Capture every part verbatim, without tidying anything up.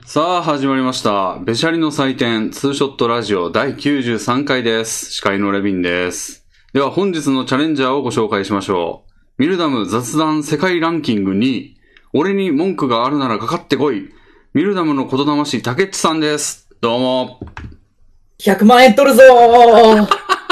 さあ始まりました。ベシャリの祭典ツーショットラジオだいきゅうじゅうさんかいです。司会のレビンです。では本日のチャレンジャーをご紹介しましょう。ミルダム雑談世界ランキングにい、俺に文句があるならかかってこい。ミルダムの言霊師竹内さんです。どうも。 ひゃくまんえん取るぞー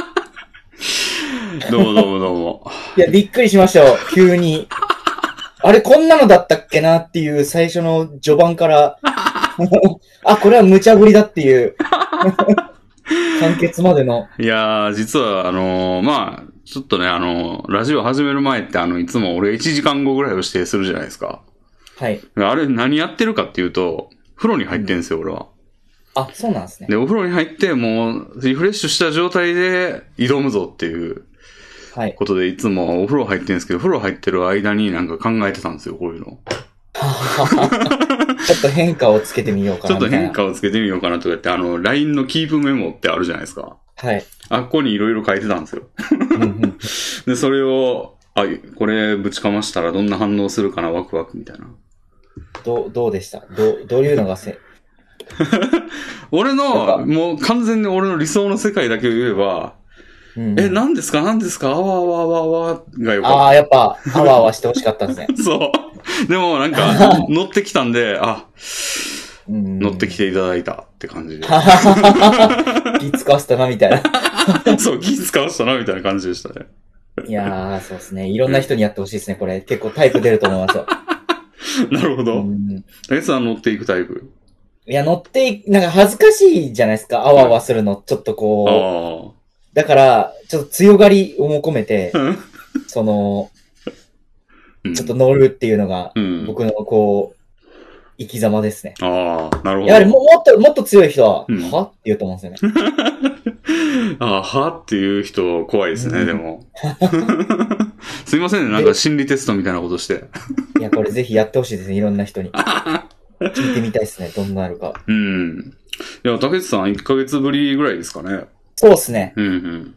どうもどうもどうも。 いや、びっくりしましたよ、急に。あれ、こんなのだったっけなっていう最初の序盤から、あ、これは無茶ぶりだっていう、完結までの。 いやー、実はあのー、まあ、ちょっとね、あのー、ラジオ始める前ってあの、いつも俺いちじかんごぐらいを指定するじゃないですか。 はい。 あれ何やってるかっていうと、風呂に入ってんですよ、うん、俺は。 あ、そうなんですね。 で、お風呂に入って、もう、リフレッシュした状態で挑むぞっていうことで、いつもお風呂入ってるんですけど、風呂入ってる間になんか考えてたんですよ、こういうの。 ちょっと変化をつけてみようかな。 ちょっと変化をつけてみようかなとか言って、あの、ライン のキープメモってあるじゃないですか。 はい。 あっこにいろいろ書いてたんですよ。で、それを、あ、これぶちかましたらどんな反応するかな、ワクワクみたいな。 どう、どうでしたどう、どういうのがせ、 俺の、もう完全に俺の理想の世界だけを言えば、うん、え、何ですか何ですかあわあわあわあわがよかった。 ああ、やっぱ、あわあわしてほしかったんですね。 そう。でもなんか、乗ってきたんで、あ、うん、乗ってきていただいたって感じで。 気使わせたな、みたいな。そう、気使わせたな、みたいな感じでしたね。 いやー、そうですね。いろんな人にやってほしいですね、これ。結構タイプ出ると思いますよ。 なるほど。え、さん乗っていくタイプ？ いや、乗ってい、なんか恥ずかしいじゃないですか。あわあわするの。ちょっとこう。だから、ちょっと強がりをも込めて、その、ちょっと乗るっていうのが、僕のこう、生き様ですね。 ああ、なるほど。 やはりももっと、もっと強い人は、うん、はって言うと思うんですよね。 ああ、はっていう人怖いですね、うん、でも。すいませんね、なんか心理テストみたいなことして。 いや、これぜひやってほしいですね、いろんな人に。聞いてみたいですね、どんなるか。 うん。いや、竹内さんいっかげつぶりぐらいですかね。 そうですね。 うんうん。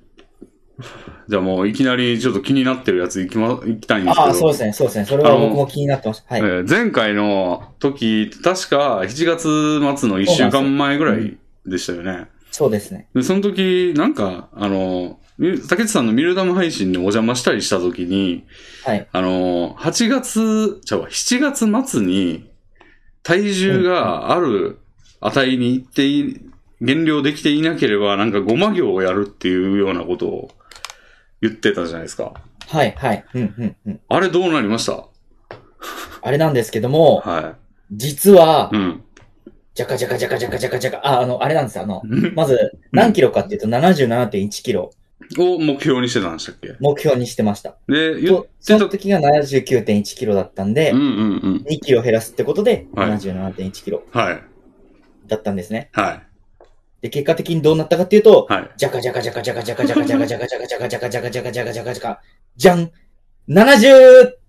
じゃあもういきなりちょっと気になってるやつ行きま、行きたいんですけど。 ああ、そうですね、そうですね。それは僕も気になってました。はい。えー、前回の時、確かしちがつ末のいっしゅうかんまえぐらいでしたよね。 そうですね。 で、その時、なんか、あの、竹内さんのミルダム配信にお邪魔したりした時に、 はい。 あの、はちがつ、ちゃうわ、しちがつ末に体重がある値に行ってい、減量できていなければ、なんかごま行をやるっていうようなことを言ってたじゃないですか。 はい、はい。うん、うん、うん。 あれどうなりました？ あれなんですけども、 はい。 実は、 うん。 じゃかじゃかじゃかじゃかじゃかじゃか、あ、あの、あれなんですよ。あの、まず、何キロかっていうと ななじゅうななてんいち キロ。 を目標にしてたんでしたっけ？ 目標にしてました。 で、 言ってた。その時が ななじゅうきゅうてんいち キロだったんで、 うんうんうん、 にキロ減らすってことで、ななじゅうななてんいち キロ。 はい。 だったんですね。 はい。 で、結果的にどうなったかっていうと、 はい。 じゃかじゃかじゃかじゃかじゃかじゃかじゃかじゃかじゃかじゃかじゃかじゃかじゃかじゃかじゃかじゃか、じゃん !ななじゅう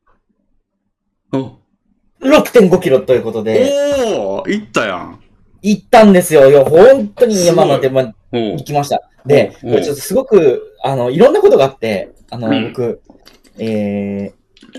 ろくてんご キロということで。 おー、いったやん。 いったんですよ。いや、本当に山まで、ま、行きました。で、これちょっとすごく、あの、いろんなことがあって、あの、うん、僕、えー、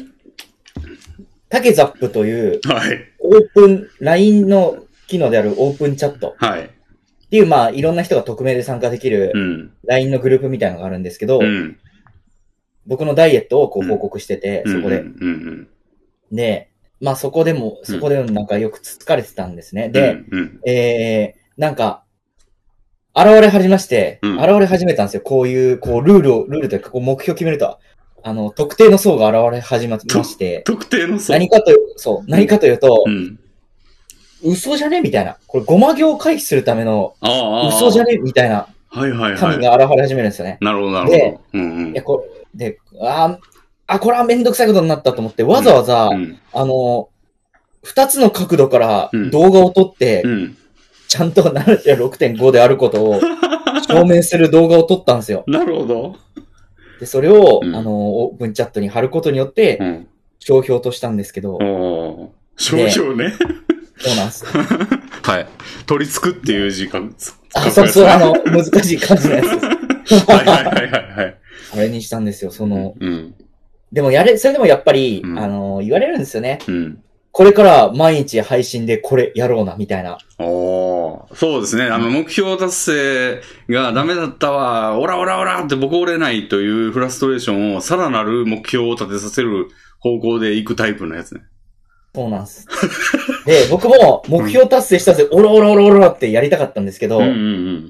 タケザップという、 はい。 オープン、ライン の機能であるオープンチャット。 はい。 っていう、まあ、いろんな人が匿名で参加できる、ライン のグループみたいなのがあるんですけど、うん、僕のダイエットをこう報告してて、うん、そこで、うんうんうんうん。で、まあそこでも、そこでなんかよく疲れてたんですね。で、うんうん、えー、なんか、現れ始めまして、うん、現れ始めたんですよ。こういう、こう、ルールを、ルールというか、こう、目標決めると、あの、特定の層が現れ始めまして、 特定の層何かという、そう、何かというと、うん、嘘じゃねみたいな。これ、ごま行を回避するための、嘘じゃねみたいな、 はいはいはい。 神が現れ始めるんですよね。 なるほど、なるほど。 で、うんうん、いや、これ、で、ああ、これはめんどくさいことになったと思って、わざわざ、うん、あの、二つの角度から動画を撮って、うんうん、ちゃんと ななじゅうろくてんご であることを証明する動画を撮ったんですよ。 なるほど。 で、それを、うん、あの、オープンチャットに貼ることによって、うん、商標としたんですけど。 商標ね。 そうなんです。 はい。取り付くっていう字が、 あ、そうそう、あの、難しい感じのやつです。 はいはいはいはい。 あれにしたんですよ、その、うん、でもやれ、それでもやっぱり、うん、あの、言われるんですよね。うん、 これから毎日配信でこれやろうな、みたいな。 おー、そうですね。あの、目標達成がダメだったわ、オラオラオラってボコれないというフラストレーションをさらなる目標を立てさせる方向で行くタイプのやつね。 そうなんです。で、僕も目標達成したぜ、オラオラオラオラってやりたかったんですけど、うんうんうん、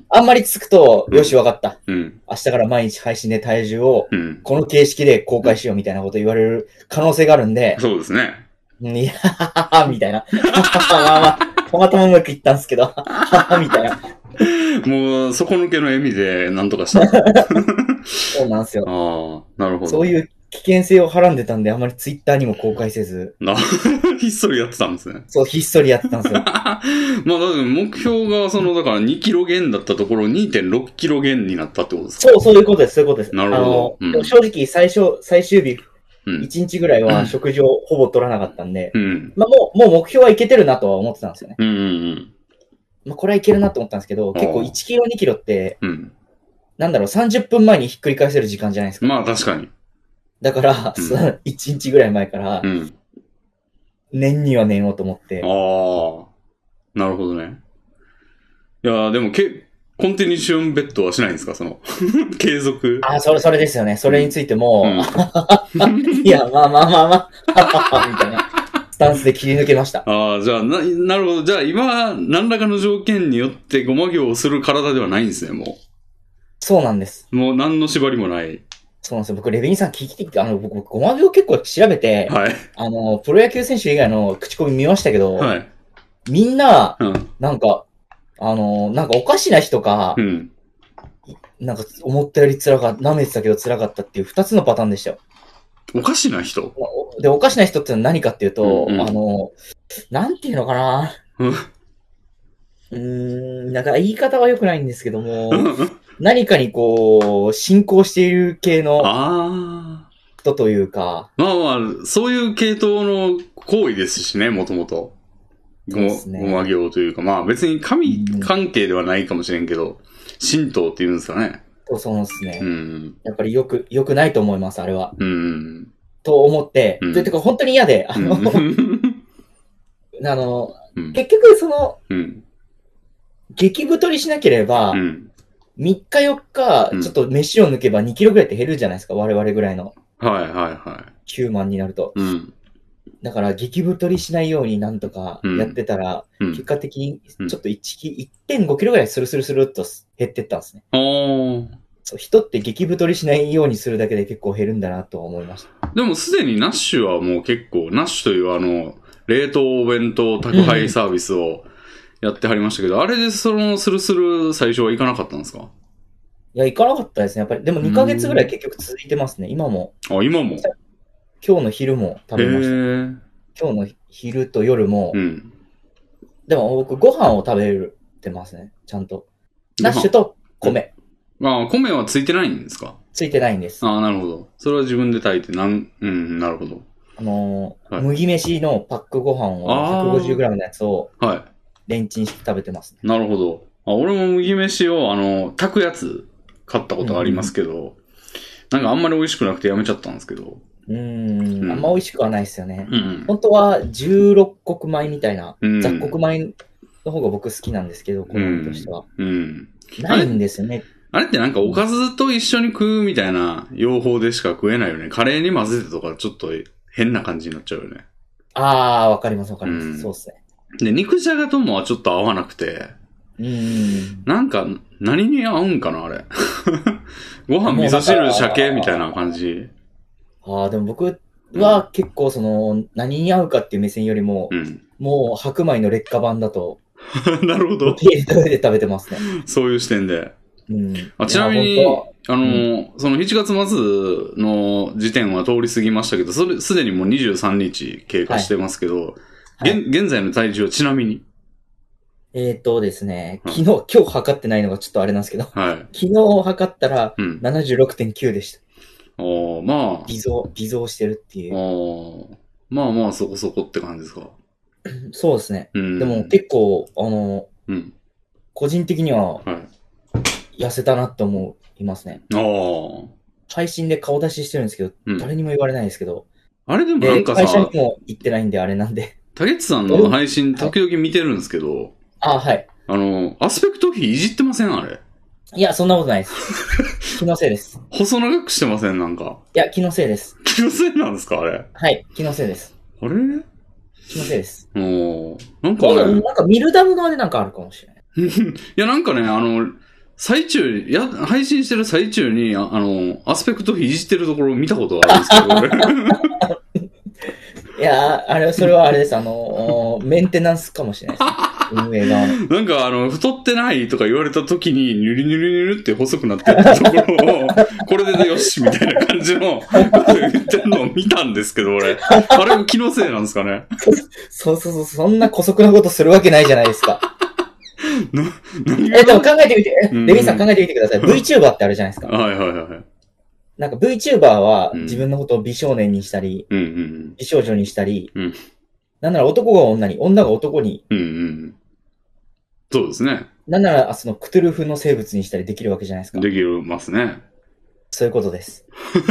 あんまりつくと、よしわかった、うん。明日から毎日配信で体重を、この形式で公開しようみたいなこと言われる可能性があるんで、 そうですね。 いやーみたいな。まあまあ、たまたまうまくいったんですけど、みたいな。 もう、底抜けの笑みで何とかした。 そうなんですよ。 ああ、なるほど。 そういう危険性をはらんでたんで、あまりツイッターにも公開せず。 ひっそりやってたんですね。 そう、ひっそりやってたんですよ。まあ、だって目標が、その、だからにキロ減だったところ にてんろくキロ減になったってことですか？ そう、そういうことです、そういうことです。 なるほど。 あの、うん、正直、最初、最終日、いちにちぐらいは食事をほぼ取らなかったんで、うん、まあもう、もう目標はいけてるなとは思ってたんですよね。うんうんうん、まあこれはいけるなと思ったんですけど、結構いちキロにキロって、うん、なんだろう、さんじゅっぷんまえにひっくり返せる時間じゃないですか。 まあ確かに。 だから、うん、いちにちぐらい前から、うん、年には年をと思って。 ああ、なるほどね。いやでもけ、コンティニューションベッドはしないんですかその、継続。 ああ、それ、それですよね。それについても、うん、いや、まあまあまあまあ、みたいな、スタンスで切り抜けました。 ああ、じゃあ、な、なるほど。じゃあ、今、何らかの条件によってごま行をする体ではないんですね、もう。 そうなんです。 もう、何の縛りもない。 そうなんですよ。僕、レビンさん聞いてきて、あの、僕、ごま行結構調べて、はい。あの、プロ野球選手以外の口コミ見ましたけど、はい。みんな、うん、なんか、あの、なんかおかしな日とか、うん。なんか思ったより辛かった、舐めてたけど辛かったっていう二つのパターンでしたよ。 おかしな人で、おかしな人ってのは何かっていうと、うんうん、あの、なんていうのかなうーん、なんか言い方は良くないんですけども、何かにこう、進行している系の人というか。 まあまあ、そういう系統の行為ですしね、もともと。ごま行というか、まあ別に神関係ではないかもしれんけど、うん、神道っていうんですかね。 そうそうですね。うん、やっぱりよく、よくないと思います、あれは。うん、と思って、うん、てか本当に嫌で、あの、うん、あの、うん、結局その、うん、激太りしなければ、うん、みっかよっか、ちょっと飯を抜けばにキロぐらいって減るじゃないですか、我々ぐらいの。 はいはいはい。 きゅうまんになると。うんだから、激太りしないようになんとかやってたら、うん、結果的にちょっと いってんごキロぐらいスルスルスルっと減ってったんですね。そう人って激太りしないようにするだけで結構減るんだなと思いました。 でもすでにナッシュはもう結構、ナッシュというあの、冷凍お弁当宅配サービスをやってはりましたけど、うん、あれでそのスルスル最初はいかなかったんですか？ いや、いかなかったですね。やっぱり。でもにかげつぐらい結局続いてますね、今も。 あ、今も今日の昼も食べました。今日の昼と夜も、うん、でも僕ご飯を食べてますね、ちゃんと。ナッシュと米。 うん、ああ、米はついてないんですか？ ついてないんです。 ああ、なるほど。それは自分で炊いて、なん、うん、なるほど。 あのーはい、麦飯のパックご飯を ひゃくごじゅうグラム のやつを、はい。レンチンして食べてますね。 なるほど。あ、俺も麦飯を、あの、炊くやつ買ったことありますけど、うん、なんかあんまり美味しくなくてやめちゃったんですけど。 うーん、うん、あんま美味しくはないですよね。うんうん、本当はじゅうろっこく米みたいな、うん、雑穀米の方が僕好きなんですけど、好みとしては。うん。ないんですよね。 あれってなんかおかずと一緒に食うみたいな用法でしか食えないよね。カレーに混ぜてとかちょっと変な感じになっちゃうよね。 あー、わかりますわかります、うん。そうっすね。 で、肉じゃがともはちょっと合わなくて。うん。なんか、何に合うんかな、あれ。ご飯、味噌汁、鮭みたいな感じ。 ああ、でも僕は結構その、何に合うかっていう目線よりも、うん、もう白米の劣化版だと。 なるほど。 受け入れた上で食べてますね。 そういう視点で。うん、あちなみに、あの、うん、そのしちがつ末の時点は通り過ぎましたけど、それ、すでにもうにじゅうさんにち経過してますけど、はい、現、現在の体重はちなみにえーとですね、昨日、今日測ってないのがちょっとあれなんですけど、はい、昨日測ったら ななじゅうろくてんきゅう でした。 うん、まあ。 微増、微増してるっていう。 あまあまあそこそこって感じですか。 そうですね。うん、でも結構、あの、うん、個人的には、痩せたなって思いますね。あ配信で顔出ししてるんですけど、うん、誰にも言われないですけど。 あれでもなんかさ、 会社にも行ってないんであれなんで。 竹内さんの配信時々見てるんですけど、 あ、はい。 あの、アスペクト比いじってませんあれ。 いや、そんなことないです。気のせいです。 細長くしてませんなんか。 いや、気のせいです。 気のせいなんですかあれ。 はい、気のせいです。 あれ気のせいです。 おなんかね。なんかミルダム側でなんかあるかもしれない。 いや、なんかね、あの、最中、や、配信してる最中に、あ, あの、アスペクト比いじってるところを見たことがあるんですけど、 いや、あれ、それはあれです。あの、メンテナンスかもしれないです、ね。運営側の。 なんかあの、太ってないとか言われた時に、ニュルニュルニュルって細くなってるところを、これでよしみたいな感じのこと言ってるのを見たんですけど、俺。あれも気のせいなんですかね。 そうそうそう、そんな姑息なことするわけないじゃないですか。 な、何え、でも考えてみて、レビンさん考えてみてください。VTuber ってあるじゃないですか。 はいはいはい。 なんか VTuber は自分のことを美少年にしたり、うんうん、美少女にしたり、うん、なんなら男が女に、女が男に、うんうん、 そうですね。 なんならそのクトゥルフの生物にしたりできるわけじゃないですか。 できますね。 そういうことです。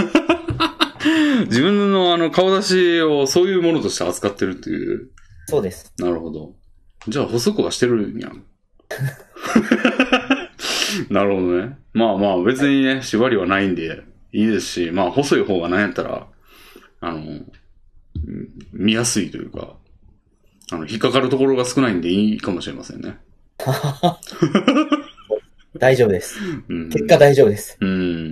自分のあの顔出しをそういうものとして扱ってるっていう。 そうです。 なるほど。じゃあ細くはしてるんやん。なるほどね。まあまあ別にね、縛りはないんでいいですし、まあ細い方が何やったら、あの、見やすいというか、あの、引っかかるところが少ないんでいいかもしれませんね。 大丈夫です。うん、結果大丈夫です。 うん。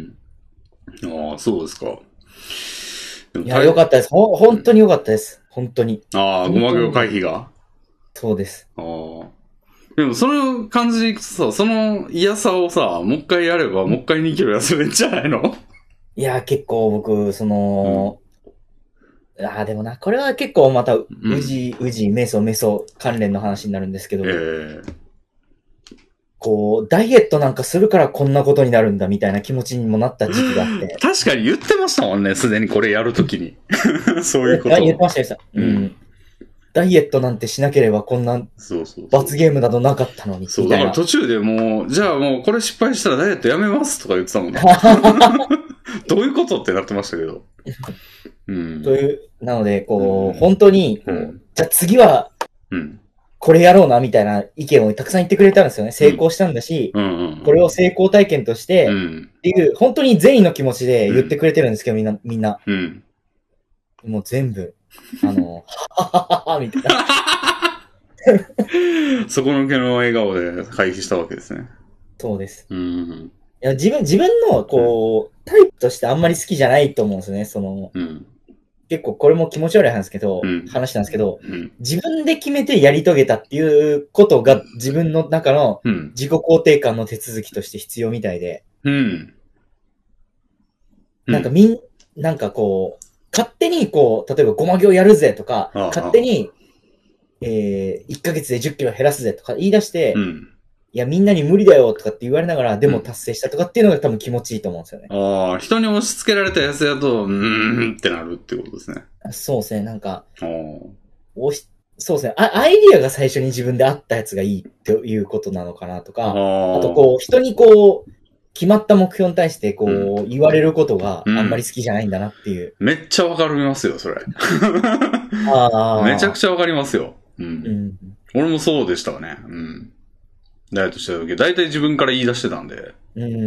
ああ、そうですか。 いや、よかったです。ほ、本当によかったです。本当に。 ああ、ごま行回避がそうです。 ああ。でも、その感じでいくとさ、その嫌さをさ、もう一回やれば、もう一回にキロ痩せるんじゃないの？ いや、結構僕、その、うん、ああ、でもな、これは結構また、うじ、うじ、メソ、メソ関連の話になるんですけど、えー、こう、ダイエットなんかするからこんなことになるんだみたいな気持ちにもなった時期があって。 確かに言ってましたもんね、すでにこれやるときに。そういうこと。 言ってましたよ、うん、うん。ダイエットなんてしなければこんな罰ゲームなどなかったのに。 そう、だから途中でもう、じゃあもうこれ失敗したらダイエットやめますとか言ってたもんね。どういうことってなってましたけど。 うん。という、なので、こう、うん、本当にこう、うん、じゃあ次は、これやろうなみたいな意見をたくさん言ってくれたんですよね。成功したんだし、うんうんうん、これを成功体験として、うん、っていう、本当に善意の気持ちで言ってくれてるんですけど、みんな、みんな。うん、もう全部、あの、ははははみたいな。 そこのけの笑顔で回避したわけですね。 そうです。うん、いや自分、自分の、こう、タイプとしてあんまり好きじゃないと思うんですよね。その、うん、結構これも気持ち悪い話ですけど、うん、話なんですけど、うん、自分で決めてやり遂げたっていうことが自分の中の自己肯定感の手続きとして必要みたいで、うん、なんかみん、なんかこう、勝手にこう、例えばごま行やるぜとか、ああ勝手に、えー、いっかげつでじゅっキロ減らすぜとか言い出して、うん、いやみんなに無理だよとかって言われながら、でも達成したとかっていうのが多分気持ちいいと思うんですよね。 ああ、人に押し付けられたやつだと、うーんってなるってことですね。 そうですね、なんか、押し、そうですねア、アイディアが最初に自分であったやつがいいっていうことなのかなとか、あ, あとこう、人にこう、決まった目標に対してこう、うん、言われることがあんまり好きじゃないんだなっていう。 うん、めっちゃわかりますよ、それ。あめちゃくちゃわかりますよ。うん。うん、俺もそうでしたわね。うん。ダイエットしてた時、だいたい自分から言い出してたんで。うん。うん。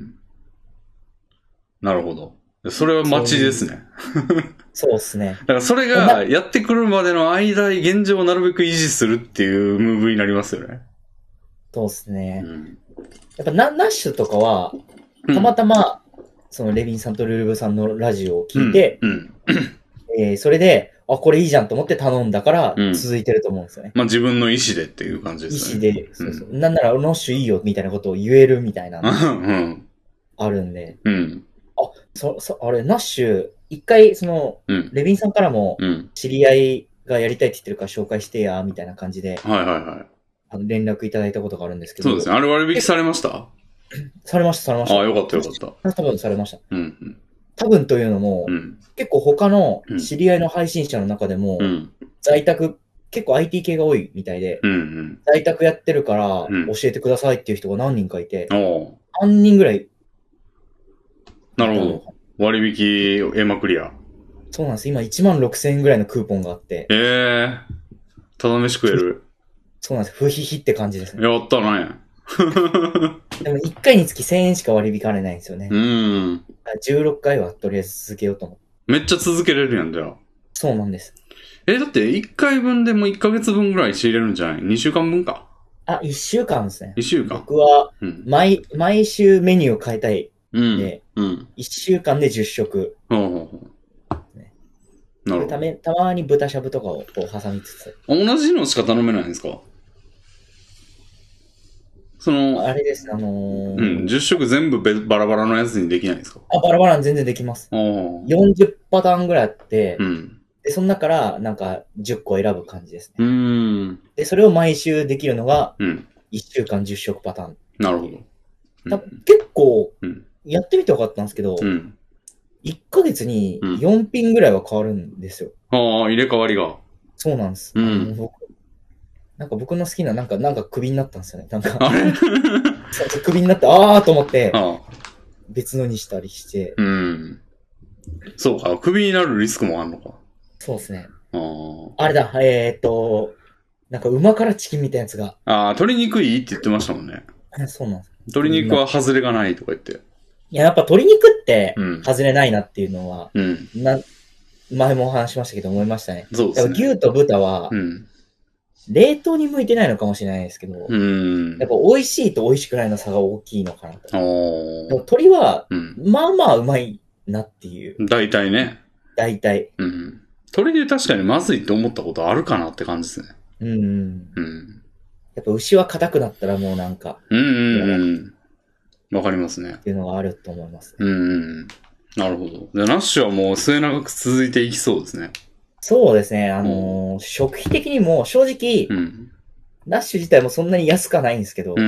なるほど。それは待ちですね。 そうですね。 だからそれがやってくるまでの間、現状をなるべく維持するっていうムーブになりますよね。 そうですね。うんやっぱナ、ナッシュとかは、たまたま、うん、そのレビンさんとルルブさんのラジオを聞いて、うんうんえー、それで、あ、これいいじゃんと思って頼んだから、続いてると思うんですよね。 うん、まあ自分の意思でっていう感じですね。 意思で、そうそう。うん、なんなら、ナッシュいいよみたいなことを言えるみたいな、うん、あるんで。うん、あ、そ、そ、あれ、ナッシュ、一回、その、うん、レビンさんからも、知り合いがやりたいって言ってるから紹介してや、みたいな感じで。はいはいはい。あの連絡いただいたことがあるんですけど。 そうですね。あれ割引されました？ されました、されました。 ああ、よかったよかった。 多分されました。うん、うん。多分というのも、うん、結構他の知り合いの配信者の中でも、うん、在宅、結構 アイティー 系が多いみたいで、うんうん、在宅やってるから教えてくださいっていう人が何人かいて、うん、さんにんぐらい。 なるほど。割引得まくりや。 そうなんです。今いちまんろくせんえんぐらいのクーポンがあって。 ええー。ただ飯食える。 そうなんです。ふひひって感じですね。 やったね。 でもいっかいにつきせんえんしか割り引かれないんですよね。 うん。 じゅうろっかいはとりあえず続けようと思って。 めっちゃ続けれるやん、じゃあ。 そうなんです。 え、だっていっかいぶんでもいっかげつぶんぐらい仕入れるんじゃない ?に 週間分か。 あ、いっしゅうかんですね。 いっしゅうかん。 僕は毎、 うん、 毎週メニューを変えたい。 うん。で、うん。 いっしゅうかんでじゅっしょく。 ほうほうほう。ね、なるほど。 ため、たまに豚しゃぶとかをこう挟みつつ。 同じのしか頼めないんですか？その、 あれです、あのー、うん、じゅっしょく全部バラバラのやつにできないんですか？ あ、バラバラに全然できます。よんじゅうパターンぐらいあって、うん、で、その中からなんかじゅっこ選ぶ感じですね。うん。で、それを毎週できるのが、いっしゅうかんじゅっしょくパターン。 なるほど。 うん、結構、やってみて分かったんですけど、うん、いっかげつによん品ぐらいは変わるんですよ。 うん、ああ、入れ替わりが。 そうなんです。うん、なんか僕の好きな、なんか、なんかクビになったんですよね。なんか、クビになって、あーと思って、別のにしたりして。 うん。そうか、クビになるリスクもあるのか。 そうですね。ああれだ、えー、っと、なんか馬からチキンみたいなやつが。 ああ、鶏肉いいって言ってましたもんね。 そうなんです。 鶏肉は外れがないとか言って。 いや、やっぱ鶏肉って、外れないなっていうのは、うん、な前もお話しましたけど思いましたね。そうですね。牛と豚は、うん、冷凍に向いてないのかもしれないですけど、うん、やっぱ美味しいと美味しくないの差が大きいのかなと。鶏は、うん、まあまあうまいなっていう。 大体ね。 大体。 うん。鶏で確かにまずいって思ったことあるかなって感じですね。うん。 うん。やっぱ牛は硬くなったらもうなんか。 うんうんうん。わかりますね。 っていうのがあると思います、 ね。うんうん。なるほど。で、ナッシュはもう末永く続いていきそうですね。 そうですね。あのーうん、食費的にも正直、うん、ナッシュ自体もそんなに安くはないんですけど、うん、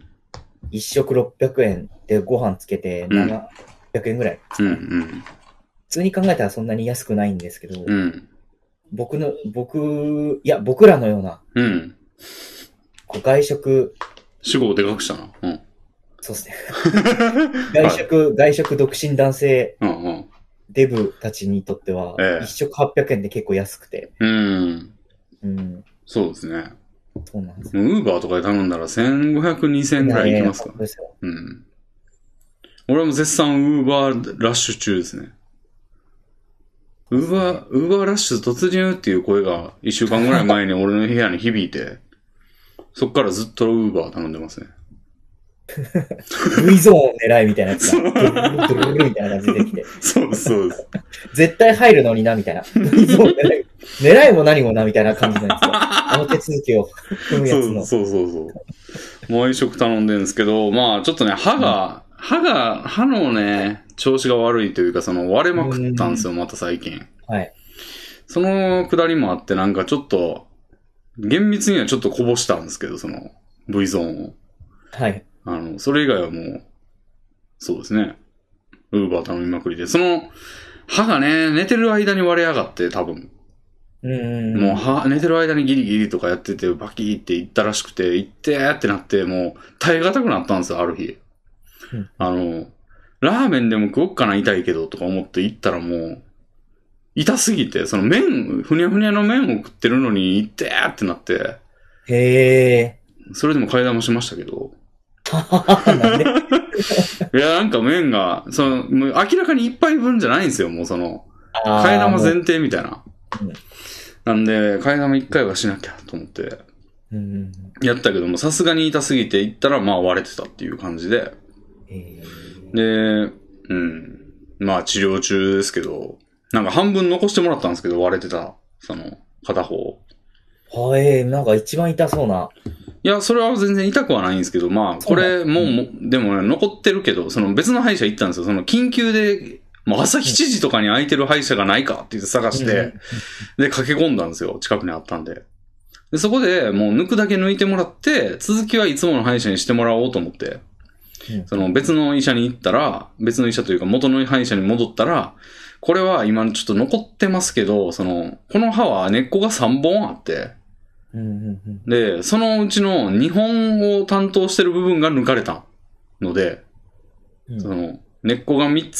いっ食ろっぴゃくえんでご飯つけてななひゃくえんぐらい、うんうん。普通に考えたらそんなに安くないんですけど、うん、僕の、僕、いや、僕らのような、うん、外食。 主語をでかくしたな。うん、 そうですね。外食、はい、外食独身男性、うんうん、デブたちにとっては、ええ、いっ食はっぴゃくえんで結構安くて。うん。 うん。そうですね。 そうなんです。 ウーバーとかで頼んだらせんごひゃく、にせんえんくらいいきますから。 ですよ。 うん。俺も絶賛ウーバーラッシュ中ですね。ウーバー、ウーバーラッシュ突入っていう声がいっしゅうかんぐらい前に俺の部屋に響いて、そっからずっとウーバー頼んでますね。 V ゾーン狙いみたいなやつが、ドゥルルドゥルルみたいな感じでできて。 そうです、そうです。 絶対入るのにな、みたいな。V ゾーン狙い。狙いも何もな、みたいな感じなんですよ。あの手続きを踏むやつの。 そうそうそうそう。もう一食頼んでるんですけど、まあちょっとね、歯が、うん、歯が、歯のね、調子が悪いというか、その割れまくったんですよ、また最近。はい。そのくだりもあって、なんかちょっと、厳密にはちょっとこぼしたんですけど、その V ゾーンを。はい。あの、それ以外はもう、そうですね。ウーバー頼みまくりで。その、歯がね、寝てる間に割れやがって、多分。うんもう歯、寝てる間にギリギリとかやってて、バキーって言ったらしくて、行ってーってなって、もう、耐え難くなったんですよ、ある日。うん、あの、ラーメンでも食おっかな、痛いけど、とか思って行ったらもう、痛すぎて、その麺、ふにゃふにゃの麺を食ってるのに、行ってーってなって。へー。それでも買い玉しましたけど。なんでいや、なんか麺が、その、もう明らかに一杯分じゃないんですよ、もうその、替え玉前提みたいな。うん、なんで、替え玉一回はしなきゃと思って、うん、やったけども、さすがに痛すぎて行ったら、まあ割れてたっていう感じで。で、うん。まあ治療中ですけど、なんか半分残してもらったんですけど、割れてた、その、片方。 はい、なんか一番痛そうな。 いや、それは全然痛くはないんですけど、まあ、これもう、うん、でもね、残ってるけど、その別の歯医者行ったんですよ。その緊急で、もう朝しちじとかに空いてる歯医者がないかって言って探して、うん、で、駆け込んだんですよ。近くにあったんで。で、そこでもう抜くだけ抜いてもらって、続きはいつもの歯医者にしてもらおうと思って、うん、その別の医者に行ったら、別の医者というか元の歯医者に戻ったら、これは今ちょっと残ってますけど、その、この歯は根っこがさんぼんあって、で、そのうちのにほんを担当してる部分が抜かれたので、うん、その根っこがみっつあって、 、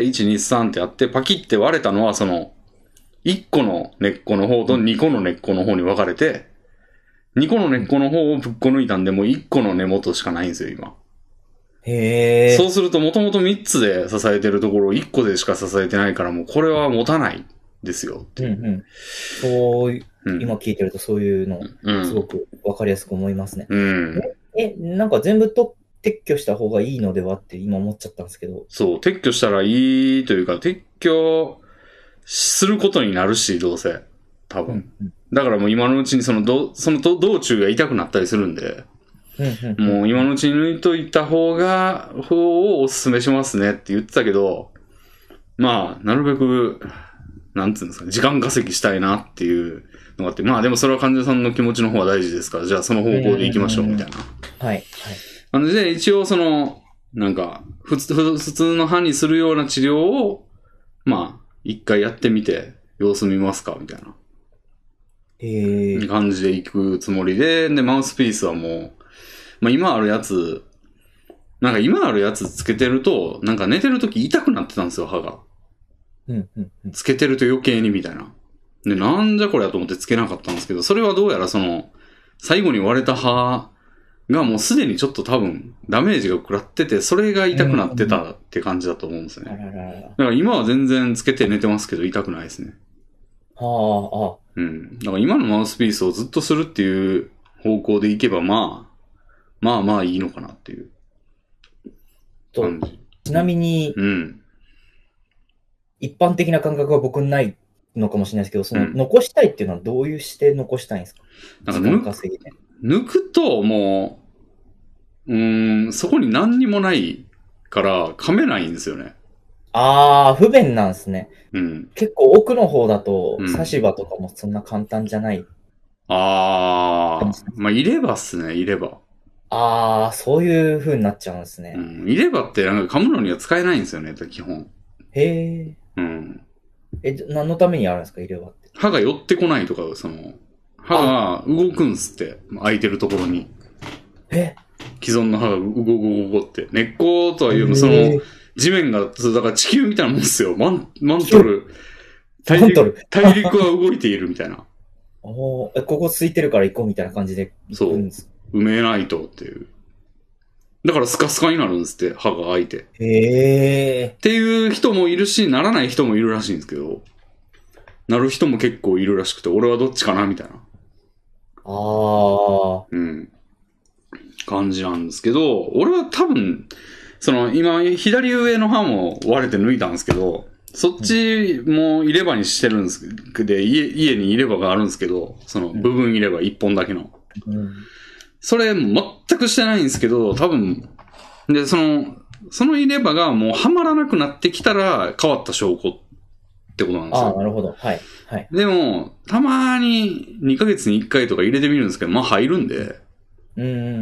いち、に、さんってあって、パキって割れたのはその、いっこの根っこの方とにこの根っこの方に分かれて、にこの根っこの方をぶっこ抜いたんで、もういっこの根元しかないんですよ、今。 へー。 そうすると、もともとみっつで支えてるところをいっこでしか支えてないから、もうこれは持たないですよっていう。 うんうん。そう、うん、今聞いてるとそういうの、すごくわかりやすく思いますね。 うん。 え、なんか全部と撤去した方がいいのではって今思っちゃったんですけど。 そう、撤去したらいいというか、撤去することになるし、どうせ。多分。うんうん、だからもう今のうちにそのど、その道中が痛くなったりするんで、うんうんうん、もう今のうちに抜いといた方が、方をお勧めしますねって言ってたけど、まあ、なるべく、なんつうんですか、時間稼ぎしたいなっていうのがあって、まあでもそれは患者さんの気持ちの方が大事ですから、じゃあその方向で行きましょうみたいな。 はい。はい。 なので、一応その、なんか、普通、普通の歯にするような治療を、まあ、一回やってみて、様子見ますかみたいな。 へー。 感じで行くつもりで、で、マウスピースはもう、まあ今あるやつ、なんか今あるやつつけてると、なんか寝てるとき痛くなってたんですよ、歯が。 うんうんうん、 つけてると余計にみたいな。で、なんじゃこれやと思ってつけなかったんですけど、それはどうやらその、最後に割れた歯がもうすでにちょっと多分ダメージが食らってて、それが痛くなってたって感じだと思うんですね。 うんうんうん、 だから今は全然つけて寝てますけど痛くないですね。 はあ、ああ。 うん。だから今のマウスピースをずっとするっていう方向でいけば、まあ、まあまあいいのかなっていう感じ。 ちなみに、 うん。 一般的な感覚は僕ないのかもしれないですけど、その、残したいっていうのはどういうして残したいんですか？ なんか抜く、抜くともう、うーん、そこに何にもないから噛めないんですよね。 ああ、不便なんですね。 うん。 結構奥の方だと、差し歯とかもそんな簡単じゃない。うん、 ああ、まあ、入れ歯っすね、入れ歯。 ああ、そういう風になっちゃうんですね。 うん。入れ歯ってなんか噛むのには使えないんですよね、基本。 へえ。 うん。 え、何のためにあるんですか、入れ歯って。 歯が寄ってこないとか、その、歯が動くんすって、空いてるところに。 え既存の歯が動こ動こって。根っことはいう、その、地面が、だから地球みたいなもんですよ。マン、マントル。大陸、大陸は動いているみたいな。 おえ、ここ空いてるから行こうみたいな感じで行くんです。 そう。埋めないとっていう。だからスカスカになるんですって、歯が開いて。 へー。 っていう人もいるし、ならない人もいるらしいんですけど、なる人も結構いるらしくて、俺はどっちかなみたいな。 あー。 うん。感じなんですけど、俺は多分、その今、左上の歯も割れて抜いたんですけど、そっちも入れ歯にしてるんですけど、家、家に入れ歯があるんですけど、その部分入れ歯一本だけの。 うん、 それ全くしてないんですけど、多分、で、その、その入れ歯がもうはまらなくなってきたら変わった証拠ってことなんですよ。 ああ、なるほど。はい。はい。 でも、たまににかげつにいっかいとか入れてみるんですけど、まあ入るんで。 うん。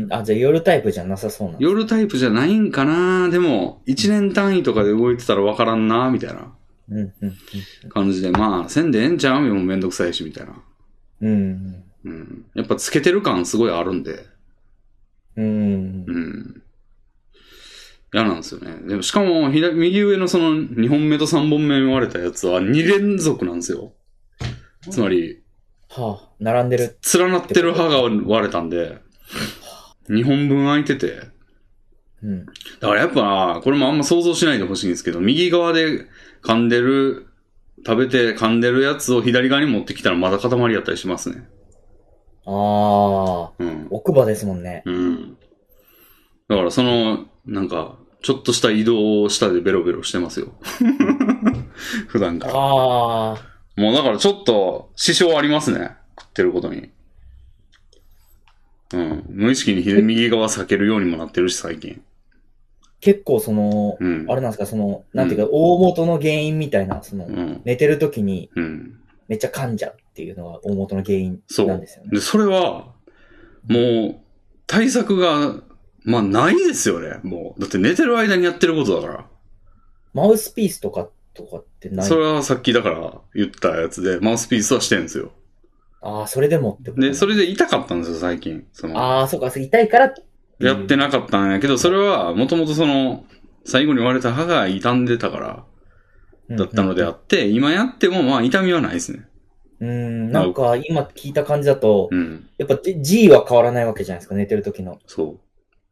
あ、じゃあ夜タイプじゃなさそうなんです、ね、 夜タイプじゃないんかな。でも、いちねん単位とかで動いてたらわからんな、みたいな感じで、まあ、せんでええんちゃうよ、もうめんどくさいし、みたいな。 うん。 うん。やっぱつけてる感すごいあるんで。 うん。 うん。嫌なんですよね。でも、しかも、左、右上のそのにほんめとさんぼんめ割れたやつはに連続なんですよ。つまり、 はあ、並んでる。 連なってる歯が割れたんで、にほんぶん空いてて。 うん。 だからやっぱ、これもあんま想像しないでほしいんですけど、右側で噛んでる、食べて噛んでるやつを左側に持ってきたらまだ塊やったりしますね。 ああ、 うん。 奥歯ですもんね。 うん。だからその、なんか、ちょっとした移動を下でベロベロしてますよ。普段から。 ああ。 もうだからちょっと支障ありますね。食ってることに。うん。無意識に右側避けるようにもなってるし、最近。 結構その、うん、あれなんですか、その、なんていうか、大元の原因みたいな、その、うん、寝てる時に、めっちゃ噛んじゃうっていうのが大元の原因なんですよね。 そう。で、それは、もう、対策が、まあ、ないですよね、もう。だって寝てる間にやってることだから。 マウスピースとか、とかってない？ それはさっきだから言ったやつで、マウスピースはしてるんですよ。 ああ、それでもってことで、それで痛かったんですよ、最近。そのああ、そうか、痛いからやってなかったんやけど、それは、もともとその、最後に割れた歯が傷んでたから、 だったのであって、うんうんうん、今やってもまあ痛みはないですね。 うん、なんか今聞いた感じだと、うん、やっぱ G は変わらないわけじゃないですか、寝てる時の。 そう。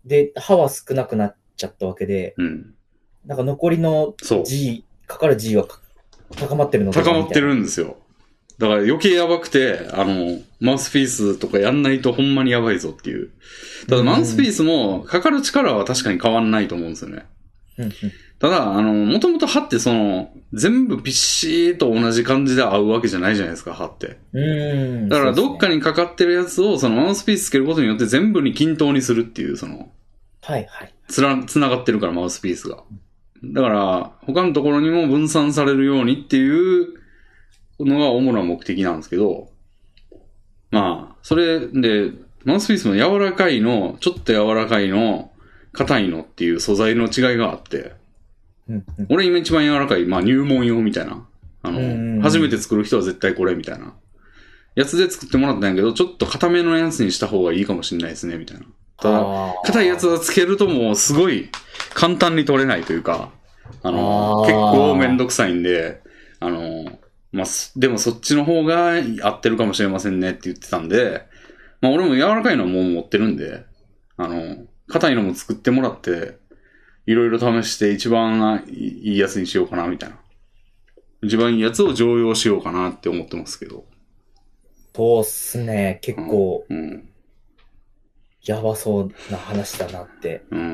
で、歯は少なくなっちゃったわけで、うん、なんか残りの G、かかる G は高まってるのか高まってるんですよ。だから余計やばくて、あの、マウスピースとかやんないとほんまにやばいぞっていう。ただマウスピースもかかる力は確かに変わんないと思うんですよね。 うんうん、 ただ、あの、もともと歯ってその、全部ピッシーと同じ感じで合うわけじゃないじゃないですか、歯って。 うんだからどっかにかかってるやつをそのマウスピースつけることによって全部に均等にするっていう、その、 はいはい。 つら、つながってるからマウスピースが。だから、他のところにも分散されるようにっていうのが主な目的なんですけど、まあ、それで、マウスピースの柔らかいの、ちょっと柔らかいの、硬いのっていう素材の違いがあって、 うんうん、 俺今一番柔らかい、まあ入門用みたいな。あの、うんうんうん、初めて作る人は絶対これみたいな。やつで作ってもらったんやけど、ちょっと硬めのやつにした方がいいかもしれないですね、みたいな。ただ、硬いやつをつけるともうすごい簡単に取れないというか、あの、結構めんどくさいんで、あの、まあ、でもそっちの方が合ってるかもしれませんねって言ってたんで、まあ俺も柔らかいのはもう持ってるんで、あの、硬いのも作ってもらって、いろいろ試して一番いいやつにしようかな、みたいな。一番いいやつを常用しようかなって思ってますけど。 そうっすね、結構、 うん。うん、 やばそうな話だなって。 うん。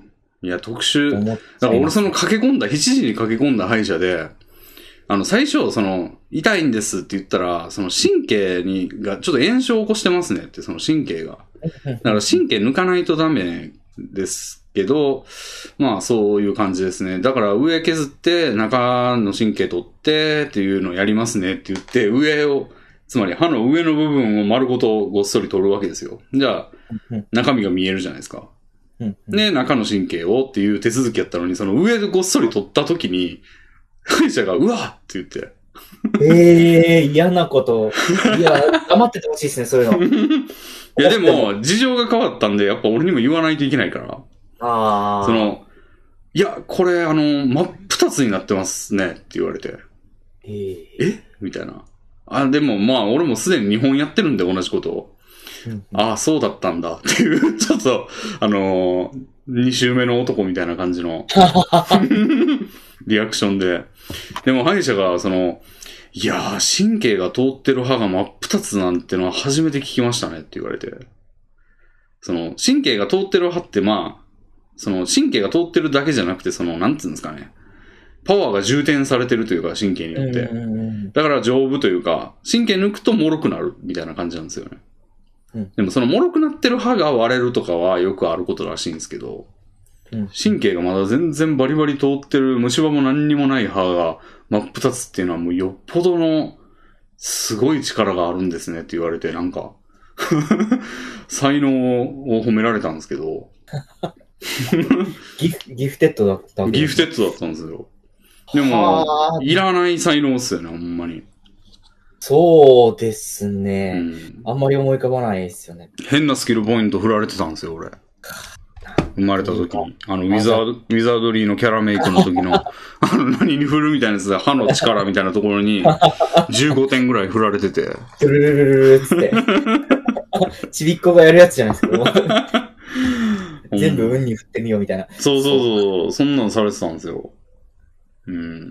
いや、特殊。だから俺その駆け込んだ、しちじに駆け込んだ歯医者で、あの、最初、その、痛いんですって言ったら、その神経に、が、ちょっと炎症を起こしてますねって、その神経が。だから神経抜かないとダメですけど、まあそういう感じですね。だから上削って中の神経取ってっていうのをやりますねって言って、上を、つまり歯の上の部分を丸ごとごっそり取るわけですよ。じゃあ、中身が見えるじゃないですか。で、中の神経をっていう手続きやったのに、その上でごっそり取った時に、歯医者が、うわっって言って。 ええー、嫌なこと。いや、黙っててほしいですね、そういうの。 いや、でも、事情が変わったんで、やっぱ俺にも言わないといけないから。 ああ。 その、いや、これ、あの、真っ二つになってますね、って言われて。 えー、 えみたいな。あ、でも、まあ、俺もすでににほんやってるんで、同じことを。うんうん、ああ、そうだったんだ、っていう、ちょっと、あのー、二周目の男みたいな感じの、リアクションで。でも、歯医者が、その、いやー、神経が通ってる歯が真っ二つなんてのは初めて聞きましたねって言われて。その、神経が通ってる歯ってまあ、その、神経が通ってるだけじゃなくて、その、なんつうんですかね。パワーが充填されてるというか、神経によって。だから丈夫というか、神経抜くと脆くなるみたいな感じなんですよね。うん、でもその脆くなってる歯が割れるとかはよくあることらしいんですけど、うん、神経がまだ全然バリバリ通ってる虫歯も何にもない歯が真っ二つっていうのはもうよっぽどのすごい力があるんですねって言われて、なんか才能を褒められたんですけどギフ、ギフテッドだったわけギフテッドだったんですよ。でも、いらない才能っすよね、ほんまに。 そうですね、うん。あんまり思い浮かばないですよね。 変なスキルポイント振られてたんですよ、俺。生まれた時に。あの、ウィザード、ウィザードリーのキャラメイクの時の、あの、何に振るみたいなやつで、歯の力みたいなところに、じゅうごてんぐらい振られてて。 ドゥルルルルルつって。ちびっこがやるやつじゃないですか。全部運に振ってみようみたいな。 そうそうそう、そんなのされてたんですよ。うん。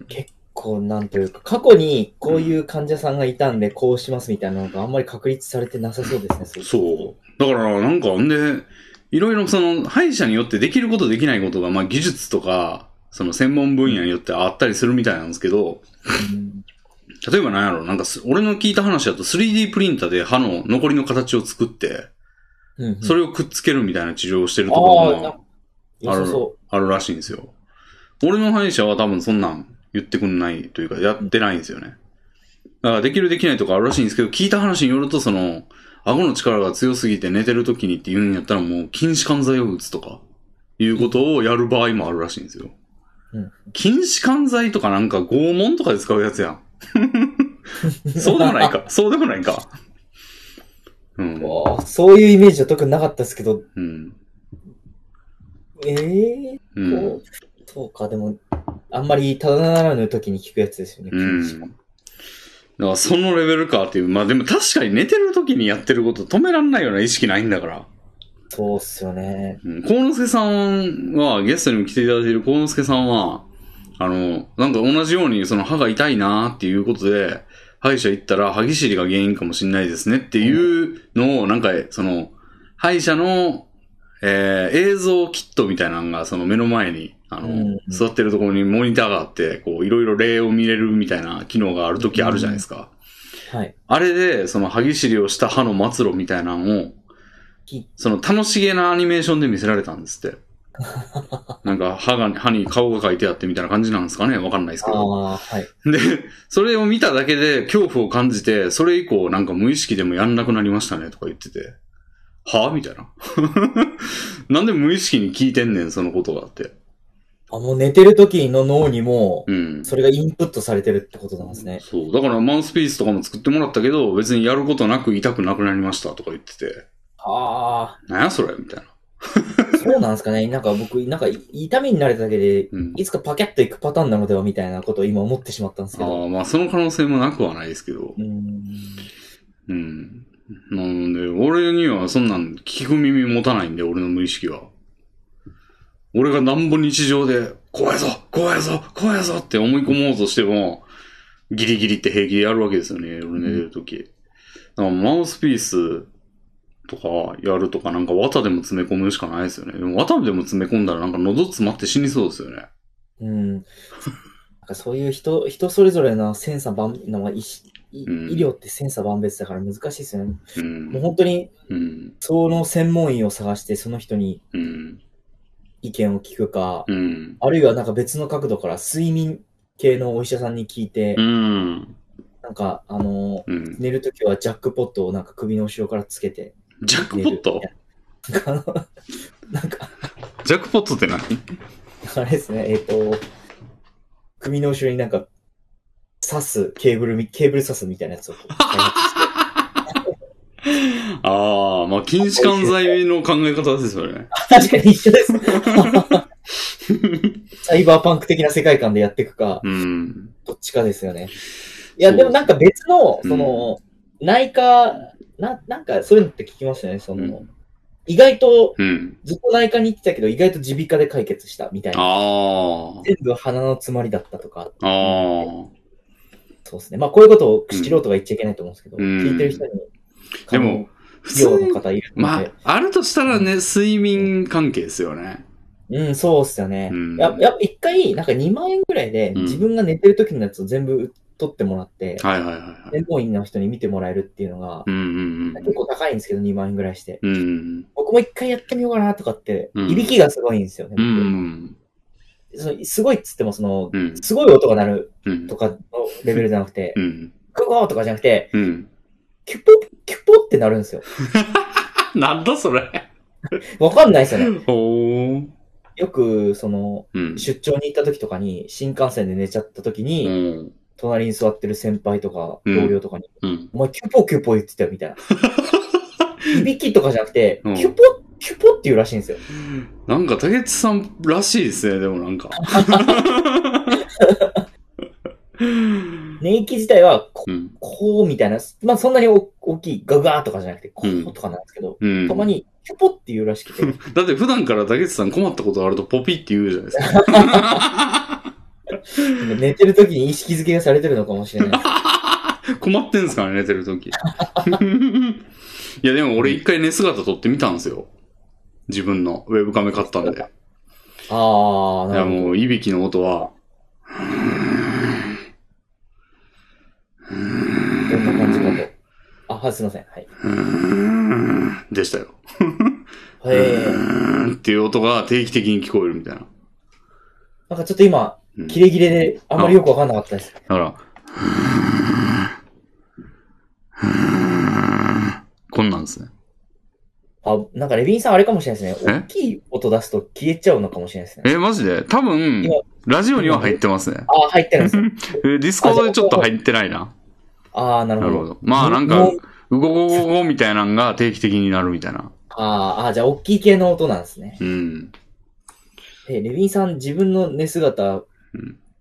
結構なんというか、過去にこういう患者さんがいたんで、こうしますみたいなのがあんまり確立されてなさそうですね。 そう。そうだから、なんか、んで、いろいろその、歯医者によってできることできないことが、まあ技術とか、その専門分野によってあったりするみたいなんですけど、うん、例えば何やろう、なんか、俺の聞いた話だと スリーディー プリンターで歯の残りの形を作って、うんうん、それをくっつけるみたいな治療をしてるところもある、あるらしいんですよ。俺の歯医者は多分そんなん言ってくんないというか、やってないんですよね。だからできるできないとかあるらしいんですけど、聞いた話によると、その、顎の力が強すぎて寝てる時にって言うんやったらもう筋弛緩剤を打つとか、いうことをやる場合もあるらしいんですよ。うん、筋弛緩剤とかなんか拷問とかで使うやつやん。そうでもないか。そうでもないか。 うん、そういうイメージは特になかったですけど。 うん、 ええー、うん、そうか、でも、 あんまりただならぬ時に聞くやつですよね。 うん。だからそのレベルかっていう。まあでも確かに寝てる時にやってること止めらんないような意識ないんだから。 そうっすよね。 うん。幸之助さんは、ゲストにも来ていただいている幸之助さんは、あの、なんか同じようにその歯が痛いなーっていうことで、歯医者行ったら歯ぎしりが原因かもしれないですねっていうのを、なんか、その、歯医者の、えー、映像キットみたいなのがその目の前に、あの、うんうん、座ってるところにモニターがあって、こう、いろいろ例を見れるみたいな機能があるときあるじゃないですか。 うん、はい。 あれで、その歯ぎしりをした歯の末路みたいなのを、その楽しげなアニメーションで見せられたんですって。なんか歯が、歯に顔が描いてあってみたいな感じなんですかね、わかんないですけど。 あはい。 で、それを見ただけで恐怖を感じて、それ以降なんか無意識でもやんなくなりましたねとか言ってて。はぁみたいな。なんで無意識に聞いてんねん、そのことがあって。 あ、もう寝てる時の脳にも、それがインプットされてるってことなんですね、 うん。そう。だからマウスピースとかも作ってもらったけど、別にやることなく痛くなくなりましたとか言ってて。 はぁ。なんやそれみたいな。 そうなんですかね。なんか僕、なんか痛みに慣れただけで、うん、いつかパキャッといくパターンなのではみたいなことを今思ってしまったんですけど。 ああ、まあその可能性もなくはないですけど。 うん。 うん。なので、俺にはそんなん聞く耳持たないんで、俺の無意識は。俺がなんぼ日常で、怖いぞ怖いぞ怖いぞって思い込もうとしても、ギリギリって平気でやるわけですよね、俺寝てるとき。だからマウスピースとかやるとかなんか綿でも詰め込むしかないですよね。でも綿でも詰め込んだらなんか喉詰まって死にそうですよね。 うん。なんかそういう人、人それぞれの千差万、なんか医療って千差万別だから難しいですよね。うん、もう本当に、その専門医を探してその人に意見を聞くか、うん、あるいはなんか別の角度から睡眠系のお医者さんに聞いて、うん、なんかあの、うん、寝るときはジャックポットをなんか首の後ろからつけて、 ジャックポットなんかジャックポットって何？ あれですね、えっと、首の後ろになんか、刺す、ケーブル、ケーブル刺すみたいなやつを開発して。 ああ、まあ、筋弛緩剤の考え方ですよね。 確かに一緒です。サイバーパンク的な世界観でやっていくか、うん、どっちかですよね。いや、でもなんか別の、その、うん、内科、な、なんかそういうのって聞きましたね、その、うん、意外と、ずっと内科に行ってたけど、意外と耳鼻科で解決したみたいな。あ全部鼻の詰まりだったとか。あそうですね。まあこういうことを素人が言っちゃいけないと思うんですけど、うん、聞いてる人に。 でも、 医療の方いるので。 まあ、あるとしたらね、睡眠関係ですよね。 うん、そうっすよね。うん、や、やっぱ一回、なんかにまんえんぐらいで、自分が寝てる時のやつを全部取ってもらって、 はいはいはい。 専門医の人に見てもらえるっていうのが、うんうんうん、結構高いんですけど、にまんえんぐらいして。うんうん、僕も一回やってみようかなとかって、うん、いびきがすごいんですよね、僕。うんうんそのすごいっつっても、その、うん、すごい音が鳴るとかのレベルじゃなくて、うん、クゴーとかじゃなくて、うん、キュポキュポってなるんですよ。 なんだそれわかんないですよね。およく、その、うん、出張に行った時とかに、新幹線で寝ちゃった時に、うん、隣に座ってる先輩とか、同僚とかに、うん、お前キュポキュポ言ってたよ、みたいな。いびきとかじゃなくて、うん、キュポキュポって言うらしいんですよ。 なんか、竹内さんらしいですね、でもなんか。 寝息自体はこ、うん、こうみたいな、まあそんなに大きいガガーとかじゃなくて、こうとかなんですけど、うん、たまにキュポって言うらしくて。 だって普段から竹内さん困ったことあるとポピって言うじゃないですか。 寝てる時に意識づけがされてるのかもしれない。 困ってんすかね、寝てる時。いやでも俺一回寝姿撮ってみたんですよ。自分のウェブカメ買ったんで。ああ、なるほど。いやもういびきの音は、 どんな感じかと。あ、はい、すいません。はい。 うーんでしたよ。へーっていう音が定期的に聞こえるみたいな。 なんかちょっと今、キレキレであんまりよくわかんなかったです。だから、 こんなんですね。 あ、なんかレビンさんあれかもしれないですね。大きい音出すと消えちゃうのかもしれないですね。 え、マジで多分、ラジオには入ってますね。 あ、入ってるんですよ。 ディスコードでちょっと入ってないな。 ああ、なるほど。なるほど。 まあなんか、うごごごごみたいなのが定期的になるみたいな。 ああ、じゃあ大きい系の音なんですね。うん。え、レビンさん自分の寝姿、うん、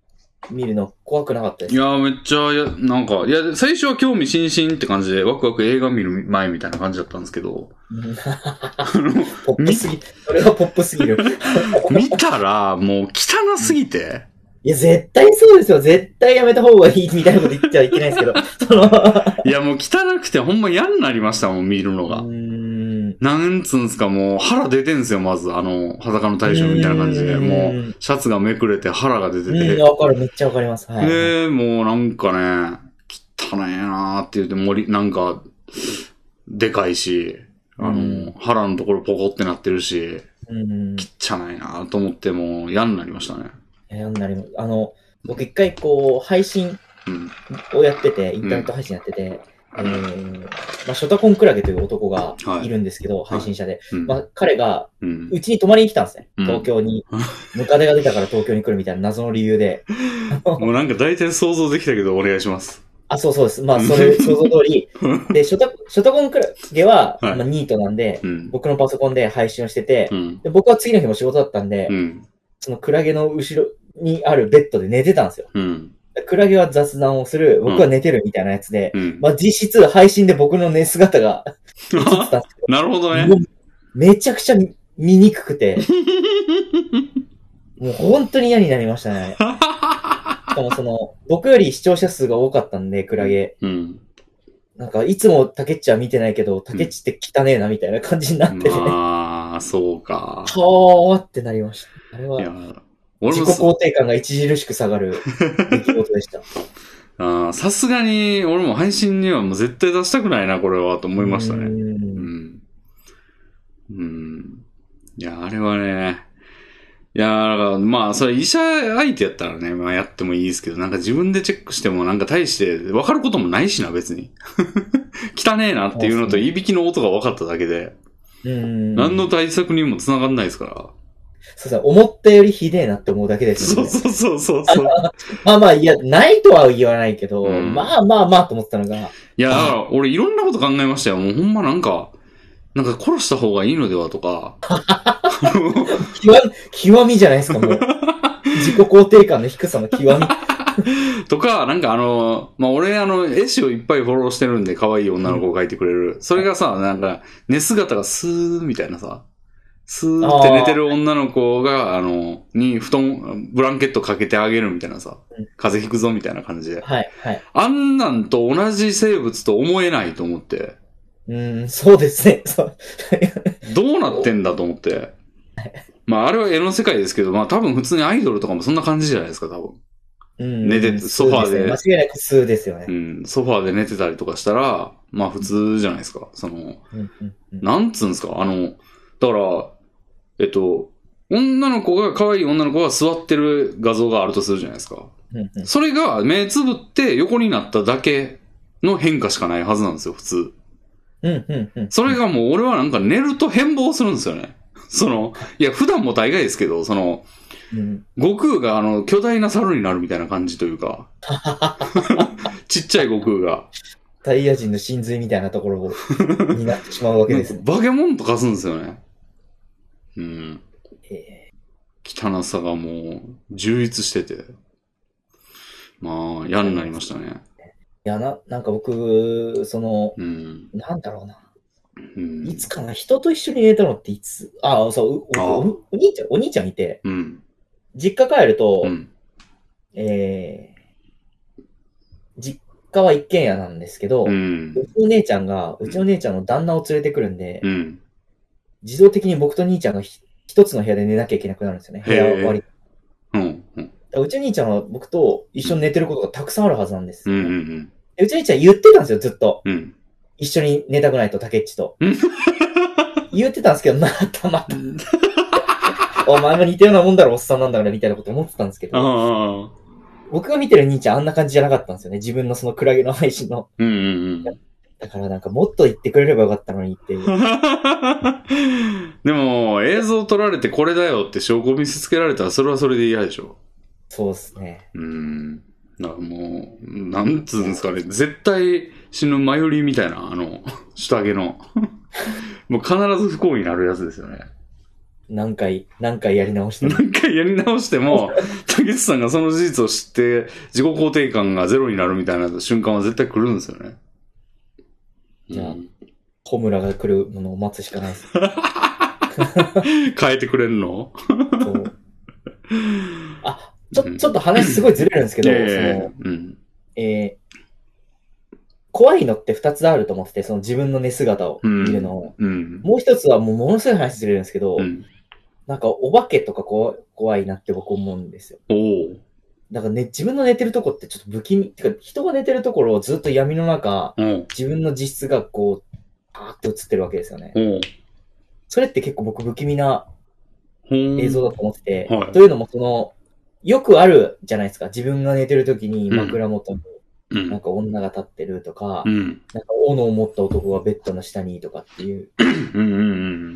見るの怖くなかったですいやーめっちゃ、や、なんか、いや、最初は興味津々って感じで、ワクワク映画見る前みたいな感じだったんですけど。 ポップすぎ、それはポップすぎる。 見たら、もう汚すぎて。 いや、絶対そうですよ。絶対やめた方がいいみたいなこと言っちゃいけないですけど。そのいや、もう汚くてほんま嫌になりましたもん、見るのが。うーんなんつうんすか、もう腹出てんすよ、まず。あの、裸の大将みたいな感じで。もう、シャツがめくれて腹が出てて。 うん、わかる、めっちゃわかります。はい。 で、もうなんかね、汚いなーって言って、森、なんか、でかいし、あの、腹のところポコってなってるし、うん、汚いなーと思って、もう嫌になりましたね。 嫌になります。あの、僕一回こう、配信をやってて、インターネット配信やってて、うん、えー、まあ、ショタコンクラゲという男がいるんですけど、はい、配信者で。はい、まあ、彼が、うちに泊まりに来たんですね。うん、東京に。ムカデが出たから東京に来るみたいな謎の理由で。 もうなんか大体想像できたけど、お願いします。 あ、そうそうです。まあ、それ、想像通り。で、ショタ、ショタコンクラゲは、はい、まあ、ニートなんで、うん、僕のパソコンで配信をしてて、うん、で僕は次の日も仕事だったんで、うん、そのクラゲの後ろにあるベッドで寝てたんですよ。うんクラゲは雑談をする、僕は寝てるみたいなやつで、うん、まあ実質配信で僕の寝姿が映ってたんですけど。 なるほどね。 めちゃくちゃ見にくくて、もう本当に嫌になりましたね。しかもその、僕より視聴者数が多かったんで、クラゲ。うん、なんかいつもタケッチは見てないけど、タケッチって汚ねえなみたいな感じになってて、ね。 ああ、そうか。 はーってなりました。あれは。自己肯定感が著しく下がる出来事でした。 あさすがに、俺も配信にはもう絶対出したくないな、これは、と思いましたね。うん。うん。いや、あれはね。いや、だからまあ、それ医者相手やったらね、まあやってもいいですけど、なんか自分でチェックしてもなんか大して分かることもないしな、別に。汚ねえなっていうのと、いびきの音が分かっただけで、うん何の対策にも繋がんないですから。 そうそう、思ったよりひでえなって思うだけですよね。 そうそうそうそう。 まあまあ、いや、ないとは言わないけど、うん、まあまあまあと思ったのが。いや、だから俺いろんなこと考えましたよ。もうほんまなんか、なんか殺した方がいいのではとか。 極み、極みじゃないですか、もう。自己肯定感の低さの極み。 とか、なんかあの、まあ、俺あの、絵師をいっぱいフォローしてるんで、可愛い女の子を描いてくれる。うん、それがさ、なんか、寝姿がスーみたいなさ、スーって寝てる女の子が、あの、に布団、ブランケットかけてあげるみたいなさ、風邪ひくぞみたいな感じで。 はい、はい。 あんなんと同じ生物と思えないと思って。 うん、そうですね。そうどうなってんだと思って。まあ、あれは絵の世界ですけど、まあ多分普通にアイドルとかもそんな感じじゃないですか、多分。うん、寝てて、ソファーで。 間違いなく数ですよね。 うん、ソファーで寝てたりとかしたら、まあ普通じゃないですか。その、うんうんうん、なんつうんですか、あの、だから、えっと、女の子が、可愛い女の子が座ってる画像があるとするじゃないですか。うんうん、それが目つぶって横になっただけの変化しかないはずなんですよ、普通。 うんうんうん、 それがもう俺はなんか寝ると変貌するんですよね。その、いや、普段も大概ですけど、その、うん、悟空があの、巨大な猿になるみたいな感じというか、ちっちゃい悟空が。 タイヤ人の真髄みたいなところになってしまうわけですね。 バケモンとかするんですよね。うん。汚さがもう、充実してて。まあ、嫌になりましたね。 いや、な、なんか僕、その、うん、なんだろうな。うん、いつかな、人と一緒に寝たのっていつ、ああ、そう、お、お、お兄ちゃん、お兄ちゃんいて、うん、実家帰ると、うん、えー、実家は一軒家なんですけど、うん、うちの姉ちゃんが、うちの姉ちゃんの旦那を連れてくるんで、うん、自動的に僕と兄ちゃんが一つの部屋で寝なきゃいけなくなるんですよね。部屋割り。うんうん、うちの兄ちゃんは僕と一緒に寝てることがたくさんあるはずなんですよ、ね。うんうんうん、うちの兄ちゃん言ってたんですよ、ずっと。うん一緒に寝たくないと、竹内と。言ってたんですけど、またまた。お前も似たようなもんだろ、おっさんなんだから、みたいなこと思ってたんですけど。僕が見てる兄ちゃんあんな感じじゃなかったんですよね。自分のそのクラゲの配信の。うんうんうん、だからなんかもっと言ってくれればよかったのにっていう。 でも、映像撮られてこれだよって証拠を見せつけられたら、それはそれで嫌でしょ。 そうですね。 うん。だからもう、なんつうんですかね。絶対死ぬマヨリーみたいな、あの、下着の。もう必ず不幸になるやつですよね。 何回、何回やり直しても。 何回やり直しても、竹内さんがその事実を知って、自己肯定感がゼロになるみたいな瞬間は絶対来るんですよね。 じゃあ、小村が来るものを待つしかないです。 変えてくれるのそうあ、ちょ、ちょっと話すごいずれるんですけど、その、うん、えー、怖いのって二つあると思ってて、その自分の寝姿を見るのを。うんうん、もう一つはもうものすごい話ずれるんですけど、うん、なんかお化けとかこう怖いなって僕思うんですよ。おだからね、自分の寝てるとこってちょっと不気味、てか人が寝てるところをずっと闇の中、うん、自分の実質がこう、パーって映ってるわけですよね。うん、それって結構僕不気味な映像だと思ってて、はい、というのもその、よくあるじゃないですか。自分が寝てる時に枕元になんか女が立ってるとか、うん、なんか斧を持った男がベッドの下にとかっていう。うんうんうん、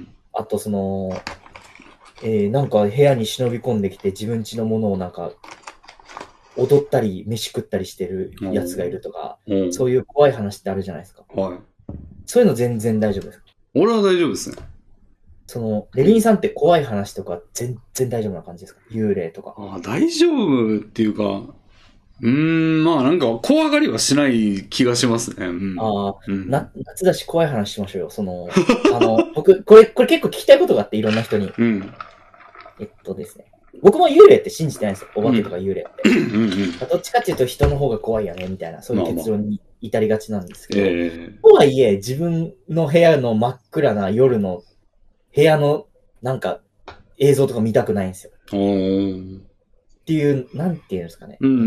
あとその、えー、なんか部屋に忍び込んできて自分家のものをなんか踊ったり飯食ったりしてるやつがいるとか、うん、そういう怖い話ってあるじゃないですか。はい。そういうの全然大丈夫ですか？ 俺は大丈夫ですね。 その、レビンさんって怖い話とか全然大丈夫な感じですか？幽霊とか。 ああ、大丈夫っていうか、うーん、まあなんか怖がりはしない気がしますね。うん、 ああ、うん、な、夏だし怖い話しましょうよ。その、あの、僕、これ、これ結構聞きたいことがあって、いろんな人に。うん、えっとですね。僕も幽霊って信じてないんですよ。お化けとか幽霊って。うんうんうん、どっちかっていうと人の方が怖いよね、みたいな、そういう結論に至りがちなんですけど。まあまあえー、とはいえ、自分の部屋の真っ暗な夜の部屋のなんか映像とか見たくないんですよ。っていう、なんていうんですかね。うん、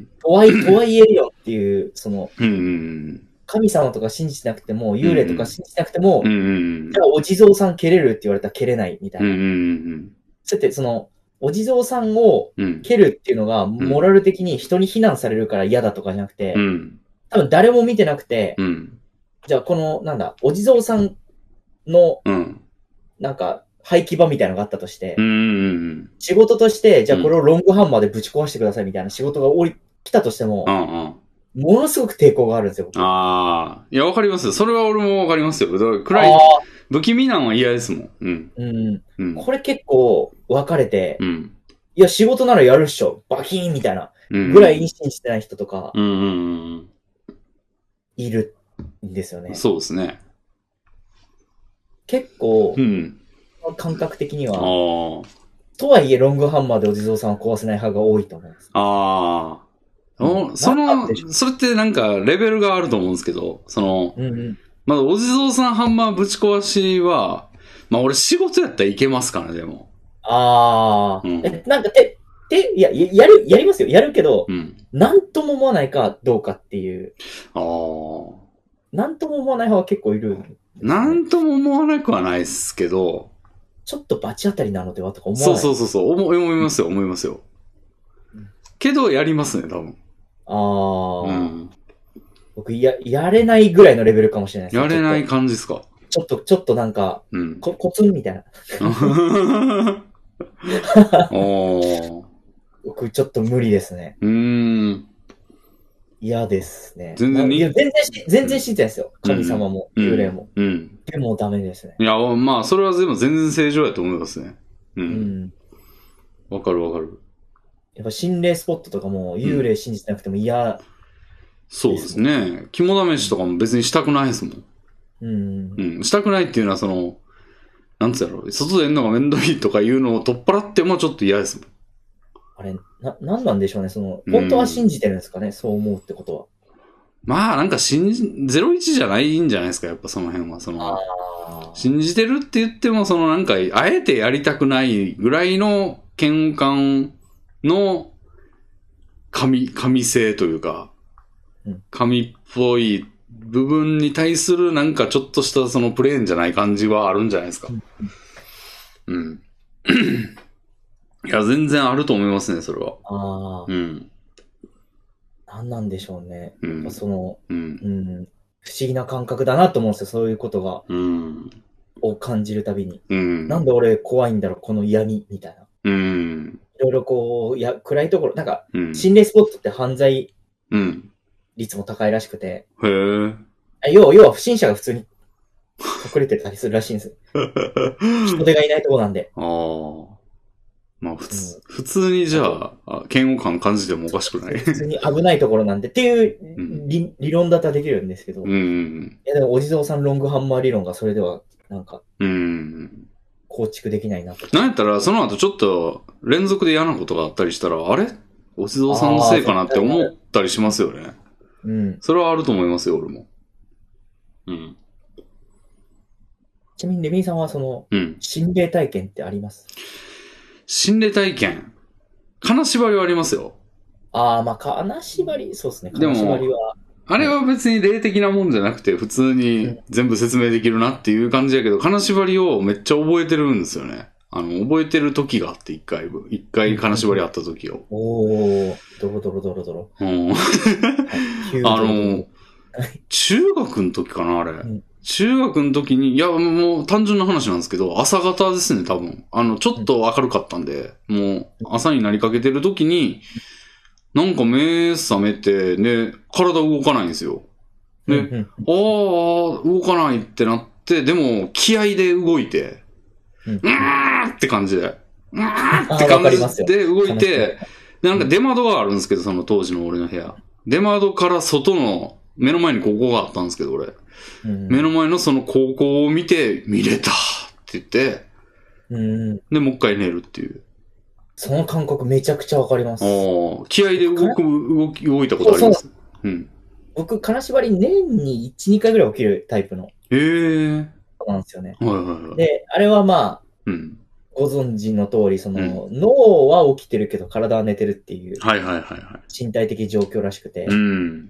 とはい、とはいえるよっていう、その、うん、神様とか信じてなくても、幽霊とか信じてなくても、うん、じゃあお地蔵さん蹴れるって言われたら蹴れないみたいな。うん、そうやってその、お地蔵さんを蹴るっていうのが、モラル的に人に非難されるから嫌だとかじゃなくて、うん、多分誰も見てなくて、うん、じゃあこの、なんだ、お地蔵さんの、なんか、廃棄場みたいなのがあったとして、うん、仕事として、じゃあこれをロングハンマーでぶち壊してくださいみたいな仕事が降り、来たとしても、うんうん、ものすごく抵抗があるんですよ。 ああ、いや、わかりますよ。それは俺もわかりますよ。暗い、不気味なんは嫌ですもん。うん。 うんうん、これ結構分かれて、うん、いや、仕事ならやるっしょ。バキーンみたいな。ぐらいに信じてない人とか、いるんですよね。 そうですね。 結構、うん、感覚的には、とはいえロングハンマーでお地蔵さんを壊せない派が多いと思います。 ああ。うん、その、それってなんかレベルがあると思うんですけど、その、うんうん、まだお地蔵さんハンマーぶち壊しは、まあ俺仕事やったらいけますからね、でも。 ああ、うん、え、なんかて、て、いや、やる、やりますよ。やるけど、うん、なんとも思わないかどうかっていう。ああ。なんとも思わない派は結構いる、ね。 なんとも思わなくはないですけど。 ちょっと罰当たりなのではとか思わない。そうそうそうそう。思いますよ、思いますよ。うん、けど、やりますね、多分。ああ。うん。僕、や、やれないぐらいのレベルかもしれないですね。やれない感じですか？ ちょっと、ちょっとなんか、うん、こコツンみたいな。お僕、ちょっと無理ですね。うーん。嫌ですね。全然いや、全然し、全然信じてないですよ。神様も、幽霊も。うん。でもダメですね。 いや、まあ、それはでも全然正常やと思いますね。うん。わ、うん、かるわかる。 やっぱ心霊スポットとかも、幽霊信じてなくても嫌、うん、 そうですね。肝試しとかも別にしたくないですもん。うん。うん。したくないっていうのは、その、なんつうやろう、外でやるのがめんどいとかいうのを取っ払ってもちょっと嫌ですもん。 あれ、な、なんなんでしょうね。その、本当は信じてるんですかね、うん、そう思うってことは。 まあ、なんか信じ、ゼロイチじゃないんじゃないですか、やっぱその辺は。その、信じてるって言っても、そのなんか、あえてやりたくないぐらいの見感の神、神性というか、神っぽい部分に対するなんかちょっとしたそのプレーンじゃない感じはあるんじゃないですか。うん。いや、全然あると思いますね、それは。ああ。うん。 何なんでしょうね。うん、その、うん、うん、不思議な感覚だなと思うんですよ、そういうことが。うん、を感じるたびに。うん、なんで俺怖いんだろう、この闇、みたいな。うん、いろいろこう、いや、暗いところ、なんか、心霊スポットって犯罪率も高いらしくて。へえ。要は、要は不審者が普通に隠れてたりするらしいんですよ。人手がいないとこなんで。 ああ。まあ普通、うん、普通にじゃあ、嫌悪感感じてもおかしくない。 普通に危ないところなんでっていう理、うん、理論だったらできるんですけど。うん、いやでもお地蔵さんロングハンマー理論がそれでは、なんか、うん、構築できないなと。 なんやったら、その後ちょっと連続で嫌なことがあったりしたら、あれお地蔵さんのせいかなって思ったりしますよね。うん。それはあると思いますよ、俺も。うん。 ちなみにレミンさんはその、うん、心霊体験ってあります？ 心霊体験。金縛りはありますよ。 ああ、まあ、金縛り、そうですね。金縛りは。 あれは別に霊的なもんじゃなくて、普通に全部説明できるなっていう感じやけど、金縛りをめっちゃ覚えてるんですよね。あの、覚えてる時があって、一回分。一回金縛りあった時を。 おー、ドロドロドロドロ。うん。 あの、中学の時かな、あれ。うん、中学の時に、いや、もう単純な話なんですけど、朝方ですね、多分。あの、ちょっと明るかったんで、うん、もう朝になりかけてる時に、なんか目覚めて、ね、体動かないんですよ。ね、うんうん、ああ、動かないってなって、でも、気合で動いて、うん、うーんって感じで、うーんって感じで動いて、なんか出窓があるんですけど、その当時の俺の部屋。出窓から外の、目の前に高校があったんですけど、俺。うん、目の前のその高校を見て、見れたって言って、うん、で、もう一回寝るっていう。 その感覚めちゃくちゃわかります。 気合で動く、動き、動いたことあります。うん。 僕、金縛り年にいち、にかいぐらい起きるタイプの。 へー。 なんですよね。 はいはいはい。 で、あれはまあ、うん、ご存知の通り、その、うん、脳は起きてるけど体は寝てるっていう。 はいはいはいはい。 身体的状況らしくて。うん。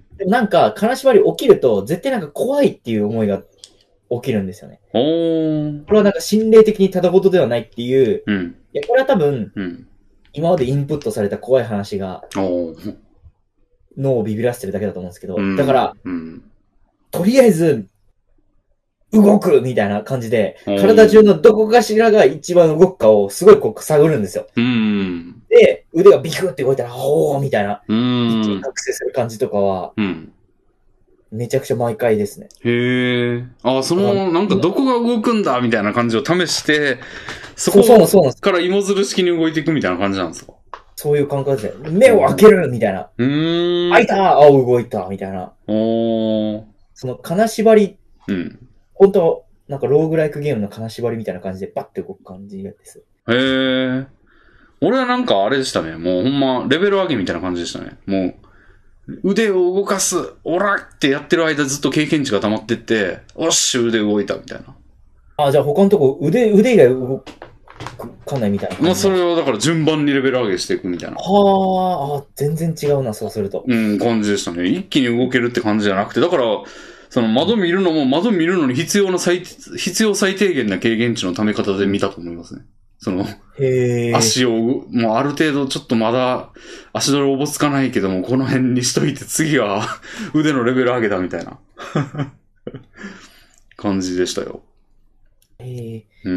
でもなんか、金縛り起きると、絶対なんか怖いっていう思いが起きるんですよね。おー。これはなんか心霊的にただごとではないっていう。うん。いや、これは多分、うん。今までインプットされた怖い話が、脳をビビらせてるだけだと思うんですけど、うん、だから、うん、とりあえず、動くみたいな感じで、体中のどこかしらが一番動くかをすごいこう探るんですよ。うん、で、腕がビクって動いたら、おーみたいな、一気に覚醒する感じとかは、うん、めちゃくちゃ毎回ですね。 へえ。あ、その、なんかどこが動くんだみたいな感じを試して、そこから芋づる式に動いていくみたいな感じなんですか？ そういう感覚ですね。目を開けるみたいな。うーん。開いたーあ、動いたみたいな。おー。その金縛り、うん。本当なんかローグライクゲームの金縛りみたいな感じでバッて動く感じです。 へー。俺はなんかあれでしたね。もうほんま、レベル上げみたいな感じでしたね。もう、腕を動かす、オラってやってる間ずっと経験値が溜まってって、おっし、腕動いたみたいな。 あ、じゃあ他のとこ腕、腕以外動かんないみたいな。 まあそれをだから順番にレベル上げしていくみたいな。 はあ、全然違うな、そうすると。 うん、感じでしたね。一気に動けるって感じじゃなくて、だから、その窓見るのも窓見るのに必要な最、必要最低限な経験値のため方で見たと思いますね。その、足を、もうある程度ちょっとまだ足取りおぼつかないけども、この辺にしといて次は腕のレベル上げたみたいな感じでしたよ。へえ。うん。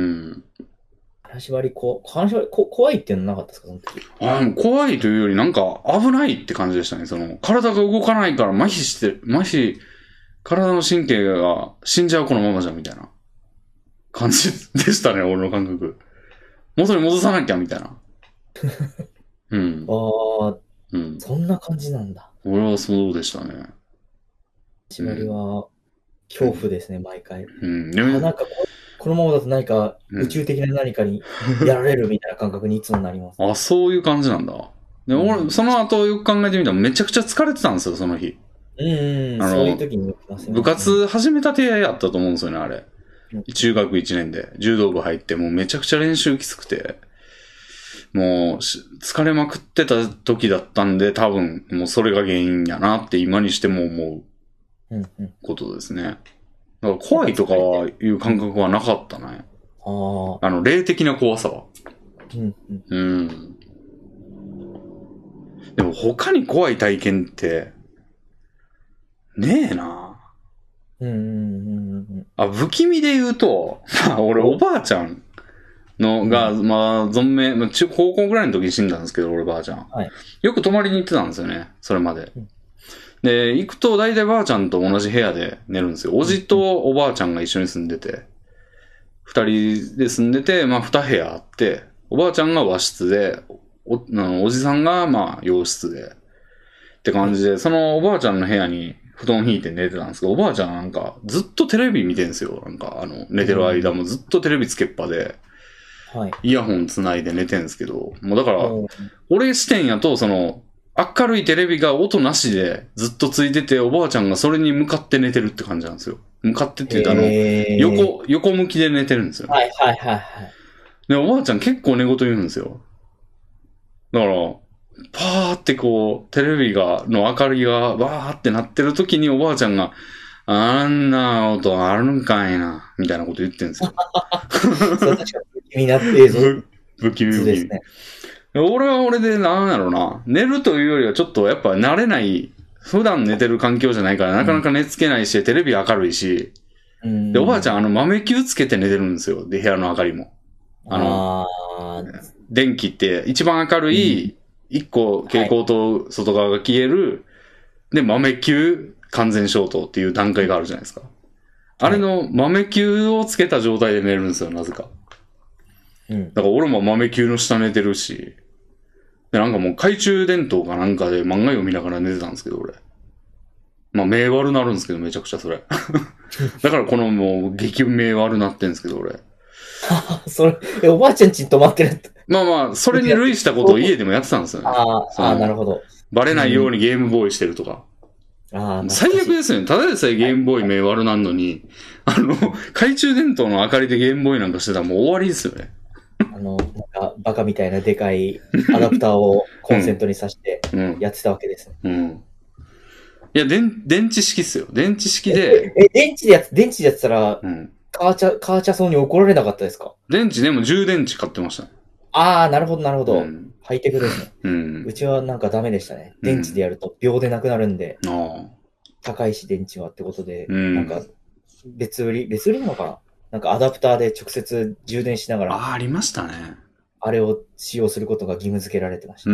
金縛りこ、金縛りこ怖いっていうのなかったですかその時。 ああ、怖いというよりなんか危ないって感じでしたね。その、体が動かないから麻痺して、麻痺、体の神経が死んじゃうこのままじゃんみたいな感じでしたね、俺の感覚。元に戻さなきゃみたいな。うん。 ああ、うん。そんな感じなんだ。 俺はそうでしたね。 縛りは恐怖ですね、うん、毎回。うん。でもなんかこ、このままだと何か宇宙的な何かにやられるみたいな感覚にいつもなります。 あ、そういう感じなんだ。で、俺、うん、その後よく考えてみたらめちゃくちゃ疲れてたんですよ、その日。 うん、うん、そういう時に起きますね。部活始めた手やったと思うんですよね、あれ。中学いちねんで柔道部入ってもうめちゃくちゃ練習きつくて、もう疲れまくってた時だったんで多分もうそれが原因やなって今にしても思うことですね。だから怖いとかいう感覚はなかったね。ああの霊的な怖さは。うんうん。うん。でも他に怖い体験ってねえな。うんうんうん、あ、不気味で言うと、俺おばあちゃんのが、うん、まあ、存命、まあ、中高校ぐらいの時に死んだんですけど、俺ばあちゃん。はい、よく泊まりに行ってたんですよね、それまで。うん、 で、行くと大体ばあちゃんと同じ部屋で寝るんですよ。おじとおばあちゃんが一緒に住んでて、二人で住んでて、まあ二部屋あって、おばあちゃんが和室で、お、あのおじさんがまあ洋室で、って感じで、そのおばあちゃんの部屋に布団引いて寝てたんですけど、おばあちゃんなんかずっとテレビ見てんですよ。なんかあの、寝てる間もずっとテレビつけっぱで、はい、イヤホンつないで寝てんですけど、もうだから、俺視点やと、その、明るいテレビが音なしでずっとついてて、おばあちゃんがそれに向かって寝てるって感じなんですよ。向かってって言うと、あの、横、横向きで寝てるんですよ。 はいはいはいはい。 で、おばあちゃん結構寝言言うんですよ。だから、パーってこう、テレビが、の明かりがバーってなってる時におばあちゃんが、あんな音あるんかいな、みたいなこと言ってるんですよ。 そう、確かに不気味な映像。 不気味不気味。ね、俺は俺でなんやろうな。寝るというよりはちょっとやっぱ慣れない、普段寝てる環境じゃないからなかなか寝つけないし、テレビ明るいし。うん、で、おばあちゃんあの豆球つけて寝てるんですよ。で、部屋の明かりも。あの、あ電気って一番明るい、一個蛍光灯外側が消える、はい、で、豆球完全消灯っていう段階があるじゃないですか。あれの豆球をつけた状態で寝るんですよ、なぜか。うん。だから俺も豆球の下寝てるし、で、なんかもう懐中電灯かなんかで漫画読みながら寝てたんですけど、俺。まあ、目悪なるんですけど、めちゃくちゃそれ。だからこのもう、激目悪なってんですけど、俺。 それ、え、おばあちゃんちに泊まってるって。 まあまあ、それに類したことを家でもやってたんですよね。 ああ、なるほど。 バレないようにゲームボーイしてるとか。うん、あ最悪ですよね。ただでさえゲームボーイ目悪なんのに、はい、あの、懐中電灯の明かりでゲームボーイなんかしてたらもう終わりですよね。 あの、なんか、バカみたいなでかいアダプターをコンセントに挿してやってたわけですね。 うん。うん、いや、電、電池式っすよ。電池式で。 え、電池でやつ、電池でやってたら、うん、母ちゃ、母ちゃそうに怒られなかったですか？ 電池でも充電池買ってましたね。 ああ、なるほど、なるほど。うん、ハイテクですね。 うん。 うちはなんかダメでしたね。電池でやると秒でなくなるんで。うん、高いし、電池はってことで。うん、なんか、別売り、別売りなのかな？なんかアダプターで直接充電しながら。 ああ、ありましたね。 あれを使用することが義務付けられてました。 うん。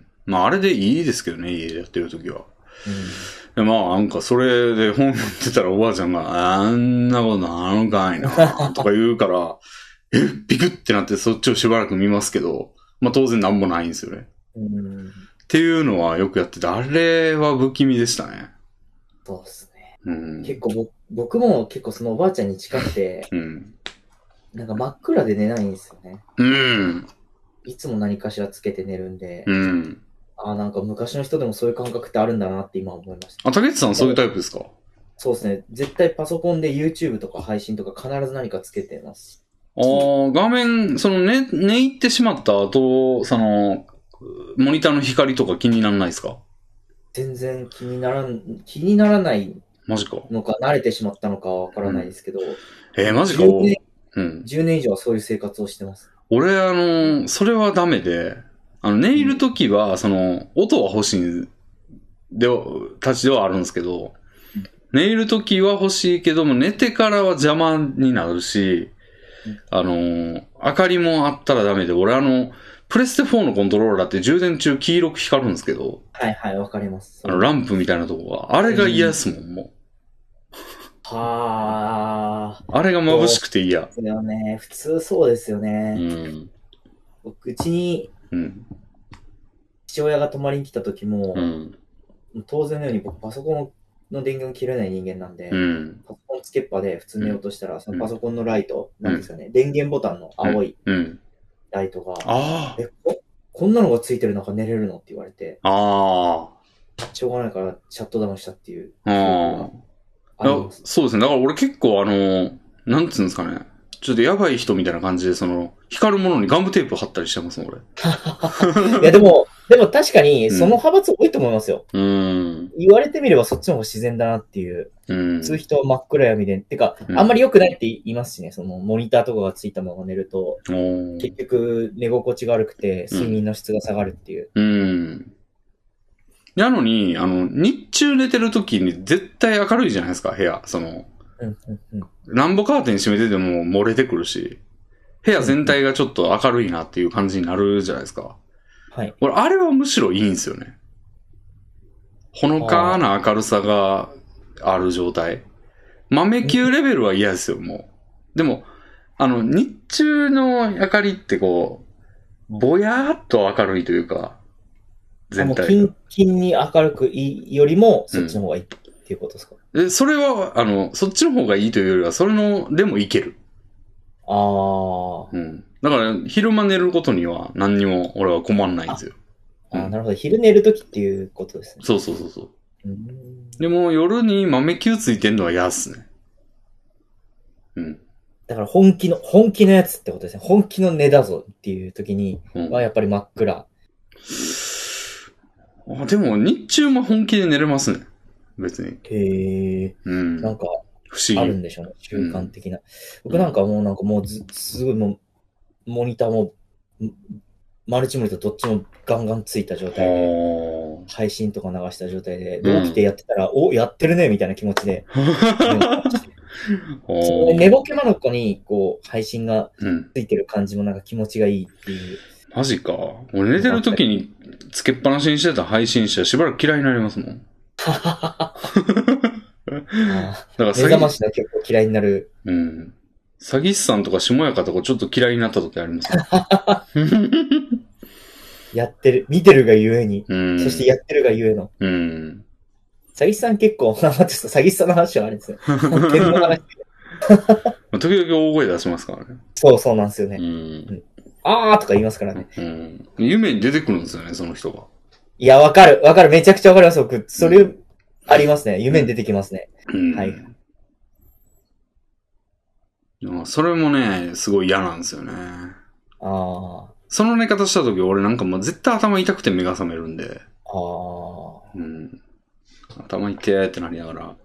まあ、あれでいいですけどね、家でやってるときは。うん、まあ、なんか、それで本読んでたらおばあちゃんが、あんなことあるかいな、とか言うから、え、ビクってなってそっちをしばらく見ますけど、まあ当然なんもないんですよね。うん、っていうのはよくやってて、あれは不気味でしたね。 そうですね。うん、結構ぼ僕も結構そのおばあちゃんに近くて、うん、なんか真っ暗で寝ないんですよね。うん。いつも何かしらつけて寝るんで、うん。あ、なんか昔の人でもそういう感覚ってあるんだなって今思いました。 あ、竹内さんそういうタイプですか？ そうですね。絶対パソコンで YouTube とか配信とか必ず何かつけてます。 ああ、画面、その寝、寝入ってしまった後、その、モニターの光とか気にならないですか？ 全然気にならん、気にならないマジかのか、慣れてしまったのかはわからないですけど。うん、 えー、マジか。 じゅうねん、うん、じゅうねん以上はそういう生活をしてます。 俺、あの、それはダメで、あの、寝入るときは、その、音は欲しい、で、たちではあるんですけど、うん、寝入るときは欲しいけども、寝てからは邪魔になるし、うん、あの、明かりもあったらダメで、俺あの、プレステフォーのコントローラーって充電中黄色く光るんですけど、 はいはい、わかります。 あの、ランプみたいなとこが、あれが嫌ですもん、うん、もう。 はあ。 あれが眩しくて嫌。 ですよね。普通そうですよね。うん。僕、うちに、父親が泊まりに来た時も、うん、当然のように僕パソコンの電源を切れない人間なんで、うん、パソコンつけっぱで普通に寝ようとしたら、うん、そのパソコンのライト、うん、なんですかね、電源ボタンの青いライトが、うん、えこ、こんなのがついてる中寝れるのって言われて、あしょうがないからシャットダウンしたっていう。あそうですね。だから俺結構あの、なんつうんですかね。ちょっとやばい人みたいな感じで、その、光るものにガムテープ貼ったりしてますもん、 俺。いや、でも、でも確かに、その派閥多いと思いますよ。うん。言われてみればそっちの方が自然だなっていう。うん。普通人は真っ暗闇で。てか、うん、あんまり良くないって言いますしね。その、モニターとかがついたまま寝ると、結局、寝心地が悪くて、睡眠の質が下がるっていう。うん。うんなのに、あの、日中寝てる時に絶対明るいじゃないですか、部屋。その、うんうんうん、乱暴カーテン閉めてても漏れてくるし、部屋全体がちょっと明るいなっていう感じになるじゃないですか。はい。俺、あれはむしろいいんですよね。 ほのかな明るさがある状態。豆球レベルは嫌ですよ、もう。でも、あの、日中の明かりってこう、ぼやーっと明るいというか、 全体が。キンキンに明るくいいよりも、そっちの方がいいっていうことですか？ うん、それは、あの、そっちの方がいいというよりは、それの、でもいける。 ああ。 うん。だから、昼間寝ることには何にも俺は困んないんですよ。 あ、うん、あ、なるほど。昼寝るときっていうことですね。 そうそうそうそう。うん、でも、夜に豆球ついてんのは嫌っすね。うん。 だから本気の、本気のやつってことですね。本気の寝だぞっていうときにはやっぱり真っ暗。 うん、あ、でも、日中も本気で寝れますね。別に。 へえ。うん。なんか、不思議。あるんでしょうね。習慣的な。うん、僕なんかもうなんかもうず、すごいもう、モニターも、マルチモニターどっちもガンガンついた状態で、配信とか流した状態で、で起きてやってたら、うん、お、やってるねみたいな気持ちで。その寝ぼけまの子に、こう、配信がついてる感じもなんか気持ちがいいっていう。 うん、マジか。俺寝てる時につけっぱなしにしてた配信者しばらく嫌いになりますもん。だから目覚ましが結構嫌いになる。 うん。詐欺師さんとか下やかとかちょっと嫌いになった時ありますね。 やってる、見てるがゆえに、うん、そしてやってるがゆえの。 うん。 詐欺師さん結構、待って、詐欺師さんの話はあれですね。時 々大声出しますからね。 そうそうなんですよね。うん、あーとか言いますからね、 うん。夢に出てくるんですよね、その人が。 いや、わかる、わかる、めちゃくちゃわかります、僕。それ、うん、ありますね。夢に出てきますね。うん、はい。 それもね、すごい嫌なんですよね。 ああ。 その寝方した時俺なんかもう絶対頭痛くて目が覚めるんで。 ああ。 うん。頭痛ーってなりながら。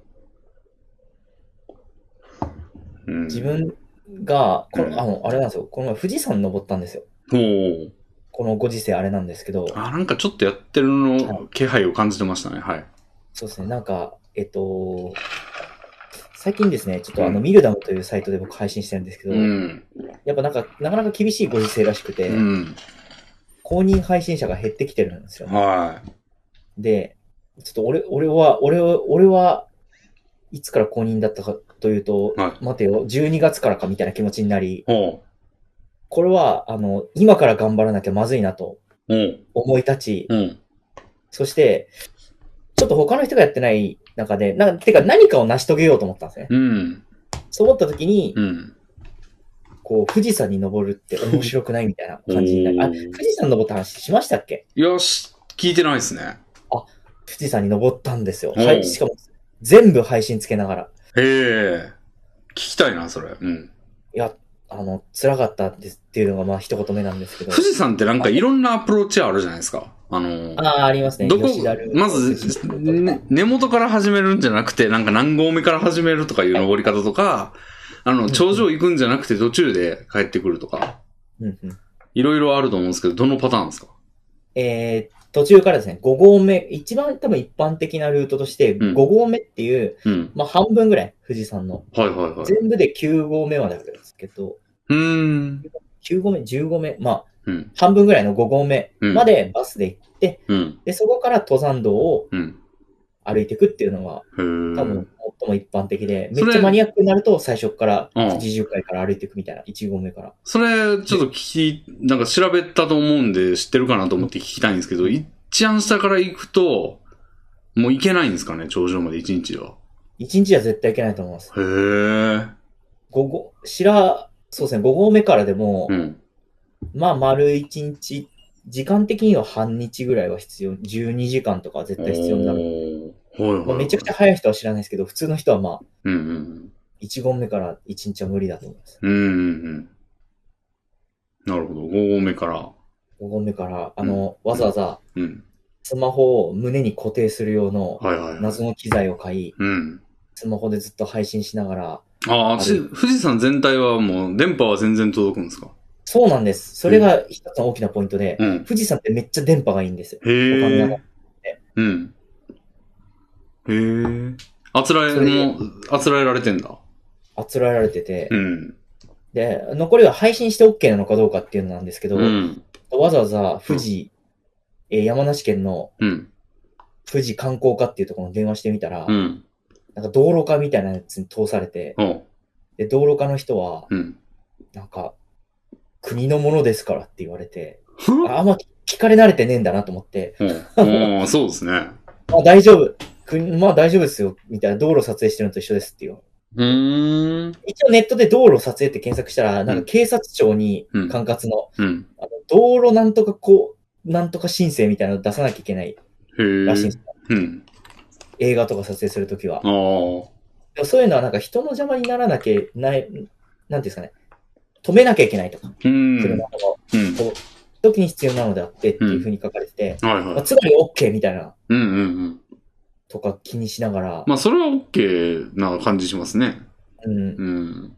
うん、自分が、この、うん、あの、あれなんですよ。この前富士山登ったんですよ。 おー。 このご時世あれなんですけど。 あ、なんかちょっとやってるの気配を感じてましたね。はい。 そうですね。なんか、えっと、最近ですね、ちょっとあの、うん、ミルダムというサイトで僕配信してるんですけど、うん、やっぱなんか、なかなか厳しいご時世らしくて、うん、公認配信者が減ってきてるんですよね。 はい。 で、ちょっと俺、俺は、俺は、俺はいつから公認だったかというと、はい、待てよ、じゅうにがつからかみたいな気持ちになり、これは、あの、今から頑張らなきゃまずいなと思い立ち、うん、そして、ちょっと他の人がやってない中で、なんか、てか何かを成し遂げようと思ったんですね。うん、そう思った時に、うん、こう、富士山に登るって面白くないみたいな感じになり、あ、富士山登った話しましたっけ？ よし、聞いてないですね。 あ、富士山に登ったんですよ。はい、しかも、全部配信つけながら。 へえ、聞きたいな、それ。うん。 いや、あの、辛かったですっていうのが、まあ、一言目なんですけど。 富士山ってなんかいろんなアプローチあるじゃないですか。あの、 ああ、ありますね。 どこ、まず、ね、根元から始めるんじゃなくて、なんか何合目から始めるとかいう登り方とか、あの、頂上行くんじゃなくて途中で帰ってくるとか、いろいろあると思うんですけど、どのパターンですか？ えー、途中からですね、ご合目、一番多分一般的なルートとして、ご合目っていう、うん、まあ半分ぐらい、富士山の。 はいはいはい。 全部できゅう合目まであるんですけど、 うーん。 きゅう合目、じゅう合目、まあ、うん、半分ぐらいのご合目までバスで行って、うん、で、そこから登山道を歩いていくっていうのは、うん、多分最も一般的で、めっちゃマニアックになると最初からはちじゅっかいから歩いていくみたいな、いち合目から。 それ、ちょっと聞き、なんか調べたと思うんで知ってるかなと思って聞きたいんですけど、一番下から行くと、もう行けないんですかね、頂上までいちにちでは。 いちにちは絶対行けないと思います。 へー。 ごご、白、そうですね、ご合目からでも、うん、まあ、丸いちにち、時間的には半日ぐらいは必要、じゅうにじかんとかは絶対必要になる。はいはいはい、まあ、めちゃくちゃ早い人は知らないですけど、普通の人はまあ、うんうん、いち合目からいちにちは無理だと思います。 うんうんうん、なるほど、ご合目から。 ご合目から、あの、うん、わざわざ、スマホを胸に固定する用の謎の機材を買い、うん、スマホでずっと配信しながら。 ああ、富士山全体はもう電波は全然届くんですか？ そうなんです。それが一つの大きなポイントで、うん、富士山ってめっちゃ電波がいいんですよ。 へー。うん。へー。あつらえ、もう、あつらえられてんだ。 あつらえられてて、うん。で、残りは配信して OK なのかどうかっていうのなんですけど、うん、わざわざ富士、うん、えー、山梨県の、うん、 富士観光課っていうところに電話してみたら、 うん、 なんか道路課みたいなやつに通されて、で、道路課の人は、 うん、 なんか、国のものですからって言われて、あんま聞かれ慣れてねえんだなと思って、 ああ、そうですね。 まあ大丈夫。まあ大丈夫ですよ。みたいな、道路撮影してるのと一緒ですっていう。 うーん。 一応ネットで道路撮影って検索したら、なんか警察庁に管轄の、 うんうん、 あの道路なんとかこう、なんとか申請みたいなの出さなきゃいけないらしいんですよ。 うん、 映画とか撮影するときは。 あでもそういうのはなんか人の邪魔にならなきゃない、なんていうんですかね。止めなきゃいけないとか。 うん。 車とか、うん、こう時に必要なのであってっていう風に書かれてて、 うんはいはいまあ、つまり OK みたいな。 うんうんうん。 とか気にしながら。 まあそれは OK な感じしますね。 うん。 うん。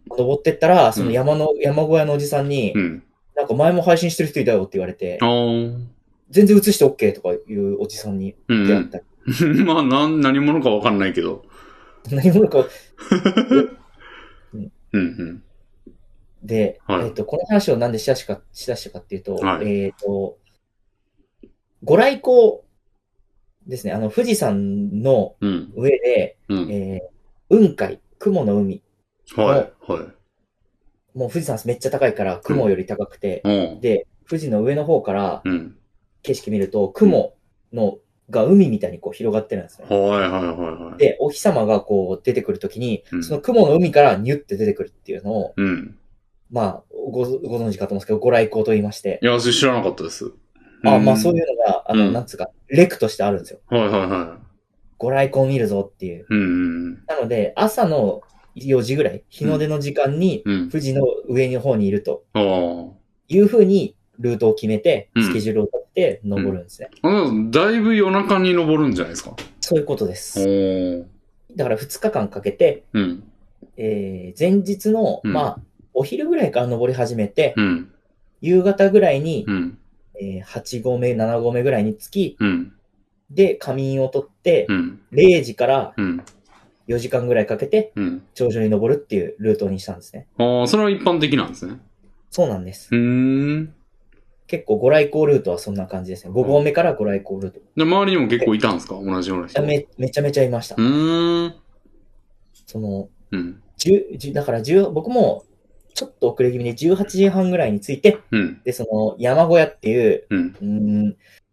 登ってったら、その山の、うん、山小屋のおじさんに、うん、なんか前も配信してる人いたよって言われて、全然映して OK とかいうおじさんに出会ったり。 うん、まあ何、何者かわかんないけど。 何者か。 うん、うん。 で、はい、えっと、この話をなんでしだしか、しだしたかっていうと、はい、えっと、ご来光ですね、あの、富士山の上で、うん、えー、雲海、雲の海の、はい、はい。もう富士山めっちゃ高いから雲より高くて、うん、で、富士の上の方から景色見ると雲の、が海みたいにこう広がってるんですね。はいはいはいはい。で、お日様がこう出てくるときに、うん、その雲の海からニュって出てくるっていうのを、うん、まあご、ご存知かと思うんですけど、ご来光と言いまして。 いや、知らなかったです。 あ、うん、まあそういうのが、あの、うん、なんつうか、レクとしてあるんですよ。 はいはいはい。 ご来光見るぞっていう。うん、なので、朝のよじぐらい、日の出の時間に、富士の上の方にいると、いうふうにルートを決めて、スケジュールを取って登るんですね。 うん、だいぶ夜中に登るんじゃないですか。 そういうことです。だからふつかかんかけて、うん、えー、前日の、うん、まあ、お昼ぐらいから登り始めて、うん、夕方ぐらいに、うんえー、はち合目、なな合目ぐらいに着き、うん、で、仮眠を取って、うん、れいじからよじかんぐらいかけて、頂上に登るっていうルートにしたんですね。 ああ、それは一般的なんですね。 そうなんです。うん結構ご来光ルートはそんな感じですね。ご合目からご来光ルート。 で周りにも結構いたんですか？同じような人。 め、めちゃめちゃいました。うーん。その、うん。じゅう、だからじゅう、僕も、ちょっと遅れ気味でじゅうはちじはんぐらいに着いて、うん、で、その、山小屋っていう、うん。うーん、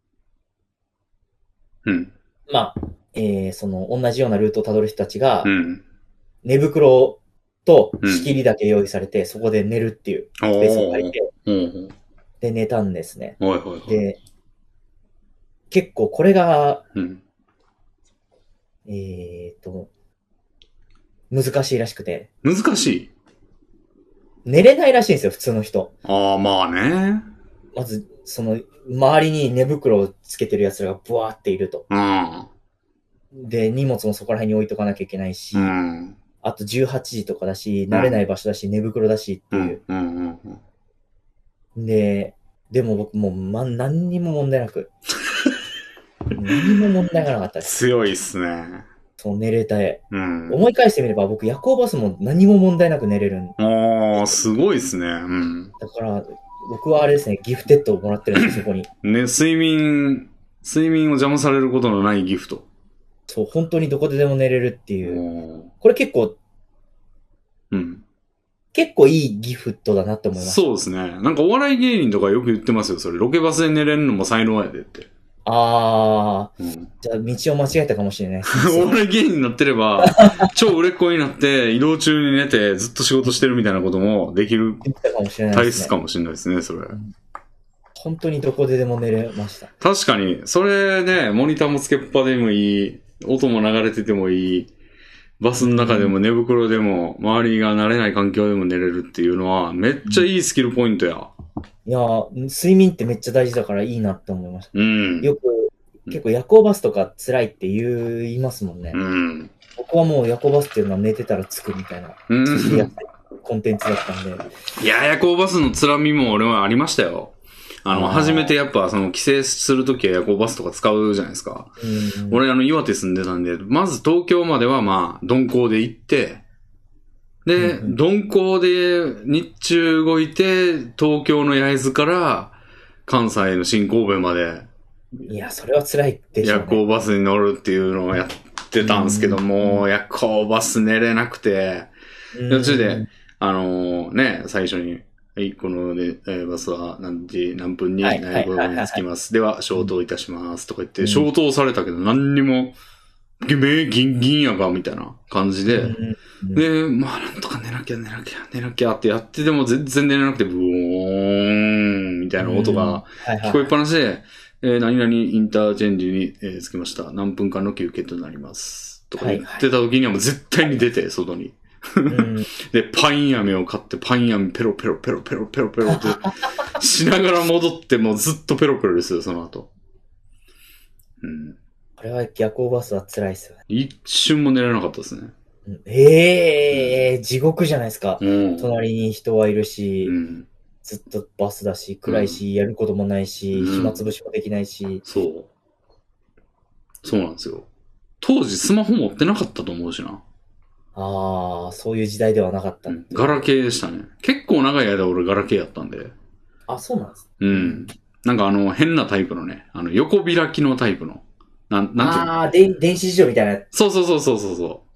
うん。まあ、えー、その、同じようなルートをたどる人たちが、うん。寝袋と仕切りだけ用意されて、うん、そこで寝るっていうスペースを借りて、うん。で、寝たんですね。はいはいはい。で、結構これが、うん、えーと、難しいらしくて。 難しい？ 寝れないらしいんですよ、普通の人。 ああ、まあね。 まず、その、周りに寝袋をつけてる奴らがブワーっていると。うん。で、荷物もそこら辺に置いとかなきゃいけないし、うん、あとじゅうはちじとかだし、慣れない場所だし、うん、寝袋だしっていう。うんうんうんうん、で、でも僕もう、ま、何にも問題なく。何も問題がなかったです。 強いっすね。 そう寝れたい、うん。思い返してみれば僕夜行バスも何も問題なく寝れるんで。 ああ、すごいっすね。うん。 だから、僕はあれですね、ギフテッドをもらってるんですよ、そこに。 ね、睡眠、睡眠を邪魔されることのないギフト。 そう、本当にどこででも寝れるっていう。これ結構、うん。結構いいギフトだなって思います。 そうですね。なんかお笑い芸人とかよく言ってますよ。それ、ロケバスで寝れるのも才能やでって。 あー、うん、じゃあ道を間違えたかもしれないです。 お笑い芸人になってれば、超売れっ子になって移動中に寝てずっと仕事してるみたいなこともできる体質かもしれないですね、それ。うん、 本当にどこででも寝れました。 確かに、それね、モニターもつけっぱでもいい、音も流れててもいい、バスの中でも寝袋でも、周りが慣れない環境でも寝れるっていうのは、めっちゃいいスキルポイントや。 いやー、睡眠ってめっちゃ大事だからいいなって思いました。うん。よく、結構夜行バスとか辛いって言いますもんね。うん。僕はもう夜行バスっていうのは寝てたら着くみたいな、うん。コンテンツだったんで。 いや、夜行バスの辛みも俺はありましたよ。あの、初めてやっぱ、その、帰省するときは夜行バスとか使うじゃないですか。うん、俺、あの、岩手住んでたんで、まず東京まではまあ、鈍行で行って、で、うん、鈍行で日中動いて、東京の焼津から関西の新神戸までいや、それは辛いでしょうね。 夜行バスに乗るっていうのをやってたんですけども、うん、夜行バス寝れなくて、途中で、あのー、ね、最初に、はい、この、ね、バスは何時何分に何分に着きます。では、消灯いたしますとか言って、消灯されたけど何にも、目ギンギンやかみたいな感じで、で、まあなんとか寝なきゃ寝なきゃ寝なきゃってやってでも全然寝れなくて、ブーンみたいな音が聞こえっぱなしで、えー、何々インターチェンジに、えー、着きました。何分間の休憩となります。とか言ってた時にはもう絶対に出て、外に。で、パイン飴を買って、パイン飴ペロペロペロペロペロペロってしながら戻って、もうずっとペロペロですよ、その後。 うん。これは夜行バスは辛いですよね。 一瞬も寝れなかったですね。 ええー、地獄じゃないですか。うん、隣に人はいるし、うん、ずっとバスだし、暗いし、うん、やることもないし、うん、暇つぶしもできないし。 そう。そうなんですよ。当時スマホ持ってなかったと思うしな。 ああ、そういう時代ではなかった、うん。 ガラケーでしたね。結構長い間俺ガラケーやったんで。 あ、そうなんですか。 うん。なんかあの変なタイプのね、あの横開きのタイプの。なん、なんていうの？ ああ、で、電子辞書みたいな。 そうそうそうそうそうそう。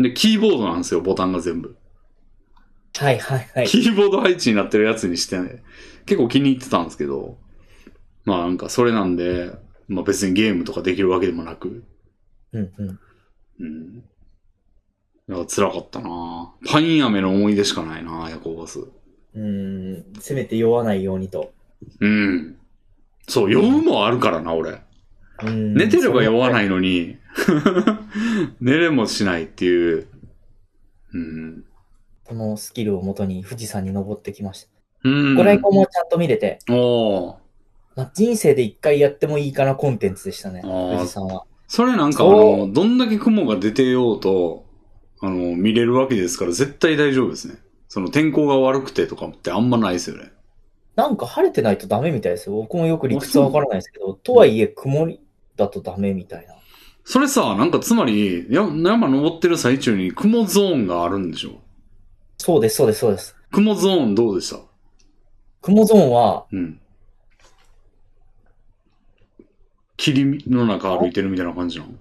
で、キーボードなんですよ、ボタンが全部。 はいはいはい。 キーボード配置になってるやつにしてね、結構気に入ってたんですけど、まあなんかそれなんで、まあ別にゲームとかできるわけでもなく。 うんうん。 うん。だから辛かったなパイン飴の思い出しかないな夜行バス。 うん、せめて酔わないようにと。 うん。そう、酔うもあるからな、俺。うん、寝てれば酔わないのに、寝れもしないっていう。うん。 このスキルをもとに富士山に登ってきました。うん。ご来光もちゃんと見れて。おー。まあ、人生で一回やってもいいかなコンテンツでしたね、富士山は。 それなんかあの、どんだけ雲が出てようと、あの、見れるわけですから絶対大丈夫ですね。その天候が悪くてとかってあんまないですよね。 なんか晴れてないとダメみたいですよ。僕もよく理屈はわからないですけど、とはいえ曇りだとダメみたいな。 それさ、なんかつまり、山登ってる最中に雲ゾーンがあるんでしょ？ そうです、そうです、そうです。 雲ゾーンどうでした？ 雲ゾーンは、うん。 霧の中歩いてるみたいな感じなの？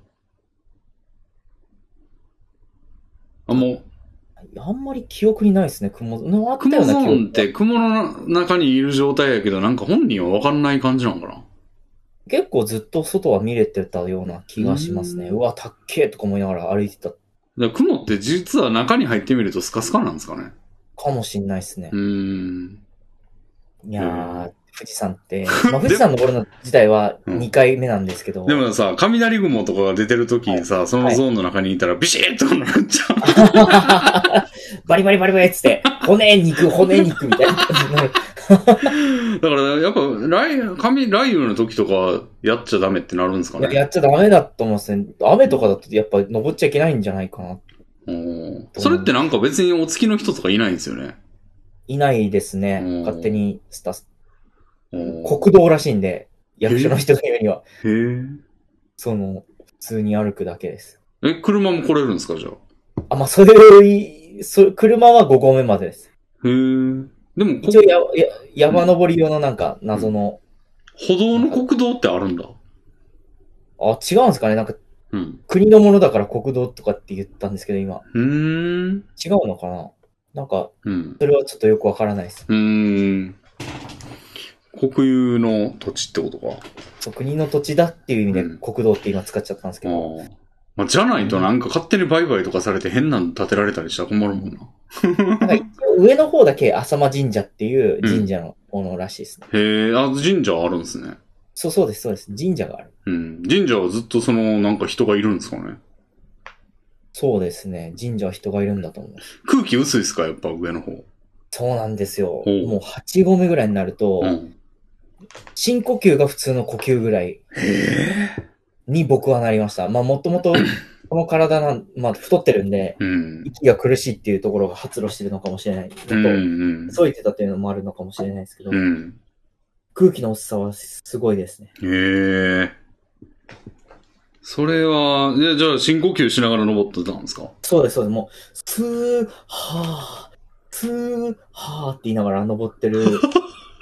あ、もう。 あんまり記憶にないですね、雲、 あったような記憶。雲ゾーンって雲の中にいる状態やけど、なんか本人はわかんない感じなのかな？ 結構ずっと外は見れてたような気がしますね。う, うわ、たっけーとか思いながら歩いてた。 雲って実は中に入ってみるとスカスカなんですかね？ かもしんないですね。 うーん。 いやー、富士山って、まあ富士山登るの自体はにかいめなんですけど。 でもさ、雷雲とかが出てるときにさ、はい、そのゾーンの中にいたらビシッとなっちゃう。バリバリバリバリっつって、骨肉、骨肉みたいな。 だからやっぱ雷雷雨の時とかやっちゃダメってなるんですかね？ やっちゃダメだと思うんですね。雨とかだとやっぱ登っちゃいけないんじゃないかな。 それってなんか別にお付きの人とかいないんですよね？ いないですね。勝手にスタス。国道らしいんで、役所の人が言うには。へぇ。その、普通に歩くだけです。 え、車も来れるんですかじゃあ？あ、まあ、そういう、そ車はご合目までです。 へぇ。でも、 一応や、や、山登り用のなんか、謎の、 うん。歩道の国道ってあるんだ。 あ、違うんですかねなんか、うん、国のものだから国道とかって言ったんですけど、今。うーん。違うのかななんか、うん、それはちょっとよくわからないです。 うーん。国有の土地ってことか。 そう、国の土地だっていう意味で国道って今使っちゃったんですけど。 うん、あまあ、じゃないとなんか勝手に売買とかされて変なの建てられたりしたら困るもんな。 なんか一応上の方だけ浅間神社っていう神社のものらしいですね。 うん、へえ、あ、神社あるんですね。 そうそうです、そうです。神社がある。 うん。神社はずっとその、なんか人がいるんですかね。 そうですね。神社は人がいるんだと思う。 空気薄いですかやっぱ上の方。 そうなんですよ。もうはち合目ぐらいになると、うん、深呼吸が普通の呼吸ぐらいに僕はなりました。まあもともとこの体なん、まあ太ってるんで、うん、息が苦しいっていうところが発露してるのかもしれない。ちょっと、そう言ってたっていうのもあるのかもしれないですけど、うん、空気の薄さはすごいですね。 へえ。それは、いや、じゃあ深呼吸しながら登ってたんですか？ そうです、そうです。もう、スー、はー、スー、はーって言いながら登ってる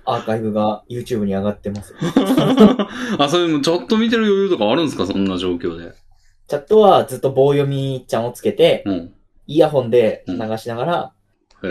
アーカイブが YouTube に上がってます。 あ、それもチャット見てる余裕とかあるんですか、そんな状況で。 チャットはずっと棒読みちゃんをつけて、うん、イヤホンで流しながら、うん、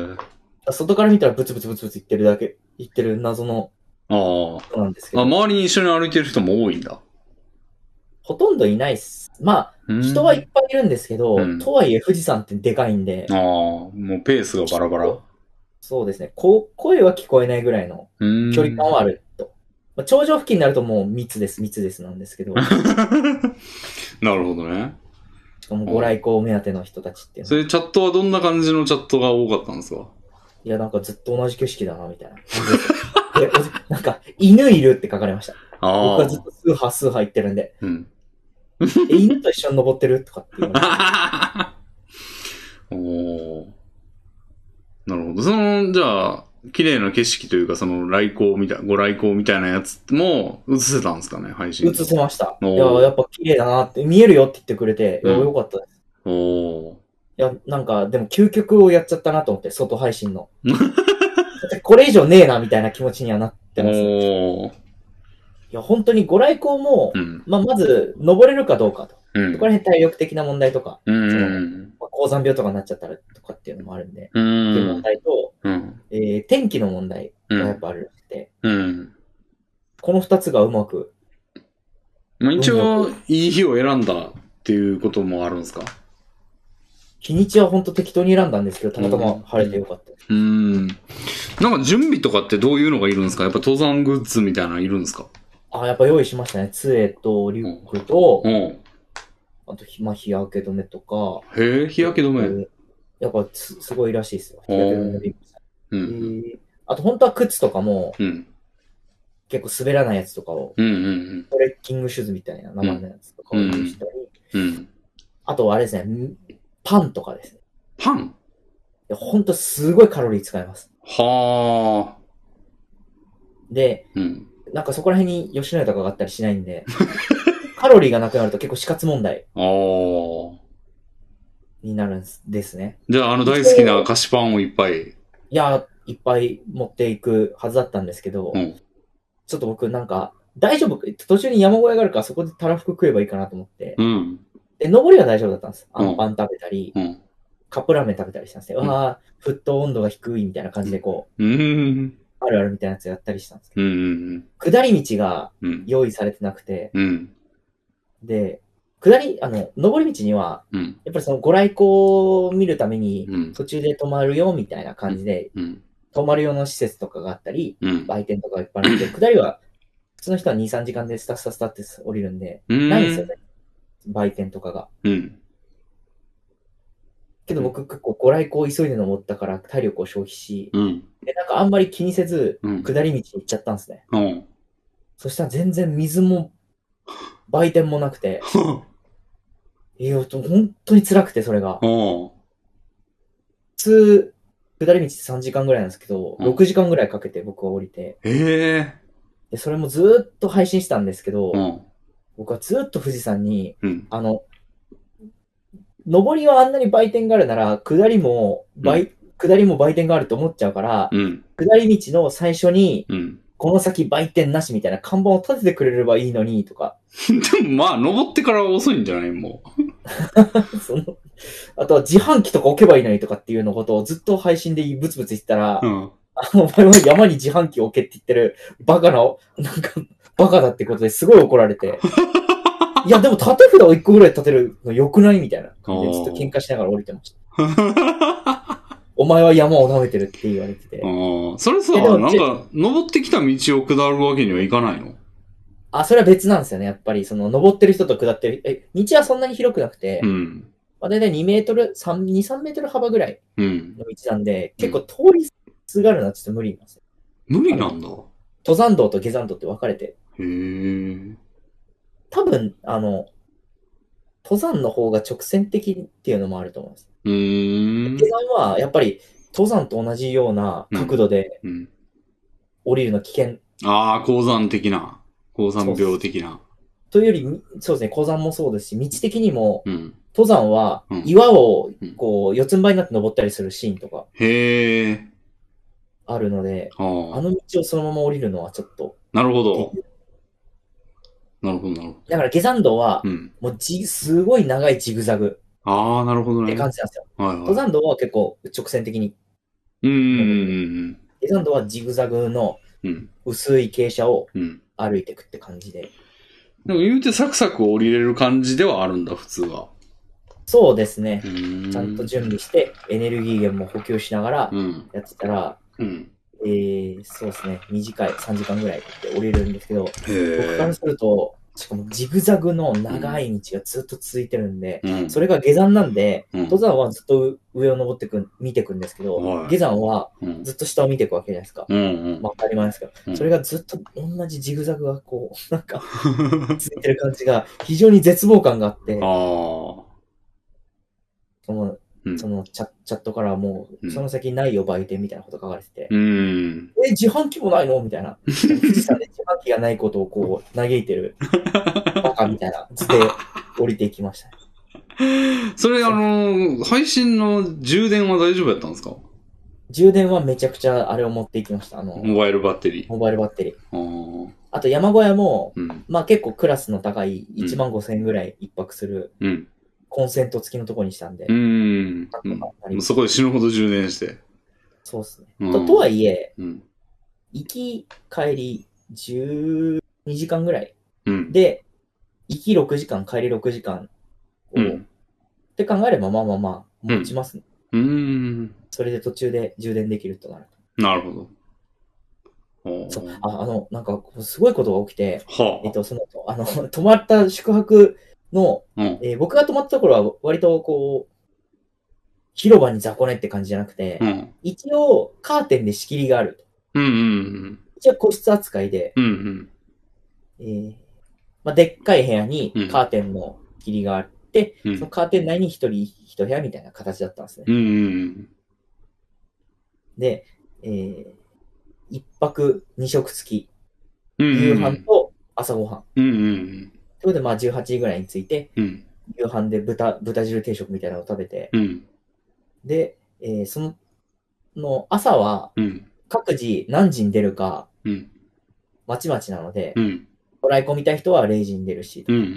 へー。外から見たらブツブツブツブツ言ってるだけ、言ってる謎の、ああ。なんですけど。 あ、周りに一緒に歩いてる人も多いんだ。 ほとんどいないっす。まあ、人はいっぱいいるんですけど、うん、とはいえ富士山ってでかいんで。 ああ、もうペースがバラバラ。 そうですね。こ声は聞こえないぐらいの距離感はあると。まあ、頂上付近になるともう密です、密ですなんですけど。 なるほどね。 しかもご来光目当ての人たちっていうの。 それチャットはどんな感じのチャットが多かったんですか？ いや、なんかずっと同じ景色だな、みたいな。でなんか、犬いるって書かれました。僕はずっとスーハースーハー言ってるんで。うん、え、犬と一緒に登ってるとかって言われて。 おー。なるほど。その、じゃあ、綺麗な景色というか、その来光みたい、ご来光みたいなやつも映せたんですかね、配信。 映せました。いや、やっぱ綺麗だなって、見えるよって言ってくれて、うん、よかったです。おー。いや、なんか、でも究極をやっちゃったなと思って、外配信の。これ以上ねえな、みたいな気持ちにはなってます。おー。いや、本当にご来光も、うん、まあ、まず、登れるかどうかと。うん、そこら辺体力的な問題とか、うんそのまあ、高山病とかになっちゃったらとかっていうのもあるんで、うん、っていう問題と、うんえー、天気の問題がやっぱあるらしくて、うん、この二つがうまく。 まあ、一応、いい日を選んだっていうこともあるんですか？ 日にちは本当適当に選んだんですけど、たまたま晴れてよかったです。うん。 うんなんか準備とかってどういうのがいるんですか？やっぱ登山グッズみたいなのいるんですか？ あ、やっぱ用意しましたね。杖とリュックと、うん、あと、まあ、日焼け止めとか。 へえ、日焼け止め。 やっぱす、すごいらしいですよ。日焼け止めリュック。うん、あと、本当は靴とかも、うん、結構滑らないやつとかを、うんうんうん、トレッキングシューズみたいな名前のやつとかを用意したり、うんうん、あと、あれですね、パンとかですね。 パン？いや、ほんとすごいカロリー使います。はー。で、うん、なんかそこら辺に吉野家とかがあったりしないんで、カロリーがなくなると結構死活問題になるんですね。 じゃあ、あの大好きな菓子パンをいっぱい。いや、いっぱい持っていくはずだったんですけど、うん、ちょっと僕なんか、大丈夫途中に山小屋があるからそこでたらふく食えばいいかなと思って、うん、で、登りは大丈夫だったんです。アンパン食べたり、うん、カップラーメン食べたりしたんですよ。うん、ああ、沸騰温度が低いみたいな感じでこう、うん、あるあるみたいなやつやったりしたんですけど、うん、下り道が用意されてなくて、うん、で、下り、あの、登り道には、うん、やっぱりそのご来光を見るために、途中で止まるよみたいな感じで、うん、止まる用の施設とかがあったり、うん、売店とかいっぱいあって、下りは、普通の人はに、さんじかんでスタスタスタって降りるんで、ないんですよね。売店とかが。うん、けど僕結構ご来光急いで登ったから体力を消費し、うん、でなんかあんまり気にせず、下り道に行っちゃったんですね。うん、そしたら全然水も、売店もなくて、いや、本当に辛くて、それが。普通、下り道さんじかんぐらいなんですけど、ろくじかんぐらいかけて僕は降りて。えー、でそれもずっと配信したんですけど、うん、僕はずっと富士山に、うん、あの、上りはあんなに売店があるなら、下りも売、うん、下りも売店があると思っちゃうから、うん、下り道の最初に、うん、この先売店なしみたいな看板を立ててくれればいいのに、とか。 でもまあ、登ってから遅いんじゃないもう。その、あとは自販機とか置けばいいのにとかっていうのことをずっと配信でブツブツ言ったら、うん、あの、お前は山に自販機置けって言ってるバカな、なんか、バカだってことですごい怒られて。いや、でも縦札をいっこぐらい立てるの良くないみたいな感じでずっと喧嘩しながら降りてました。お前は山を舐めてるって言われてて。 あそれさ、なんか、登ってきた道を下るわけにはいかないの？ あ、それは別なんですよね。やっぱり、その、登ってる人と下ってる、え、道はそんなに広くなくて、うん。まあ、だいたいにメートル、に、さんメートル幅ぐらいの道なんで、うん、結構通りすがるのはちょっと無理なんですよ。 無理なんだ。 登山道と下山道って分かれて。へー。多分、あの、登山の方が直線的っていうのもあると思います。うーん。下山は、やっぱり、登山と同じような角度で、降りるの危険。うんうん、ああ、高山的な。高山病的な。 というより、そうですね、高山もそうですし、道的にも、うん、登山は岩を、こう、四つん這いになって登ったりするシーンとか。へー。 あるので、あの道をそのまま降りるのはちょっと。 なるほど。なるほど、なるほど。 だから下山道は、もうじ、すごい長いジグザグ。 ああ、なるほどね。 って感じなんですよ。 はいはい、 登山道は結構直線的に。 うんうんうん。 下山道はジグザグの薄い傾斜を歩いていくって感じで。 でも言うてサクサク降りれる感じではあるんだ、普通は。 そうですね。ちゃんと準備して、エネルギー源も補給しながらやってたら、うん、えー、そうですね。短いさんじかんぐらいで降りれるんですけど、僕からすると、しかもジグザグの長い道がずっと続いてるんで、うん、それが下山なんで、うん、登山はずっと上を登ってく、見ていくんですけど、うん、下山はずっと下を見ていくわけじゃないですか。うんうん、まあ当たり前ですけど、うん、それがずっと同じジグザグがこう、なんか、続いてる感じが非常に絶望感があって、そのそのチャチャットからもう、その先ないよ、売店みたいなこと書かれてて。うん、え、自販機もないのみたいな。富士山で自販機がないことをこう、嘆いてる、バカみたいな図で降りていきました。 それ、あの、配信の充電は大丈夫やったんですか？ 充電はめちゃくちゃあれを持っていきました。あの、 モバイルバッテリー。 モバイルバッテリー。あと山小屋も、うん、まあ結構クラスの高いいちまんごせんえんぐらい一泊する、うん、コンセント付きのところにしたんで。うん。 うん、そこで死ぬほど充電して。 そうですね。うん、と, とはいえ、うん、行き帰りじゅうにじかんぐらい。うん、で、行きろくじかん、帰りろくじかんを、うん、って考えればまあまあまあ、持ちますね。うん。うんそれで途中で充電できるとなると。なるほど。そう。あ、あの、なんか、すごいことが起きて、はあ、えっと、その、あの、泊まった宿泊、の、うんえー、僕が泊まったところは割とこう、広場に雑魚寝って感じじゃなくて、うん、一応カーテンで仕切りがある。うんうんうん、一応個室扱いで、うんうんえーまあ、でっかい部屋にカーテンの仕切りがあって、うん、そのカーテン内に一人一部屋みたいな形だったんですね。うんうん、で、えー、一泊二食付き、うんうん、夕飯と朝ごはん。うんうんうんそれでまあじゅうはちじぐらいに着いて、うん、夕飯で豚、豚汁定食みたいなのを食べて、うん、で、えー、その、の朝は、各自何時に出るか、うん、まちまちなので、うん、トライ込みたい人はれいじに出るし、うんうんうん、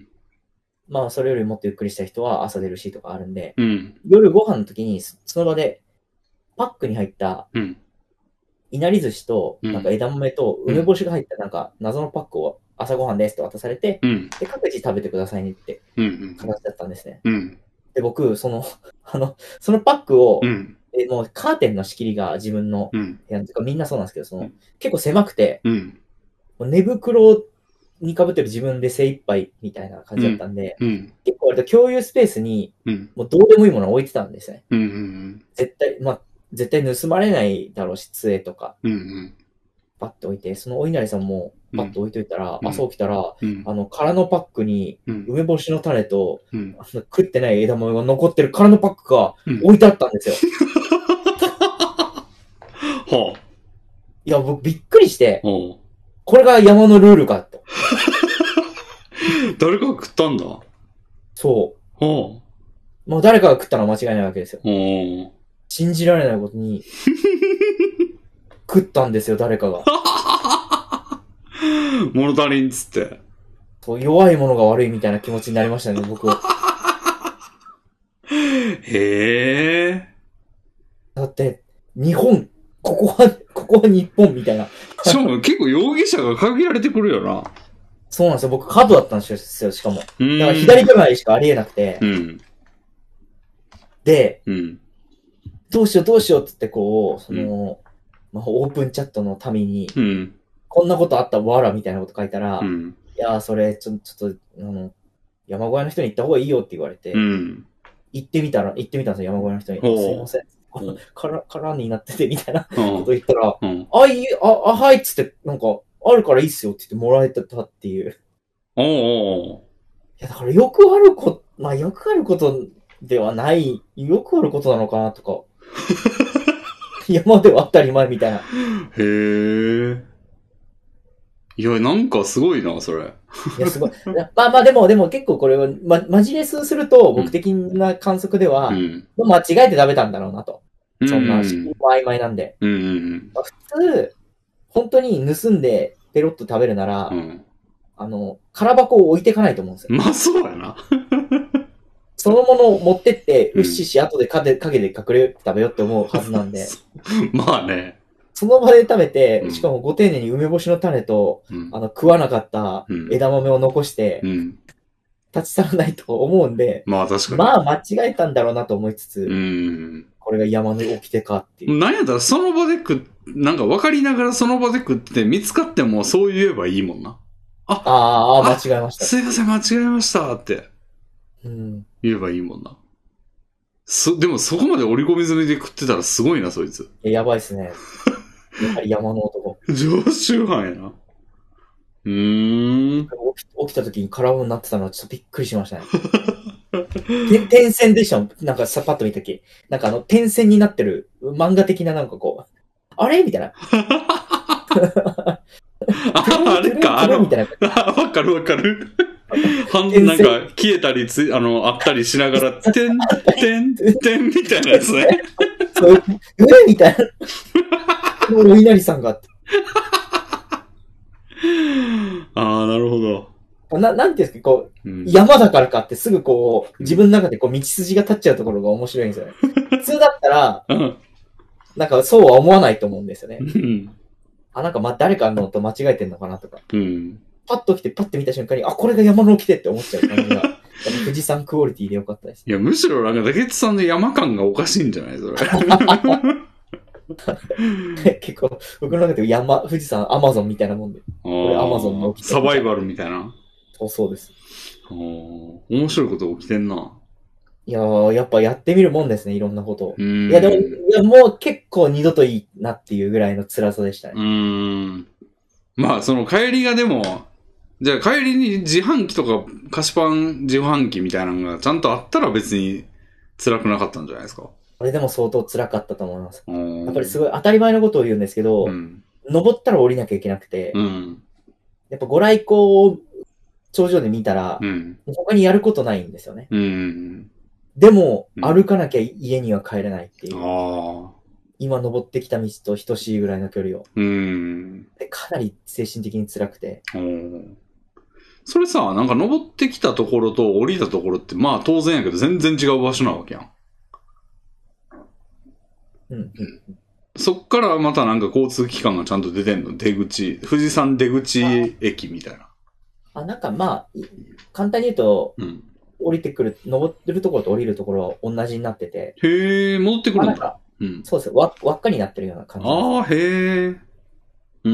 まあそれよりもっとゆっくりした人は朝出るしとかあるんで、うん、夜ご飯の時にその場でパックに入った、いなり寿司と、なんか枝豆と梅干しが入ったなんか謎のパックを朝ごはんですって渡されて、うん、で、各自食べてくださいねって形だったんですね。うん、で、僕、その、あの、そのパックを、うん、えもうカーテンの仕切りが自分の部屋、うん、みんなそうなんですけど、その、うん、結構狭くて、うん、もう寝袋に被ってる自分で精一杯みたいな感じだったんで、うん、結構割と共有スペースに、もうどうでもいいものを置いてたんですね。うんうんうん、絶対、まあ、絶対盗まれないだろうし、杖とか。うんうんパッと置いて、そのお稲荷さんもパッと置いといたら、うん、朝起きたら、うん、あの、空のパックに、梅干しの種と、うん、食ってない枝豆が残ってる空のパックが置いてあったんですよ。はあ、いや、僕びっくりして、はあ、これが山のルールかと。 誰かが食ったんだそう。はあ、もう誰かが食ったのは間違いないわけですよ。はあ、信じられないことに、食ったんですよ、誰かが。 物足りんつって。 そう弱いものが悪いみたいな気持ちになりましたね、僕は。へえ。だって、日本、ここは、ここは日本みたいな。 しかも結構容疑者が限られてくるよな。 そうなんですよ、僕カードだったんですよ、しかも。だから左手前しかありえなくて。うん、で、うん、どうしようどうしようって言ってこう、その、うんまあ、オープンチャットのために、うん、こんなことあったわらみたいなこと書いたら、うん、いやーそれちょ、ちょっと、あの、山小屋の人に行った方がいいよって言われて、うん、行ってみたら、行ってみたんですよ、山小屋の人に。すいません。から、からになってて、みたいなこと言ったら、うん、あ、いい、あ、あ、はいっつって、なんか、あるからいいっすよって言ってもらえたっていう。おうおういや、だからよくあること、まあよくあることではない、よくあることなのかなとか。山では当たり前みたいな。へえ。いや、なんかすごいな、それ。 いや、すごい。まあまあ、でも、でも結構これは、ま、マジレスすると、僕的な観測では、うん、間違えて食べたんだろうなと。 そんな、仕組みも曖昧なんで。 うんうんうんまあ、普通、本当に盗んでペロッと食べるなら、うん、あの、空箱を置いていかないと思うんですよ。 まあそうやな。 そのものを持ってって、うっしし、後で影で隠れて食べようって思うはずなんで。 まあね。 その場で食べて、しかもご丁寧に梅干しの種と、うん、あの、食わなかった枝豆を残して、うん、立ち去らないと思うんで、 まあ確かに。 まあ間違えたんだろうなと思いつつ、うん、これが山の掟かっていう。 なんやったらその場で食っ、なんか分かりながらその場で食って見つかってもそう言えばいいもんな。 あ、ああ、間違えました。 すいません、間違えましたって。うん。言えばいいもんな。そ、でもそこまで折り込み済みで食ってたらすごいな、そいつ。 やばいっすね。やはり山の男。 常習犯やな。うーん。 起き、起きた時に空になってたのはちょっとびっくりしましたね。点線でしたもん。なんかさ、パッと見たとき。なんかあの、点線になってる漫画的ななんかこう、あれみたいな。 あ, あれか、あの、みたいな。わかるわかる。なんか、消えたりつ、あの、あったりしながら、てん、てん、てんみたいなやつね。 そう、えみたいな。お稲荷さんがあって。 ああ、なるほど。 な、なんていうんですか、こう、うん、山だからかってすぐこう、自分の中でこう、道筋が立っちゃうところが面白いんですよね。普通だったら、うん、なんかそうは思わないと思うんですよね。うん、あ、なんかま、誰かのと間違えてんのかなとか。うん、パッと来て、パッて見た瞬間に、あ、これが山の掟って思っちゃう感じが、富士山クオリティでよかったです。 いや、むしろなんか、竹内さんの山感がおかしいんじゃないそれ。 結構、僕の中で山、富士山、アマゾンみたいなもんで。これアマゾンの起きてサバイバルみたいな。 そうそうです。 面白いこと起きてんな。 いやー、やっぱやってみるもんですね、いろんなことを。いや、でも、いや、もう結構二度といいなっていうぐらいの辛さでしたね。 うーん。まあ、その帰りがでも、じゃあ帰りに自販機とか菓子パン自販機みたいなのがちゃんとあったら別に辛くなかったんじゃないですか。 これでも相当辛かったと思います。やっぱりすごい当たり前のことを言うんですけど、うん、登ったら降りなきゃいけなくて、うん、やっぱご来光を頂上で見たら、うん、他にやることないんですよね。うん、でも、歩かなきゃ家には帰れないっていう。あ今登ってきた道と等しいぐらいの距離を。うん、でかなり精神的に辛くて。 それさ、なんか登ってきたところと降りたところって、まあ当然やけど全然違う場所なわけやん。うんうん、そっからまたなんか交通機関がちゃんと出てんの出口、富士山出口駅みたいな。 あ、なんかまあ、簡単に言うと、うん、降りてくる、登ってるところと降りるところは同じになってて。 へえ、戻ってくるんだ。 かうん、そうです輪。輪っかになってるような感じです。 ああ、へえ。うんうんうん。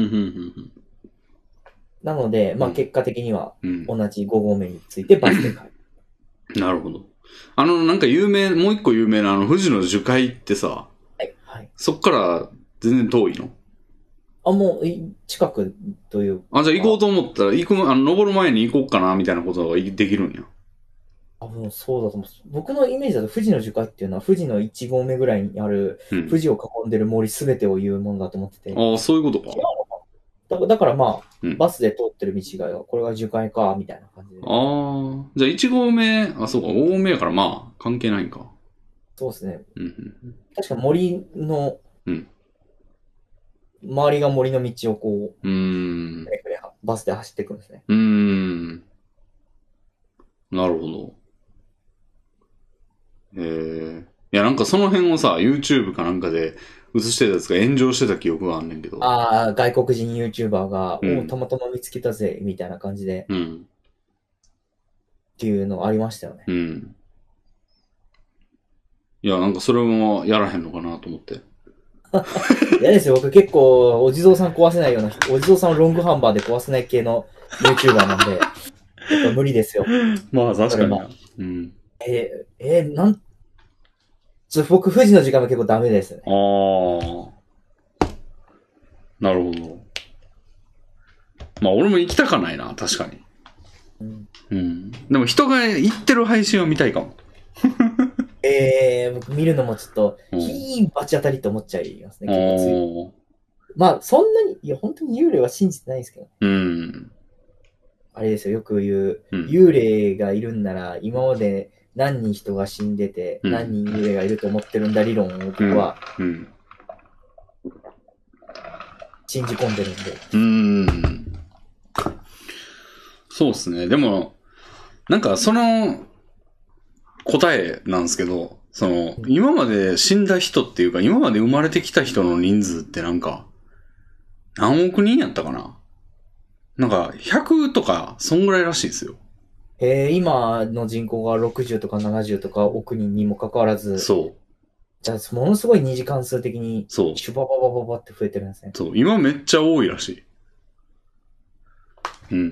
なので、まあ結果的には同じご合目についてバスで帰る。 うん、なるほど。あの、なんか有名、もう一個有名なあの、富士の樹海ってさ、はいはい、そっから全然遠いの？ あ、もう、近くというか。 あ、じゃあ行こうと思ったら、行く、あの、登る前に行こうかな、みたいなことができるんや。 あ、もうそうだと思う。僕のイメージだと富士の樹海っていうのは富士のいち合目ぐらいにある、うん、富士を囲んでる森すべてを言うものだと思ってて。 ああ、そういうことか。 だ, だからまあ、うん、バスで通ってる道が、これが樹海か、みたいな感じで。 ああ、じゃあいち合目、あ、そうか、ご合目やからまあ、関係ないんか。 そうですね。うんうん、確か森の、うん、周りが森の道をこう、うん、バスで走っていくんですね。 うん。なるほど。えー、いやなんかその辺をさ、YouTube かなんかで映してたやつが炎上してた記憶があんねんけど。 ああ、外国人 YouTuber が、うん、おたまたま見つけたぜ、みたいな感じで。うん。っていうのありましたよね。うん。 いや、なんかそれもやらへんのかなと思って。 嫌ですよ。僕結構、お地蔵さん壊せないような人、お地蔵さんをロングハンバーで壊せない系の YouTuber なんで、やっぱ無理ですよ。 まあ確かに。うん。 えー、えー、なん、ちょ僕、富士の時間は結構ダメですね。ああ。なるほど。まあ俺も行きたかないな、確かに。うん。うん。でも人が行ってる配信を見たいかも。 えー、僕見るのもちょっと、いいバチ当たりって思っちゃいますね、結構つい。まあ、そんなに、いや、本当に幽霊は信じてないですけど。うん。あれですよ、よく言う、うん、幽霊がいるんなら、今まで何人人が死んでて、うん、何人幽霊がいると思ってるんだ理論を僕は、うんうん、信じ込んでるんで。 うーん。そうですね。でも、なんかその答えなんですけど、その、今まで死んだ人っていうか、今まで生まれてきた人の人数ってなんか、何億人やったかな？なんか、ひゃくとか、そんぐらいらしいですよ。 へえ、今の人口がろくじゅうとかななじゅうとか億人にもかかわらず。 そう。 じゃあ、ものすごい二次関数的に、 そう。 シュバババババって増えてるんですね。 そう。今めっちゃ多いらしい。うん。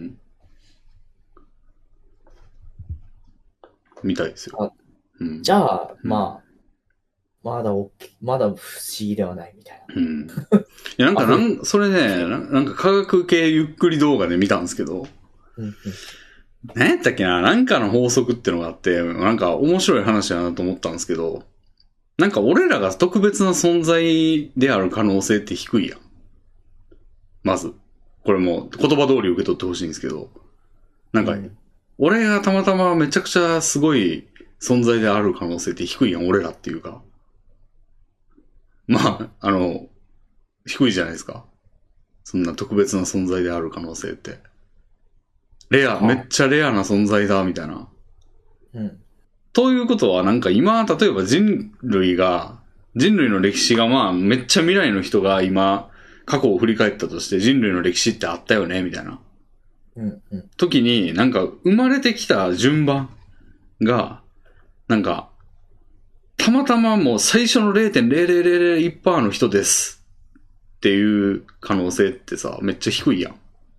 みたいですよ。 うん、じゃあ、うん、まあ、まだ大き、まだ不思議ではないみたいな。うん。 いや、なんかなん、それね、なんか科学系ゆっくり動画で見たんですけど、うんうん、何やったっけな、なんかの法則ってのがあって、なんか面白い話だなと思ったんですけど、なんか俺らが特別な存在である可能性って低いやん。まず。これも言葉通り受け取ってほしいんですけど、なんか、うん、俺がたまたまめちゃくちゃすごい存在である可能性って低いやん、俺らっていうか。まあ、あの、低いじゃないですか。そんな特別な存在である可能性って。レア、めっちゃレアな存在だ、みたいな。うん。ということは、なんか今、例えば人類が、人類の歴史がまあ、めっちゃ未来の人が今、過去を振り返ったとして人類の歴史ってあったよね、みたいな。うんうん。時に、なんか生まれてきた順番が、なんか、たまたまもう最初の ゼロてんゼロゼロゼロゼロいちパーセント の人ですっていう可能性ってさ、めっちゃ低いやん。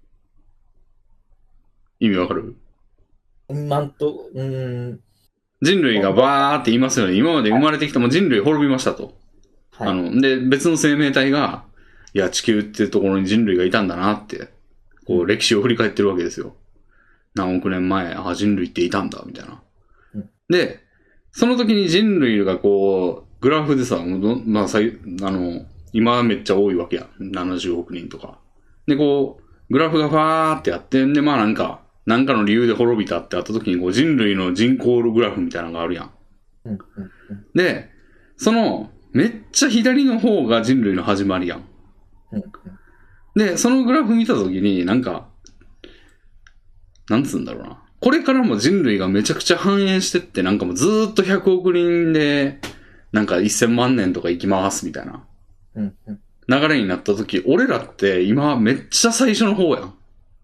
意味わかる？ なんと、うーん。 人類がバーって言いますよね。今まで生まれてきたも人類滅びましたと。はい、あの、で、別の生命体が、いや、地球っていうところに人類がいたんだなって、こう、歴史を振り返ってるわけですよ。何億年前、あ、人類っていたんだ、みたいな。うん、で、その時に人類がこう、グラフでさ、まあ、さい、あの、今めっちゃ多いわけや。ななじゅうおく人とか。で、こう、グラフがファーってやってんで、まあなんか、なんかの理由で滅びたってあった時に、こう、人類の人口グラフみたいなのがあるやん。うんうんうん、で、その、めっちゃ左の方が人類の始まりやん。うんうん、で、そのグラフ見た時に、なんか、なんつうんだろうな。これからも人類がめちゃくちゃ繁栄してって、なんかもうずーっとひゃくおく人で、なんかせんまん年とか行きますみたいな。うんうん、流れになった時、俺らって今めっちゃ最初の方やん。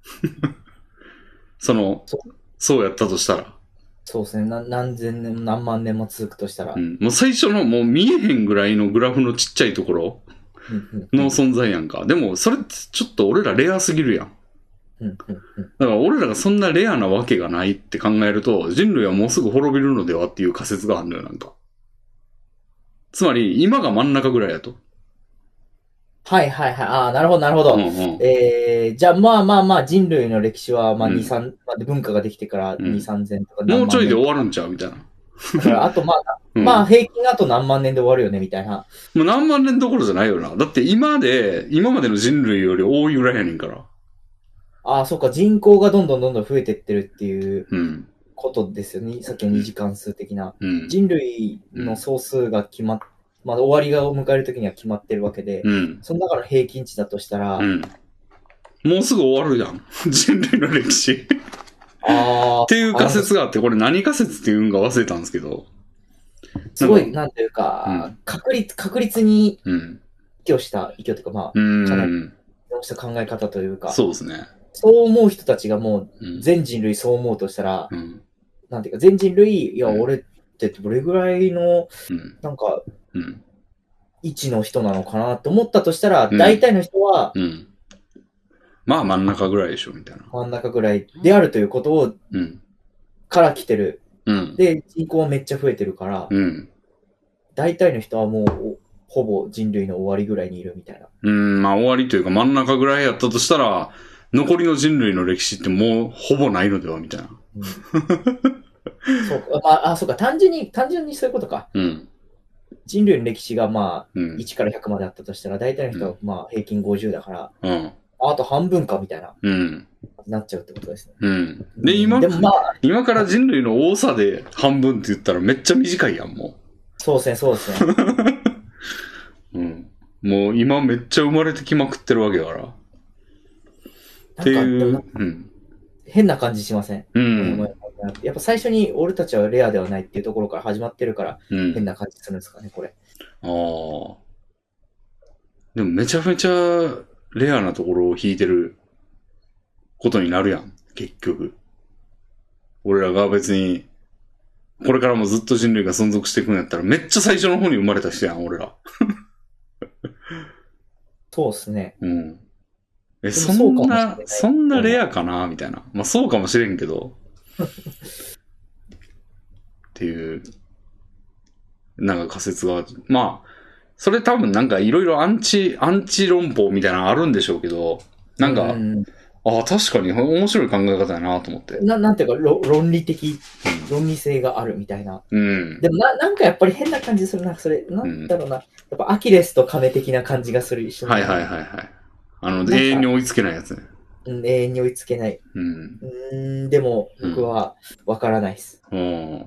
そのそ、そうやったとしたら。 そうですね。な何千年も何万年も続くとしたら。 うん。もう最初のもう見えへんぐらいのグラフのちっちゃいところの存在やんか。でもそれってちょっと俺らレアすぎるやん。うんうんうん、だから俺らがそんなレアなわけがないって考えると、人類はもうすぐ滅びるのではっていう仮説があるのよ、なんか。つまり、今が真ん中ぐらいやと。 はいはいはい。ああ、なるほどなるほど。うんうん、えー、じゃあまあまあまあ人類の歴史は、まあに、さん、まあ、文化ができてからに、さんぜんとか、 もうちょいで終わるんちゃうみたいな。 だからあとまあ、うん、まあ平均あと何万年で終わるよねみたいな。 もう何万年どころじゃないよな。だって今で、今までの人類より多いぐらいやねんから。 ああ、そうか、人口がどんどんどんどん増えてってるっていうことですよね。うん、さっきの二次関数的な。うん、人類の総数が決まっ、まあ終わりがを迎えるときには決まってるわけで、うん、その中の平均値だとしたら、うん、 もうすぐ終わるじゃん。人類の歴史。ああ。っていう仮説があって、これ何仮説っていうんか忘れたんですけど。 すごい、なんていうか、うん、確率、確率に依拠した、依拠というかまあ、かなり依拠した考え方というか。 そうですね。 そう思う人たちがもう、全人類そう思うとしたら、うん、なんていうか、全人類、いや、うん、俺ってどれぐらいの、うん、なんか、うん、位置の人なのかなと思ったとしたら、うん、大体の人は、うん、 まあ真ん中ぐらいでしょ、みたいな。 真ん中ぐらいであるということを、うん、から来てる。うん、で、人口はめっちゃ増えてるから、うん、大体の人はもう、ほぼ人類の終わりぐらいにいるみたいな。 うん、まあ終わりというか真ん中ぐらいやったとしたら、残りの人類の歴史ってもうほぼないのではみたいな。うん、 そうか、まあ、あ、そうか、単純に、単純にそういうことか。うん、人類の歴史がまあ、うん、いちからひゃくまであったとしたら、大体の人はまあ平均ごじゅうだから、うん、 あと半分かみたいな。 うん。 なっちゃうってことですね。 うん。で、今、でもまあ、今から人類の多さで半分って言ったらめっちゃ短いやん、もう。 そうですね、そうですね。 うん。もう今めっちゃ生まれてきまくってるわけだから。っていう、うん。 変な感じしません？ うん。 やっぱ最初に俺たちはレアではないっていうところから始まってるから、変な感じするんですかね、これ。 ああ。でもめちゃめちゃレアなところを引いてることになるやん、結局。俺らが別に、これからもずっと人類が存続していくんやったら、めっちゃ最初の方に生まれた人やん、俺ら。 そうっすね。 うん。え、そんな、そんなレアかなみたいな。まあそうかもしれんけど。っていう、なんか仮説が、まあ、それ多分なんかいろいろアンチ、アンチ論法みたいなのあるんでしょうけど、なんか、うんああ、確かに面白い考え方やなと思って。 な、なんていうか、論理的、論理性があるみたいな。うん。でもな、なんかやっぱり変な感じするな、それ。なんだろうな。うん、やっぱアキレスとカメ的な感じがする一緒はいはいはいはい。あの、永遠に追いつけないやつね。 うん、永遠に追いつけない。うん。うん、でも、僕はわからないです。うん。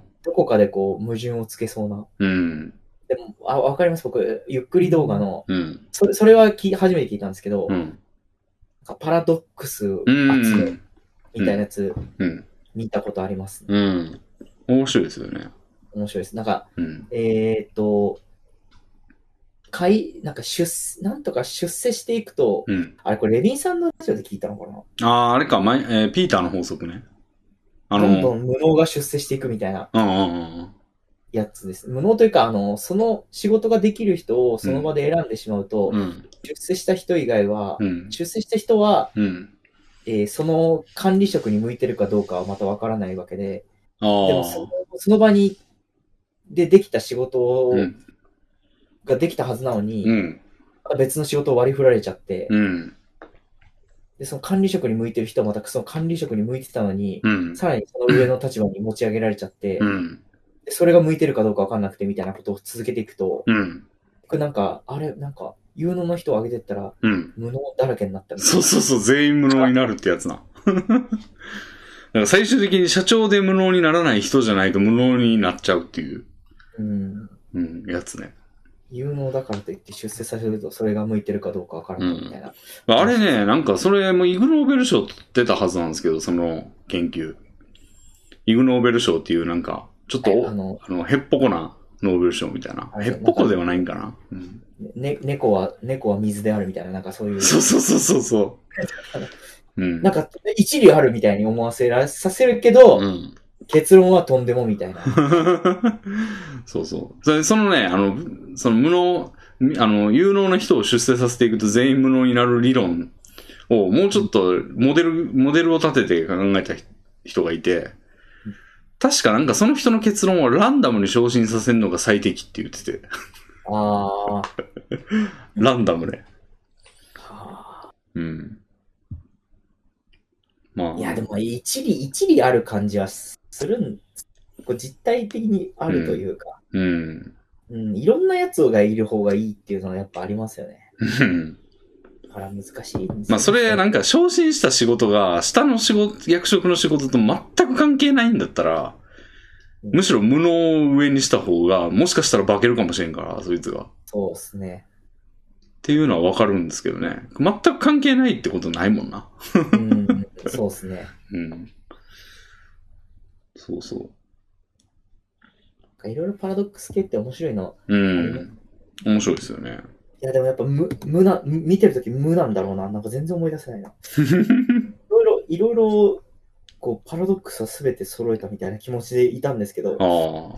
どこかでこう、矛盾をつけそうな。うん。でも、あ、わかります。僕、ゆっくり動画の、うん。それ、それはき初めて聞いたんですけど、うん。パラドックス集めみたいなやつ、うん。見たことあります、ね。 うん。面白いですよね。 面白いです。なんか、うん、えっと、かい、なんか出、なんとか出世していくと、うん、あれこれレビンさんのラジオで聞いたのかなああ、あれか、まえー、ピーターの法則ね。 あのー、どんどん無能が出世していくみたいなやつです。無能というか、あの、その仕事ができる人をその場で選んでしまうと、うん、出世した人以外は、うん、出世した人は、うんえー、その管理職に向いてるかどうかはまたわからないわけで、でもそのその場にでできた仕事を、うんができたはずなのに、うん、別の仕事を割り振られちゃって、うん、で、その管理職に向いてる人はまたその管理職に向いてたのに、うん、さらにその上の立場に持ち上げられちゃって、うん、でそれが向いてるかどうかわかんなくてみたいなことを続けていくと、うん、僕なんか、あれ、なんか、有能の人を上げてったら、うん、無能だらけになったみたいな。 そうそうそう、全員無能になるってやつな。だから最終的に社長で無能にならない人じゃないと無能になっちゃうっていう、うん、うん、やつね。 有能だからといって出世させるとそれが向いてるかどうかわからないみたいな、 うん。あれね、なんかそれもイグ・ノーベル賞取ってたはずなんですけど、その研究。イグ・ノーベル賞っていうなんか、ちょっと、あの、あのへっぽこなノーベル賞みたいな。へっぽこではないんかな。うん、 ね、猫は、猫は水であるみたいな、なんかそういう。 そうそうそうそうそう。 うん、なんか、一理あるみたいに思わせらさせるけど、うん、結論はとんでもみたいな。 そうそう。それそのね、あの、その無能、あの、有能な人を出世させていくと全員無能になる理論をもうちょっとモデル、モデルを立てて考えた人がいて、確かなんかその人の結論をランダムに昇進させるのが最適って言ってて。ああ。ランダムね。うん。 まあ。いや、でも一理、一理ある感じはするん、こう実体的にあるというか。うん。うんうん、いろんなやつがいる方がいいっていうのはやっぱありますよね。だから難しいんですよ、ね。 まあそれなんか昇進した仕事が下の仕事、役職の仕事と全く関係ないんだったら、うん、むしろ無能を上にした方がもしかしたら化けるかもしれんから、そいつが。 そうですね。 っていうのはわかるんですけどね。全く関係ないってことないもんな。 うん、そうですね。うん。 そうそう。 いろいろパラドックス系って面白いの。 うん。面白いですよね。 いや、でもやっぱ無、無な、見てるとき無なんだろうな。なんか全然思い出せないな。いろいろ、いろいろ、こう、パラドックスは全て揃えたみたいな気持ちでいたんですけど。あ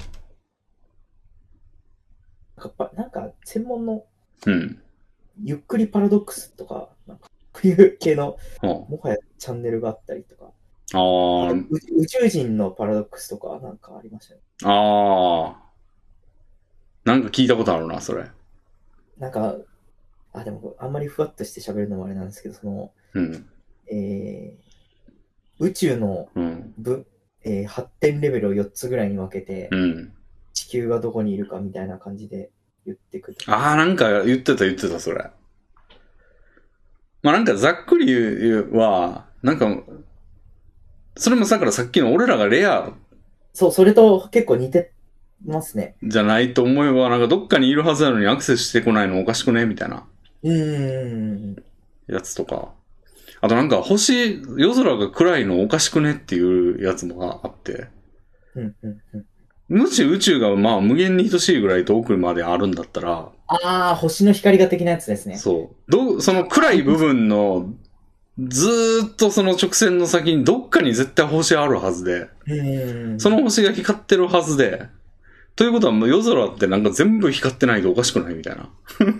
あ。なんか、なんか専門の、うん。ゆっくりパラドックスとか、なんか、こういう系の、もはやチャンネルがあったりとか。ああ。宇宙人のパラドックスとかなんかありましたね。 ああ。なんか聞いたことあるな、それ。 なんか、あ、でも、あんまりふわっとして喋るのもあれなんですけど、その、うん、えー、宇宙の、うんえー、発展レベルをよっつぐらいに分けて、うん、地球がどこにいるかみたいな感じで言ってくる。 ああ、なんか言ってた言ってた、それ。 まあなんかざっくり言うは、なんか、それもさからさっきの俺らがレア。 そう、それと結構似てますね。 じゃないと思えば、なんかどっかにいるはずなのにアクセスしてこないのおかしくねみたいな。 うーん。 やつとか。あとなんか星、夜空が暗いのおかしくねっていうやつもあって。 うんうんうん。 もし宇宙がまあ無限に等しいぐらい遠くまであるんだったら。 ああ、星の光が的なやつですね。 そう。ど、その暗い部分の、ずーっとその直線の先にどっかに絶対星あるはずで。 うん。 その星が光ってるはずで。ということはもう夜空ってなんか全部光ってないとおかしくないみたいな。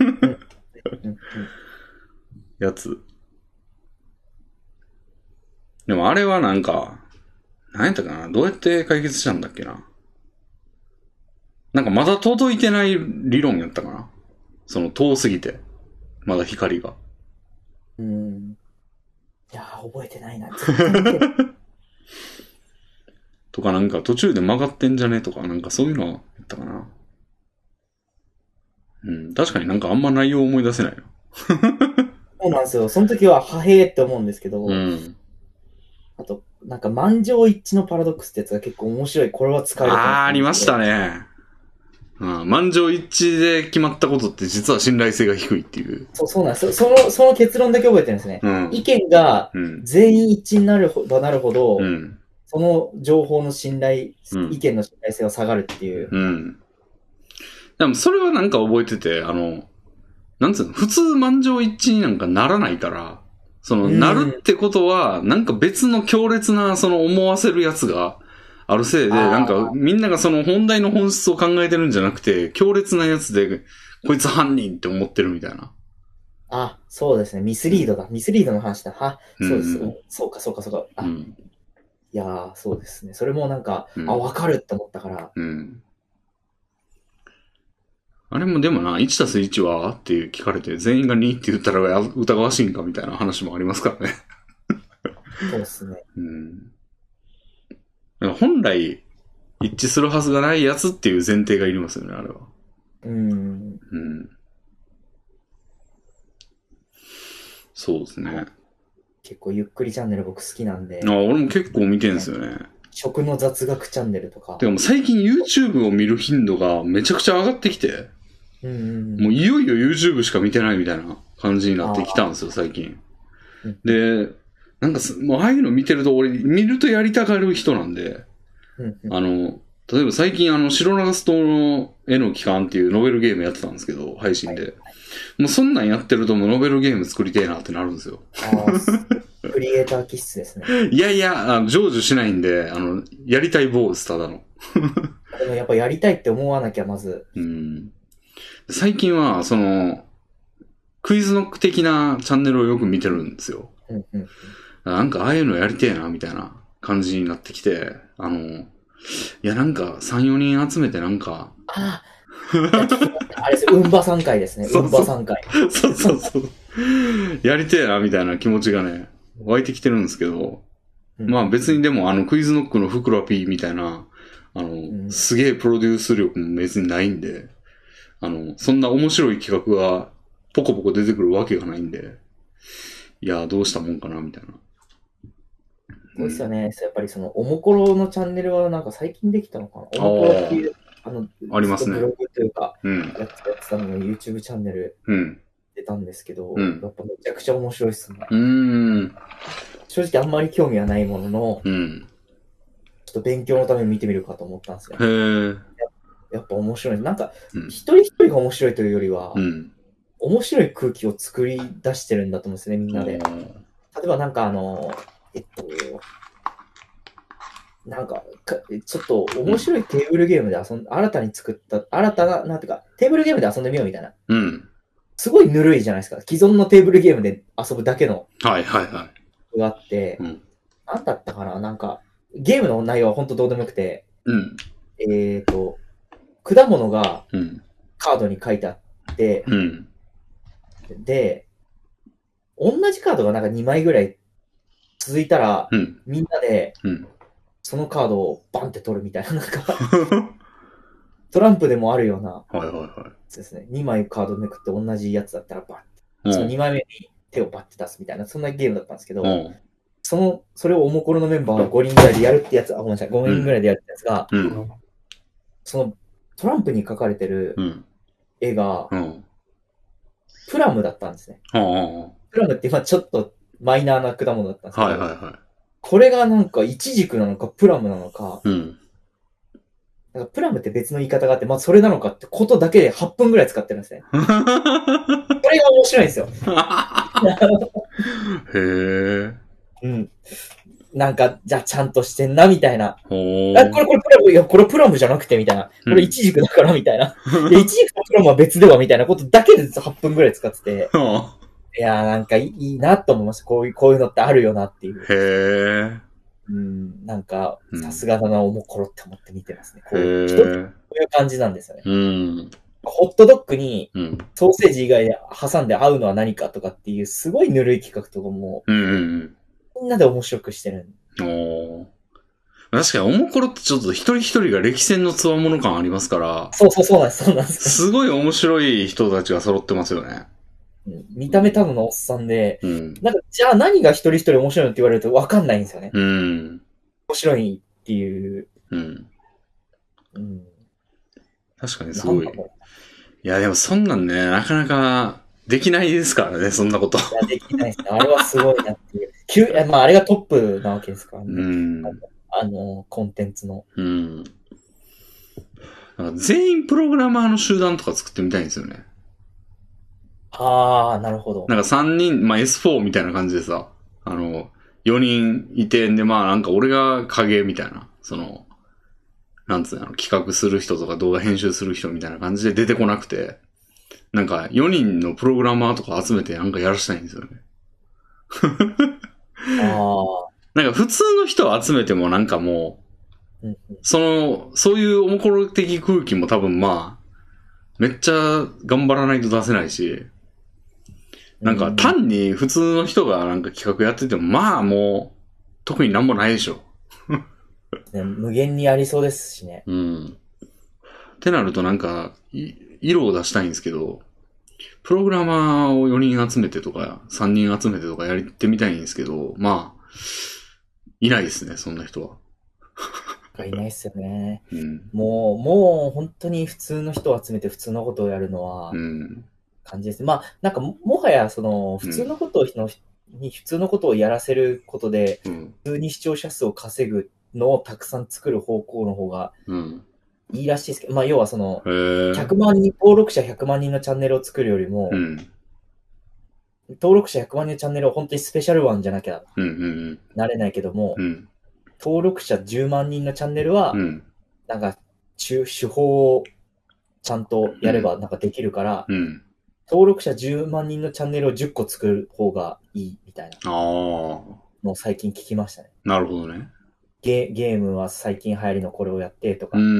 やつ。でもあれはなんか、何やったかな？どうやって解決したんだっけな？なんかまだ届いてない理論やったかな？その遠すぎて。まだ光が。 うん。いやー、覚えてないな。 とかなんか途中で曲がってんじゃねとかなんかそういうのやったかな。うん。確かになんかあんま内容思い出せないな。 そうなんですよ。その時は、はへーって思うんですけど、 うん。 あと、なんか満場一致のパラドックスってやつが結構面白い。これは使える。 あー、ありましたね。うん、満場一致で決まったことって実は信頼性が低いっていう。 そう、そうなんですよ。その、その結論だけ覚えてるんですね。うん、意見が全員一致になるほどなるほど、うん、その情報の信頼、うん、意見の信頼性は下がるっていう。 うん。でもそれはなんか覚えてて、あの、なんつうの、普通満場一致になんかならないから、その、なるってことは、なんか別の強烈な、その思わせるやつが、あるせいで、なんか、みんながその本題の本質を考えてるんじゃなくて、強烈なやつで、こいつ犯人って思ってるみたいな。 あ、そうですね。ミスリードだ。ミスリードの話だ。は、そうです。うん、そうか、そうか、そうか。あ、うん、いやー、そうですね。それもなんか、うん、あ、わかるって思ったから。うん。 あれもでもな、いちたすいちはって聞かれて、全員がにって言ったら疑わしいんかみたいな話もありますからね。 そうですね。うん。 本来、一致するはずがないやつっていう前提がいりますよね、あれは。うん。うん。そうですね。 結構ゆっくりチャンネル僕好きなんで。 ああ、俺も結構見てんすよね。 食の雑学チャンネルとか。 てかもう最近 YouTube を見る頻度がめちゃくちゃ上がってきて。うんうんうん、もういよいよ YouTube しか見てないみたいな感じになってきたんですよ、最近。で、なんかもうああいうの見てると俺見るとやりたがる人なんで、うんうん、あの、例えば最近あの、白長ス島の絵の期間っていうノベルゲームやってたんですけど、配信で。はい、もうそんなんやってるともうノベルゲーム作りてえなってなるんですよ。 あクリエイター気質ですね。 いやいや、あの成就しないんで、あの、やりたい坊主ただの。 でもやっぱやりたいって思わなきゃまず。 うん。最近は、その、クイズノック的なチャンネルをよく見てるんですよ。うんうん、なんかああいうのやりてえな、みたいな感じになってきて、あの、いやなんかさん、よにん集めてなんか、 ああ、あれです、うんばさんかいですね。うんばさんかい。 そうそうそう。やりてえな、みたいな気持ちがね、湧いてきてるんですけど、うん、まあ別にでもあのクイズノックのふくら P みたいな、あの、うん、すげえプロデュース力も別にないんで、あの、そんな面白い企画がポコポコ出てくるわけがないんで、いや、どうしたもんかな、みたいな。 そうですよね。やっぱりその、おもころのチャンネルはなんか最近できたのかな。おもころっていう、あの、 ありますね。 ブログというか、うん、やってやってたのの YouTube チャンネル出たんですけど、うん、やっぱめちゃくちゃ面白いっすね。うん、正直あんまり興味はないものの、うん、ちょっと勉強のために見てみるかと思ったんですよ。へー。やっぱ面白い。なんか、うん、一人一人が面白いというよりは、うん、面白い空気を作り出してるんだと思うんですね、みんなで。例えばなんかあの、えっと、なんか、かちょっと面白いテーブルゲームで遊んで、新たに作った、新たな、なんていうか、テーブルゲームで遊んでみようみたいな。うん。すごいぬるいじゃないですか。既存のテーブルゲームで遊ぶだけの。 はいはいはい。 があって、うん、なんだったかななんか、ゲームの内容は本当どうでもよくて、うん。えっと、果物がカードに書いてあって、うん、で、同じカードがなんかにまいぐらい続いたら、うん、みんなで、そのカードをバンって取るみたいな、なんか、トランプでもあるような、はいはいはい。ですね。にまいカードめくって同じやつだったらバンって。そのにまいめに手をバッて出すみたいな、そんなゲームだったんですけど、 うん、 その、それをおもころのメンバーがごにんぐらいでやるってやつ、あ、ごめんなさい、ごにんぐらいでやるってやつが、 うん、 そのトランプに描かれてる絵が、 うん、 プラムだったんですね。 うん、 プラムってまあちょっとマイナーな果物だったんですけど、 はいはいはい。 これがなんかイチジクなのかプラムなのか、 うん、 なんかプラムって別の言い方があって、まあそれなのかってことだけではっぷんぐらい使ってるんですね。これが面白いんですよ。 へー。 うん。なんか、じゃあちゃんとしてんな、みたいな。 ほあ、これ、これプラム、いや、これプラムじゃなくて、みたいな。これイチジクだから、みたいな。いや、イチジクとプラムは別では、みたいなことだけではっぷんぐらい使ってて。いやー、なんかいい、いいなと思いました。こういう、こういうのってあるよなっていう。 へー。 うん、なんか、さすがだな、おもころって思って見てますね。こうへいう、こういう感じなんですよね。 うん。 ホットドッグにうん、 ソーセージ以外で挟んで合うのは何かとかっていう、すごいぬるい企画とかも、 うんうんうん、 みんなで面白くしてる。 お確かに、おもころってちょっと一人一人が歴戦のつわもの感ありますから。 そうそうそうなんです、そうなんです。 すごい面白い人たちが揃ってますよね。 うん、見た目ただのおっさんで、 うん、 なんか、じゃあ何が一人一人面白いのって言われると分かんないんですよね。 うん。 面白いっていう。 うん。 うん、 確かにすごい。いや、でもそんなんね、なかなかできないですからね、そんなこと。いや、できないですね。あれはすごいなっていう。急まあ、あれがトップなわけですからね。 うん。 あの、コンテンツの。 うん。なんか全員プログラマーの集団とか作ってみたいんですよね。 ああ、なるほど。 なんかさんにん、まあ エスフォー みたいな感じでさ、あの、よにんいてんで、まあなんか俺が影みたいな、その、なんつうの、企画する人とか動画編集する人みたいな感じで出てこなくて、なんかよにんのプログラマーとか集めてなんかやらしたいんですよね。 ああ。 なんか普通の人を集めてもなんかもう、うん、その、そういうおもころ的空気も多分まあ、めっちゃ頑張らないと出せないし、なんか単に普通の人がなんか企画やっててもまあもう、特になんもないでしょ。 ね、無限にありそうですしね。 うん。ってなるとなんか、色を出したいんですけど、プログラマーをよにん集めてとか、さんにん集めてとかやってみたいんですけど、まあ、いないですね、そんな人は。 いないっすよね。 うん、 もう、もう本当に普通の人を集めて普通のことをやるのは、感じですね。まあ、なんかも、もはやその、普通のことを、のに普通のことをやらせることで、うん、普通に視聴者数を稼ぐのをたくさん作る方向の方が、いいらしいですけど、まあ、要はその、ひゃくまんにん、登録者ひゃくまんにんのチャンネルを作るよりも、うん、登録者ひゃくまんにんのチャンネルを本当にスペシャルワンじゃなきゃなれないけども、うんうん、登録者じゅうまんにんのチャンネルは、うん、なんか、手法をちゃんとやればなんかできるから、うんうん、登録者じゅうまんにんのチャンネルをじゅっこ作る方がいいみたいなのを最近聞きましたね。 なるほどね。 ゲ, ゲームは最近流行りのこれをやってとか、 うんうん、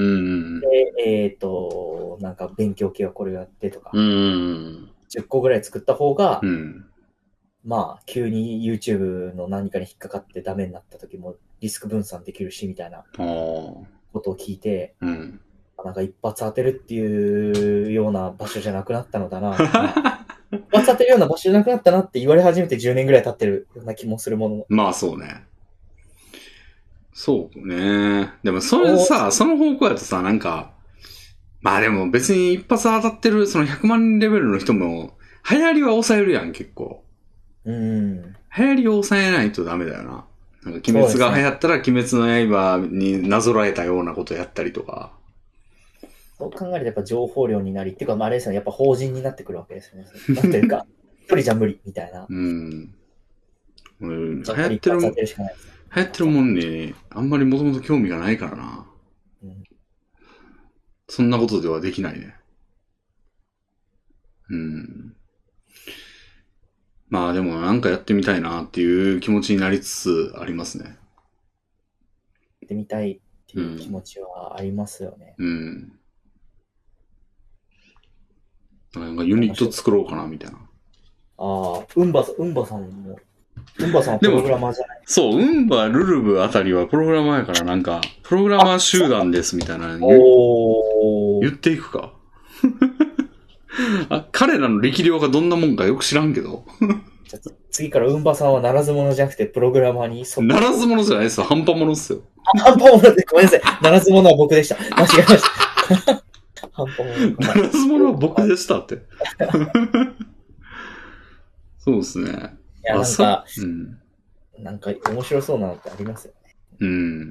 でえっ、ー、と、なんか勉強系はこれをやってとか、 うん、 じゅっこぐらい作った方が、 うん、 まあ、急に YouTube の何かに引っかかってダメになった時もリスク分散できるし、みたいなことを聞いて、うん、なんか一発当てるっていうような場所じゃなくなったのだな。一発当てるような場所じゃなくなったなって言われ始めてじゅうねんぐらい経ってるような気もするもの。 まあそうね。そうね。でもそれさ、その方向やとさ、なんか、まあでも別に一発当たってるそのひゃくまんにんレベルの人も、流行りは抑えるやん、結構。 うん。 流行りを抑えないとダメだよな。なんか鬼滅が流行ったら、鬼滅の刃になぞらえたようなことやったりとか。 そう考えるとやっぱ情報量になり、っていうか、まああれですよね、やっぱ法人になってくるわけですよね。なんていうか、一人じゃ無理、みたいな。 うん。うん、流行ってるもん、流行ってるもんに、あんまりもともと興味がないからな。うん。そんなことではできないね。うん。まあでもなんかやってみたいなっていう気持ちになりつつありますね。 やってみたいっていう気持ちはありますよね。 うん。うん、なんかユニット作ろうかなみたいな。 ああ、うんばさん、うんばさんも、うんばさんはプログラマーじゃない？ そう、うんば、ルルブあたりはプログラマーやからなんか、プログラマー集団ですみたいな言, 言っていくか。あ、彼らの力量がどんなもんかよく知らんけど。 次からウンバさんはならず者じゃなくてプログラマーにそならず者じゃないですよ。半端者っすよ。 半端者で、ごめんなさい。ならず者は僕でした。間違えました。半端者。 ならず者は僕でしたって。そうですね。 いや、なんか、うん、なんか面白そうなのってありますよね。 うん。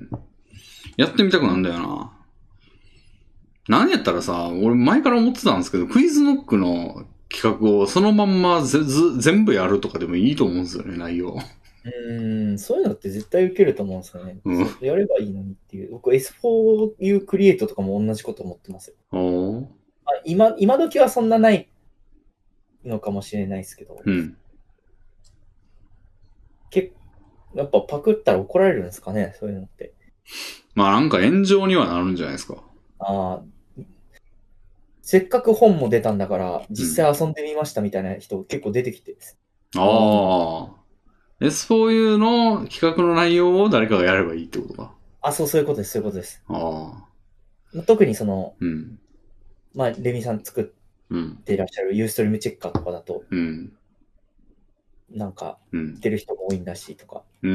やってみたくなんだよな。何やったらさ、俺前から思ってたんですけど、クイズノックの企画をそのまんまぜず全部やるとかでもいいと思うんですよね、内容。 うん、そういうのって絶対受けると思うんですよね。うん、やればいいのにっていう。僕 エスフォーユー クリエイトとかも同じこと思ってますよ。 お今、今時はそんなないのかもしれないですけど。 うん。 結やっぱパクったら怒られるんですかね、そういうのって。 まあなんか炎上にはなるんじゃないですか。 ああ。せっかく本も出たんだから、実際遊んでみましたみたいな人結構出てきてです。 うん、ああ。エスフォーユー の企画の内容を誰かがやればいいってことか。 あ、そう、そういうことです、そういうことです。 ああ。特にその、 うん。 まあ、レミさん作っていらっしゃるユーストリームチェッカーとかだと、 うん。 なんか、出る人も多いんだしとか、 うん。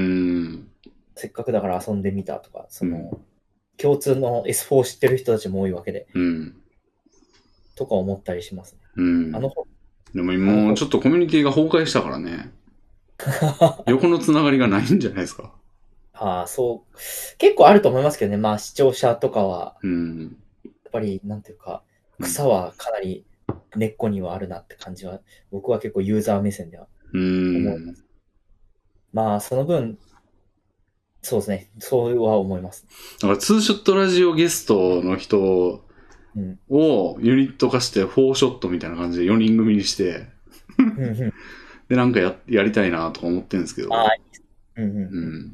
せっかくだから遊んでみたとか、その、うん、共通の エスフォー 知ってる人たちも多いわけで、 うん。 とか思ったりしますね。 うん。あのでも今、ちょっとコミュニティが崩壊したからね。横のつながりがないんじゃないですか。 ああ、そう。結構あると思いますけどね。まあ視聴者とかは、 うん、 やっぱり、なんていうか、草はかなり根っこにはあるなって感じは、僕は結構ユーザー目線では思います。まあ、その分、そうですね。そうは思います。 だからツーショットラジオゲストの人をユニット化してフォーショットみたいな感じでよにん組にして、で、なんか や, やりたいなとか思ってるんですけど。 ああ、うんうん。うん、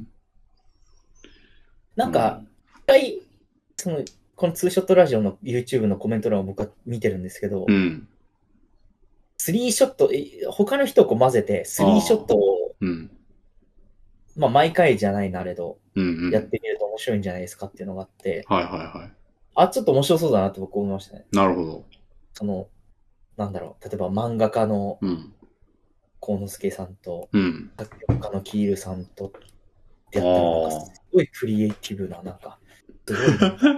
なんか、一回、その、このツーショットラジオの YouTube のコメント欄を僕は見てるんですけど、 うん、 スリーショット、他の人をこう混ぜて、スリーショットを、 うん、 まあ毎回じゃないなれど、 うんうん、 やってみると面白いんじゃないですかっていうのがあって、 はいはいはい。 あ、ちょっと面白そうだなって僕思いましたね。 なるほど。 その、なんだろう、例えば漫画家の、 うん幸之助さんと、 うん、 作曲家のキールさんとってやったらなんかすごいクリエイティブな、なんか、すごい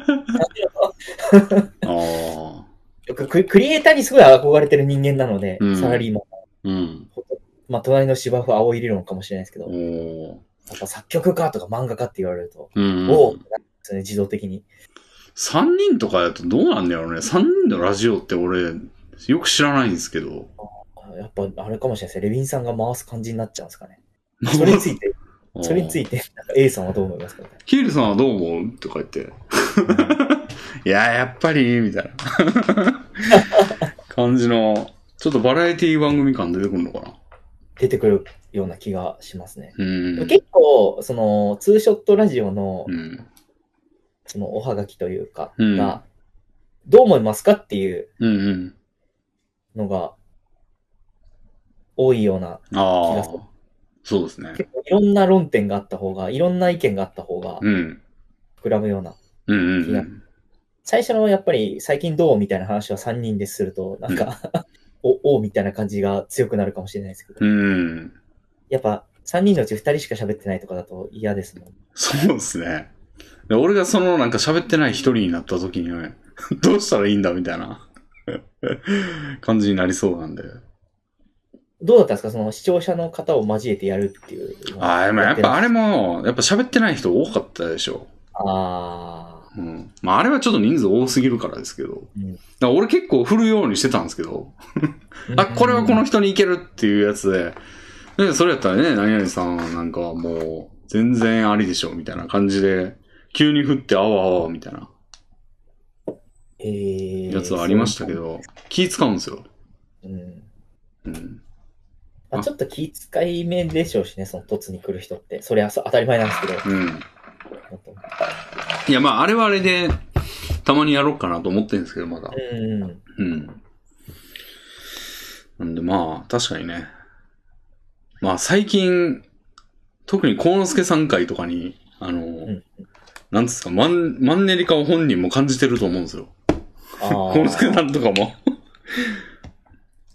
あク, クリエイターにすごい憧れてる人間なので、うん、サラリーマン、うん、 まあ隣の芝生青い理論かもしれないですけど、やっぱ作曲家とか漫画家って言われると、 うん、 おおってなるんですね、自動的に。 さんにんとかだとどうなんだろうね。さんにんのラジオって俺、よく知らないんですけど。 やっぱあれかもしれないですね。レビンさんが回す感じになっちゃうんですかね。それについて、それについて、なんか A さんはどう思いますかね。 ヒールさんはどう思うとか言って。いや、やっぱり、みたいな感じの、ちょっとバラエティ番組感出てくるのかな。 出てくるような気がしますね。 うん、 結構、その、ツーショットラジオの、 うん、 その、おはがきというか、 うん、 が、どう思いますかっていうのが、多いような気がする。 そうですね。 結構いろんな論点があった方が、いろんな意見があった方が、膨らむような気が、うんうんうん、最初のやっぱり最近どうみたいな話はさんにんですると、なんか、うん、お、おみたいな感じが強くなるかもしれないですけど、 うん、 やっぱさんにんのうちふたりしか喋ってないとかだと嫌ですもん。 そうですね。で俺がそのなんか喋ってない一人になった時にね、どうしたらいいんだみたいな感じになりそうなんで。 どうだったんですかその視聴者の方を交えてやるっていう。 ああ、でもやっぱあれも、やっぱ喋ってない人多かったでしょ。 ああ。 うん。まああれはちょっと人数多すぎるからですけど。うん、だから俺結構振るようにしてたんですけど。あ、これはこの人にいけるっていうやつで。で、それやったらね、何々さんなんかはもう全然ありでしょみたいな感じで、急に振ってあわあわみたいな。 えー、 やつはありましたけど、気使うんですよ。 うん。 うん。 まあ、ちょっと気遣いめでしょうしね、その突に来る人って。それは当たり前なんですけど。 うん。いや、まあ、あれはあれで、たまにやろうかなと思ってるんですけど、まだ。 うん。 うん。なんで、まあ、確かにね。まあ、最近、特に幸之助さん回とかに、あの、うん、なんですか、マン、マンネリ化を本人も感じてると思うんですよ。幸之助さんとかも。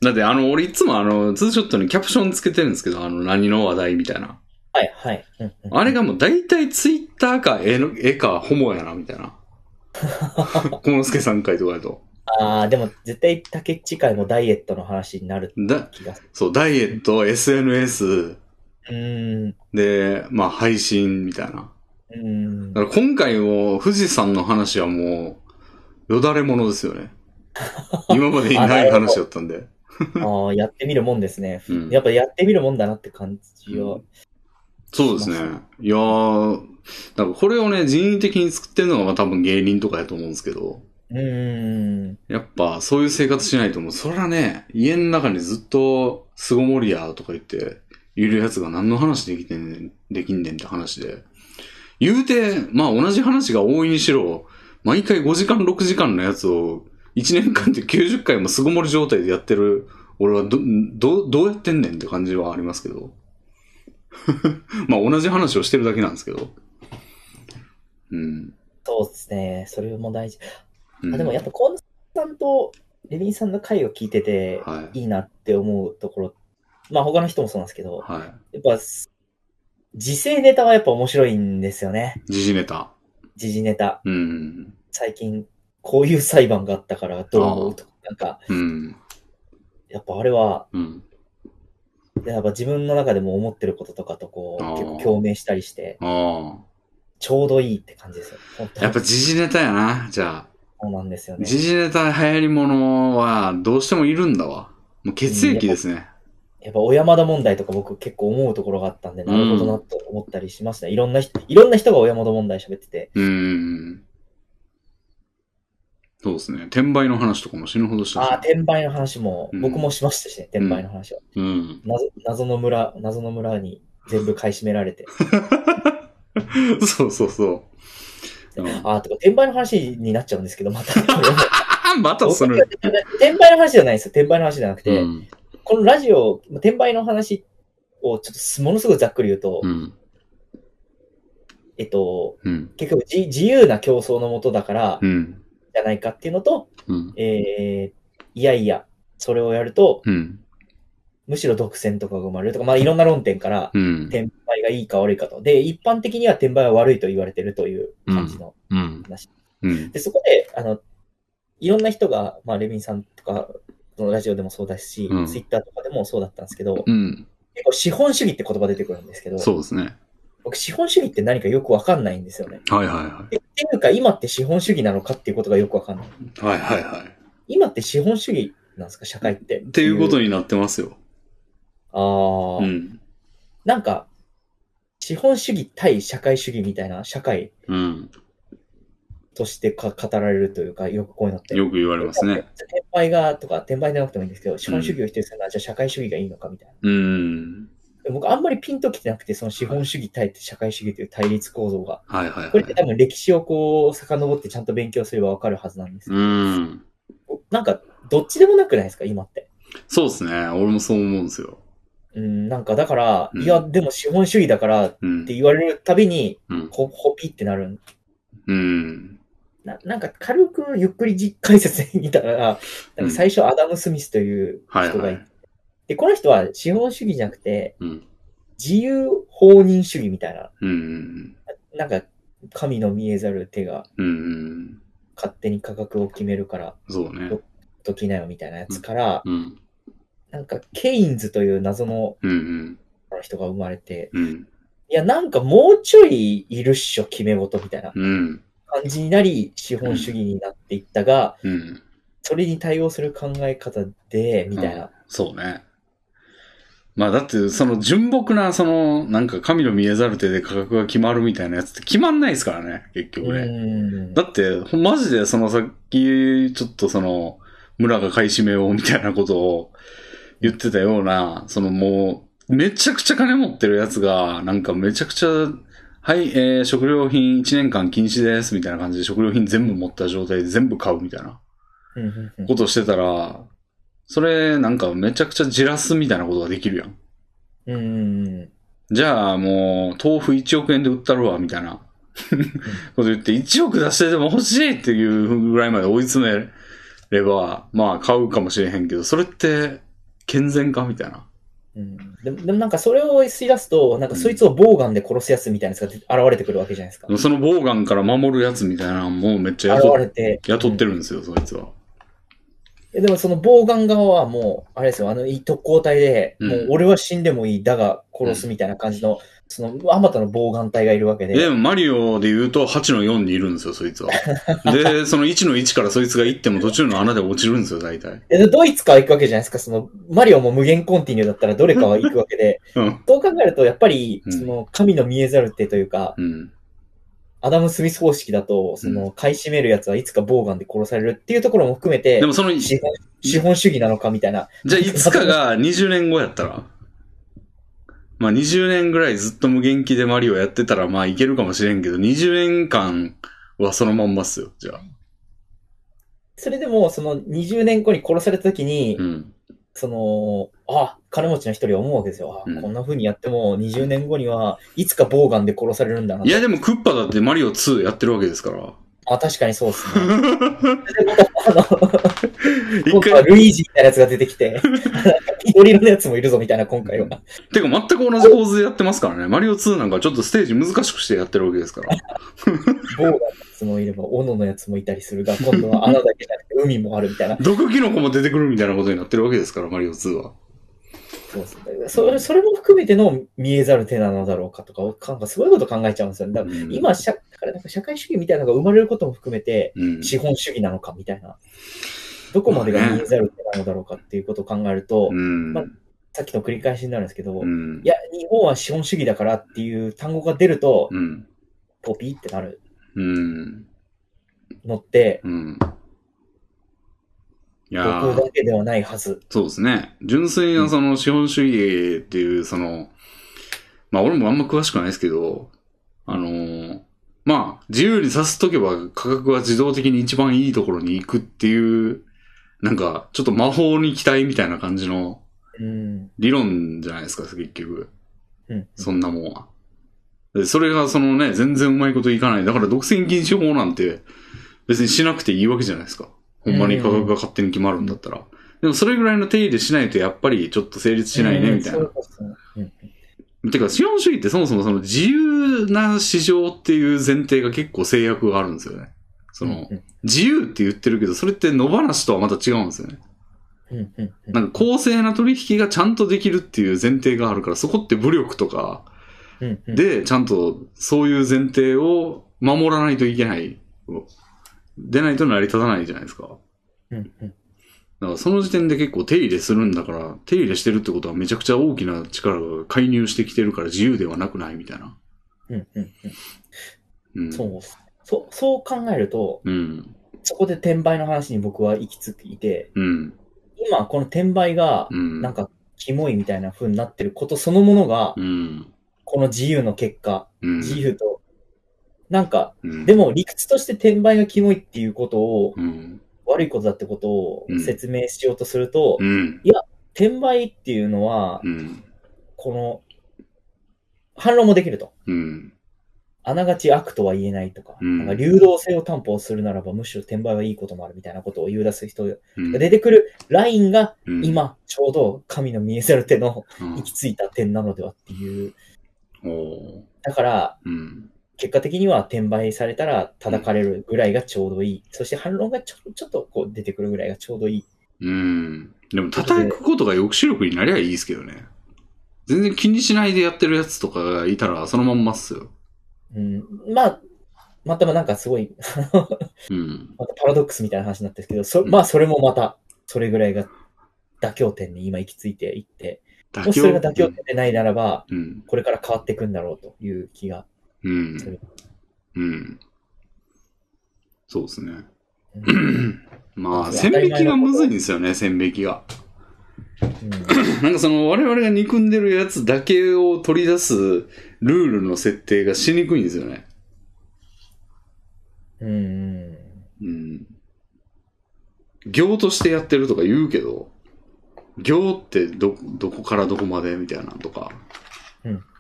だってあの、俺いつもあの、ツーショットにキャプションつけてるんですけど、あの、何の話題みたいな。 はい、はい。うんうん、 あれがもう大体ツイッターか絵の、絵かホモやな、みたいな。コモノスケさん回とかだと。 ああ、でも絶対竹内会もダイエットの話になる気がする。 そう、ダイエット、エスエヌエス、 うーんで、まあ配信みたいな。 うーんだから今回も富士山の話はもう、よだれものですよね。今までにない話だったんで。 ああ、やってみるもんですね、うん。やっぱやってみるもんだなって感じは、うん。 そうですね。いやー、だからこれをね、人為的に作ってるのが多分芸人とかやと思うんですけど。 うーん。 やっぱそういう生活しないともう、それはね、家の中にずっと巣ごもりやとか言って、いるやつが何の話できてんねん、できんねんって話で。言うて、まあ同じ話が多いにしろ、毎回ごじかん、ろくじかんのやつを、いちねんかんできゅうじゅっかいも巣ごもり状態でやってる、俺はど、ど、どうやってんねんって感じはありますけど。まあ同じ話をしてるだけなんですけど。うん。 そうですね。それも大事。うん、あでもやっぱコンさんとレビンさんの回を聞いてて、いいなって思うところ、はい、まあ他の人もそうなんですけど、はい、やっぱ、時事ネタはやっぱ面白いんですよね。 時事ネタ。 時事ネタ。 うん。 最近、こういう裁判があったからどう思うとか、なんか、 うん、 やっぱあれは、 うん、 やっぱ自分の中でも思ってることとかとこう、結構共鳴したりして、ちょうどいいって感じですよ。 本当にやっぱ時事ネタやな、じゃあ。 そうなんですよね。 時事ネタ流行り物はどうしてもいるんだわ。もう血液ですね。 やっぱ小山田問題とか僕結構思うところがあったんで、なるほどなと思ったりしますね。うん、いろんな人、いろんな人が小山田問題喋ってて。 うん。そうですね。転売の話とかも死ぬほどしたし、 ね。ああ、転売の話も、僕もしましたしね、うん、転売の話は。 うん。 謎、謎の村、謎の村に全部買い占められて。 そうそうそう。 うん、ああ、とか、転売の話になっちゃうんですけど、また。 またそれ。 転売の話じゃないですよ。転売の話じゃなくて、うん、このラジオ、転売の話をちょっとものすごくざっくり言うと、うん、えっと、うん、結局自、自由な競争のもとだから、うん、じゃないかっていうのと、うん、えー、いやいや、それをやると、うん、むしろ独占とかが生まれるとか、まあいろんな論点から、転売がいいか悪いかと。で、一般的には転売は悪いと言われてるという感じの話。うんうん、で、そこで、あの、いろんな人が、まあ、レビンさんとか、そのラジオでもそうだし、うん、ツイッターとかでもそうだったんですけど、うん、結構資本主義って言葉出てくるんですけど、 そうですね。 僕、資本主義って何かよくわかんないんですよね。 はいはいはい。 っていうか、今って資本主義なのかっていうことがよくわかんない。 はいはいはい。 今って資本主義なんですか、社会って。 っていうことになってますよ。 ああ、うん。なんか、資本主義対社会主義みたいな社会。うん。としてか語られるというか、よくこういうのって。 よく言われますね。 転売が、とか、転売じゃなくてもいいんですけど、資本主義を否定するのは、うん、じゃあ社会主義がいいのかみたいな。うん。僕、あんまりピンときてなくて、その資本主義対社会主義という対立構造が。 はいはいはい。 これって多分歴史をこう、遡ってちゃんと勉強すればわかるはずなんですけど。うん。なんか、どっちでもなくないですか、今って。 そうですね。俺もそう思うんですよ。 うん、なんか、だから、うん、いや、でも資本主義だからって言われるたびに、うん、ほ、ほぴってなる。 うん。 な, なんか軽くゆっくり実解説見たら、なんか最初アダム・スミスという人がいて、うんはいはい、で、この人は資本主義じゃなくて、うん、自由放任主義みたいな、うん、なんか神の見えざる手が、勝手に価格を決めるから、 そうね。 どきなよみたいなやつから、うんうん、なんかケインズという謎の人が生まれて、うんうん、いや、なんかもうちょいいるっしょ、決め事みたいな。うん感じになり、資本主義になっていったが、うん、それに対応する考え方で、みたいな、うん。 そうね。まあだって、その純朴な、その、なんか神の見えざる手で価格が決まるみたいなやつって決まんないですからね、結局ね。うんだって、マジでそのさっき、ちょっとその、村が買い占めようみたいなことを言ってたような、そのもう、めちゃくちゃ金持ってるやつが、なんかめちゃくちゃ、はい、えー、食料品いちねんかん禁止です、みたいな感じで食料品全部持った状態で全部買うみたいなことしてたら、それなんかめちゃくちゃじらすみたいなことができるやん。 うん。 じゃあもう、豆腐いちおくえんで売ったるわ、みたいなこと言って、いちおく出してでも欲しいっていうぐらいまで追い詰めれば、まあ買うかもしれへんけど、それって健全かみたいな。 うん、でも、でもなんかそれをし出すと、なんかそいつをボウガンで殺すやつみたいなやつが現れてくるわけじゃないですか。 そのボウガンから守るやつみたいなのもめっちゃ雇現れて雇ってるんですよ、うん、そいつは。 でもそのボウガン側はもう、あれですよ、あの特攻隊で、うん、もう俺は死んでもいい、だが殺すみたいな感じの、うん、その、あまたのボウガン隊がいるわけで。 でもマリオで言うとはちのよんにいるんですよ、そいつは。で、そのいちのいちからそいつが行っても途中の穴で落ちるんですよ、大体。 で、ドイツから行くわけじゃないですか。その、マリオも無限コンティニューだったらどれかは行くわけで。うん、そう考えると、やっぱり、その、神の見えざる手というか、うん、アダム・スミス方式だと、その、買い占めるやつはいつかボウガンで殺されるっていうところも含めて、 でもその、 資本、資本主義なのかみたいな。 じゃあいつかがにじゅうねんごやったらまあにじゅうねんぐらいずっと無限期でマリオやってたらまあいけるかもしれんけど、にじゅうねんかんはそのまんまっすよ、じゃあ。 それでも、そのにじゅうねんごに殺された時に、うん、その、あ、金持ちの一人は思うわけですよ。あ、うん、こんな風にやってもにじゅうねんごにはいつかボウガンで殺されるんだな。 いやでもクッパだってマリオツーやってるわけですから。 あ、確かにそうですね。でも、あの、今回はルイージみたいなやつが出てきて、緑色のやつもいるぞみたいな、今回は。 てか、全く同じ構図でやってますからね。マリオツーなんかちょっとステージ難しくしてやってるわけですから。 ボウガンのやつもいれば、斧のやつもいたりするが、今度は穴だけじゃなくて海もあるみたいな。 毒キノコも出てくるみたいなことになってるわけですから、マリオツーは。 そうですね。それ、それも含めての見えざる手なのだろうかとか、なんかすごいこと考えちゃうんですよね。だから今、社、だからなんか社会主義みたいなのが生まれることも含めて、資本主義なのかみたいな。どこまでが見えざる手なのだろうかっていうことを考えると、まあ、さっきの繰り返しになるんですけど、いや、日本は資本主義だからっていう単語が出ると、ポピーってなるのって、いや僕だけではないはず。 そうですね。純粋なその資本主義っていう、その、まあ俺もあんま詳しくないですけど、あのー、まあ自由にさせとけば価格は自動的に一番いいところに行くっていう、なんかちょっと魔法に期待みたいな感じの理論じゃないですか、結局。うん、そんなもんは。でそれがそのね、全然うまいこといかない。だから独占禁止法なんて別にしなくていいわけじゃないですか。ほんまに価格が勝手に決まるんだったら。でもそれぐらいの手入れしないとやっぱりちょっと成立しないね、みたいな。てか、資本主義ってそもそもその自由な市場っていう前提が結構制約があるんですよね。その、自由って言ってるけど、それって野放しとはまた違うんですよね。なんか公正な取引がちゃんとできるっていう前提があるから、そこって武力とかでちゃんとそういう前提を守らないといけない。出ないと成り立たないじゃないですか。うんうん、だからその時点で結構手入れするんだから、手入れしてるってことはめちゃくちゃ大きな力が介入してきてるから自由ではなくないみたいな。うんうんうんうん、そうそ。そう考えると、うん、そこで転売の話に僕は行き着いて、うん、今この転売がなんかキモいみたいな風になってることそのものが、うん、この自由の結果、うん、自由となんか、うん、でも理屈として転売がキモいっていうことを、うん、悪いことだってことを説明しようとすると、うん、いや、転売っていうのは、うん、この、反論もできると。うん、あながち悪とは言えないとか、うん、なんか流動性を担保するならば、むしろ転売はいいこともあるみたいなことを言い出す人が出てくるラインが、今、ちょうど神の見えざる手の行き着いた点なのではっていう。だから、うん結果的には転売されたら叩かれるぐらいがちょうどいい。うん、そして反論がちょちょっとこう出てくるぐらいがちょうどいい。 うん。でも叩くことが抑止力になりゃいいですけどね。全然気にしないでやってるやつとかがいたらそのまんまっすよ。 うん。まあ、またなんかすごい、うん、またパラドックスみたいな話になってるんですけど、そまあそれもまた、それぐらいが妥協点に今行き着いていって、もしそれが妥協点でないならば、うん、これから変わっていくんだろうという気が。うん。 うん。そうですね。うん、まあ、線引きがむずいんですよね、線引きが。うん、なんかその、我々が憎んでるやつだけを取り出すルールの設定がしにくいんですよね。うん。うん。行としてやってるとか言うけど、行ってど、どこからどこまでみたいなのとか。うんうん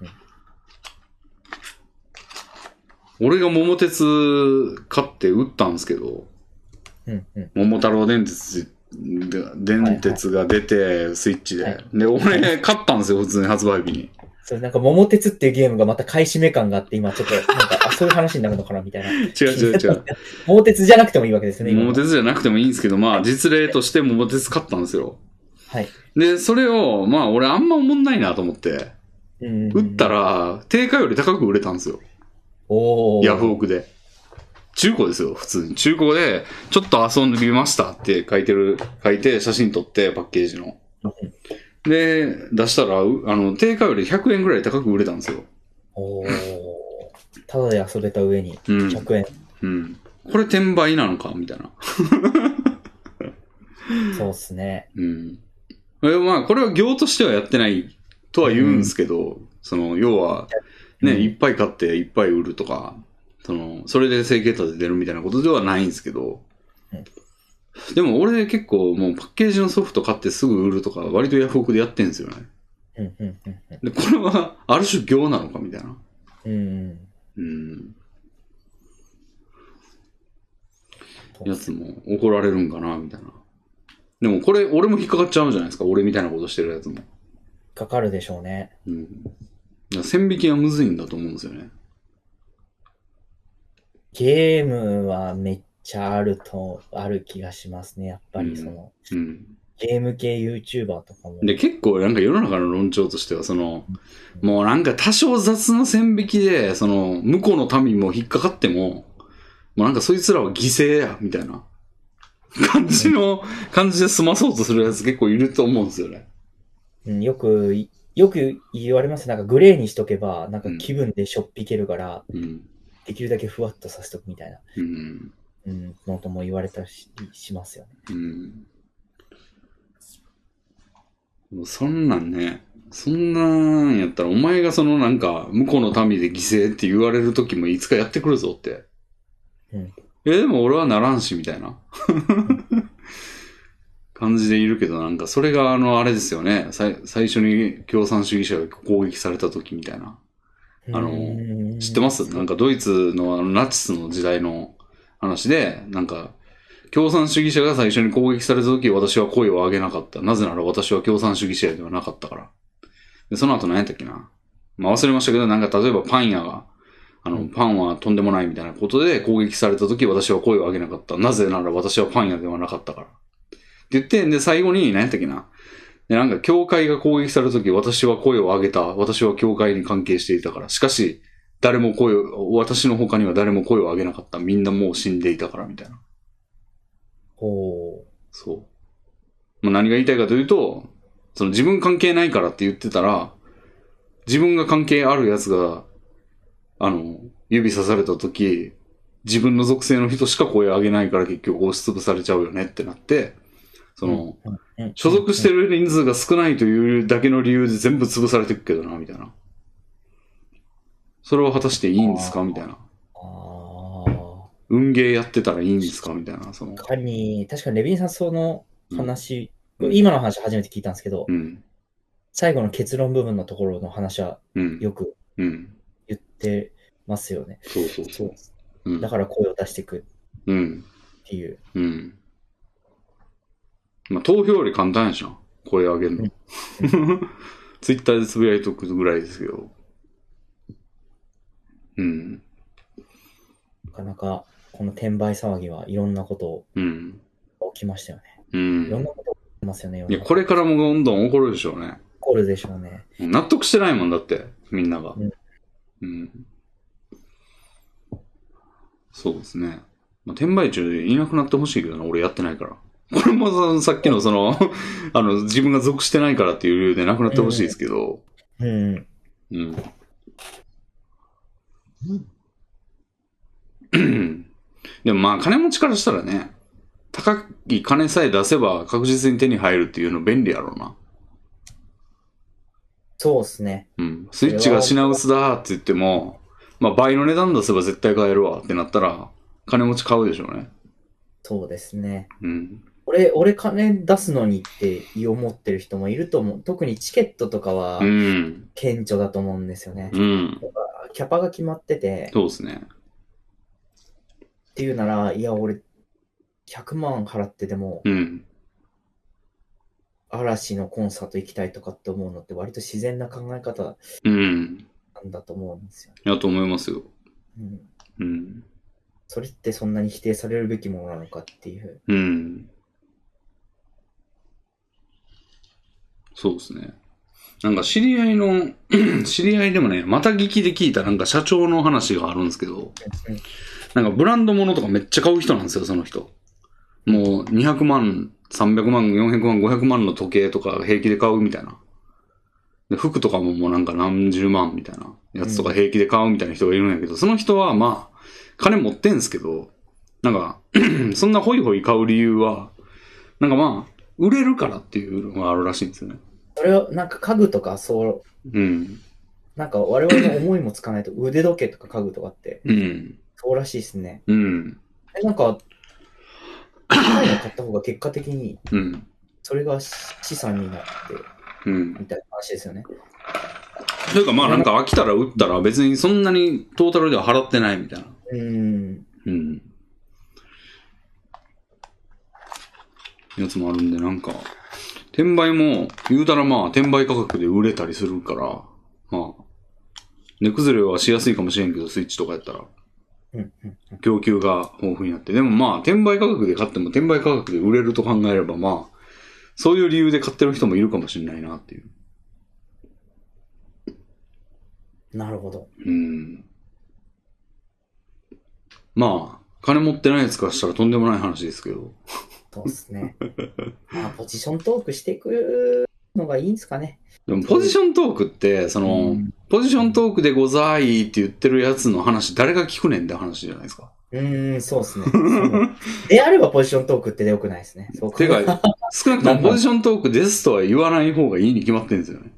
俺が桃鉄買って売ったんですけど、うんうん、桃太郎電鉄電鉄が出て、スイッチで。はいはい、で、俺、買ったんですよ、普通に発売日に。 そう、なんか、桃鉄っていうゲームがまた買い占め感があって、今ちょっと、なんか、あ、そういう話になるのかな、みたいな。違う違う違う。 桃鉄じゃなくてもいいわけですね、 桃鉄じゃなくてもいいんですけど、まあ、実例として桃鉄買ったんですよ。 はい。 で、それを、まあ、俺あんま思んないなと思って、うん、売ったら、定価より高く売れたんですよ。 おー。 ヤフオクで。中古ですよ、普通に。中古で、ちょっと遊んでみましたって書いてる、書いて、写真撮って、パッケージの。で、出したら、あの、定価よりひゃくえんぐらい高く売れたんですよ。 おー。ただで遊べた上に、ひゃくえん。 うん。うん。これ転売なのかみたいな。 そうっすね。 うん。まあ、これは業としてはやってないとは言うんですけど、うん、その、要は、ね、うん、いっぱい買っていっぱい売るとか、その、それで生計立ててるみたいなことではないんですけど、うん、でも俺結構もうパッケージのソフト買ってすぐ売るとか割とヤフオクでやってんですよね。 うんうんうんうん、 で、これはある種業なのかみたいな。 うん。 うん。やつも怒られるんかなみたいな。でもこれ俺も引っかかっちゃうじゃないですか。俺みたいなことしてるやつも。 かかるでしょうね。 うん。線引きはむずいんだと思うんですよね。 ゲームはめっちゃあると、ある気がしますね。やっぱりその、 うんうん、 ゲーム系 YouTuber とかも。 で、結構なんか世の中の論調としては、その、うん、もうなんか多少雑な線引きで、その、向こうの民も引っかかっても、もうなんかそいつらは犠牲や、みたいな感じの、うん、感じで済まそうとするやつ結構いると思うんですよね。 うん、よく、よく言われます。なんかグレーにしとけば、なんか気分でしょっぴけるから、うん、できるだけふわっとさせとくみたいな、うんうん、のとも言われたり し, しますよね。 うん、そんなんね、そんなんやったらお前がそのなんか向こうの民で犠牲って言われる時もいつかやってくるぞって。うん、え、でも俺はならんしみたいな感じでいるけど、なんかそれがあのあれですよね。最初に共産主義者が攻撃された時みたいな。あの、知ってます？なんかドイツのあのナチスの時代の話で、なんか、共産主義者が最初に攻撃された時私は声を上げなかった。なぜなら私は共産主義者ではなかったから。で、その後何やったっけな。まあ忘れましたけど、なんか例えばパン屋が、あの、パンはとんでもないみたいなことで攻撃された時私は声を上げなかった。なぜなら私はパン屋ではなかったから。って言って、で、最後に何やったっけな。で、なんか、教会が攻撃されたとき、私は声を上げた。私は教会に関係していたから。しかし、誰も声を、私の他には誰も声を上げなかった。みんなもう死んでいたから、みたいな。 ほう。 そう。まあ、何が言いたいかというと、その自分関係ないからって言ってたら、自分が関係あるやつが、あの、指さされたとき、自分の属性の人しか声を上げないから結局押しつぶされちゃうよねってなって、その、うんうん、所属してる人数が少ないというだけの理由で全部潰されていくけどな、みたいな。それは果たしていいんですかみたいな。運ゲーやってたらいいんですかみたいな。その確かに、確かにレビンさんその話、うん、今の話初めて聞いたんですけど、うん、最後の結論部分のところの話はよく言ってますよね。 うん、そうそうそう。 うん、だから声を出していくっていう。 うんうんまあ、投票より簡単やしな。声上げるの。ツイッターでつぶやいとくぐらいですけど。うん。 なかなか、この転売騒ぎはいろんなことが起きましたよね。 うん。 いろんなこと起きますよね。 いや、これからもどんどん起こるでしょうね。 起こるでしょうね。 納得してないもんだって、みんなが。うん。うん、そうですね。まあ、転売中いなくなってほしいけどな、俺やってないから。これもさっきのその、あの、自分が属してないからっていう理由でなくなってほしいですけど。 うん。 うん。でもまあ、金持ちからしたらね、高い金さえ出せば確実に手に入るっていうの便利やろうな。 そうですね。 うん。スイッチが品薄だって言っても、まあ倍の値段出せば絶対買えるわってなったら、金持ち買うでしょうね。 そうですね。 うん。 俺、俺金出すのにって思ってる人もいると思う。特にチケットとかは、顕著だと思うんですよね。 うん。 キャパが決まってて。 そうですね。 っていうなら、いや、俺、ひゃくまん払ってでも、 うん、 嵐のコンサート行きたいとかって思うのって割と自然な考え方なんだと思うんですよ。 うん。やと思いますよ。 うん。 うん。 それってそんなに否定されるべきものなのかっていう。 うん。そうですね。なんか知り合いの、知り合いでもね、また聞きで聞いたなんか社長の話があるんですけど、うん、なんかブランド物とかめっちゃ買う人なんですよ、その人。もうにひゃくまん、さんびゃくまん、よんひゃくまん、ごひゃくまんの時計とか平気で買うみたいな。で服とかももうなんか何十万みたいなやつとか平気で買うみたいな人がいるんやけど、うん、その人はまあ、金持ってんすけど、なんか、そんなホイホイ買う理由は、なんかまあ、売れるからっていうのがあるらしいんですよね。 それをなんか家具とかそう、うん。なんか我々の思いもつかないと腕時計とか家具とかって、うん。そうらしいですね。うん。え、なんか、高いの買った方が結果的に、うん。それが資産になって、うん。みたいな話ですよね。 というかまあなんか飽きたら売ったら別にそんなにトータルでは払ってないみたいな。うん。うん。やつもあるんでなんか、転売も言うたらまあ転売価格で売れたりするから、まあ、値崩れはしやすいかもしれんけど、スイッチとかやったら。うんうんうん、供給が豊富になって。でもまあ、転売価格で買っても転売価格で売れると考えればまあ、そういう理由で買ってる人もいるかもしれないなっていう。 なるほど。 うん。まあ、金持ってないやつからしたらとんでもない話ですけど。 そうですね。まあ、ポジショントークしていくのがいいんですかね。 でもポジショントークって、その、うん、ポジショントークでございって言ってるやつの話、誰が聞くねんって話じゃないですか。 うーん、そうですね。であればポジショントークって良くないですね。そうか。 てか、少なくともポジショントークですとは言わない方がいいに決まってるんですよね。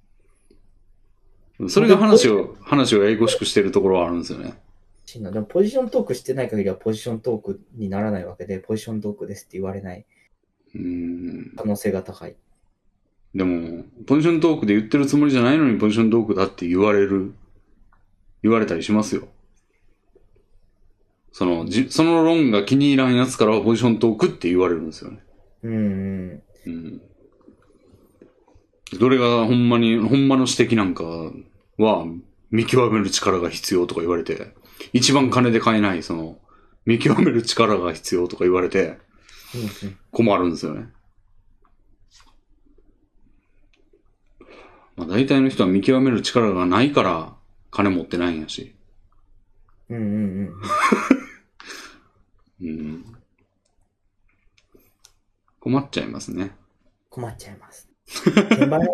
それが話を、話をややこしくしてるところはあるんですよね。 でもポジショントークしてない限りはポジショントークにならないわけで、ポジショントークですって言われない可能性が高い。 でも、ポジショントークで言ってるつもりじゃないのにポジショントークだって言われる、言われたりしますよ。その、じその論が気に入らんやつからはポジショントークって言われるんですよね。うん。うん。どれがほんまに、ほんまの指摘なんかは見極める力が必要とか言われて、一番金で買えない、その、見極める力が必要とか言われて、困るんですよね。まあ大体の人は見極める力がないから金持ってないんやし。うんうんうん。うん。困っちゃいますね。 困っちゃいます。転売の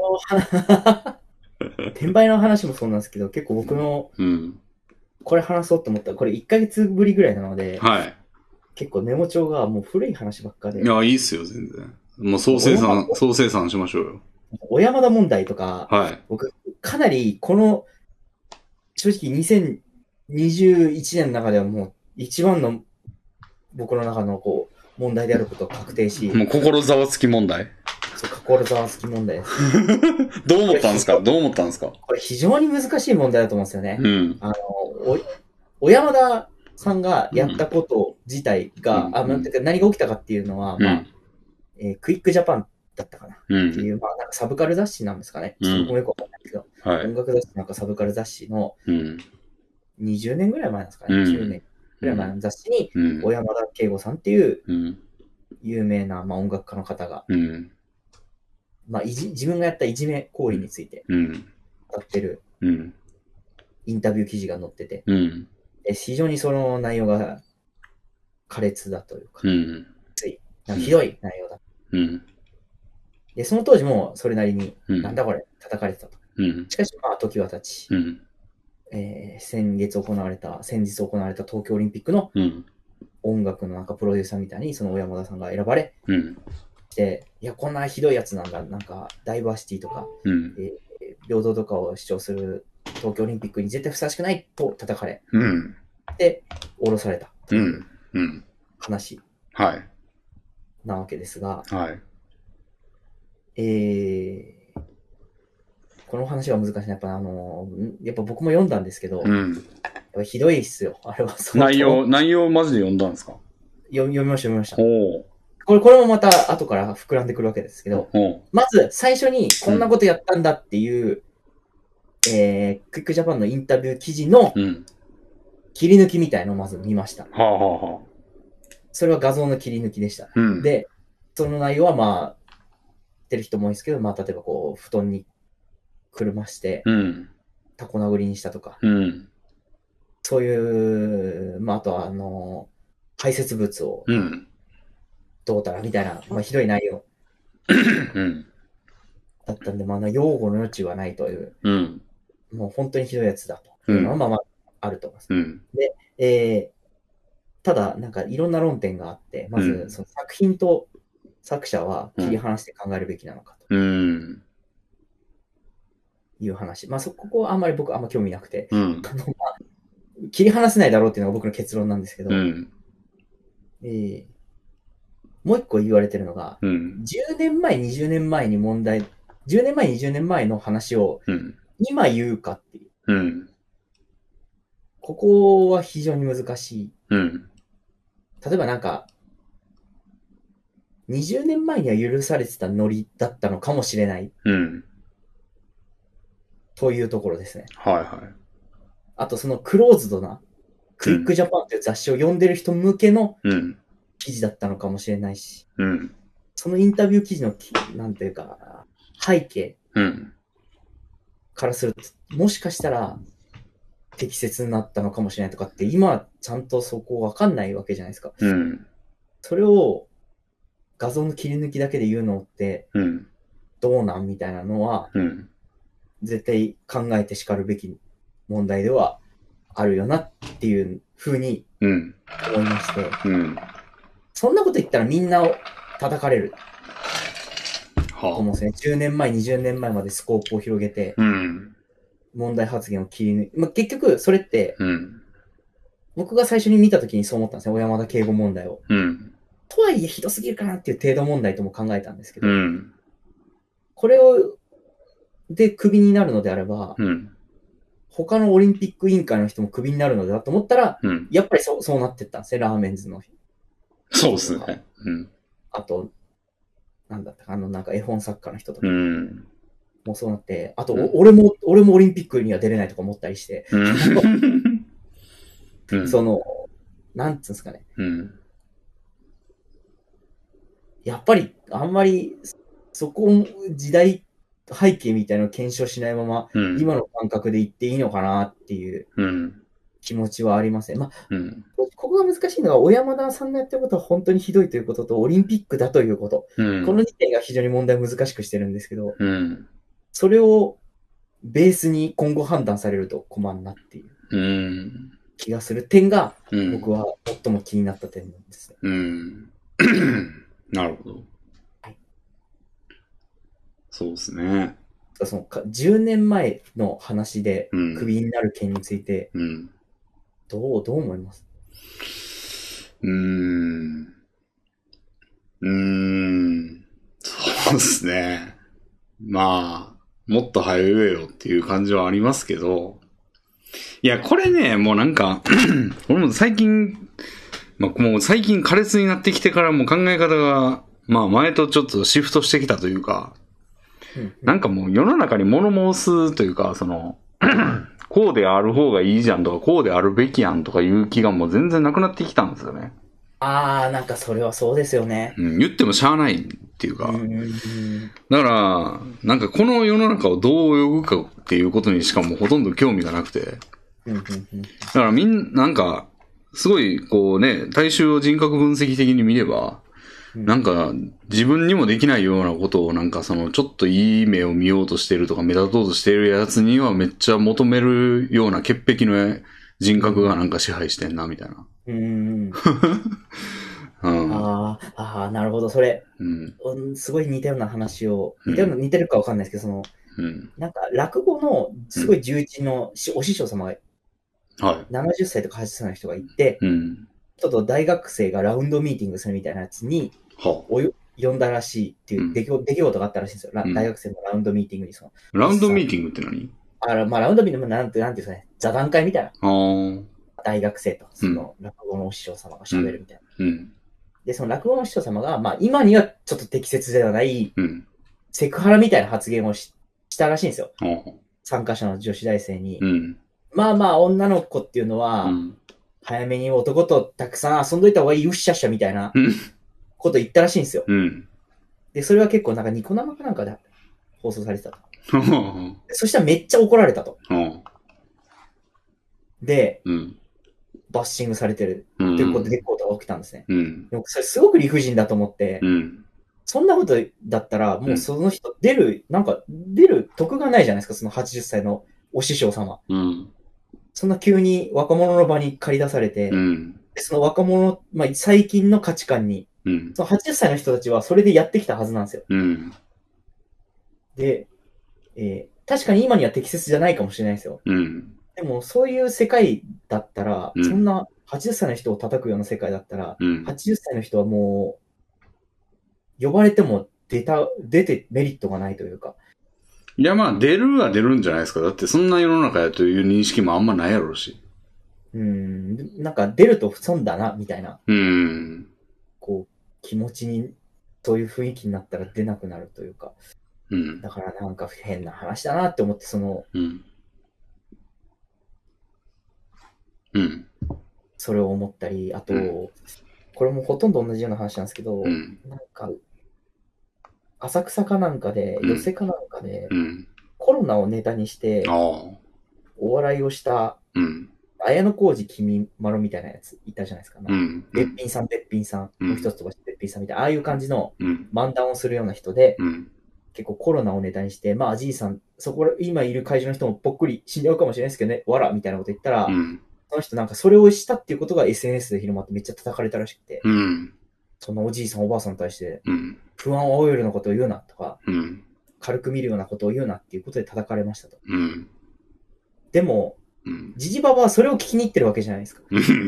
転売の話もそうなんですけど、結構僕の、うん、これ話そうと思ったら、これいっかげつぶりぐらいなので、はい。結構メモ帳がもう古い話ばっかで。 いや、いいっすよ、全然。もう総生産、総生産しましょうよ。 小山田問題とか、はい。僕、かなりこの、正直にせんにじゅういちねんの中ではもう一番の僕の中のこう、問題であることが確定し。 もう心ざわつき問題そう、心ざわつき問題です。 どう思ったんですかどう思ったんですかこれ非常に難しい問題だと思うんですよね。うん。あの、お、小山田さんがやったこと自体が、うん、あ、なんていうか何が起きたかっていうのは、うん、まあ、えー、クイックジャパンだったかなっていう、うん、まあなんかサブカル雑誌なんですかね。ちょっと僕もよくわかんないけど、うん、はい、音楽雑誌なんかサブカル雑誌の、にじゅうねんぐらい前なんですかね。うん、じゅうねんぐらい前の雑誌に、小山田圭吾さんっていう、有名な、まあ、音楽家の方が、うん、まあいじ、自分がやったいじめ行為について、語ってる、インタビュー記事が載ってて、うん、非常にその内容が苛烈だというか、うん、ついなんかひどい内容だ、うん。で、その当時もそれなりに、うん、なんだこれ、叩かれてたと。うん、しかし、まあ、時は経ち、うんえー、先月行われた、先日行われた東京オリンピックの音楽のなんかプロデューサーみたいに、その小山田さんが選ばれ、うん、で、いや、こんなひどいやつなんだ、なんか、ダイバーシティとか、うんえー、平等とかを主張する東京オリンピックに絶対ふさわしくないと叩かれ、うん、で、降ろされたという話なわけですが、はい、えー、この話は難しい。やっぱあの、やっぱ僕も読んだんですけど、うん、やっぱひどいっすよ。あれはそう。内容、内容マジで読んだんですか？ 読み、読みました、読みました。おこれ、これもまた後から膨らんでくるわけですけど、まず最初にこんなことやったんだっていう、うん、えー、クイックジャパンのインタビュー記事の切り抜きみたいのをまず見ました。 はあはあはあ、 それは画像の切り抜きでした。 うん、 で、その内容はまあ、てる人も多いですけど、まあ、例えばこう、布団にくるまして、うん、タコ殴りにしたとか、うん、そういう、まあ、あとは、あの、排泄物を、どうたらみたいな、まあ、ひどい内容、うん、だったんで、まあ、擁護の余地はないという、うん、もう本当にひどいやつだというのは、まあまあ、あると思います。うん、で、えー、ただ、なんかいろんな論点があって、まず、その作品と作者は切り離して考えるべきなのかと。うんいう話。まあ、そこはあんまり僕あんま興味なくて、うん、あの、まあ、切り離せないだろうっていうのが僕の結論なんですけど、うん、えー、もう一個言われてるのが、うん、じゅうねんまえ、にじゅうねんまえに問題、じゅうねんまえ、にじゅうねんまえの話を今言うかっていう。うん、ここは非常に難しい。うん、例えばなんか、にじゅうねんまえには許されてたノリだったのかもしれない。うんというところですね。はいはい。あとそのクローズドな、クイックジャパンという雑誌を読んでる人向けの記事だったのかもしれないし、うん、そのインタビュー記事の、なんていうか、背景からすると、もしかしたら適切になったのかもしれないとかって、今ちゃんとそこわかんないわけじゃないですか。うん、それを画像の切り抜きだけで言うのって、どうなんみたいなのは、うん絶対考えてしかるべき問題ではあるよなっていうふうに思いまして、うんうん、そんなこと言ったらみんなを叩かれると思うんですね。じゅうねんまえ、にじゅうねんまえまでスコープを広げて、問題発言を切り抜いて、まあ、結局それって、うん、僕が最初に見たときにそう思ったんですね。小山田圭吾問題を。うん、とはいえひどすぎるかなっていう程度問題とも考えたんですけど、うん、これをで、クビになるのであれば、うん、他のオリンピック委員会の人もクビになるのではと思ったら、うん、やっぱりそうそうなってったんですね、ラーメンズの。 そうですね。うん、 あと、なんだったか、あの、なんか絵本作家の人とか。うん、もうそうなって、あと、うん、俺も、俺もオリンピックには出れないとか思ったりして、うん、その、なんつうんですかね。うん、やっぱり、あんまり、そこ、時代、背景みたいなのを検証しないまま、うん、今の感覚で言っていいのかなっていう気持ちはありません。まあ、うん、ここが難しいのは、小山田さんのやってることは本当にひどいということと、オリンピックだということ。うん、このにてんが非常に問題を難しくしてるんですけど、うん、それをベースに今後判断されると困るなっていう気がする点が、僕は最も気になった点なんですね。 うん、なるほど。そうですね。 そのかじゅうねんまえの話でクビになる件について、うん、どう、どう思います？ うーん。うーん。そうですね。まあ、もっと早言えよっていう感じはありますけど、いや、これね、もうなんか、俺も最近、まあ、もう最近苛烈になってきてからも考え方が、まあ前とちょっとシフトしてきたというか、なんかもう世の中に物申すというか、その、こうである方がいいじゃんとか、こうであるべきやんとかいう気がもう全然なくなってきたんですよね。 あー、なんかそれはそうですよね。 うん、言ってもしゃあないっていうか。うん、だから、なんかこの世の中をどう泳ぐかっていうことにしかもほとんど興味がなくて。だからみんな、なんか、すごいこうね、大衆を人格分析的に見れば、なんか、自分にもできないようなことをなんかその、ちょっといい目を見ようとしてるとか目立とうとしてるやつにはめっちゃ求めるような潔癖の人格がなんか支配してんな、みたいな。うん。 うん、ああ、なるほど、それ、うん。すごい似たような話を、似たような、似てるかわかんないですけど、その、うん、なんか落語のすごい重鎮の、うん、お師匠様が、はい、ななじゅっさいとかはちじゅっさいの人がいて、うん、ちょっと大学生がラウンドミーティングするみたいなやつに、およ呼んだらしいっていう出来、うん、出来事があったらしいんですよ、うん。大学生のラウンドミーティングにその。 ラウンドミーティングって何？ あまあ、ラウンドミーティングなんて、なんていうんですかね、座談会みたいな。大学生と、その、落語のお師匠様が喋るみたいな。うん、 で、その落語の師匠様が、まあ今にはちょっと適切ではない、 うん、 セクハラみたいな発言を し, したらしいんですよ。 うん、 参加者の女子大生に。 うん、 まあまあ女の子っていうのは、うん、早めに男とたくさん遊んどいた方がいいよっしゃっしゃみたいなこと言ったらしいんですよ。 うん、で、 それは結構なんかニコ生かなんかで放送されてたと。そしたらめっちゃ怒られたと。で、うん、バッシングされてるっていうことでことが起きたんですね。うん、でもそれすごく理不尽だと思って、うん、そんなことだったらもうその人出る、なんか出る得がないじゃないですか、そのはちじゅっさいのお師匠様。うん、そんな急に若者の場に借り出されて、うん、その若者、まあ、最近の価値観に、うん、そのはちじゅっさいの人たちはそれでやってきたはずなんですよ。うん、で、えー、確かに今には適切じゃないかもしれないですよ。うん、でもそういう世界だったら、うん、そんなはちじゅっさいの人を叩くような世界だったら、うん、はちじゅっさいの人はもう、呼ばれても出た、出てメリットがないというか。 いやまあ出るは出るんじゃないですか。だってそんな世の中やという認識もあんまないやろうし。 うん、なんか出ると損だな、みたいな。うん。こう、気持ちに、そういう雰囲気になったら出なくなるというか。うん。だからなんか変な話だなって思って、その、うん。うん。それを思ったり、あと、うん、これもほとんど同じような話なんですけど、うん、なんか、浅草かなんかで、寄席かなんかで、うん、コロナをネタにして、お笑いをした、うん、綾小路きみまろみたいなやついたじゃないですか。うん、べっぴんさん、べっぴんさん、うん、もう一つ飛ばしてべっぴんさんみたいな、ああいう感じの漫談をするような人で、うん、結構コロナをネタにして、まあ、じいさん、そこ、今いる会場の人もぽっくり死んじゃうかもしれないですけどね、わらみたいなこと言ったら、うん、その人なんかそれをしたっていうことが エスエヌエス で広まってめっちゃ叩かれたらしくて、うん、そのおじいさんおばあさんに対して、うん、不安を煽るようなことを言うなとか、うん、軽く見るようなことを言うなっていうことで叩かれましたと。うん、でも、ジジババはそれを聞きに行ってるわけじゃないですか。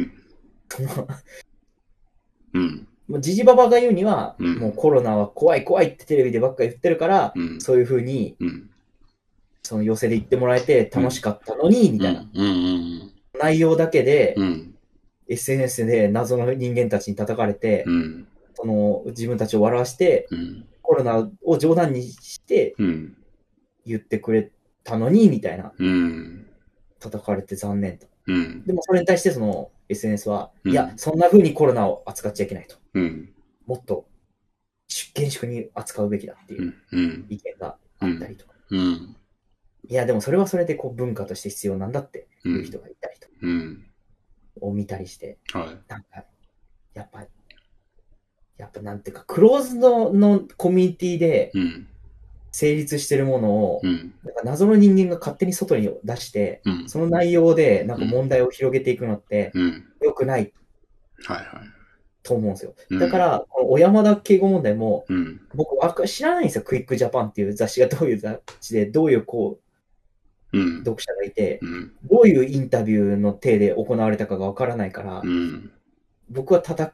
うん、ジジババが言うには、うん、もうコロナは怖い怖いってテレビでばっかり言ってるから、うん、そういう風に、うん、その寄せで言ってもらえて楽しかったのに、みたいな、内容だけで、うん、エスエヌエス で謎の人間たちに叩かれて、うん、その自分たちを笑わして、うん、コロナを冗談にして言ってくれたのに、みたいな。うん叩かれて残念と。うん、でもそれに対してその エスエヌエス は、うん、いや、そんな風にコロナを扱っちゃいけないと。うん、もっと厳粛に扱うべきだっていう意見があったりとか。うんうん、いや、でもそれはそれでこう文化として必要なんだっていう人がいたりとか。うん、を見たりして、はい、なんか、やっぱ、やっぱなんていうか、クローズドのコミュニティで、うん成立してるものを、うん、なんか謎の人間が勝手に外に出して、うん、その内容でなんか問題を広げていくのって、うん、良くないと思うんですよ。うん、だから、この小山田敬吾問題も、うん、僕は知らないんですよ。クイックジャパンっていう雑誌がどういう雑誌で、どういうこう、うん、読者がいて、うん、どういうインタビューの体で行われたかがわからないから、うん、僕は叩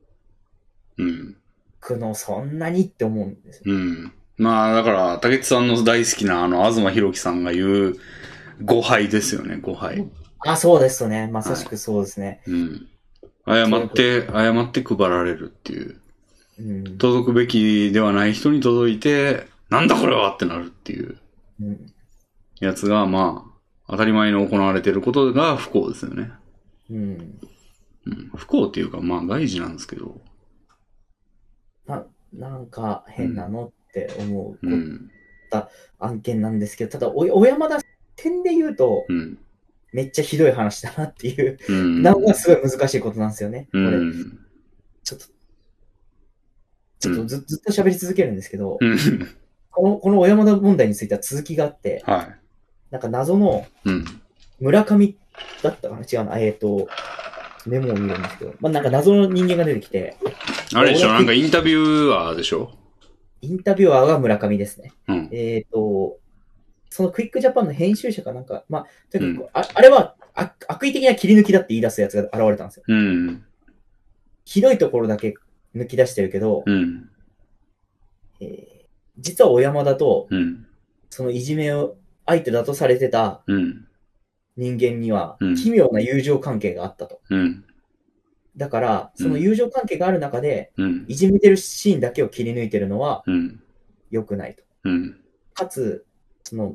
くのそんなにって思うんですよ。 うんまあ、だから、竹内さんの大好きな、あの、東博樹さんが言う、誤配ですよね、誤配。 あ、そうですね。まさしくそうですね。はい、うん。 誤って、誤って配られるっていう。うん、届くべきではない人に届いて、なんだこれはってなるっていう。うん、やつが、まあ、当たり前に行われていることが不幸ですよね。うん。うん、不幸っていうか、まあ、大事なんですけど。 な、なんか変なの、うんって思うった案件なんですけど、ただ、小山田点で言うと、うん、めっちゃひどい話だなっていう、うん、なんかすごい難しいことなんですよね。これ、うん、ちょっと、ちょっとず,、ずっと喋り続けるんですけど、うん、この、この小山田問題については続きがあって、はい、なんか謎の村上だったかな違うな、えっと、メモを見るんですけど、まあ、なんか謎の人間が出てきて、 あれでしょなんかインタビュアーでしょインタビュアーが村上ですね。うん、えっ、ー、と、そのクイックジャパンの編集者かなんか、まあ、とにかく、うん、あ, あれは悪意的な切り抜きだって言い出すやつが現れたんですよ。うん、ひどいところだけ抜き出してるけど、うんえー、実は小山田と、うん、そのいじめを相手だとされてた人間には、奇妙な友情関係があったと。うんだから、その友情関係がある中で、 うん、 いじめてるシーンだけを切り抜いてるのは、良くないと。 うん、 かつ、その、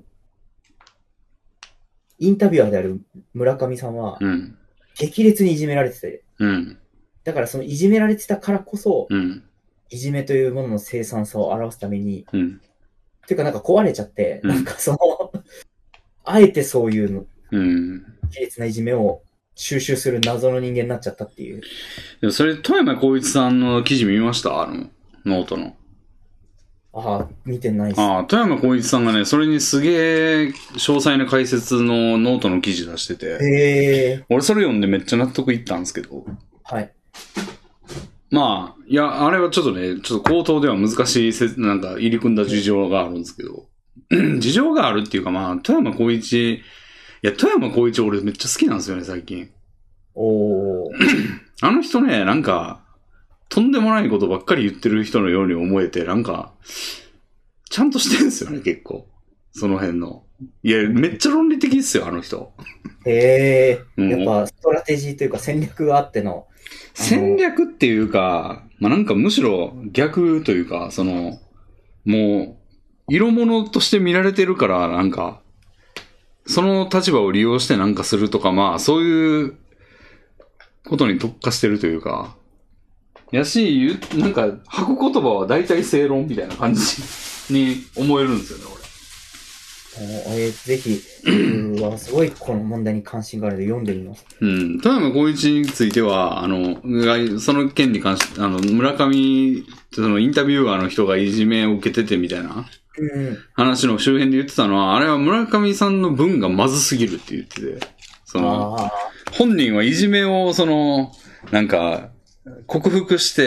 インタビュアーである村上さんは、激烈にいじめられてて、 うん、 だからそのいじめられてたからこそ、 うん、 いじめというものの凄惨さを表すために、 うん、 っていうかなんか壊れちゃって、うん、なんかその、あえてそういうの、うん、激烈ないじめを収集する謎の人間になっちゃったっていう。 でもそれ、富山光一さんの記事見ました？あの、ノートの。 ああ、見てないっす。 ああ、富山光一さんがね、それにすげえ詳細な解説のノートの記事出してて。 へえ。 俺それ読んでめっちゃ納得いったんですけど。 はい。 まあ、いや、あれはちょっとね、ちょっと口頭では難しいせ、なんか入り組んだ事情があるんですけど。事情があるっていうかまあ、富山光一、いや、富山光一俺めっちゃ好きなんですよね、最近。 おー。 あの人ね、なんか、とんでもないことばっかり言ってる人のように思えて、なんか、ちゃんとしてるんですよね、結構。その辺の。いや、めっちゃ論理的っすよ、あの人。 へえ。やっぱ、ストラテジーというか戦略があっての。 戦略っていうか、まあ、なんかむしろ逆というか、その、もう、色物として見られてるから、なんか、その立場を利用してなんかするとか、まあ、そういうことに特化してるというか、やし、なんか、吐く言葉は大体正論みたいな感じに思えるんですよね、 俺。えー、ぜひ、うわ、すごいこの問題に関心があるので読んでみます。 うん。富山光一については、あの、その件に関して、あの、村上、そのインタビュアーの人がいじめを受けててみたいな、話の周辺で言ってたのは、あれは村上さんの文がまずすぎるって言ってて、その、本人はいじめを、その、なんか、克服して、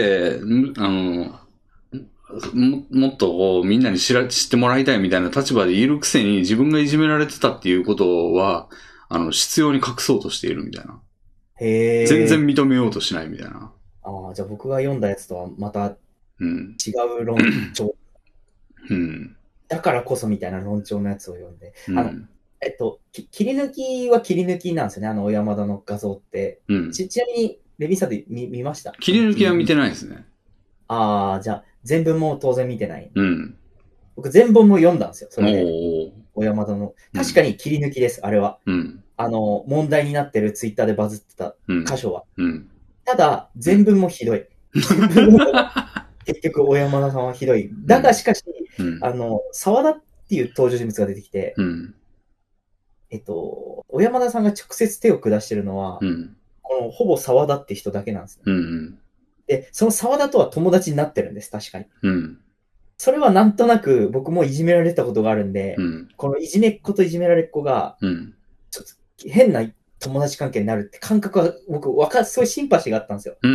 あの、も, もっとこうみんなに知ら知ってもらいたいみたいな立場でいるくせに自分がいじめられてたっていうことは、あの、必要に隠そうとしているみたいな。 へー。 全然認めようとしないみたいな。 ああ、じゃあ僕が読んだやつとはまた違う論調。 うん。 だからこそみたいな論調のやつを読んで。うん、あの、えっと、切り抜きは切り抜きなんですよね、あの小山田の画像って。うん、ち, ちなみに、レビンさんで 見, 見ました？ 切り抜きは見てないですね。 ああ、じゃあ、全文も当然見てない。 うん。 僕、全文も読んだんですよ、それで。小山田の。確かに切り抜きです、うん、あれは。 うん。 あの、問題になってるツイッターでバズってた箇所は。 うん。うん、 ただ、全文もひどい。結局、小山田さんはひどい。だが、しかし、うん、あの、沢田っていう登場人物が出てきて、うん、えっと、小山田さんが直接手を下してるのは、うん、このほぼ沢田って人だけなんですね。うんうん、で、その沢田とは友達になってるんです、確かに。うん、それはなんとなく僕もいじめられたことがあるんで、うん、このいじめっ子といじめられっ子が、うん、ちょっと変な友達関係になるって感覚は僕、わか、すごいシンパシーがあったんですよ。うん、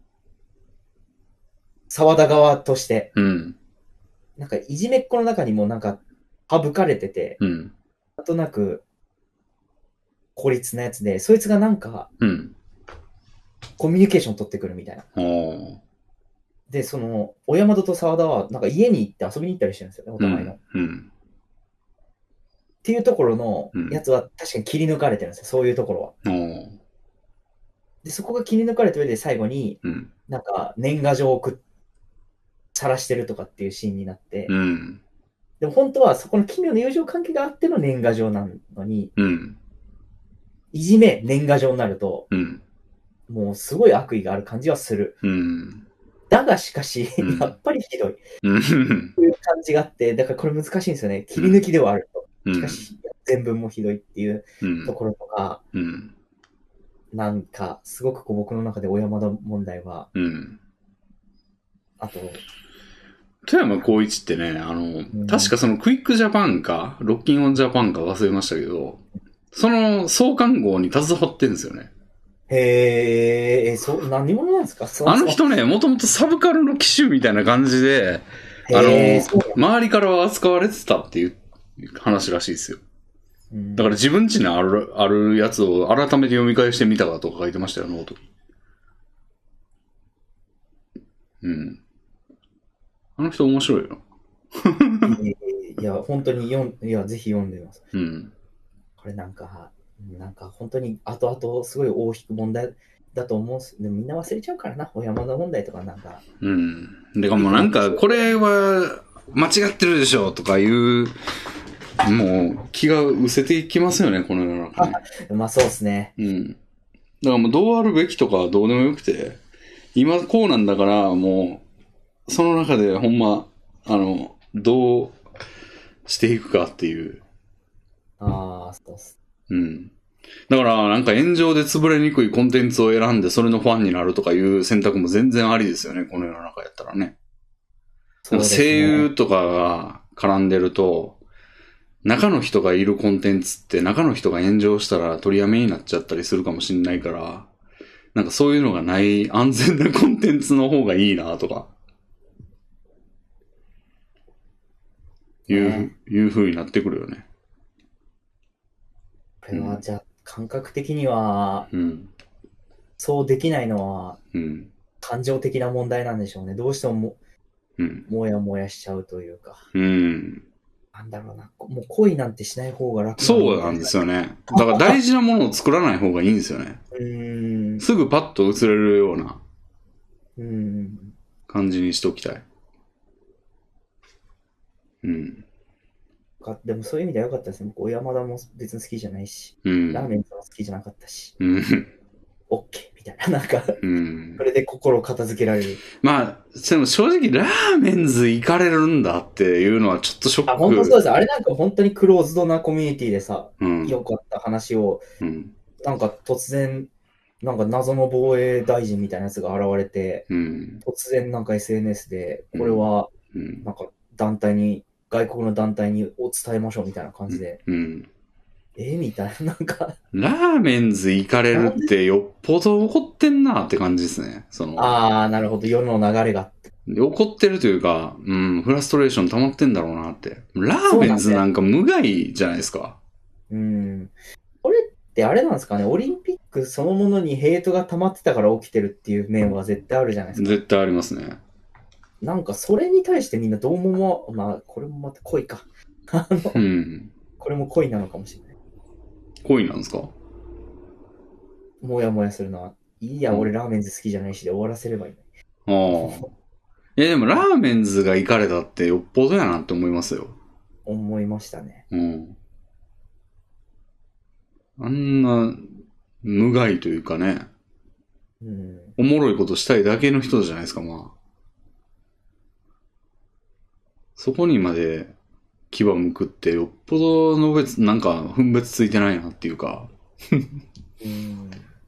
沢田側として。うん、なんかいじめっ子の中にもなんか省かれてて、うん、なんとなく孤立なやつで、そいつがなんか、うん、コミュニケーション取ってくるみたいな。で、その、小山田と沢田は、なんか家に行って遊びに行ったりしてるんですよね、お互いの。うんうん、っていうところのやつは確かに切り抜かれてるんですよ、そういうところは。で、そこが切り抜かれた上で最後に、うん、なんか年賀状を送っ晒してるとかっていうシーンになって、うん、でも本当はそこの奇妙な友情関係があっての年賀状なのに、うん、いじめ年賀状になると、うん、もうすごい悪意がある感じはする。うん、だがしかし、うん、やっぱりひどい。うん、という感じがあって、だからこれ難しいんですよね。切り抜きではあると。うん、しかし、全文もひどいっていうところとか、うん、なんか、すごくこう僕の中で小山田問題は、うん、あと、 富山光一ってね、あの、うん、確かそのクイックジャパンか、ロッキンオンジャパンか忘れましたけど、その創刊号に携わってるんですよね。 へえ、そう、何者なんですか？ あの人ね、もともとサブカルの機種みたいな感じで、あの、周りからは扱われてたっていう話らしいですよ。うん、だから自分家にある、あるやつを改めて読み返してみたかとか書いてましたよ、ノートに。うん。あの人面白いよ。 いや、本当に読ん、いや、ぜひ読んでみます。うん。これなんか、なんか本当に後々すごい大きく問題だと思うんす。でもみんな忘れちゃうからな、小山田問題とかなんか。 うん。でかもなんか、これは間違ってるでしょとかいう、もう気が失せていきますよね、この世の中ね。 まあそうですね。 うん。だからもうどうあるべきとかはどうでもよくて、今こうなんだから、もう、その中でほんま、あの、どうしていくかっていう。 ああ、そうっす。 うん。だからなんか炎上で潰れにくいコンテンツを選んでそれのファンになるとかいう選択も全然ありですよね、この世の中やったらね。なんか声優とかが絡んでると、中の人がいるコンテンツって中の人が炎上したら取りやめになっちゃったりするかもしれないから、なんかそういうのがない安全なコンテンツの方がいいなとか、いう、ね、いう風になってくるよね。 これはじゃあ感覚的には、 うん、 そうできないのは、 うん、 感情的な問題なんでしょうね。どうしてもも、うん、もやもやしちゃうというか。 うん。 なんだろうな。もう恋なんてしない方が楽なんそうなんですよね。だから大事なものを作らない方がいいんですよね。うんすぐパッと映れるような感じにしておきたい。 うん。でもそういう意味では良かったですね。僕、小山田も別に好きじゃないし、うん、ラーメンも好きじゃなかったし、うん、オッケーみたいな、なんか、うん、それで心を片付けられる。 まあ、でも正直、ラーメンズ行かれるんだっていうのはちょっとショック。 あ、本当そうです。あれなんか本当にクローズドなコミュニティでさ、良、うん、かった話を、うん、なんか突然、なんか謎の防衛大臣みたいなやつが現れて、うん、突然なんか エスエヌエス で、これは、なんか団体に、外国の団体にを伝えましょうみたいな感じで。うん。えー、みたいな、なんか。 ラーメンズ行かれるってよっぽど怒ってんなって感じですね。その。 ああ、なるほど。世の流れが。 怒ってるというか、うん、フラストレーション溜まってんだろうなって。ラーメンズなんか無害じゃないですか。 う、ね、うん。これってあれなんですかね、オリンピックそのものにヘイトが溜まってたから起きてるっていう面は絶対あるじゃないですか。 絶対ありますね。 なんかそれに対してみんなどうも、まあ、これもまた恋か。あの、うん、これも恋なのかもしれない。 恋なんですか？ もやもやするのは、いいや、俺ラーメンズ好きじゃないしで終わらせればいい。 ああ。いやでもラーメンズが行かれたってよっぽどやなって思いますよ。 思いましたね。 うん。あんな、無害というかね。うん。おもろいことしたいだけの人じゃないですか、まあ。そこにまで牙向くってよっぽどの別、なんか分別ついてないなっていうか。うん。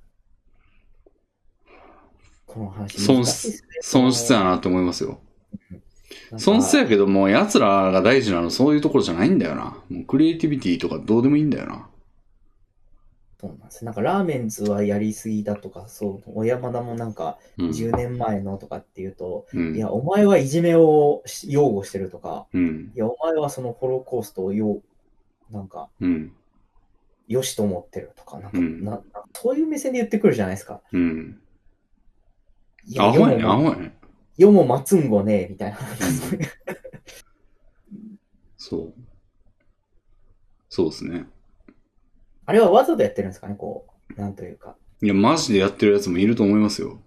この話損失、損失やなって思いますよ。損失やけども、奴らが大事なのそういうところじゃないんだよな。もうクリエイティビティとかどうでもいいんだよな。 そうなんです。なんかラーメンズはやりすぎだとか、そう、小山田もなんかじゅうねんまえのとかっていうと、うん、いや、お前はいじめを擁護してるとか、うん、いや、お前はそのホロコーストをよ、なんか、うん、よしと思ってるとか、なんか、うん、なそういう目線で言ってくるじゃないですか。うん。いや、アホやね、アホやね。世も待つんごねえ、みたいな。 そう。そうですね。 あれはわざとやってるんですかね、こう、なんというか。 いや、マジでやってるやつもいると思いますよ。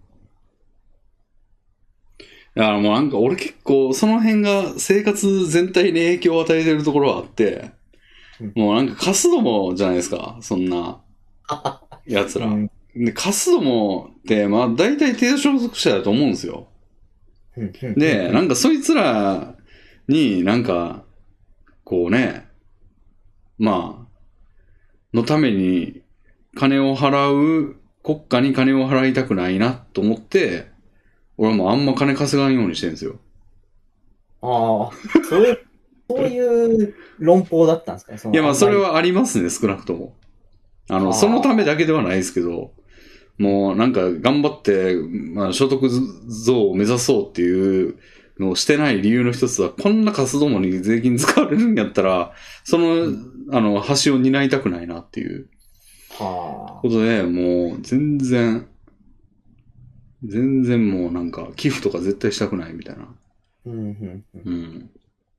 だからもうなんか俺結構その辺が生活全体に影響を与えてるところはあって、うん、もうなんかカスどもじゃないですか、そんな奴ら。うん、で、カスどもってまあ大体低所得者だと思うんですよ。で、なんかそいつらになんか、こうね、まあ、のために金を払う、国家に金を払いたくないなと思って、俺はもうあんま金稼がんようにしてるんですよ。 ああ、そういう、そういう論法だったんですかね。そのいやまあそれはありますね、少なくとも。あの、そのためだけではないですけど、もうなんか頑張って、まあ所得増を目指そうっていうのをしてない理由の一つは、こんなカスどもに税金使われるんやったら、その、うん、あの、橋を担いたくないなっていう。はあ。ことで、もう全然、全然もうなんか寄付とか絶対したくないみたいな。うん、うん、うん。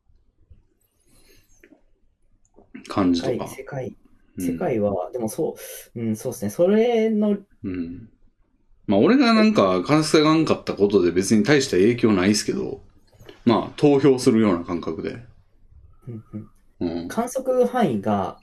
感じとか。 世界、世界は、うん、でもそう、うん、そうですね。それの、うん、 まあ俺がなんか稼がんかったことで別に大した影響ないですけど、まあ投票するような感覚で。 うんうんうん、観測範囲が、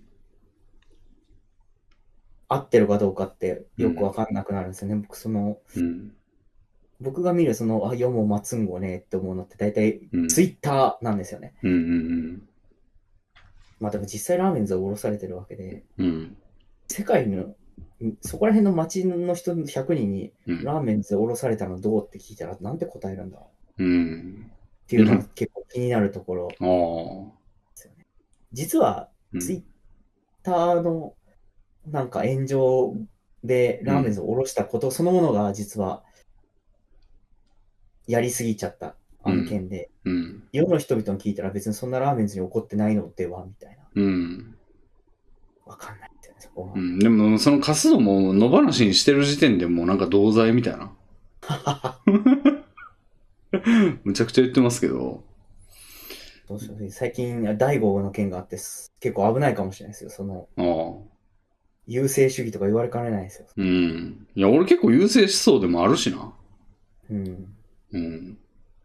合ってるかどうかってよくわかんなくなるんですよね。うん、僕その、うん、僕が見るその、あ、よもまつんごねって思うのって大体ツイッターなんですよね。うんうんうん、まあでも実際ラーメンズは降ろされてるわけで、うん、世界のそこら辺の街の人ひゃくにんにラーメンズ降ろされたのどうって聞いたらなんて答えるんだ、うん、っていうのが結構気になるところですよね。実はツイッターのなんか炎上でラーメンズを降ろしたことそのものが実はやりすぎちゃった案件で、うんうん、世の人々に聞いたら別にそんなラーメンズに怒ってないのではみたいな。うん、わかんないってそこは、 うん。でもそのカスドも野放しにしてる時点でもうなんか同罪みたいな。むちゃくちゃ言ってますけど。 どうしよう最近だいごの件があって結構危ないかもしれないですよ。そのああ優勢主義とか言われかねないですよ。 うん。いや俺結構優勢思想でもあるしな。うん。うん。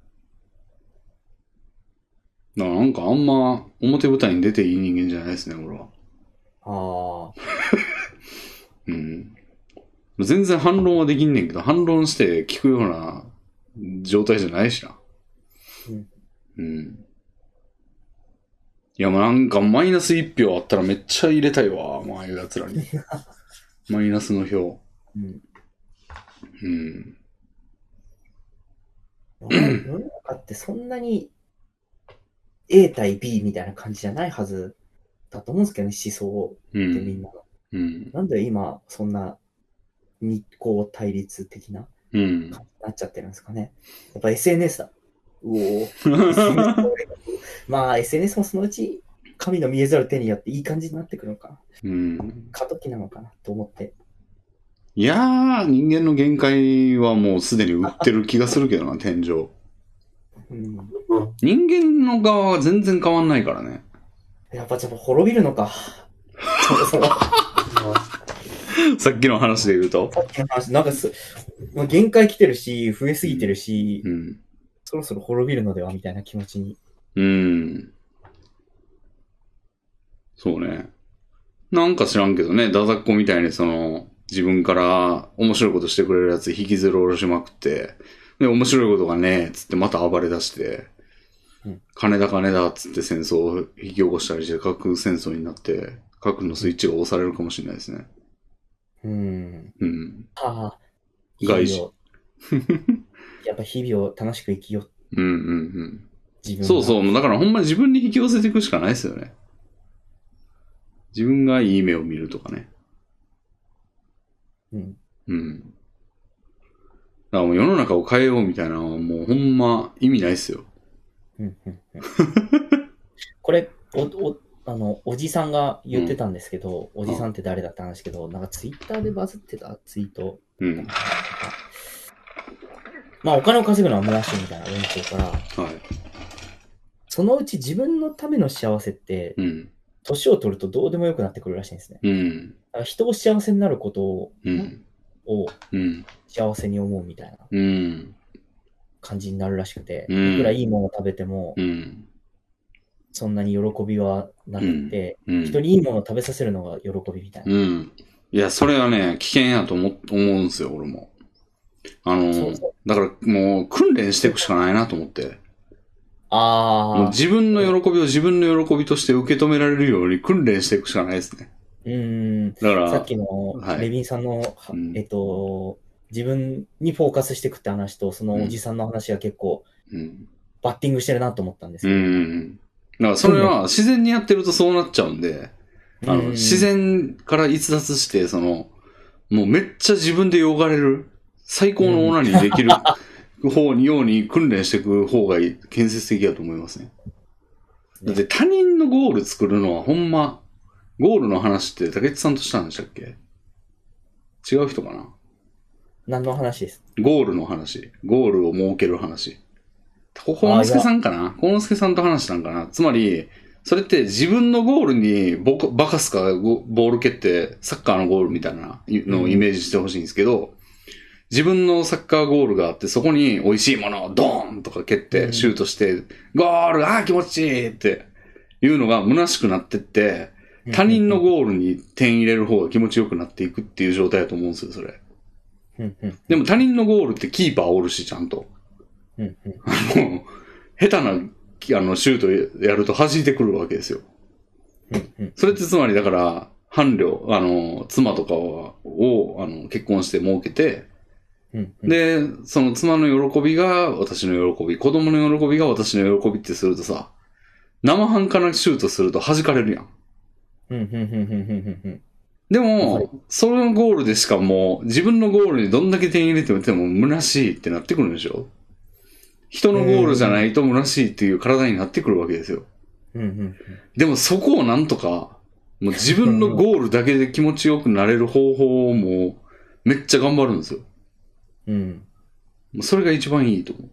だからなんかあんま表舞台に出ていい人間じゃないですね、俺は。ああ。うん。全然反論はできんねんけど、反論して聞くような状態じゃないしな。うん。うん。いや、もうなんかマイナス一票あったらめっちゃ入れたいわ、もうああいう奴らに。マイナスの票。うん。 うん。世の中ってそんなに A 対 B みたいな感じじゃないはずだと思うんですけどね、思想ってみんな。うん。うん、なんで今、そんな日光対立的な感じになっちゃってるんですかね。やっぱ エスエヌエス だ。うおー。まあ エスエヌエス もそのうち神の見えざる手によっていい感じになってくるのかな。うん。過渡期なのかなと思って。 いやー、人間の限界はもうすでに売ってる気がするけどな、天井。うん、人間の側は全然変わんないからね。 やっぱちょっと滅びるのか。 さっきの話で言うと。 さっきの話、なんかす、まあ、限界来てるし、増えすぎてるし、うんうん、そろそろ滅びるのではみたいな気持ちに。うん。 そうね。なんか知らんけどね、ダザッコみたいにその、自分から面白いことしてくれるやつ引きずり下ろしまくって、で、面白いことがねえ、つってまた暴れ出して、うん、金だ金だっつって戦争を引き起こしたりして核戦争になって、核のスイッチが押されるかもしれないですね。うん。うん。ああ。 外資。やっぱ日々を楽しく生きよう。うんうんうん。自分そうそう。だからほんま自分に引き寄せていくしかないですよね。自分がいい目を見るとかね。うん。うん。だからもう世の中を変えようみたいなのはもうほんま意味ないっすよ。うんうんうん、 これ、お、お、あの、おじさんが言ってたんですけど、うん、おじさんって誰だったんですけど、なんかツイッターでバズってたツイート。うん。まあお金を稼ぐのは虚しいみたいな連中から、はい。そのうち自分のための幸せって、うん。年を取るとどうでもよくなってくるらしいんですね。うん。だから人を幸せになることを、うん。を、うん。幸せに思うみたいな。うん。感じになるらしくて、うん、いくらいいものを食べても、うん、そんなに喜びはなくて、うんうん、人にいいものを食べさせるのが喜びみたいな。 うん。いや、それはね、危険やと思、思うんですよ、俺も。あの、そうそうだからもう訓練していくしかないなと思って。ああ。もう自分の喜びを自分の喜びとして受け止められるように訓練していくしかないですね。 うん。だから、さっきのレビンさんの、はい、えっと、自分にフォーカスしていくって話と、そのおじさんの話が結構、バッティングしてるなと思ったんですけど。うん。 だからそれは自然にやってるとそうなっちゃうんで、あの、自然から逸脱して、その、もうめっちゃ自分でよがれる、最高のオナニーできる方にように訓練していく方が建設的だと思いますね。だって他人のゴール作るのはほんま、ゴールの話って竹内さんとしたんでしたっけ？違う人かな？ 何の話です？ ゴールの話。ゴールを設ける話。ここのすけさんかなこのすけさんと話したんかなつまり、それって自分のゴールにボバカスかボール蹴ってサッカーのゴールみたいなのをイメージしてほしいんですけど、 自分のサッカーゴールがあって、そこに美味しいものをドーンとか蹴ってシュートして、うん、ゴールああ気持ちいいっていうのが虚しくなってって、他人のゴールに点入れる方が気持ちよくなっていくっていう状態だと思うんですよ、それ。でも他人のゴールってキーパーおるし、ちゃんと。あの、下手なあのシュートやると弾いてくるわけですよ。それってつまりだから、伴侶、あの、妻とかを、あの、結婚して設けて、で、その妻の喜びが私の喜び、子供の喜びが私の喜びってするとさ、生半可なシュートすると弾かれるやん。でも、そのゴールでしかもう、自分のゴールにどんだけ点入れても虚しいってなってくるんでしょ？人のゴールじゃないと虚しいっていう体になってくるわけですよ。でもそこをなんとか、もう自分のゴールだけで気持ちよくなれる方法をもう、めっちゃ頑張るんですよ。うん。それが一番いいと思う。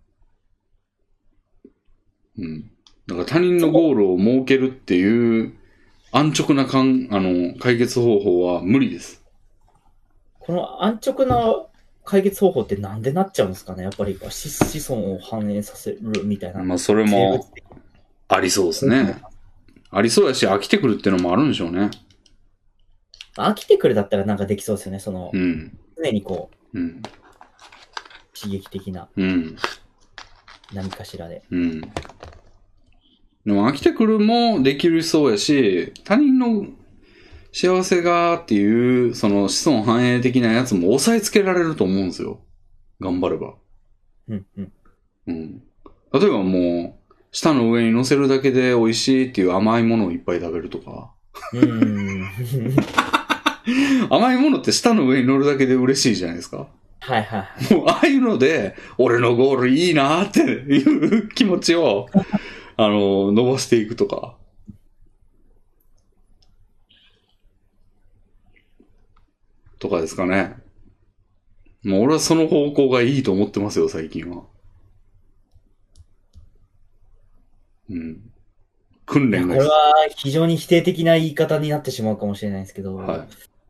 うん。だから他人のゴールを設けるっていう安直なかんあの解決方法は無理です。 この安直な解決方法ってなんでなっちゃうんですかね？やっぱり子孫を繁栄させるみたいな。 まあそれもありそうですね。ありそうやし飽きてくるっていうのもあるんでしょうね。 飽きてくるだったらなんかできそうですよね。その、うん、常にこう、うん、刺激的な、うん、何かしらで。うん。 でも飽きてくるもできるそうやし、他人の幸せがっていう、その子孫繁栄的なやつも抑えつけられると思うんですよ。頑張れば。うんうん。うん。例えばもう、舌の上に乗せるだけで美味しいっていう甘いものをいっぱい食べるとか。うん。甘いものって舌の上に乗るだけで嬉しいじゃないですか。 はいはいはい。 もうああいうので、俺のゴールいいなっていう気持ちを、あの、伸ばしていくとか。とかですかね。もう俺はその方向がいいと思ってますよ、最近は。うん。訓練が。 これは非常に否定的な言い方になってしまうかもしれないですけど。はい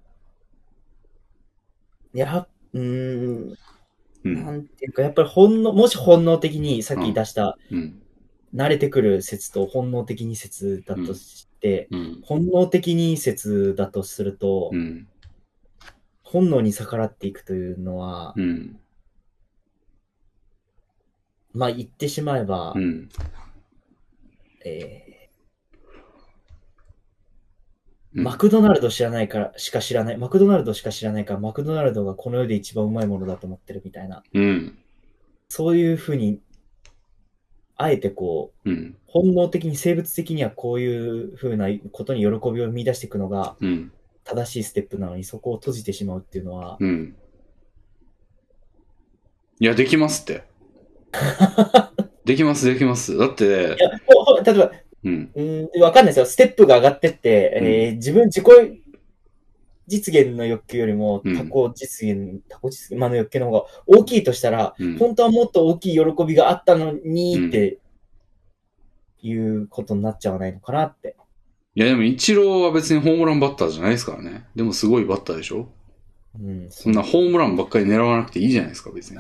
。いや、うーん。うん、なんていうか、やっぱり本能、もし本能的にさっき出した、うん、慣れてくる説と本能的に説だとして、うん、本能的に説だとすると、うん、本能に逆らっていくというのは、うん、まあ言ってしまえば、うん、えーマクドナルド知らないから、しか知らない。マクドナルドしか知らないから、マクドナルドがこの世で一番うまいものだと思ってるみたいな。うん、そういうふうに、あえてこう、うん、本能的に生物的にはこういうふうなことに喜びを見出していくのが、正しいステップなのに、そこを閉じてしまうっていうのは。うん、 いや、できますって。できます、できます。だって、いや、 例えば、うん。うん、わかんないですよ。ステップが上がってって、うん、えー、自分自己実現の欲求よりも、他己実現、うん、他己実現、まあの欲求の方が大きいとしたら、うん、本当はもっと大きい喜びがあったのに、っていうことになっちゃわないのかなって。 いやでも、イチローは別にホームランバッターじゃないですからね。でもすごいバッターでしょ？うん。そんなホームランばっかり狙わなくていいじゃないですか、別に。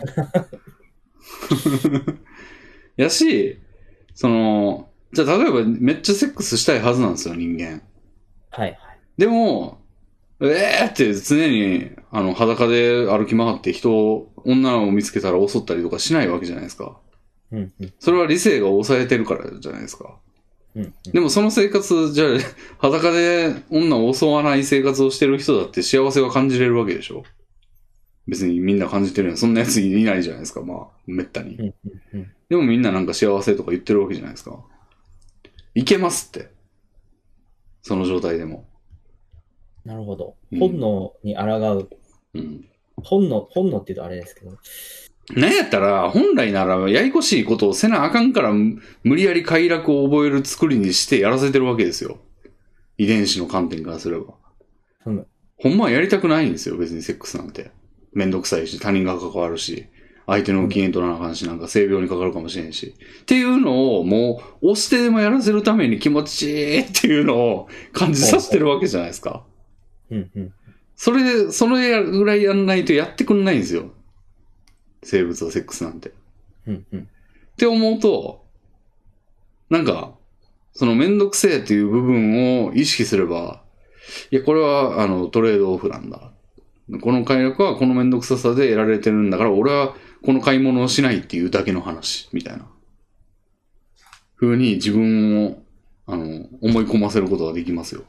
やし、その、じゃあ例えばめっちゃセックスしたいはずなんですよ、人間。はいはい。でも、えーって常にあの裸で歩き回って人を、女を見つけたら襲ったりとかしないわけじゃないですか。うんうん、それは理性が抑えてるからじゃないですか。うんうん、でもその生活、じゃあ裸で女を襲わない生活をしてる人だって幸せは感じれるわけでしょ。別にみんな感じてるやん。そんなやついないじゃないですか、まあ、めったに。うんうんうん、でもみんななんか幸せとか言ってるわけじゃないですか。いけますって。その状態でも。 なるほど。本能に抗う。うん、本能、本能って言うとあれですけど。 なんやったら、本来ならややこしいことをせなあかんから無理やり快楽を覚える作りにしてやらせてるわけですよ。遺伝子の観点からすれば。うん、ほんまはやりたくないんですよ、別にセックスなんて。めんどくさいし、他人が関わるし。相手の機嫌となあかんし、なんか性病にかかるかもしれんし。っていうのをもう押してでもやらせるために気持ちいいっていうのを感じさせてるわけじゃないですか。うんうん、 それ、それぐらいやんないとやってくんないんですよ。生物はセックスなんて。 うんうん。 って思うと、なんか、そのめんどくせえっていう部分を意識すれば、いや、これは、あの、トレードオフなんだ。この快楽はこのめんどくささで得られてるんだから、俺はこの買い物をしないっていうだけの話、みたいな。風に自分を、あの、思い込ませることができますよ。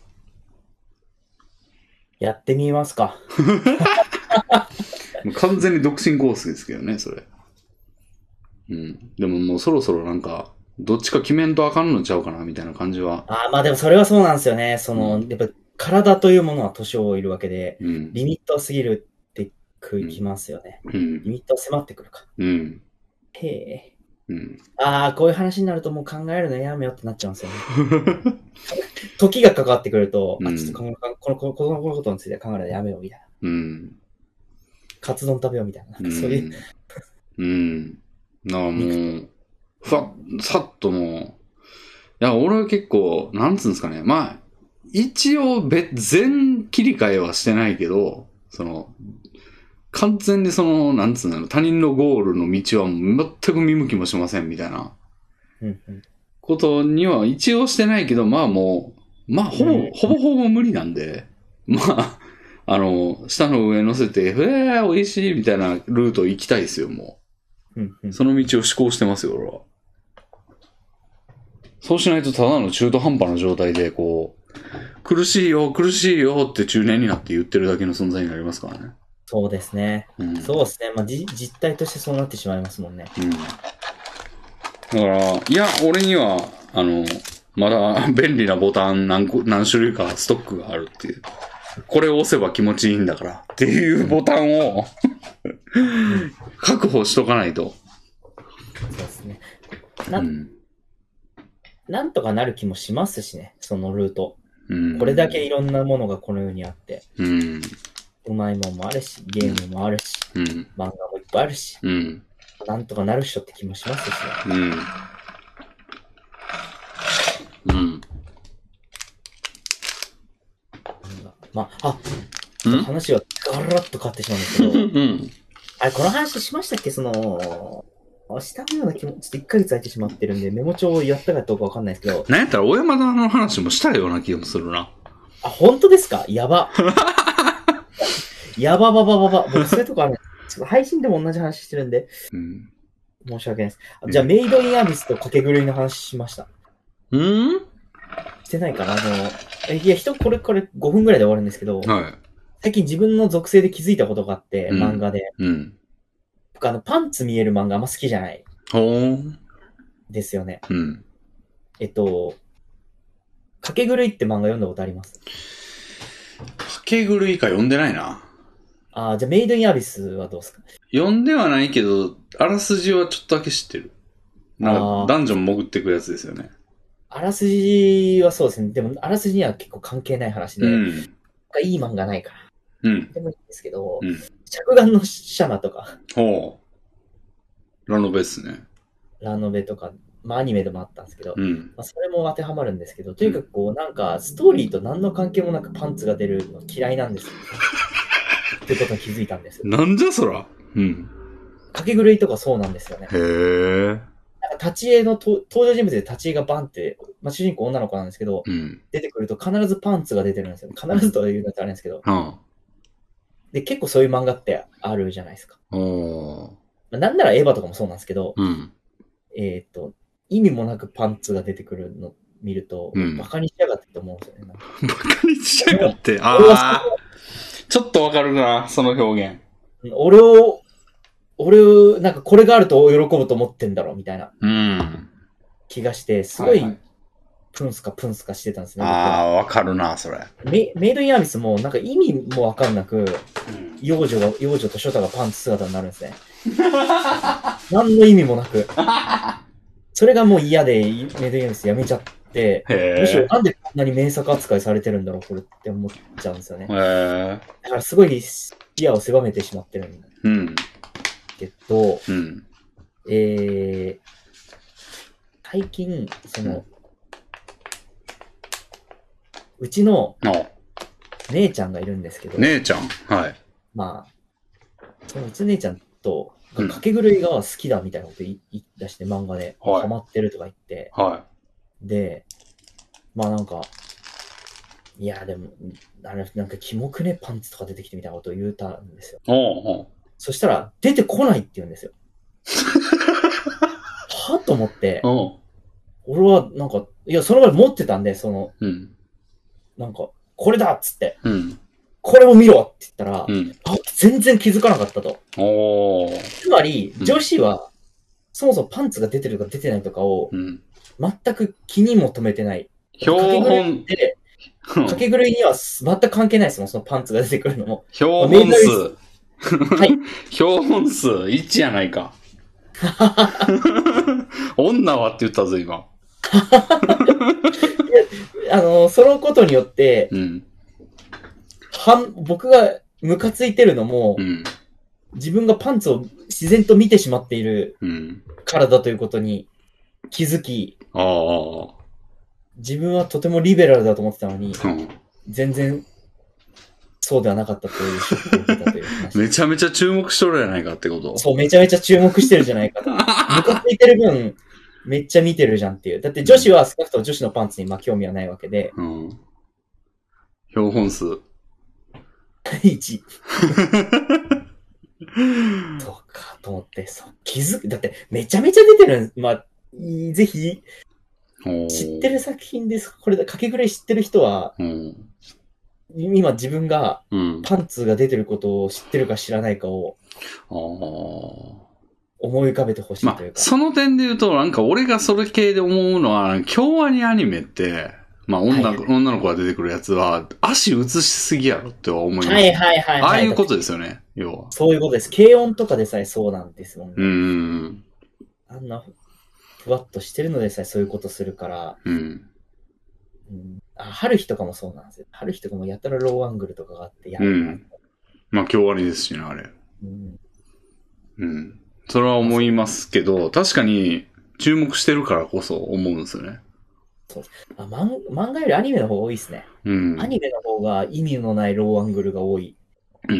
やってみますか。 完全に独身コースですけどね、それ。うん。でももうそろそろなんか、どっちか決めんとあかんのちゃうかな、みたいな感じは。 ああ、まあでもそれはそうなんですよね。その、うん、やっぱ体というものは年老いるわけで、うん、リミットすぎるってきますよね、うん。リミット迫ってくるか。うん。へえ。うん、ああ、こういう話になるともう考えるのやめよってなっちゃうんですよね。時がかかってくると、うん、あ、ちょっとこの、この、この、このことについて考えるのやめようみたいな。うん。カツ丼食べようみたいな。なんかそういう。 うん。なあ、もう、ふわっ、さっともう、いや、俺は結構、なんつうんですかね。まあ、一応、全切り替えはしてないけど、その、完全にその、なんつうの、他人のゴールの道は全く見向きもしませんみたいなことには一応してないけど、まあもう、まあほぼ、ほぼほぼ無理なんで、まあ、あの、下の上乗せて、えー、美味しいみたいなルート行きたいですよ、もう。その道を志向してますよ、俺は。そうしないとただの中途半端な状態で、こう、苦しいよ、苦しいよって中年になって言ってるだけの存在になりますからね。 そうですね。うん、そうですね。まあ、じ、実態としてそうなってしまいますもんね。うん。だから、いや、俺には、あの、まだ便利なボタン何個、何種類かストックがあるっていう。これを押せば気持ちいいんだからっていうボタンを確保しとかないと。 そうですね。な、うん、なんとかなる気もしますしね、そのルート。うん、これだけいろんなものがこの世にあって。うんうまいもんもあるし、ゲームもあるし、うん、漫画もいっぱいあるし、うん、なんとかなる人って気もしますしね。うん。うん。まあ、あ、話はガラッと変わってしまうんですけど、うん、あれ、この話しましたっけその、したのような気も、ちょっといっかげつ空いてしまってるんで、メモ帳をやったかどうかわかんないですけど。 なんやったら、小山田の話もしたような気もするな。 あ、本当ですかやば。やばばばばば。僕、そういうとこある。ちょっと配信でも同じ話してるんで、うん、申し訳ないです。じゃあ、うん、メイドインアビスと掛け狂いの話しました。うんしてないかなあの、いや、人、これ、これごふんぐらいで終わるんですけど、はい、最近自分の属性で気づいたことがあって、うん、漫画で。うん、僕、あの、パンツ見える漫画あんま好きじゃない。ほー。ですよね。うん。えっと、掛け狂いって漫画読んだことあります？ 掛け狂いか読んでないな。 ああ、じゃあメイドインアビスはどうですか？ 読んではないけど、あらすじはちょっとだけ知ってる。なんか、ダンジョン潜っていくやつですよね。 あらすじはそうですね。でも、あらすじには結構関係ない話で、うん、いい漫画ないから。うん。でもいいんですけど、うん、着眼のシャナとか。ほう。ラノベっすね。 ラノベとか、まあアニメでもあったんですけど、うんまあ、それも当てはまるんですけど、とにかくこう、なんか、ストーリーと何の関係もなくパンツが出るの嫌いなんですよ。っていうことに気づいたんですよ。 なんじゃそら。うん。 掛け狂いとかそうなんですよね。へー。なんか立ち絵の登場人物で立ち絵がバンって、まあ主人公女の子なんですけど、うん、出てくると必ずパンツが出てるんですよ。必ずとは言うのってあれんですけど、うん。で、結構そういう漫画ってあるじゃないですか。おまあ、なんならエヴァとかもそうなんですけど、うん、えっと、意味もなくパンツが出てくるの見ると、うん、バカにしやがってと思うんですよね。 バカにしやがって。ああ。ちょっとわかるな、その表現。 俺を、俺を、なんかこれがあると喜ぶと思ってんだろうみたいな気がして、すごいプンスカプンスカしてたんですね。 ああ、わかるな、それ。 メ, メイドインアビスもなんか意味もわかんなく、うん、幼女が、幼女とショタがパンツ姿になるんですね。何の意味もなく。それがもう嫌でメイドインアビスやめちゃって、むしろなんでこんなに名作扱いされてるんだろう、これって思っちゃうんですよね。へだからすごい視野を狭めてしまってるんだけど、うん、えー、最近、その、うん、うちの姉ちゃんがいるんですけど。 姉ちゃんはい。 まあ、そのうち姉ちゃんと、掛け狂いが好きだみたいなこと言い出して漫画で、ハマってるとか言って、 はい。 で、まあなんか、いやでも、あれ、なんかキモくねパンツとか出てきてみたいなことを言うたんですよ。 おうおうそしたら、出てこないって言うんですよ。はと思って、 お俺はなんか、いや、その場で持ってたんで、その、 うん、 なんか、これだっつって、 うん、 これを見ろって言ったら、 うん、 あ、全然気づかなかったと。 おつまり、女子は、そもそもパンツが出てるか出てないとかを、全く気にも留めてない。 標本って、掛け狂いには全く関係ないですもん、そのパンツが出てくるのも。 標本数。はい。標本数いちやないか。女はって言ったぞ、今。 あの、そのことによって、うん、は僕がムカついてるのも、うん、自分がパンツを自然と見てしまっているからだということに気づき、うん、あ自分はとてもリベラルだと思ってたのに、うん、全然そうではなかったというショックを受けたという話。 めちゃめちゃ注目しとるやないかってこと？ そう、めちゃめちゃ注目してるじゃないかと。ムカついてる分、めっちゃ見てるじゃんっていう。だって女子は少なくとも女子のパンツにまあ興味はないわけで。うん。 標本数。 いち。そうか、と思って、そう、気づく。だってめちゃめちゃ出てる。まあ、ぜひ、知ってる作品です。これ、かけぐらい知ってる人は、うん、今自分がパンツが出てることを知ってるか知らないかを、うん、思い浮かべてほしいというか、まあ。 その点で言うと、なんか俺がそれ系で思うのは、京アニアニメって、まあ女、はい、女の子が出てくるやつは、足映しすぎやろって思います。 はいはいはい、はい。 ああいうことですよね、要は。 そういうことです。軽音とかでさえそうなんですもんね。うん。あんな、ふわっとしてるのでさえそういうことするから。うん。うん、あ、春日とかもそうなんですよ。春日とかもやたらローアングルとかがあってやる、うん。 まあ京アニですしね、あれ。うん。うん。それは思いますけど、確かに注目してるからこそ思うんですよね。 そうあ漫。漫画よりアニメの方が多いですね。うん。アニメの方が意味のないローアングルが多い。うん。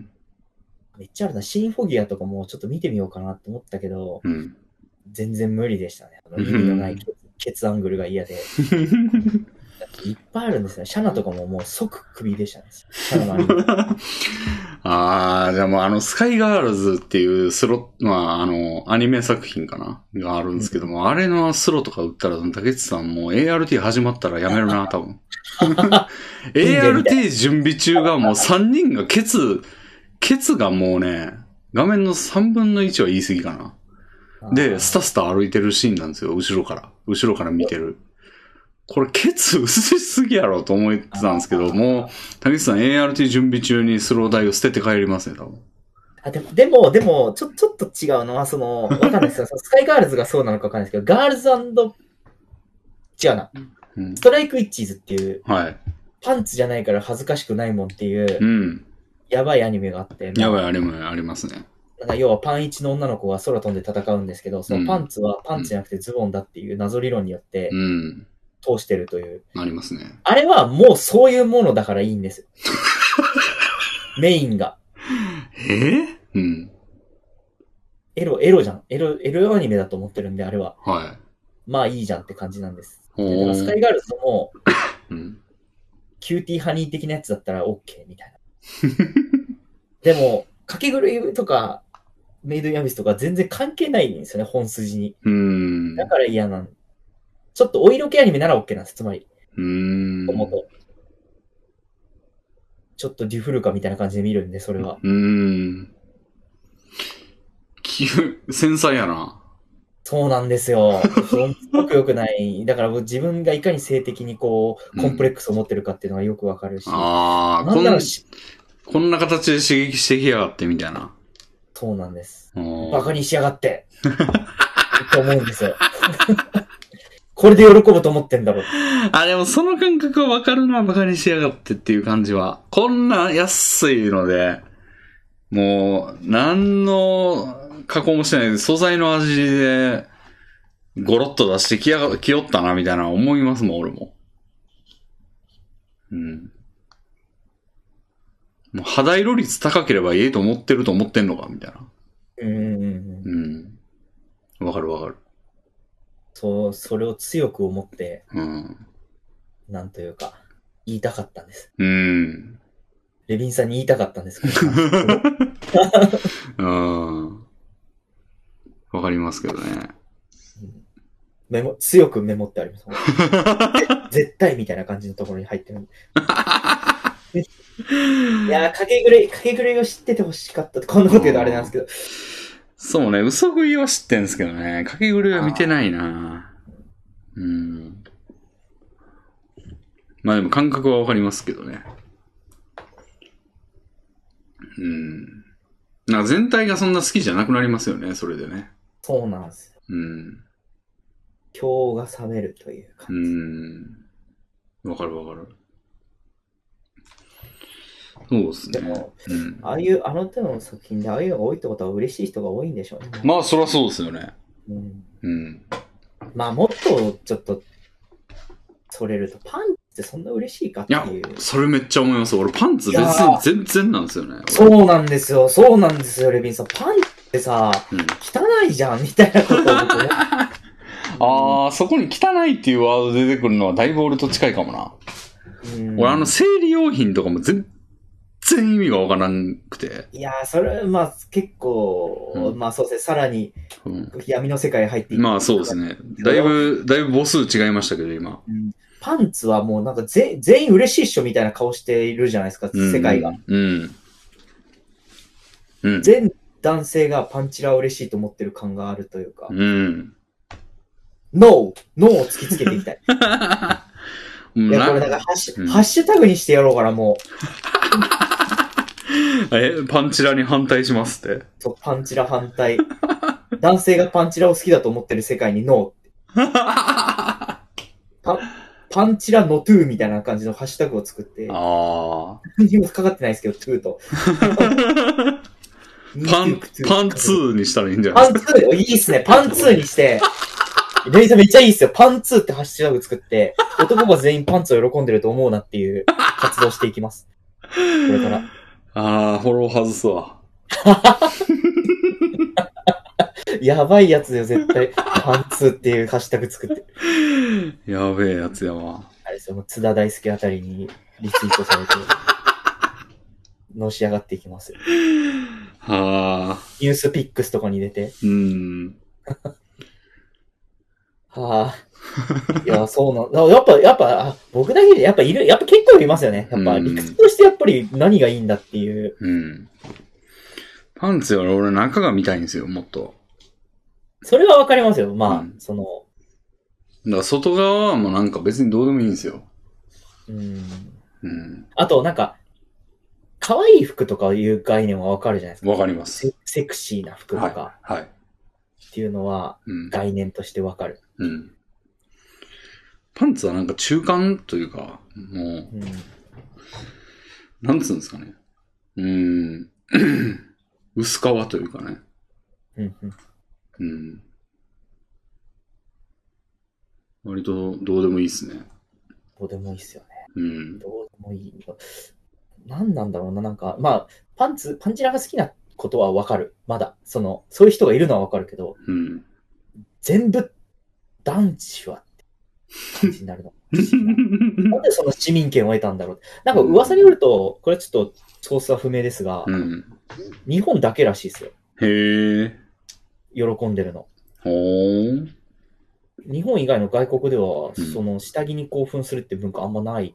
めっちゃあるな。シンフォギアとかもちょっと見てみようかなと思ったけど、うん、全然無理でしたね。あの意味のないケツ、ケツアングルが嫌で。いっぱいあるんですよ。シャナとかももう即首でしたね。シャナのアニメ。 ああ、じゃあもうあの、スカイガールズっていうスロ、まああの、アニメ作品かながあるんですけども、うん、あれのスロとか打ったら、竹内さんもう エーアールティー 始まったらやめるな、多分。エーアールティー 準備中がもうさんにんがケツ、ケツがもうね、画面のさんぶんのいちは言い過ぎかな。で、スタスタ歩いてるシーンなんですよ、後ろから。後ろから見てる。これ、ケツ薄しすぎやろと思ってたんですけど、もう、竹内さん エーアールティー 準備中にスロー台を捨てて帰りますね、多分。 あ、でも、でも、でも、ちょ、ちょっと違うのは、その、わかんないですよ。スカイガールズがそうなのかわかんないですけど、ガールズ&、違うな。うん、ストライクイッチーズっていう、はい。パンツじゃないから恥ずかしくないもんっていう、うん。やばいアニメがあって。 まあ、やばいアニメありますね。 なんか要はパンいちの女の子が空飛んで戦うんですけど、そのパンツはパンツじゃなくてズボンだっていう謎理論によって、うん。通してるという。 ありますね。 あれはもうそういうものだからいいんですよ。メインが。 えー、うん。 エロ、エロじゃん。エロ、エロアニメだと思ってるんで、あれは。はい。まあいいじゃんって感じなんです。でだからスカイガールズも、うん、キューティーハニー的なやつだったら OK みたいな。でも、かけ狂いとか、メイドインアビスとか全然関係ないんですよね、本筋に。うんだから嫌なんちょっとお色気アニメなら OK なんです、つまり。うーん。ともと。ちょっとデュフルカみたいな感じで見るんで、それは。うーん。 き繊細やな。 そうなんですよ。すごく良くない。だから自分がいかに性的にこう、コンプレックスを持ってるかっていうのがよくわかるし。うん、 ああ、こんな、こんな形で刺激してきやがってみたいな。 そうなんです。バカにしやがって。と思うんですよ。これで喜ぶと思ってんだろう。 あ、でもその感覚はわかるな、バカにしやがってっていう感じは。こんな安いので、もう、何の加工もしてないで、素材の味で、ゴロッと出してきやが、きよったな、みたいな思いますもん、俺も。うん。 もう肌色率高ければいいと思ってると思ってんのかみたいな。 うんうんうん。 うん。わかるわかる。 そう、それを強く思って、 うん。 なんというか、言いたかったんです。 うん。 レビンさんに言いたかったんです、こうん。わかりますけどね。 メモ、強くメモってあります。絶対みたいな感じのところに入ってる。いやー、かけぐれ、かけぐれを知っててほしかったって、こんなこと言うとあれなんですけど。 そうね、嘘食いは知ってんすけどね、かけぐれは見てないな。うん。まあでも感覚はわかりますけどね。うん。なんか全体がそんな好きじゃなくなりますよね、それでね。 そうなんですよ。 うん。 今日が冷めるという感じ。 うん。わかるわかる。そうですね。 でも、うん、ああいう、あの手の作品でああいうのが多いってことは嬉しい人が多いんでしょうね。 まあ、そりゃそうですよね。 うん。 うん。 まあ、もっとちょっと、それると、パンってそんな嬉しいかっていう。 いや、それめっちゃ思います。俺、パンツ別に全然なんですよね。 そうなんですよ。そうなんですよ、レビンさん。パンってさ、うん、汚いじゃん、みたいなことを僕ね。 ああ、そこに汚いっていうワード出てくるのはだいぶ俺と近いかもな。うん、俺、あの、生理用品とかも全然意味がわからんくて。 いやー、それ、まあ、結構、うん、まあそうですね、さらに、闇の世界に入っていく、 うん。まあそうですね。だいぶ、だいぶ母数違いましたけど、今。 うん、パンツはもうなんかぜ全員嬉しいっしょみたいな顔しているじゃないですか、世界が。うん。うん、全男性がパンチラを嬉しいと思ってる感があるというか。うん。ノーノーを突きつけていきたい。いや、これなんかハッシュ、うん、ハッシュタグにしてやろうかな、もう。 え、パンチラに反対しますって。 そう、パンチラ反対。男性がパンチラを好きだと思ってる世界にノーって。パ, パンチラノトゥーみたいな感じのハッシュタグを作って。ああ。何もかかってないですけど、トゥーと。 パン、パンツーにしたらいいんじゃないですか。 パンツー、いいっすね。パンツーにして。レイさんめっちゃいいっすよ。パンツーってハッシュタグ作って、男が全員パンツを喜んでると思うなっていう活動していきます。これから。 ああ、フォロー外すわ。 やばいやつよ、絶対。パンツーっていうハッシュタグ作って。 やべえやつやわ。 あれですよ、もう津田大介あたりにリツイートされて、のし上がっていきますよ。はあ。ニュースピックスとかに出て。うん。はあ。いや、そうなん、やっぱ、やっぱ、僕だけで、やっぱいる、やっぱ結構いますよね。やっぱ理屈としてやっぱり何がいいんだっていう。うん。 パンツより俺中が見たいんですよ、もっと。 それはわかりますよ。まあ、うん、その。 だから外側はもうなんか別にどうでもいいんですよ。うん。 うん。あと、なんか、可愛い服とかいう概念はわかるじゃないですか。 わかります。 セ。セクシーな服とか。はい。はい、っていうのは、概念としてわかる。うん。うん、 パンツはなんか中間というか、もう、うん、なんつうんですかね。うーん。薄皮というかね。うんうん。うん。割とどうでもいいっすね。 どうでもいいっすよね。うん。どうでもいい。何なんだろうな、なんか、まあ、パンツ、パンチラが好きなことはわかる。まだ。その、そういう人がいるのはわかるけど、うん、全部、男子はって感じになるの。なんでその市民権を得たんだろう。なんか噂によると、これちょっとソースは不明ですが、うん、日本だけらしいですよ。へえ。喜んでるの。ほー。日本以外の外国では、うん、その下着に興奮するって文化あんまない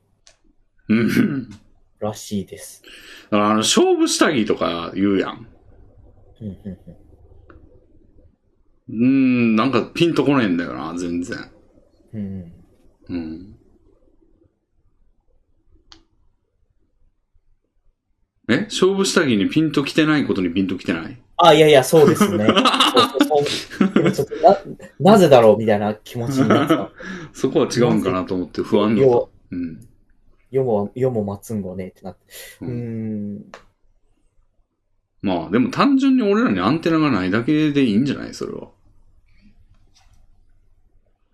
らしいです。 あの、勝負下着とか言うやん。うんうんうんうーん、なんかピンとこねえんだよな、全然。うん。うん。え勝負下着にピンときてないことにピンときてない？ あ、いやいや、そうですね。そうそうそうな, なぜだろうみたいな気持ちになった。 そこは違うんかなと思って不安だった。うん。 世も、世も待つんごねってなって。うーん。 まあ、でも単純に俺らにアンテナがないだけでいいんじゃないそれは。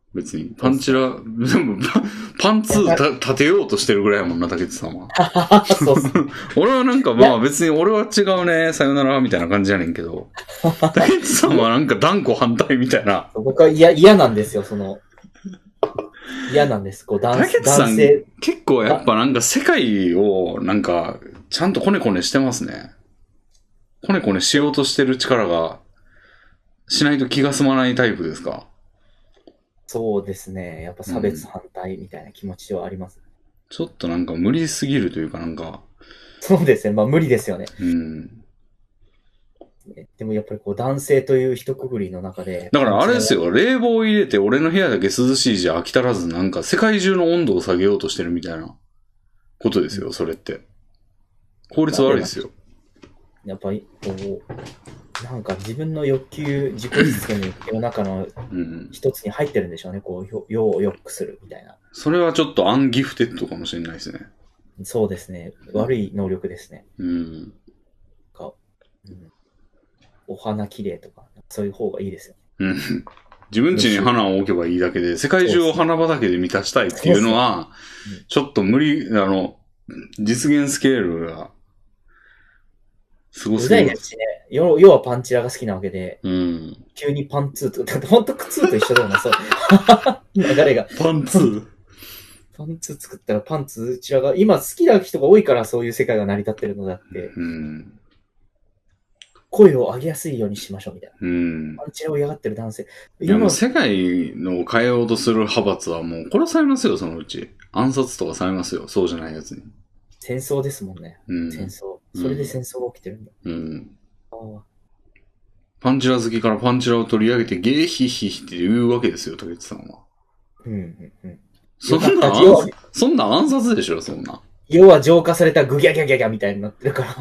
別に。パンチラ、でもパンツた立てようとしてるぐらいやもんな、竹内さんは。 そうっす。 俺はなんかまあ別に俺は違うね、さよならみたいな感じやねんけど。竹内さんはなんか断固反対みたいな。 僕は嫌、嫌なんですよ、その。嫌なんです。こう男、 竹内さん結構やっぱなんか世界をなんかちゃんとコネコネしてますね。コネコネしようとしてる力がしないと気が済まないタイプですか？ そうですね。やっぱ差別反対みたいな気持ちはあります。 うん、ちょっとなんか無理すぎるというかなんか。 そうですね。まあ無理ですよね。 うん。 でもやっぱりこう男性という一括りの中で。 だからあれですよ。冷房入れて俺の部屋だけ涼しいじゃ飽き足らずなんか世界中の温度を下げようとしてるみたいなことですよ、それって。効率悪いですよ。 やっぱりこう、なんか自分の欲求、自己実現の欲求の中の一つに入ってるんでしょうね。こう、世を良くするみたいな。 それはちょっとアンギフテッドかもしれないですね。 そうですね。悪い能力ですね。 うん。 かうん、お花綺麗とか、そういう方がいいですよ。 うん。自分家に花を置けばいいだけで、世界中を花畑で満たしたいっていうのは、ちょっと無理、あの、実現スケールが、すごすぎます。 要はパンチラが好きなわけで、 うん、 急にパンツーと、だってほんと靴と一緒だよな、そう。流れが。 パンツーパンツ作ったらパンツチラが、今好きな人が多いからそういう世界が成り立ってるのだって、 うん、 声を上げやすいようにしましょうみたいな。 うん、 パンチラを嫌がってる男性。 いやもう世界の変えようとする派閥はもう殺されますよ、そのうち。暗殺とかされますよ、そうじゃないやつに。 戦争ですもんね。うん、戦争。それで戦争が起きてるんだ。 うん。あパンチラ好きからパンチラを取り上げてゲーヒヒヒって言うわけですよ、竹内さんは。 うんうんうん。 そんな、そんな暗殺でしょ、そんな。 要は浄化されたグギャギャギャギャみたいになってるから。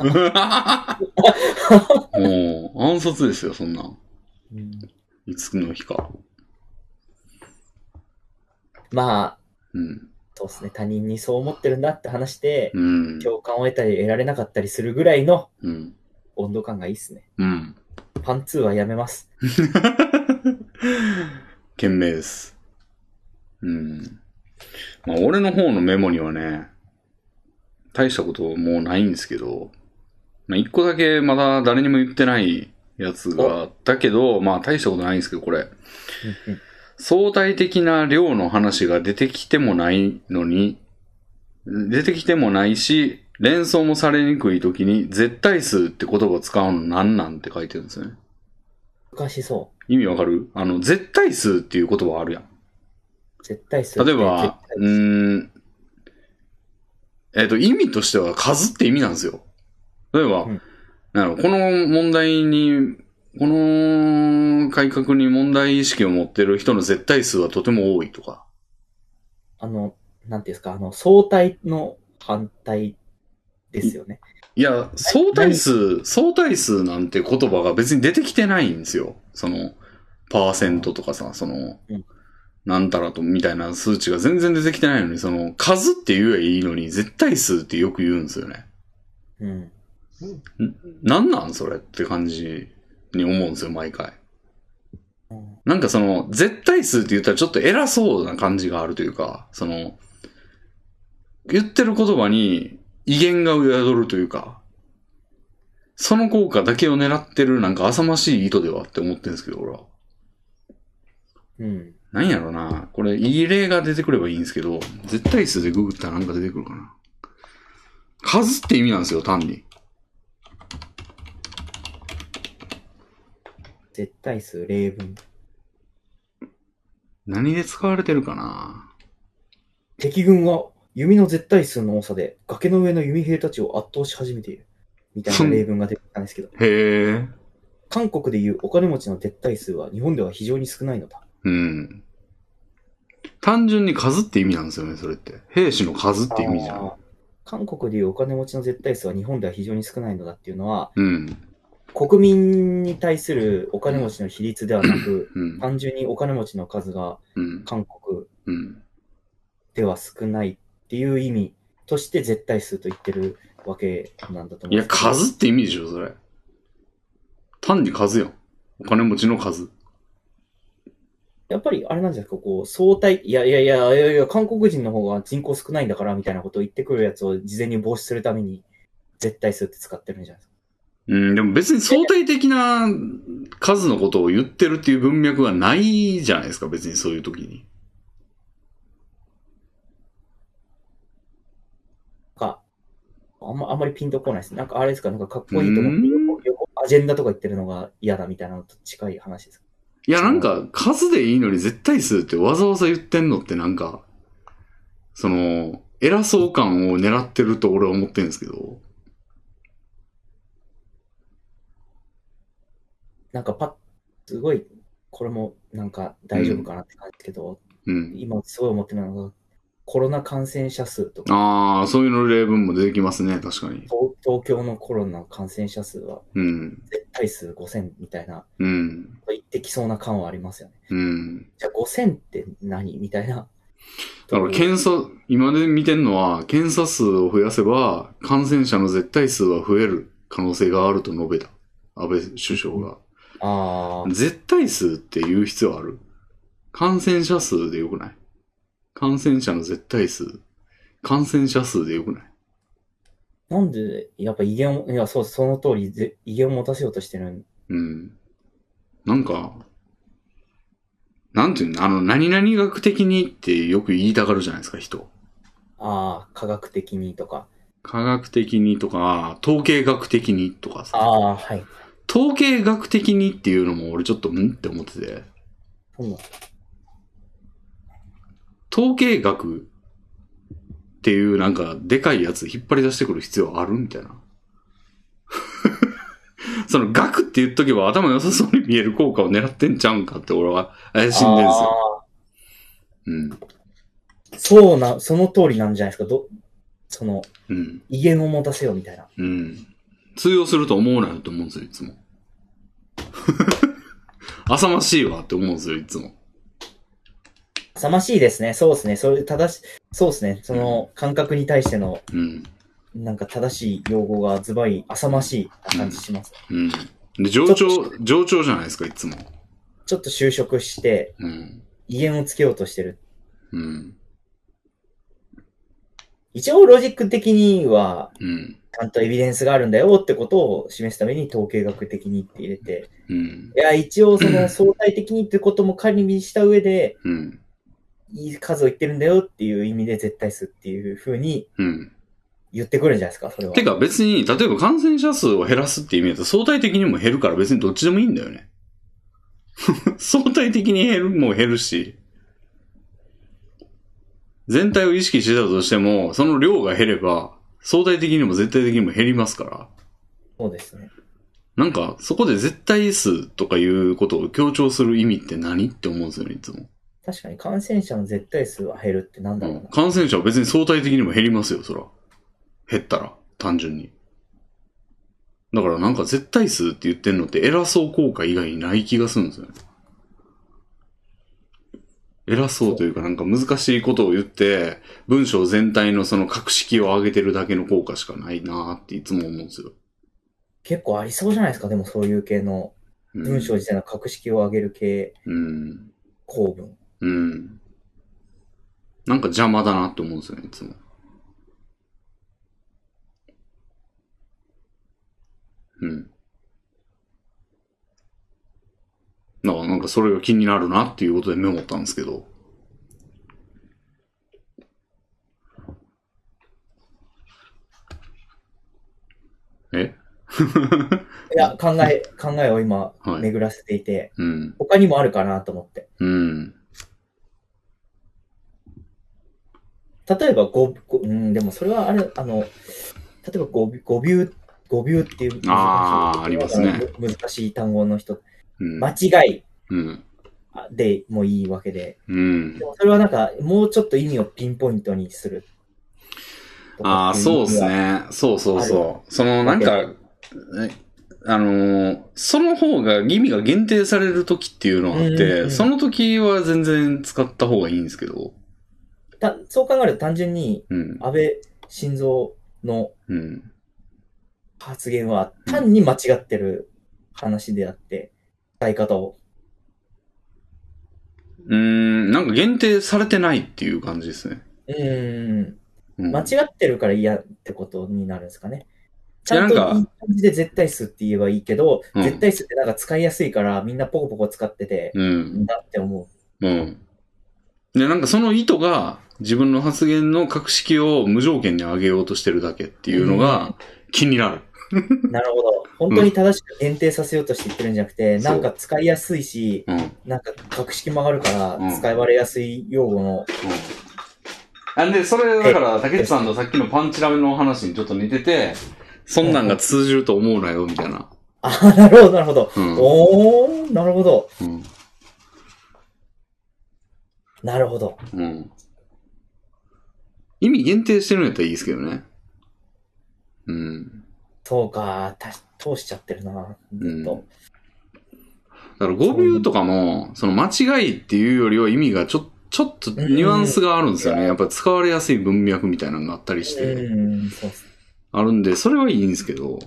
もう、暗殺ですよ、そんな。うん、いつの日か。 まあ、 うん。 そうですね。他人にそう思ってるんだって話して、 うん、 共感を得たり得られなかったりするぐらいの温度感がいいっすね。 うん。 パンツーはやめます。 懸命です。うん。まあ、俺の方のメモにはね、大したこともうないんですけど、まあ、一個だけまだ誰にも言ってないやつがあったけど、まあ大したことないんですけど、これ。相対的な量の話が出てきてもないのに、出てきてもないし、連想もされにくいときに、絶対数って言葉を使うのなんなんって書いてるんですよね。 難しそう。 意味わかる？あの、絶対数っていう言葉あるやん。 絶対数。 例えば、うーん、えっと、意味としては数って意味なんですよ。例えば、うん、なんこの問題に、この改革に問題意識を持ってる人の絶対数はとても多いとか。 あの、なんていうんですか、あの、相対の反対ですよね。 いや、相対数、相対数なんて言葉が別に出てきてないんですよ。その、パーセントとかさ、その、うん、なんたらとみたいな数値が全然出てきてないのに、その、数って言えばいいのに、絶対数ってよく言うんですよね。うん。なんなんそれって感じに思うんですよ、毎回。なんかその、絶対数って言ったらちょっと偉そうな感じがあるというか、その、言ってる言葉に威厳が宿るというか、その効果だけを狙ってるなんか浅ましい意図ではって思ってるんですけど、俺は。うん。なんやろな。これ、いい例が出てくればいいんですけど、絶対数でググったらなんか出てくるかな。数って意味なんですよ、単に。 絶対数例文。 何で使われてるかな。 敵軍は弓の絶対数の多さで崖の上の弓兵たちを圧倒し始めている。みたいな例文が出てきたんですけど。 へえ。 韓国でいうお金持ちの絶対数は日本では非常に少ないのだ。 うん。単純に数って意味なんですよね、それって。兵士の数って意味じゃん。 韓国でいうお金持ちの絶対数は日本では非常に少ないのだっていうのは、 うん。 国民に対するお金持ちの比率ではなく、うん、単純にお金持ちの数が韓国では少ないっていう意味として絶対数と言ってるわけなんだと思う。 いや、数って意味でしょ、それ。単に数よ。お金持ちの数。 やっぱりあれなんじゃないですか、こう、相対、いやいやいやいやいや、韓国人の方が人口少ないんだから、みたいなことを言ってくるやつを事前に防止するために、絶対数って使ってるんじゃないですか。 うん、でも別に相対的な数のことを言ってるっていう文脈がないじゃないですか、別にそういう時に。 なんか、あんま、あんまりピンとこないです。なんかあれですか、なんかかっこいいと思って横、横、アジェンダとか言ってるのが嫌だみたいなのと近い話ですか。 いや、なんか、数でいいのに絶対数ってわざわざ言ってんのってなんか、その、偉そう感を狙ってると俺は思ってるんですけど。 なんかパッ、すごい、これもなんか大丈夫かなって感じですけど、うん、今すごい思ってるのが、コロナ感染者数とか。 ああ、そういうの例文も出てきますね、確かに。 東, 東京のコロナ感染者数は、絶対数ごせんみたいな、うん、言ってきそうな感はありますよね。うん、じゃあごせんって何みたいな。 だから検査、今で見てんのは、検査数を増やせば、感染者の絶対数は増える可能性があると述べた。安倍首相が。ああ。絶対数って言う必要ある？感染者数でよくない？感染者の絶対数。感染者数でよくない？ なんで、やっぱ威厳を、いや、そう、その通り、威厳を持たせようとしてる。 うん。なんか、なんていうの、あの、何々学的にってよく言いたがるじゃないですか、人。 ああ、科学的にとか。 科学的にとか、統計学的にとかさ。 ああ、はい。 統計学的にっていうのも俺ちょっとんって思ってて。うん、統計学っていうなんかでかいやつ引っ張り出してくる必要あるみたいな。その学って言っとけば頭良さそうに見える効果を狙ってんちゃうんかって俺は怪しんでんすよ。 うん。そうな、その通りなんじゃないですか。ど、その、うん、威厳を持たせようみたいな。 うん。通用すると思うなよって思うんですよ、いつも。浅ましいわって思うんですよ、いつも。 浅ましいですね。そうですね。そういう正し、そうですね。その感覚に対しての、うん、なんか正しい用語がズバリ浅ましい感じします。 うん。うん、で、上長、上長じゃないですか、いつも。 ちょっと就職して、うん、威厳をつけようとしてる。うん。一応ロジック的には、うん、ちゃんとエビデンスがあるんだよってことを示すために統計学的にって入れて、うん、いや、一応その相対的にってことも仮にした上で、うん、いい数を言ってるんだよっていう意味で絶対数っていう風に言ってくるんじゃないですか、それは。 てか別に、例えば感染者数を減らすっていう意味だと相対的にも減るから別にどっちでもいいんだよね。相対的に減るも減るし、全体を意識してたとしても、その量が減れば、相対的にも絶対的にも減りますから。 そうですね。 なんか、そこで絶対数とかいうことを強調する意味って何って思うんですよね、いつも。 確かに感染者の絶対数は減るってなんだろうな、うん。 感染者は別に相対的にも減りますよ、そら。減ったら、単純に。だからなんか絶対数って言ってんのって偉そう効果以外にない気がするんですよね。偉そうというかなんか難しいことを言って、文章全体のその格式を上げてるだけの効果しかないなーっていつも思うんですよ。 結構ありそうじゃないですか、でもそういう系の文章自体の格式を上げる系、うん、構文。 うん。なんか邪魔だなって思うんですよね、いつも。うん。だからなんかそれが気になるなっていうことでメモったんですけど。えいや、考え、考えを今、巡らせていて、はいうん、他にもあるかなと思って。うん。例えば、ご、ご、うん、でもそれはあれ、あの、例えばご、ごビュー、ごビューっていう難しい、 ああ、ありますね。 難しい単語の人、うん、間違いでもいいわけで、うん、でもそれはなんか、もうちょっと意味をピンポイントにする。 ああ、そうですね。そうそうそう。その、なんか、あのー、その方が意味が限定される時っていうのがあって、うんうん、その時は全然使った方がいいんですけど。 たそう考えると単純に、安倍晋三の発言は単に間違ってる話であって、伝え方を。 うーん、なんか限定されてないっていう感じですね。 うーん。うん、間違ってるから嫌ってことになるんですかね。ちゃんといい感じで絶対数って言えばいいけど、うん、絶対数ってなんか使いやすいからみんなポコポコ使ってて、うん。だって思う。うん。で、なんかその意図が自分の発言の格式を無条件に上げようとしてるだけっていうのが気になる。 なるほど。本当に正しく限定させようとして言ってるんじゃなくて、うん、なんか使いやすいし、うん、なんか格式も上がるから使い割れやすい用語の、 うん、んで、それだから竹内さんのさっきのパンチラメの話にちょっと似てて、そんなんが通じると思うなよみたいな。 あ、なるほど、なるほど。うん、おー、なるほど。うん、なるほど。うん。 意味限定してるんやったらいいですけどね。うん。 そうか、た通しちゃってるな、ずっと。うん、 だから語尾とかも、その間違いっていうよりは意味がちょ、ちょっとニュアンスがあるんですよね。やっぱ使われやすい文脈みたいなのがあったりして。うん、そうっす。あるんで、それはいいんですけど。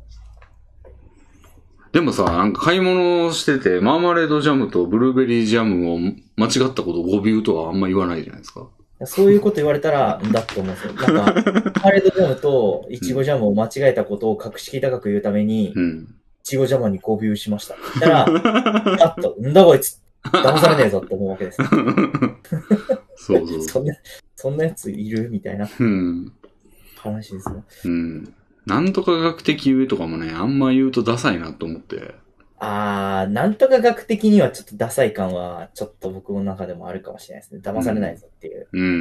でもさ、なんか買い物してて、マーマレードジャムとブルーベリージャムを間違ったことを語尾とはあんま言わないじゃないですか。 そういうこと言われたら、だって思うんですよ。なんか、マーマレードジャムとイチゴジャムを間違えたことを格式高く言うために、うん、イチゴジャムに語尾しました。そしたら、あっと、んだこいつ、騙されねえぞって思うわけです。そうそう。そんな、そんなやついるみたいな話ですよ。 うん。なんとか学的言うとかもね、あんま言うとダサいなと思って。 あー、なんとか学的にはちょっとダサい感は、ちょっと僕の中でもあるかもしれないですね。騙されないぞっていう。うん。うん、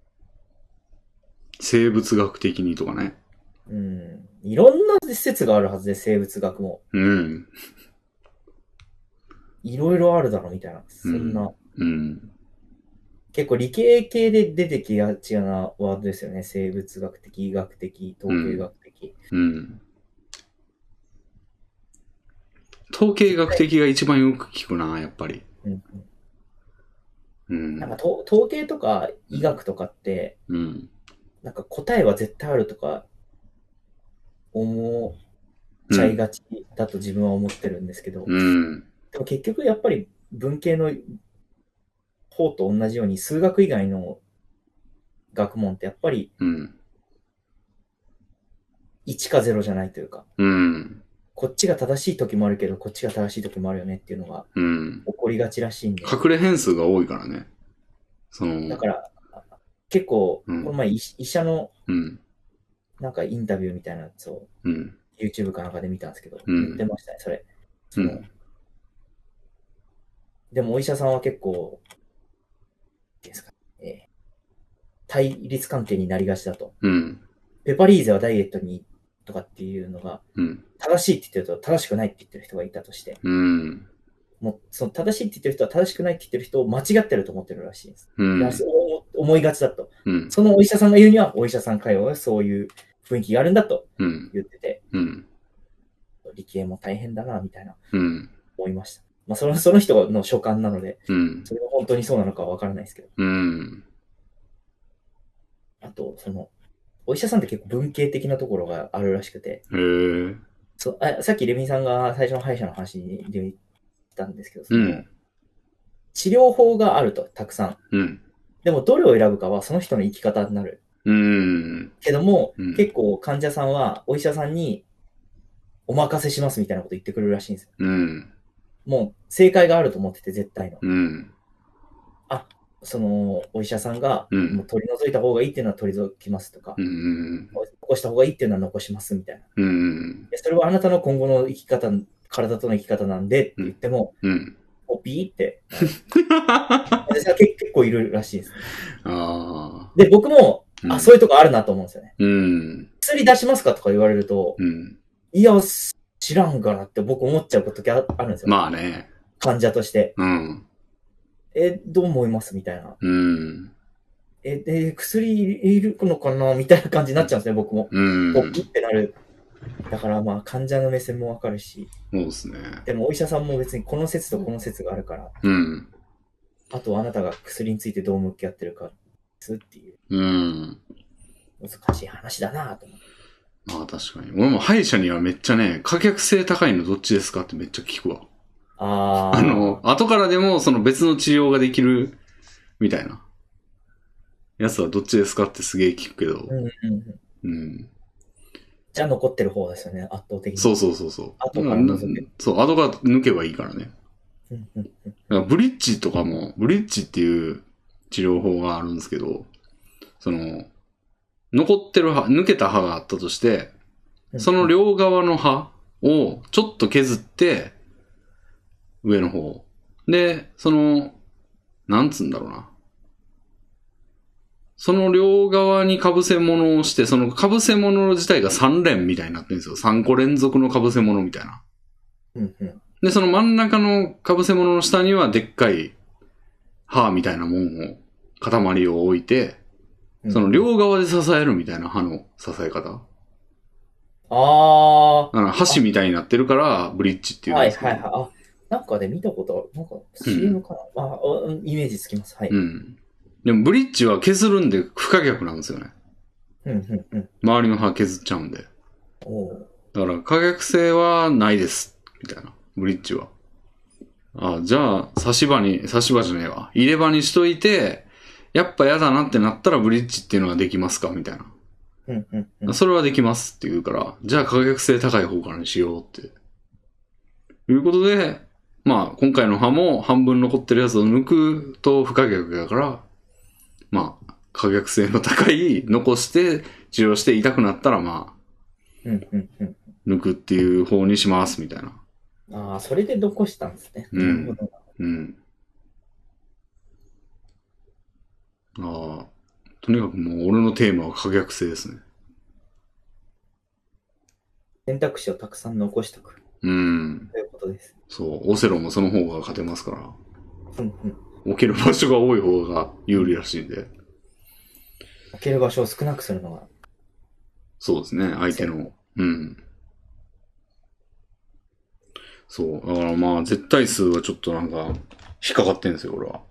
生物学的にとかね。 うん。いろんな説があるはずで、生物学も。うん。いろいろあるだろ、みたいな。そんな。うん。うん、結構理系系で出てきがちなワードですよね。生物学的、医学的、統計学的。うん。うん、 統計学的が一番よく聞くな、やっぱり。うんうん、なんかと統計とか医学とかって、うん、なんか答えは絶対あるとか思っちゃいがちだと自分は思ってるんですけど、うん、でも結局やっぱり文系の方と同じように数学以外の学問ってやっぱりいちかゼロじゃないというか、うん、こっちが正しい時もあるけどこっちが正しい時もあるよねっていうのが起こりがちらしいんで、 うん、隠れ変数が多いからね。 そのだから結構、うん、この前医者のなんかインタビューみたいなやつを YouTube かなんかで見たんですけど、うん、言ってましたね、それ。そのうん、でもお医者さんは結構、ですか、えー、対立関係になりがちだと。うん、ペパリーゼはダイエットにとかっていうのが、うん、正しいって言ってると正しくないって言ってる人がいたとして、うん、もうその正しいって言ってる人は正しくないって言ってる人を間違ってると思ってるらしいんです。うん、そう思いがちだと、うん。そのお医者さんが言うには、お医者さん会話はそういう雰囲気があるんだと言ってて、うん、理系も大変だな、みたいな、思いました。まあその、その人の所感なので、うん、それが本当にそうなのかはわからないですけど。うん、あと、その、お医者さんって結構文系的なところがあるらしくて、へそうあさっきレミンさんが最初の歯医者の話で言ったんですけど、その、うん、治療法があると、たくさん。うん、でも、どれを選ぶかはその人の生き方になる。うん、けども、うん、結構患者さんはお医者さんにお任せしますみたいなこと言ってくるらしいんですよ。うん、もう正解があると思ってて絶対の。うん、あ、そのお医者さんが、うん、もう取り除いた方がいいっていうのは取り除きますとか、うん、残した方がいいっていうのは残しますみたいな。うん、それはあなたの今後の生き方、体との生き方なんでって言っても、うん、おピーって。私は結構いるらしいです、ね。あで、僕も、うん、あ、そういうとこあるなと思うんですよね。うん、薬出しますかとか言われると、うん、いや、知らんかなって僕思っちゃうことあるんですよ。 まあね。 患者として。うん、え、どう思いますみたいな。うん、え、で、薬いるのかなみたいな感じになっちゃうんですね、僕も。うん、ポッってなる。だからまあ患者の目線もわかるし。 そうですね。 でもお医者さんも別にこの説とこの説があるから。うん。あとあなたが薬についてどう向き合ってるかですっていう。うん。難しい話だなぁと思って。 まあ確かに。俺も歯医者にはめっちゃね、可逆性高いのどっちですかってめっちゃ聞くわ。 ああ。 あの、後からでもその別の治療ができるみたいなやつはどっちですかってすげえ聞くけど。 うんうんうん。 うん。 じゃあ残ってる方ですよね、圧倒的に。 そうそうそうそう。 後から除け。 そう、後が抜けばいいからね。 うんうんうん。 だからブリッジとかも、ブリッジっていう治療法があるんですけど、その、残ってる歯、抜けた歯があったとして、その両側の歯をちょっと削って、上の方。で、その、なんつうんだろうな。その両側に被せ物をして、その被せ物自体がさん連みたいになってるんですよ。さんこ連続の被せ物みたいな。 うんうん、 で、その真ん中の被せ物の下にはでっかい歯みたいなもんを、塊を置いて、その両側で支えるみたいな歯の支え方。 ああ。 だから箸みたいになってるから、ブリッジっていうんですけど。はいはいはい。 あ、なんかで見たことある。なんか シーエム かな、うん、あ、イメージつきます。はい。 うん。でもブリッジは削るんで不可逆なんですよね。 うんうんうん。 周りの歯削っちゃうんで。 おだから可逆性はないです。みたいな。ブリッジは。あ、じゃあ、差し歯に、差し歯じゃねえわ。入れ歯にしといて、やっぱ嫌だなってなったらブリッジっていうのができますかみたいな。 うんうんうん、 それはできますって言うから、じゃあ可逆性高い方からにしようって。いうことで、まあ、今回の歯も半分残ってるやつを抜くと不可逆だから、まあ、可逆性の高い残して治療して痛くなったらまあ、 うんうんうん、 抜くっていう方にしますみたいな。 ああ、それで残したんですね。 うん。うん。ああ、とにかくもう俺のテーマは可逆性ですね。 選択肢をたくさん残しておく。 うん。 ということです。 そう、オセロもその方が勝てますから。 うんうん。 置ける場所が多い方が有利らしいんで。 置ける場所を少なくするのが。 そうですね、相手の。うん。そう。だからまあ、絶対数はちょっとなんか、引っかかってんですよ、俺は。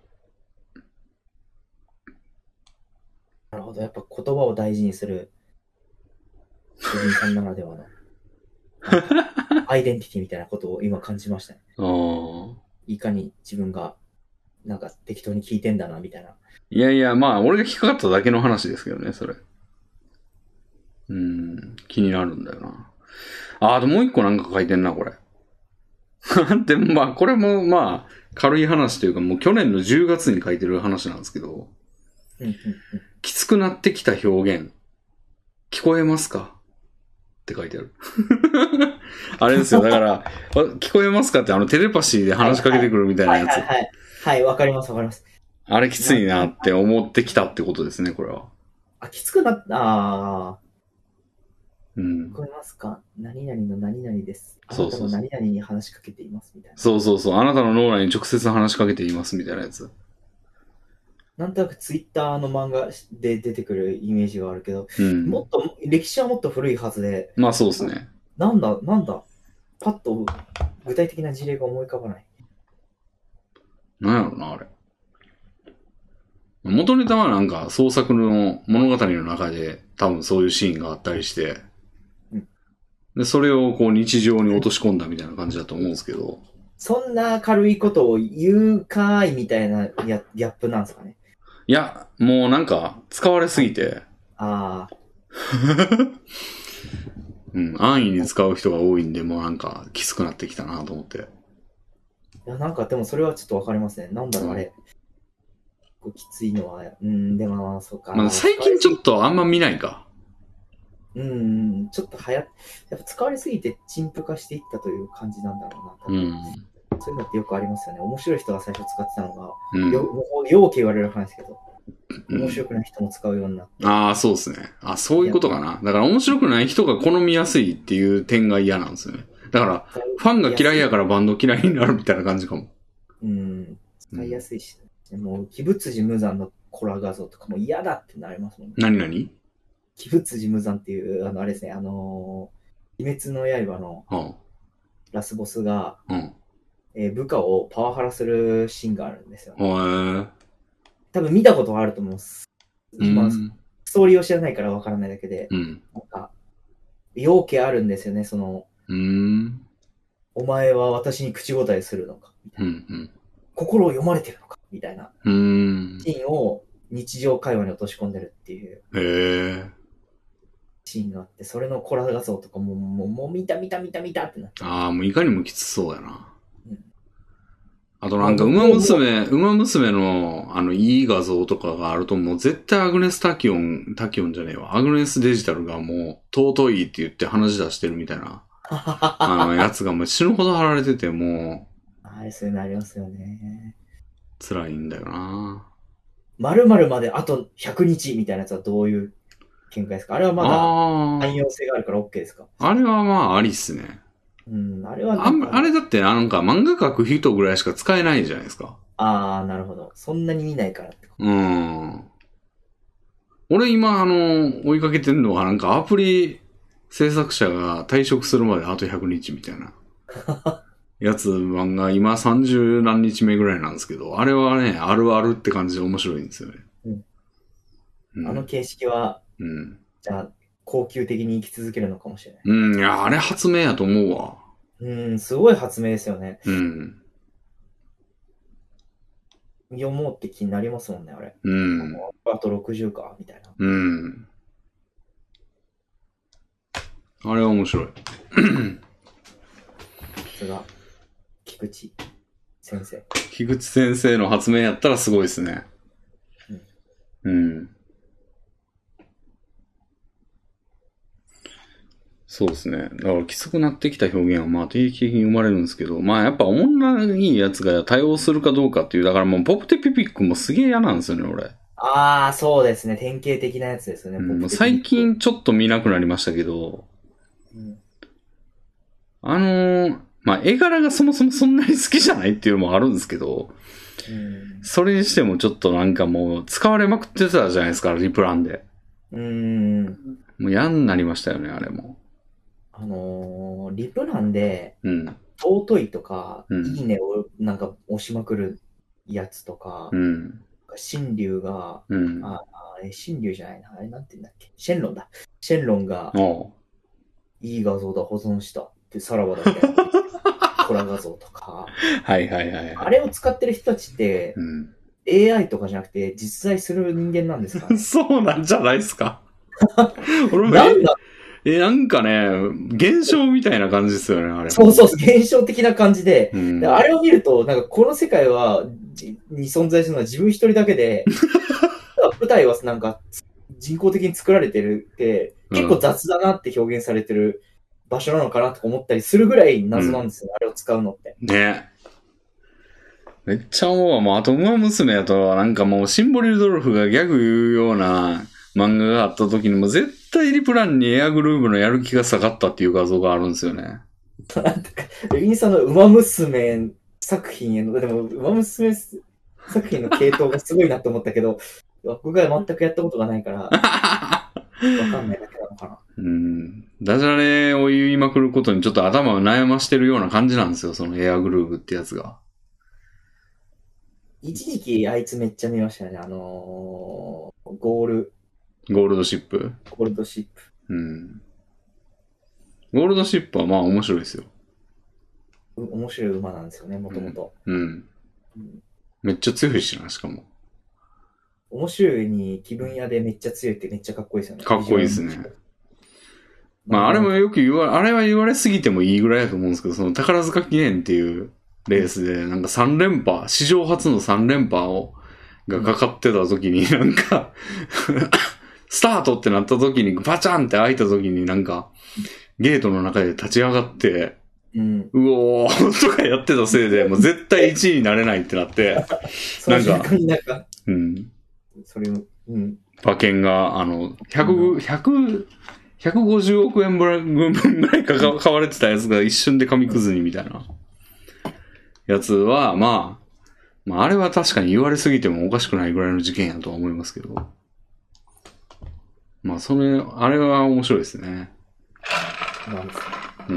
なるほど。やっぱ言葉を大事にする、主人さんならではの、アイデンティティみたいなことを今感じましたね。 ああ。 いかに自分が、なんか適当に聞いてんだな、みたいな。 いやいや、まあ、俺が引っかかっただけの話ですけどね、それ。うん、気になるんだよな。あ、あともう一個なんか書いてんな、これ。でもまあ、これもまあ、軽い話というか、もう去年のじゅうがつに書いてる話なんですけど、 うんうんうん、 きつくなってきた表現、聞こえますかって書いてある。あれですよ、だから、聞こえますかってあのテレパシーで話しかけてくるみたいなやつ。 はいはいはい。はい、わ、はい、かりますわかります。 あれきついなって思ってきたってことですね、これは。 あ、きつくなった、ああ。 うん。 聞こえますか？何々の何々です。あなたの何々に話しかけていますみたいな。 そうそうそう。あなたの脳内に直接話しかけていますみたいなやつ。 なんとなくツイッターの漫画で出てくるイメージがあるけど、うん、もっと、歴史はもっと古いはずで。 まあそうですね。 なんだ、なんだ。パッと具体的な事例が思い浮かばない。 なんやろな、あれ。元ネタはなんか創作の物語の中で多分そういうシーンがあったりして、うん、で、それをこう日常に落とし込んだみたいな感じだと思うんですけど。 そんな軽いことを言うかーいみたいなギャップなんですかね。 いや、もうなんか使われすぎて。 ああ。 うん、安易に使う人が多いんで、もうなんかきつくなってきたなと思って。 いや、なんかでもそれはちょっとわかりますね。なんだろう、あれ。きついのは、うん、でも、そうか。 まあ、最近ちょっとあんま見ないか。 うん、ちょっとはや、やっぱ使われすぎて陳腐化していったという感じなんだろうな。うん。そういうのってよくありますよね。面白い人が最初使ってたのが、うん、よ、ようけ言われる話ですけど、面白くない人も使うようになって。 うん、ああ、そうですね。あ、そういうことかな。だから面白くない人が好みやすいっていう点が嫌なんですよね。だから、ファンが嫌いやからバンド嫌いになるみたいな感じかも。 うん、使いやすいし、うん、もう、鬼仏寺無惨のコラ画像とかも嫌だってなりますもんね。 何々鬼仏寺無惨っていう、あの、あれですね、あのー、鬼滅の刃のラスボスが、うん、えー、部下をパワハラするシーンがあるんですよ、ね。 へ多分見たことはあると思うんです。まあ、ストーリーを知らないからわからないだけで、うん、なんか、要件あるんですよね、その、うん、 お前は私に口答えするのかみたいな、うんうん、心を読まれてるのかみたいなシーンを日常会話に落とし込んでるっていうシーンがあって、それのコラ画像とかももう、もう見た見た見た見たってなって。 ああ、もういかにもきつそうやな。うん、あとなんか、馬娘、馬娘の、あの、いい画像とかがあると、もう絶対アグネス・タキオン、タキオンじゃねえわ。アグネス・デジタルがもう、尊いって言って話出してるみたいな、あの、やつがもう死ぬほど貼られてて、もう。あれ、そういうのありますよね。 辛いんだよな。 〇〇まであとひゃくにちみたいなやつはどういう見解ですか？あれはまだ、汎用性があるから OK ですか？ あれはまあ、ありっすね。 うん、あれはなんかあ、あれだってなんか漫画描く人ぐらいしか使えないじゃないですか。 ああ、なるほど。そんなに見ないからってこと。 うん。俺今あの、追いかけてるのはなんかアプリ制作者が退職するまであとひゃくにちみたいな。やつ漫画今さんじゅうなんにちめぐらいなんですけど、あれはね、あるあるって感じで面白いんですよね。うんうん、あの形式は、うん、じゃあ、恒久的に生き続けるのかもしれない。 うん、いや、あれ発明やと思うわ。 うん、すごい発明ですよね。うん。読もうって気になりますもんね、あれ。うん。あとろくじゅうか、みたいな。うん。 あれは面白い。さすが、菊池先生。 菊池先生の発明やったらすごいですね。うん。うん。そうですね。だからきつくなってきた表現はまあ定期的に生まれるんですけど、まあやっぱおもんないやつが対応するかどうかっていう、だからもうポプテピピックもすげえ嫌なんですよね、俺。 ああ、そうですね。典型的なやつですよね。 うん、最近ちょっと見なくなりましたけど、うん、あのー、まあ絵柄がそもそもそんなに好きじゃないっていうのもあるんですけど、うん、それにしてもちょっとなんかもう使われまくってたじゃないですか、リプランで。うん。もう嫌になりましたよね、あれも。 あのー、リプランで、うん、尊いとか、うん、いいねをなんか押しまくるやつとか、うん、新竜が、うん、ああれ、新竜じゃないな、あれなんて言うんだっけ、シェンロンだ。シェンロンが、いい画像だ、保存したってさらばだみたいな。コラ画像とか。 はいはいはい、はい。 あれを使ってる人たちって、うん、エーアイ とかじゃなくて実在する人間なんですかね？ そうなんじゃないですか。俺もなんだえ、なんかね、現象みたいな感じですよね、あれ。 そうそう、現象的な感じで、うん、あれを見ると、なんかこの世界は、に存在するのは自分一人だけで、舞台はなんか人工的に作られてるって、結構雑だなって表現されてる場所なのかなとか思ったりするぐらい謎なんですよ、うん、あれを使うのって。 ね。めっちゃ思うわ。もう、あと、馬娘やと、なんかもう、シンボリルドルフがギャグ言うような漫画があった時にも、絶対リプランにエアグルーヴのやる気が下がったっていう画像があるんですよね。 なんとか、レビンさんの馬娘作品への、でも、馬娘作品の系統がすごいなと思ったけど、僕が全くやったことがないから、わかんないだけなのかな。 うん。ダジャレを言いまくることにちょっと頭を悩ましてるような感じなんですよ、そのエアグルーヴってやつが。 一時期あいつめっちゃ見ましたね。あのー、ゴール。 ゴールドシップゴールドシップ。 うん。ゴールドシップはまあ面白いですよ。 面白い馬なんですよね、もともと。うん。 めっちゃ強いしな、しかも。 面白いに気分屋でめっちゃ強いってめっちゃかっこいいですよね。 かっこいいですね。まああれもよく言わ、あれは言われすぎてもいいぐらいだと思うんですけど、その宝塚記念っていうレースで、なんかさん連覇、史上初のさん連覇を、がかかってた時になんかスタートってなった時にバチャンって開いた時になんか、ゲートの中で立ち上がって、うん、うおーとかやってたせいで、もう絶対いちいになれないってなって、 なんか、なんか、 うん。 それを、うん。 馬券が、あの、ひゃく、ひゃく、ひゃくごじゅうおくえん分ぐらいか買われてたやつが一瞬で紙くずにみたいなやつは、まあ、まあ、あれは確かに言われすぎてもおかしくないぐらいの事件やとは思いますけど。まあ、それ、あれは面白いですね。 なんですか。 うん。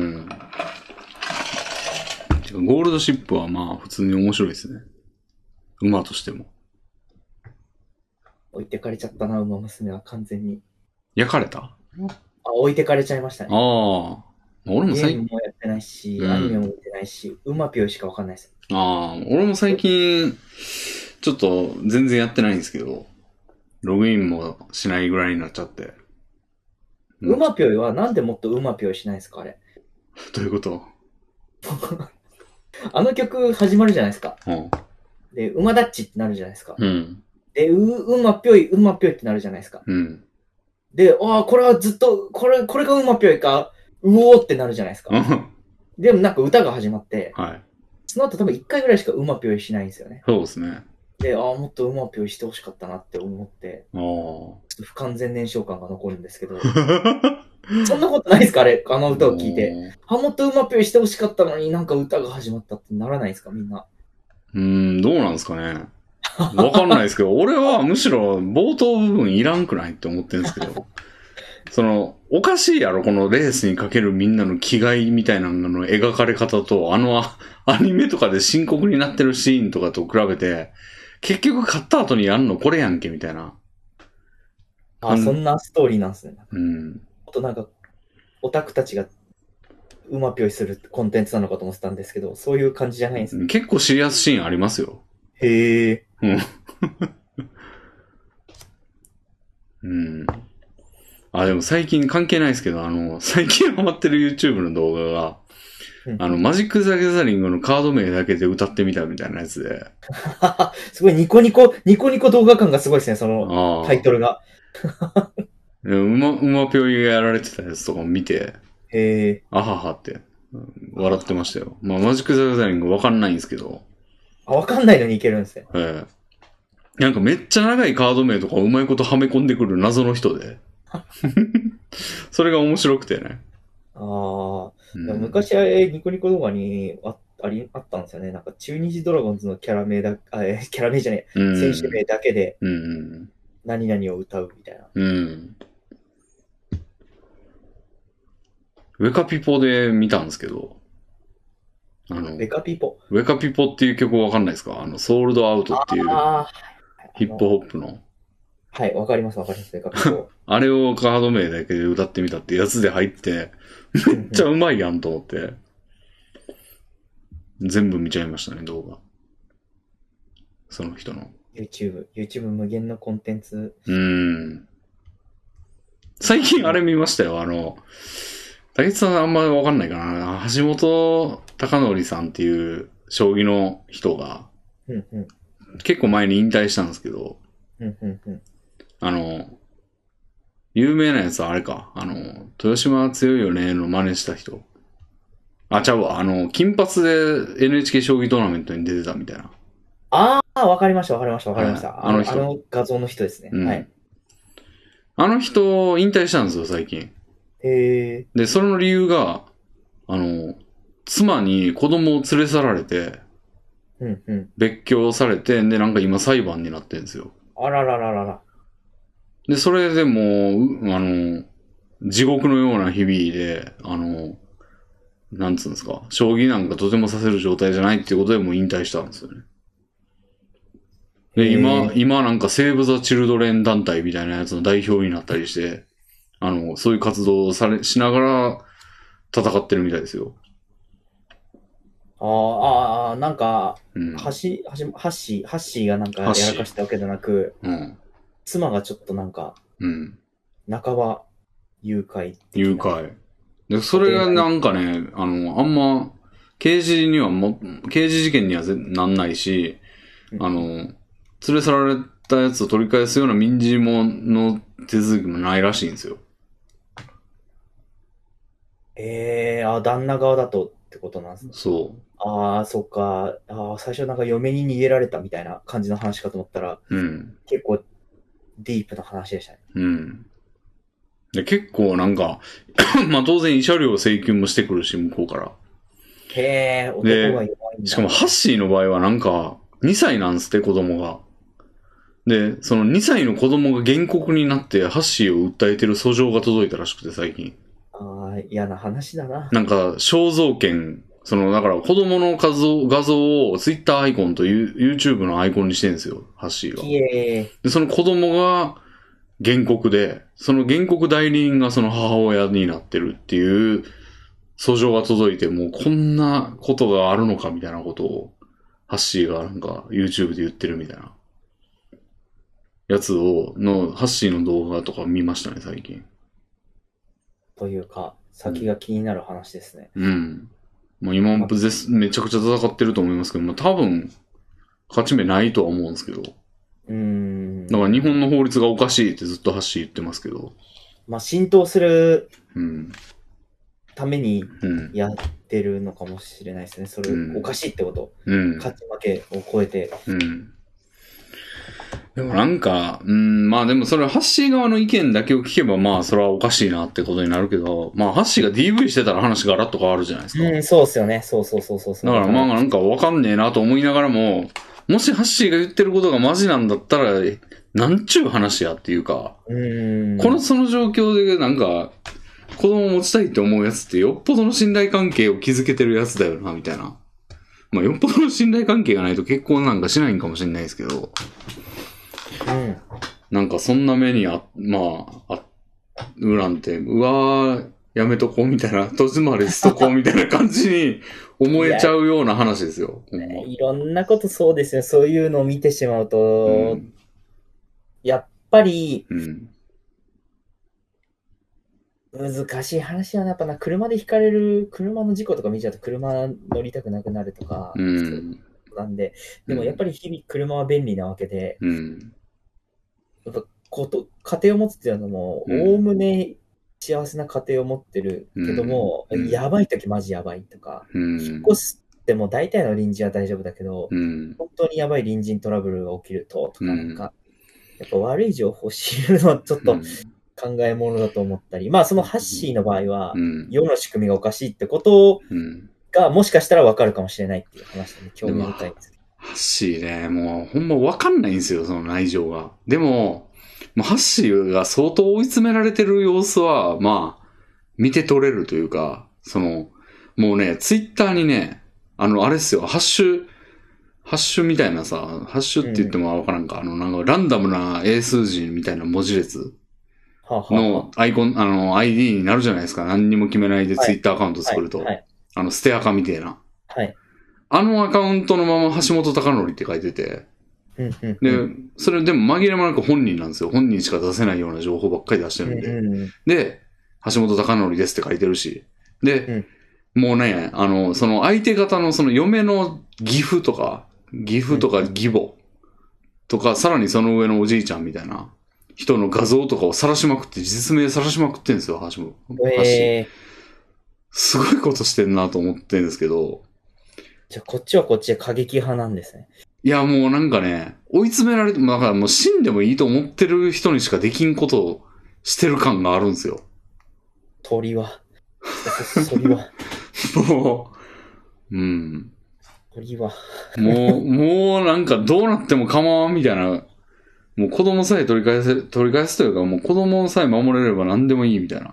ゴールドシップはまあ、普通に面白いですね。馬としても。 置いてかれちゃったな、馬娘は完全に。 焼かれた？ あ、置いてかれちゃいましたね。 ああ。俺も最近、 ないし、うん、アニメも見てないし、うまぴょいしかわかんないです。 ああ、俺も最近、ちょっと全然やってないんですけど、ログインもしないぐらいになっちゃって。 うまぴょいはなんでもっとうまぴょいしないですか、あれ。 どういうことあの曲始まるじゃないですか。 うん、 で、うまダッチってなるじゃないですか。 うん、で、 う、うまぴょい、うまぴょいってなるじゃないですか。 うん、 で、ああ、これはずっと、これ、これがうまぴょいか、うおーってなるじゃないですか。でもなんか歌が始まって、 はい、 その後多分一回ぐらいしかうまぴょいしないんですよね。 そうですね。 で、ああ、もっとうまぴょいしてほしかったなって思って、 ちょっと不完全燃焼感が残るんですけど、そんなことないですかあれ、あの歌を聴いて。あ、もっとうまぴょいしてほしかったのになんか歌が始まったってならないですかみんな。 うーん、どうなんですかね。わかんないですけど、俺はむしろ冒頭部分いらんくないって思ってるんですけど、その、おかしいやろ、このレースにかけるみんなの気概みたいなのの描かれ方と、あのアニメとかで深刻になってるシーンとかと比べて、結局勝った後にやんのこれやんけ、みたいな。 あ、そんなストーリーなんですね。 うん。 あとなんか、オタクたちがうまぴょいするコンテンツなのかと思ってたんですけど、そういう感じじゃないんですね。 結構シリアスシーンありますよ。 へえ。 うん。うん。あ、でも最近関係ないですけど、あの、最近ハマってる YouTube の動画が、あの、マジック・ザ・ギャザリングのカード名だけで歌ってみたみたいなやつで。 すごいニコニコ、ニコニコ動画感がすごいですね、そのタイトルが。 うま、うまぴょいがやられてたやつとかも見て、 へえ。 あははって笑ってましたよ。まあ、マジック・ザ・ギャザリングわかんないんですけど。 あ、わかんないのにいけるんですね。 ええ。なんかめっちゃ長いカード名とかうまいことはめ込んでくる謎の人で。それが面白くてね。 ああ、うん、昔あれ、ニコニコ動画にあありあったんですよね。なんか中日ドラゴンズのキャラ名だ、あキャラ名じゃねえ、うん、選手名だけで、何々を歌うみたいな。 うん。ウェカピポで見たんですけど。 あの、ウェカピポウェカピポっていう曲わかんないですかあの、ソールドアウトっていうヒップホップの。 はい、わかりますわかります、ウェカピポ。 あれをカード名だけで歌ってみたってやつで入って、めっちゃうまいやんと思って、全部見ちゃいましたね、動画。その人の。 YouTube、YouTube 無限のコンテンツ。 うーん。最近あれ見ましたよ、あの、竹内さんあんまわかんないかな。橋本隆則さんっていう将棋の人が、 うんうん、 結構前に引退したんですけど、 うんうんうん、 あの、有名なやつはあれか。あの、豊島強いよねの真似した人。あ、ちゃうわ。あの、金髪で エヌエイチケー 将棋トーナメントに出てたみたいな。 ああ、わかりました、わかりました、わかりました、はい。 あの人。 あの画像の人ですね。うん、はい。 あの人、引退したんですよ、最近。 へえ。 で、その理由が、あの、妻に子供を連れ去られて、 うんうん、 別居されて、で、なんか今裁判になってるんですよ。 あららららら。 で、それでもう、あの、地獄のような日々で、あの、なんつうんですか、将棋なんかとてもさせる状態じゃないっていうことでもう引退したんですよね。で、今、今なんかセーブ・ザ・チルドレン団体みたいなやつの代表になったりして、あの、そういう活動をされ、しながら戦ってるみたいですよ。 ああ、ああ、なんか、うん、ハシ、ハシ、ハッシー、ハッシーがなんかやらかしたわけじゃなく、うん、妻がちょっとなんか、うん、半ば誘拐誘拐。で、それがなんかね、あの、あんま、刑事にはも、刑事事件にはなんないし、うん、あの、連れ去られたやつを取り返すような民事もの手続きもないらしいんですよ。 ええー、あ、旦那側だとってことなんですね。 そう。 ああ、そっか。ああ、最初なんか嫁に逃げられたみたいな感じの話かと思ったら、うん、結構ディープな話でしたね。 うん。で結構なんか、まあ当然慰謝料請求もしてくるし、向こうから。 へえ、男が弱いんだ。 しかもハッシーの場合はなんか、にさいなんですって、子供が。で、そのにさいの子供が原告になってハッシーを訴えてる訴状が届いたらしくて、最近。 ああ、嫌な話だな。 なんか、肖像権、その、だから子供の画像、画像をツイッターアイコンと YouTube のアイコンにしてるんですよ、ハッシーが。 きえで、その子供が原告で、その原告代理人がその母親になってるっていう訴状が届いて、もうこんなことがあるのかみたいなことを、ハッシーがなんか YouTube で言ってるみたいなやつを、の、ハッシーの動画とか見ましたね、最近。 というか、先が気になる話ですね。 うん。もう今もめちゃくちゃ戦ってると思いますけど、まあ、多分、勝ち目ないとは思うんですけど。 うーん。 だから日本の法律がおかしいってずっとハッシー言ってますけど。 まあ、浸透するためにやってるのかもしれないですね。それ、おかしいってこと。うん。勝ち負けを超えて。 うん。でもなんか、うん、まあでもそれはハッシー側の意見だけを聞けばまあそれはおかしいなってことになるけど、まあハッシーが ディーブイ してたら話がガラッと変わるじゃないですか。 うん、そうっすよね。そうそうそうそう。 だからまあなんかわかんねえなと思いながらも、もしハッシーが言ってることがマジなんだったら、なんちゅう話やっていうか、うんこのその状況でなんか、子供を持ちたいって思うやつってよっぽどの信頼関係を築けてるやつだよな、みたいな。まあよっぽどの信頼関係がないと結婚なんかしないんかもしれないですけど、うん、なんかそんな目にあ、まあ、あ、うなんて、うわー、やめとこうみたいな、戸締まりしとこうみたいな感じに思えちゃうような話ですよ。 いろんなことそうですよ。そういうのを見てしまうと、うん、やっぱり、うん、難しい話はやっぱな、車で引かれる、車の事故とか見ちゃうと車乗りたくなくなるとか、うん、なんで、でもやっぱり日々車は便利なわけで、うん、やっぱこと家庭を持つっていうのも、おおむね幸せな家庭を持ってるけども、うん、やばい時マジやばいとか、うん、引っ越しても大体の隣人は大丈夫だけど、うん、本当にやばい隣人トラブルが起きると、とかなんか、やっぱ悪い情報を知るのはちょっと考えものだと思ったり、まあそのハッシーの場合は、世の仕組みがおかしいってことがもしかしたらわかるかもしれないっていう話で、ね、興味深いです。 ハッシーね、もうほんまわかんないんですよ、その内情が。でも、もうハッシーが相当追い詰められてる様子は、まあ、見て取れるというか、その、もうね、ツイッターにね、あの、あれっすよ、ハッシュ、ハッシュみたいなさ、ハッシュって言ってもわからんか、うん、あの、なんかランダムな英数字みたいな文字列のアイコン、あの、アイディー になるじゃないですか。何にも決めないでツイッターアカウント作ると。はいはいはい、あの、ステアカみたいな。はい。あのアカウントのまま橋本貴則って書いてて、うんうんうん、で、それでも紛れもなく本人なんですよ。本人しか出せないような情報ばっかり出してるんで。うんうん、で、橋本貴則ですって書いてるし。で、うん、もうね、あの、その相手方のその嫁の義父とか、義父とか義母とか、さらにその上のおじいちゃんみたいな人の画像とかを晒しまくって、実名晒しまくってんですよ、橋本。えー、すごいことしてんなと思ってんですけど、 じゃあ、こっちはこっちで過激派なんですね。 いや、もうなんかね、追い詰められて、だからもう死んでもいいと思ってる人にしかできんことをしてる感があるんですよ。 鳥は。鳥は。 もう、うん。 鳥は。 もう、もうなんかどうなっても構わんみたいな、もう子供さえ取り返せ、取り返すというか、もう子供さえ守れれば何でもいいみたいな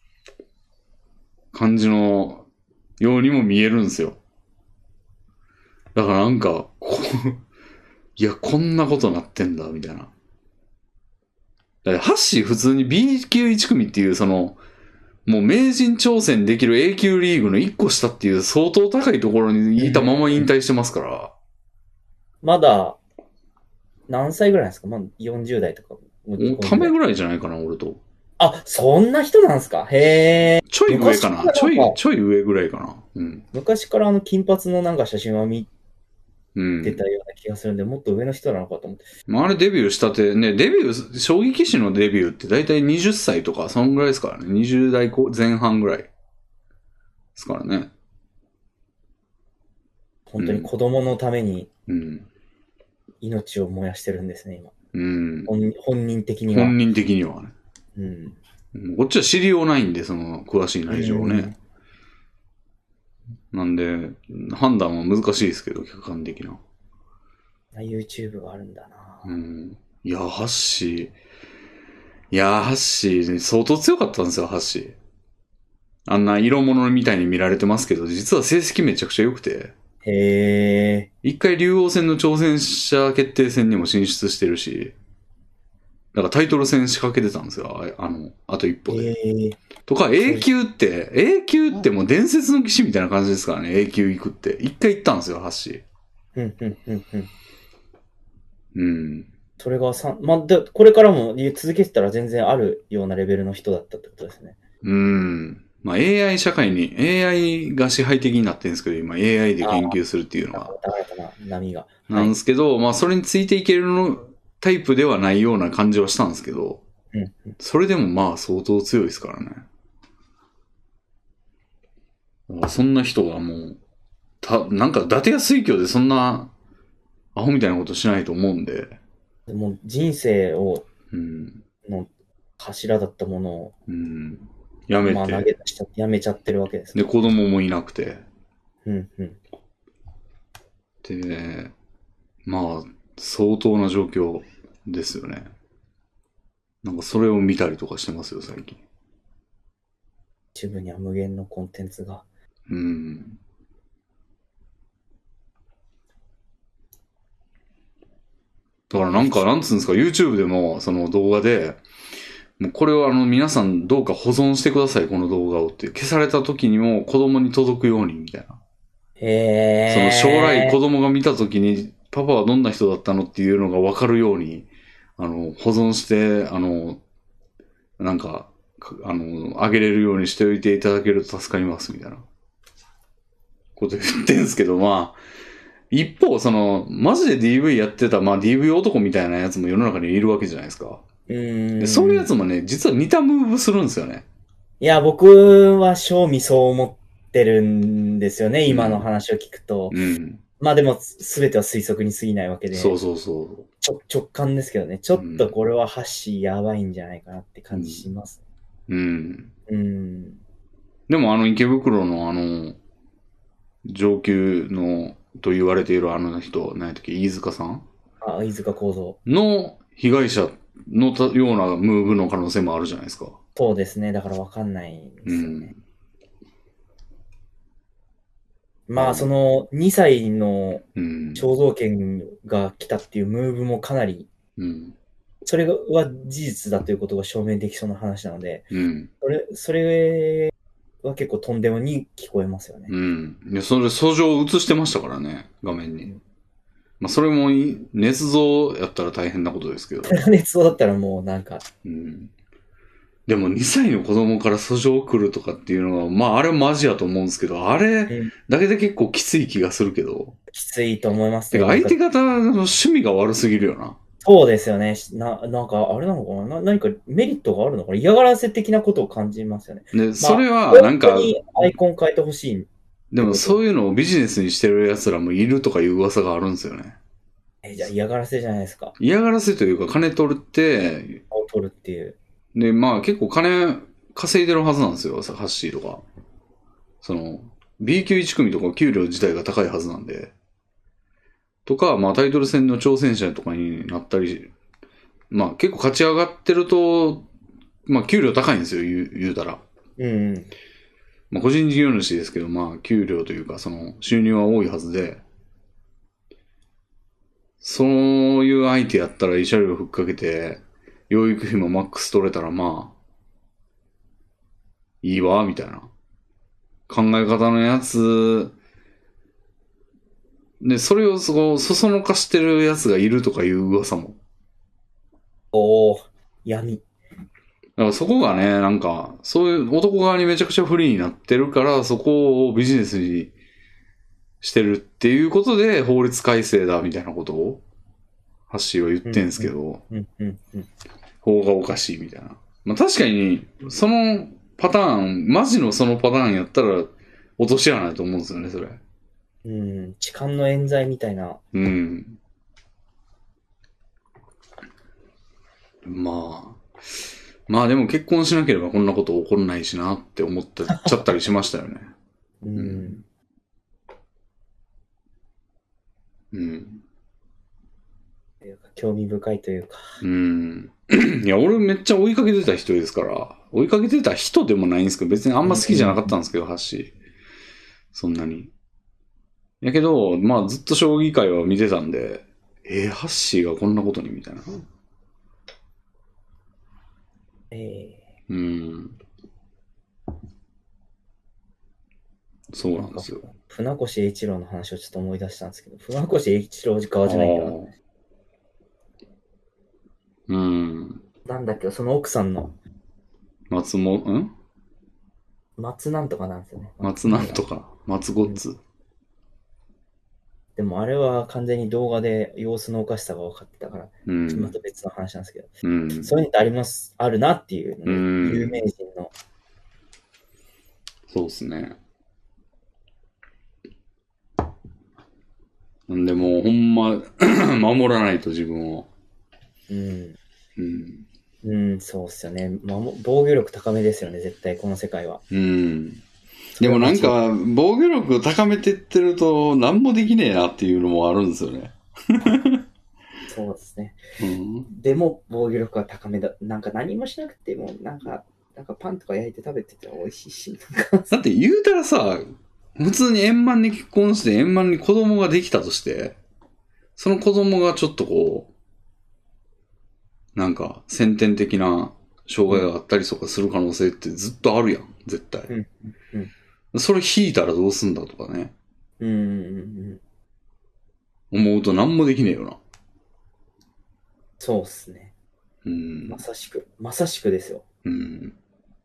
感じのようにも見えるんですよ。だからなんか、こいや、こんなことなってんだ、みたいな。だからハッシー普通に ビーきゅういち組っていう、その、もう名人挑戦できる A 級リーグのいっこ下っていう相当高いところにいたまま引退してますから。 まだ、何歳ぐらいですか？まあ、よんじゅう代とか。 ためぐらいじゃないかな、俺と。 あ、そんな人なんですか？へー。 ちょい上かな。ちょい、ちょい上ぐらいかな。うん。 昔からあの金髪のなんか写真は見てたような気がするんで、うん、もっと上の人なのかと思って。 まあ、あれデビューしたて、ね、デビュー、将棋棋士のデビューって大体はたちとか、そんぐらいですからね。にじゅう代前半ぐらい。ですからね。 本当に子供のために、命を燃やしてるんですね、今。うん。本, 本人的には。 本人的にはね。うん。こっちは知りようないんで、その、詳しい内情をね。うん、なんで、判断は難しいですけど、客観的な。 YouTube があるんだな。 うん。いや、ハッシー。いや、ハッシー、相当強かったんですよ、ハッシー。あんな色物みたいに見られてますけど、実は成績めちゃくちゃ良くて。 へー。 一回竜王戦の挑戦者決定戦にも進出してるし。 だからタイトル戦仕掛けてたんですよ。あの、あと一歩で。 えー、 とか、A 級って、A 級ってもう伝説の騎士みたいな感じですからね、A 級行くって。一回行ったんですよ、ハッシー。 うん、うん、うん、うん。 うん。 それがさん、まあ、で、これからも続けてたら全然あるようなレベルの人だったってことですね。 うん。まあ エーアイ 社会に、エーアイ が支配的になってるんですけど、今 エーアイ で研究するっていうのは。 波が。 なんですけど、はい、まあそれについていけるのタイプではないような感じはしたんですけど、 うんうん、 それでもまあ相当強いですからね。そんな人がもう、た、なんか伊達や水郷でそんなアホみたいなことしないと思うんで。 でも人生を、 うん、 の頭だったものを、 うん、やめて、 まあ、投げ出しちゃやめちゃってるわけです、 ね。で、子供もいなくて。 うんうん。 で、まあ、相当な状況ですよね。なんかそれを見たりとかしてますよ、最近。 自分には無限のコンテンツが。 うん。だからなんか、なんつうんですか、YouTube でも、その動画で、もうこれをあの、皆さんどうか保存してください、この動画をって。消された時にも子供に届くように、みたいな。 へー。 その将来子供が見た時に、パパはどんな人だったのっていうのがわかるように、あの、保存して、あの、なんか、あの、あげれるようにしておいていただけると助かります、みたいなこと言ってんすけど、まあ、一方、その、マジで ディーブイ やってた、まあ ディーブイ 男みたいなやつも世の中にいるわけじゃないですか。 うーん。 でそういうやつもね、実は似たムーブするんですよね。 いや、僕は正味そう思ってるんですよね、今の話を聞くと。 うん。うん、 まあでも、すべては推測に過ぎないわけで。 そうそうそう。 ちょ直感ですけどね、ちょっとこれはハッシーやばいんじゃないかなって感じします。 うん。 うん。うん、 でもあの池袋のあの、上級の、と言われているあの人、何やったっけ、飯塚さんあ、飯塚幸三。 の被害者のようなムーブの可能性もあるじゃないですか。 そうですね。だからわかんないですよね。うん、まあ、そのにさいの肖像権が来たっていうムーブもかなり、うん、それは事実だということが証明できそうな話なので、うん、それ、それは結構とんでもに聞こえますよね。 うん。いや、それ、訴状を映してましたからね、画面に。うん、まあ、それも、捏造やったら大変なことですけど。 捏造だったらもうなんか。 うん。でも、にさいの子供から訴状を来るとかっていうのは、まあ、あれはマジやと思うんですけど、あれだけで結構きつい気がするけど。うん、 きついと思いますね。 てか、相手方の趣味が悪すぎるよな。 そうですよね。な、なんか、あれなのかなな何かメリットがあるのかな嫌がらせ的なことを感じますよね。 で、まあ、それは、なんか、 アイコン変えてほしい。 でも、そういうのをビジネスにしてる奴らもいるとかいう噂があるんですよね。 え、じゃあ嫌がらせじゃないですか。 嫌がらせというか、金取るって、 を取るっていう。 で、まあ、結構金稼いでるはずなんですよ、ハッシーとか。その、B 級いち組とか給料自体が高いはずなんで。とか、まあタイトル戦の挑戦者とかになったり、まあ結構勝ち上がってると、まあ給料高いんですよ、言う、言うたら。 うん。 まあ個人事業主ですけど、まあ給料というかその収入は多いはずで、そういう相手やったら慰謝料ふっかけて、養育費もマックス取れたらまあ、いいわ、みたいな。考え方のやつ、で、それをそこ、そそのかしてるやつがいるとかいう噂も。 おー、闇。 だからそこがね、なんか、そういう男側にめちゃくちゃ不利になってるから、そこをビジネスにしてるっていうことで、法律改正だみたいなことを、ハッシーは言ってんすけど、法がおかしいみたいな。まあ確かに、そのパターン、マジのそのパターンやったら、落とし穴ないと思うんですよね、それ。 うん、痴漢の冤罪みたいな。 うん。まあ、まあでも結婚しなければこんなこと起こらないしなって思っちゃったりしましたよね。 うん。 うん。 興味深いというか。 うん。いや、俺めっちゃ追いかけてた人ですから、追いかけてた人でもないんですけど、別にあんま好きじゃなかったんですけど、ハッシー。そんなに。やけど、まあずっと将棋界は見てたんで、えー、ハッシーがこんなことにみたいな。 ええー。うん。そうなんですよ。 船越英一郎の話をちょっと思い出したんですけど、船越英一郎側じゃないかな。 うん。 なんだっけ、その奥さんの。 松も、ん松なんとかなんですよね。 松なんとか。松ゴッツ、うん。 でもあれは完全に動画で様子のおかしさが分かってたから、 うん、 また別の話なんですけど、 うん、 そういうのってあります、あるなっていうので、 うん、 有名人の。 そうですね。なんでもうほんま守らないと自分を。 うん。 うん。 うん、そうっすよね。まあ、防御力高めですよね、絶対この世界は。 うん。でもなんか、防御力高めてってると何もできねえなっていうのもあるんですよね。 そうですね。 うん、 でも、防御力は高めだ。なんか何もしなくても、なんか、なんかパンとか焼いて食べてて美味しいし。 だって言うたらさ、普通に円満に結婚して円満に子供ができたとして、その子供がちょっとこう、なんか先天的な障害があったりとかする可能性ってずっとあるやん、絶対。 うんうんうん、それ引いたらどうすんだとかね。 うんうんうん思うと何もできねえよな。 そうっすね。 うん。 まさしく、まさしくですよ。 うん。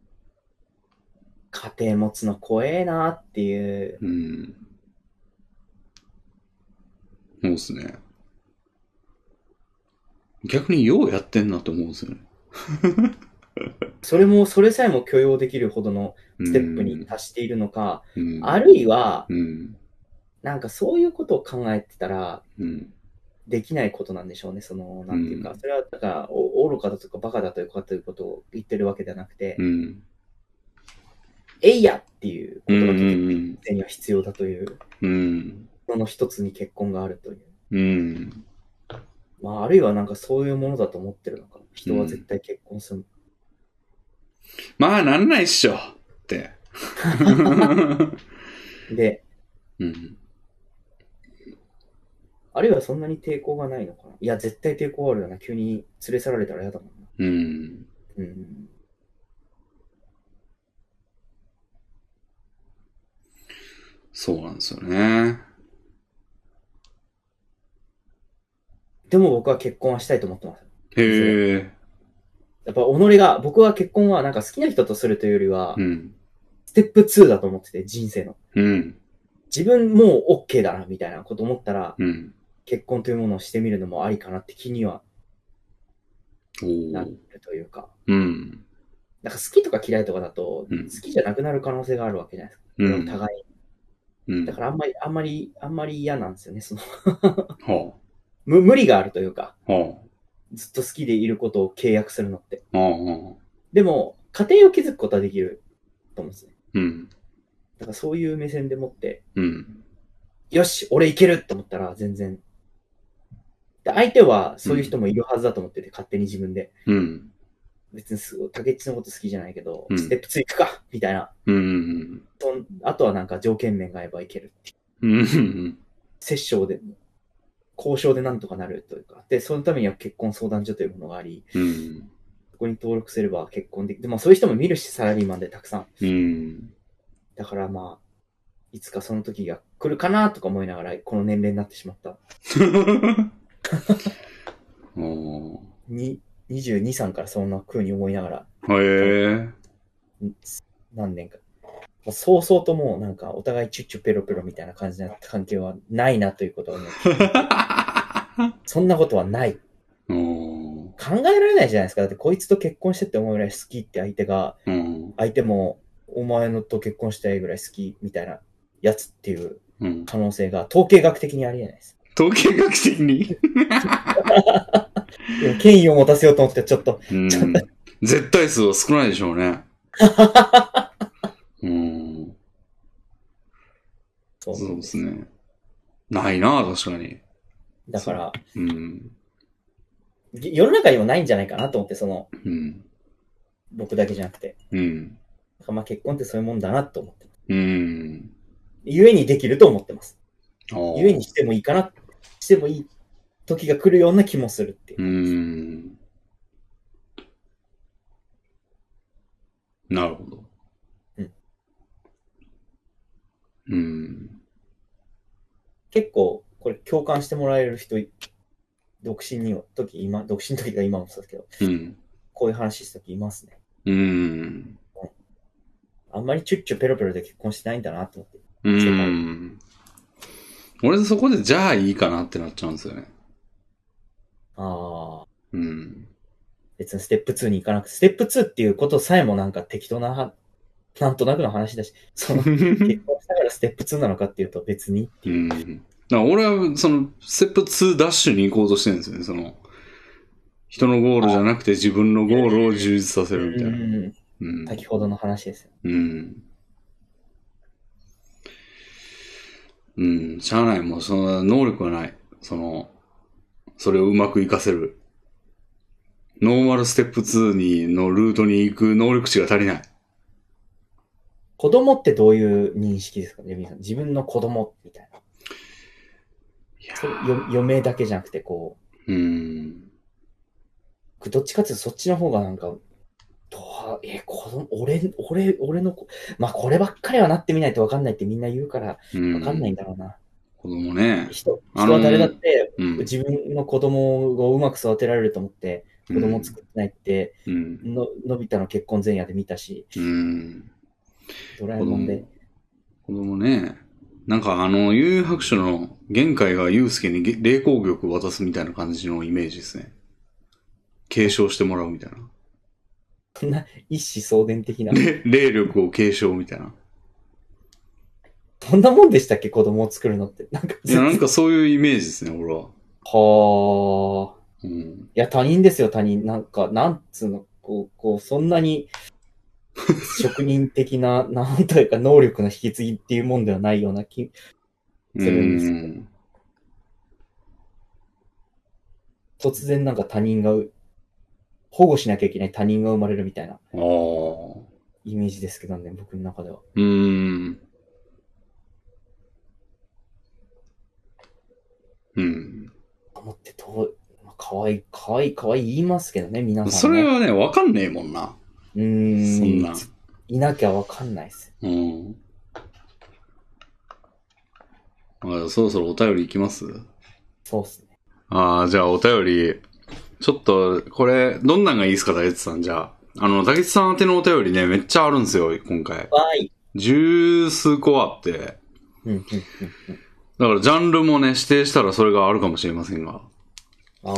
家庭持つの怖えなっていう。 うん。そうっすね。逆にようやってんなと思うんですよね。 それも、それさえも許容できるほどのステップに達しているのか、 うん、 あるいは、 うん、 なんかそういうことを考えてたら、 うん、 できないことなんでしょうね。その、なんていうか、それは、だから、お愚かだとかバカだとかということを言ってるわけではなくて、 うん、 えいやっていうことが結局、 人生には必要だという、 うん、 その一つに結婚があるという。 うん。 まあ、あるいはなんかそういうものだと思ってるのかな。人は絶対結婚する。 まあ、なんないっしょって。 で、 うん、 あるいはそんなに抵抗がないのかな。いや、絶対抵抗あるよな。急に連れ去られたら嫌だもんな。 うん。 うん。 そうなんですよね。 でも僕は結婚はしたいと思ってます。 へえ。 やっぱ己が、僕は結婚はなんか好きな人とするというよりは、 うん。 ステップツーだと思ってて、人生の。 うん。 自分もう OK だな、みたいなこと思ったら、 うん。 結婚というものをしてみるのもありかなって気にはなおるというか。 うん。 なんか好きとか嫌いとかだと、 うん、 好きじゃなくなる可能性があるわけじゃないですか。 うん、 互いに。うん。 だからあんまり、あんまり、あんまり嫌なんですよね。そのは無無理があるというか、 あ。はずっと好きでいることを契約するのって。 あ。はあ。 でも、家庭を築くことはできると思うんですね。 うん。 だからそういう目線でもって、 うん。 よし、俺いけるって思ったら全然。で相手はそういう人もいるはずだと思ってて、勝手に自分で。 うん。 別にすごい、竹内のこと好きじゃないけど、 うん、 ステップツー行くかみたいな。 うん。 あとはなんか条件面が合えばいけるっていう。 うん。 折衝で、交渉でなんとかなるというか。で、そのためには結婚相談所というものがあり、 うん。 そこに登録すれば結婚できる。でもそういう人も見るし、サラリーマンでたくさん。 うん。 だからまあ、いつかその時が来るかなとか思いながら、この年齢になってしまった。ににじゅうに、さんからそんな風に思いながら、 へえ。 何年か。そうそうともうなんかお互いチュッチュペロペロみたいな感じな関係はないなということを思って。そんなことはない。考えられないじゃないですか。だってこいつと結婚してって思うぐらい好きって相手が、相手もお前のと結婚したいぐらい好きみたいなやつっていう可能性が統計学的にありえないです。 統計学的にでも権威を持たせようと思ってちょっと。 うん、絶対数は少ないでしょうね。うん、そうですね。ないな、確かに。 だから、 うん、 世の中にもないんじゃないかなと思って、その、 うん、 僕だけじゃなくて。 うん、 まあ結婚ってそういうもんだなと思ってます。 うん。 故にできると思ってます。 故にしてもいいかな、してもいい時が来るような気もするっていう。 うん。 なるほど。 うん。 うん。 結構、これ共感してもらえる人、独身の時、今、独身の時が今もそうですけど、 うん。 こういう話した時いますね。 うん。 あんまりチュッチュペロペロで結婚してないんだなと思って。 うん。俺そこでじゃあいいかなってなっちゃうんですよね。 ああ。 うん。 別にステップツーに行かなくて、ステップツーっていうことさえもなんか適当な、なんとなくの話だし、その、結婚したからステップツーなのかっていうと別にっていう。うん。 だから俺はその、ステップツーダッシュに行こうとしてるんですよね。その、人のゴールじゃなくて自分のゴールを充実させるみたいな。うんうん。先ほどの話ですよ。 うん。うん。しゃあない。もうその能力はない。その、それをうまく活かせる。ノーマルステップツーにのルートに行く能力値が足りない。 子供ってどういう認識ですかね、皆さん。自分の子供みたいな。いやよ嫁だけじゃなくて、こう。うん。 どっちかっていうとそっちの方がなんか、どうえ、子供、俺、俺、俺の子、まあこればっかりはなってみないと分かんないってみんな言うから、分かんないんだろうな。うん、 子供ね。 人、人は誰だって、うん、自分の子供をうまく育てられると思って、子供を作ってないって、うん、ののび太の結婚前夜で見たし、うん、ドラえもんで。 子供ね。なんかあの、悠々白書の玄海が祐介に霊光玉を渡すみたいな感じのイメージですね。継承してもらうみたいな。 そんな一子相伝的な。 霊力を継承みたいな。 どんなもんでしたっけ、子供を作るのって。なんかいや、なんかそういうイメージですね、俺は。 はあ。 うん。 いや、他人ですよ、他人。なんか、なんつうの、こう、こう、そんなに、職人的な、なんというか、能力の引き継ぎっていうもんではないような気するんですけど。突然なんか他人が、保護しなきゃいけない他人が生まれるみたいな、イメージですけどね、僕の中では。 うーん。うん。 思ってどう、かわいい、かわいい、かわいい言いますけどね、皆さん、ね。 それはね、わかんねえもんな。 うーん。 そんな。 いなきゃわかんないっす。 うん。あ、そろそろお便りいきます？ そうっすね。 ああ、じゃあお便り、ちょっと、これ、どんなんがいいですか、竹内さん。じゃあ。あの、竹内さん宛てのお便りね、めっちゃあるんですよ、今回。 はい。 十数個あって。 うん、うん、うん。 だから、ジャンルもね、指定したらそれがあるかもしれませんが。 ああ。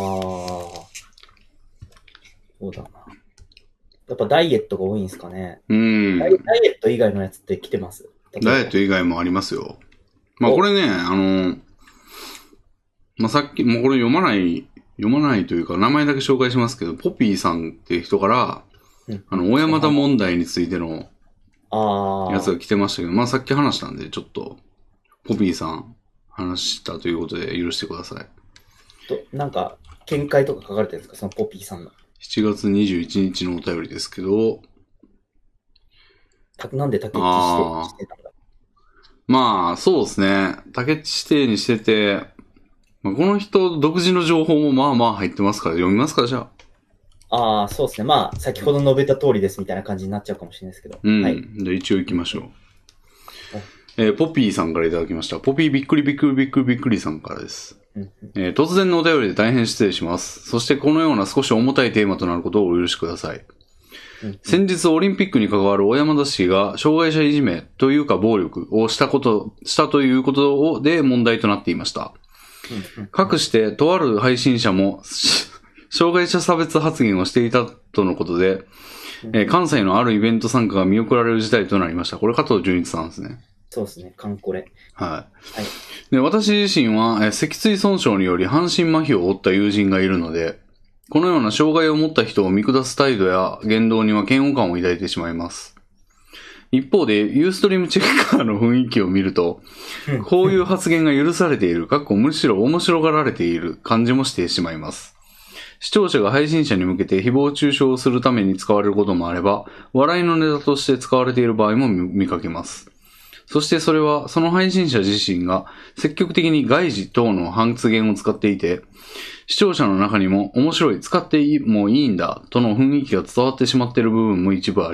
そうだな。やっぱダイエットが多いんですかね。 うん。 ダイエット以外のやつって来てます？ ダイエット以外もありますよ。まあこれね、あの、まあさっき、もうこれ読まない、読まないというか、名前だけ紹介しますけど、ポピーさんっていう人から、うん、あの、小山田問題についての、やつが来てましたけど、まあさっき話したんで、ちょっと、ポピーさん、話したということで許してください。 と、なんか、見解とか書かれてるんですか、そのポピーさんが。 しちがつにじゅういちにちのお便りですけど、 たなんで竹内指定してたんだ。 まあ、そうですね。竹内指定にしてて、まあ、この人独自の情報もまあまあ入ってますから、読みますか、じゃあ。ああ、そうですね。まあ、先ほど述べた通りですみたいな感じになっちゃうかもしれないですけど。 うん。 はい、 じゃあ一応行きましょう。えー、ポピーさんからいただきました。ポピーびっくりびっくりびっくりびっくりさんからです。えー、突然のお便りで大変失礼します。そしてこのような少し重たいテーマとなることをお許しください。先日オリンピックに関わる小山田氏が障害者いじめというか暴力をしたこと、したということで問題となっていました。かくしてとある配信者も障害者差別発言をしていたとのことで、えー、関西のあるイベント参加が見送られる事態となりました。これ加藤純一さんですね。 そうですね、カンコレ。 はい。 はい。 で、私自身は、え脊椎損傷により半身麻痺を負った友人がいるので、このような障害を持った人を見下す態度や言動には嫌悪感を抱いてしまいます。一方で、ユーストリームチェッカーの雰囲気を見ると、こういう発言が許されている、かっこむしろ面白がられている感じもしてしまいます。視聴者が配信者に向けて誹謗中傷をするために使われることもあれば、笑いのネタとして使われている場合も見かけます。そしてそれは、その配信者自身が積極的に外事等の発言を使っていて、視聴者の中にも面白い、使ってもいいんだとの雰囲気が伝わってしまっている部分も一部あり、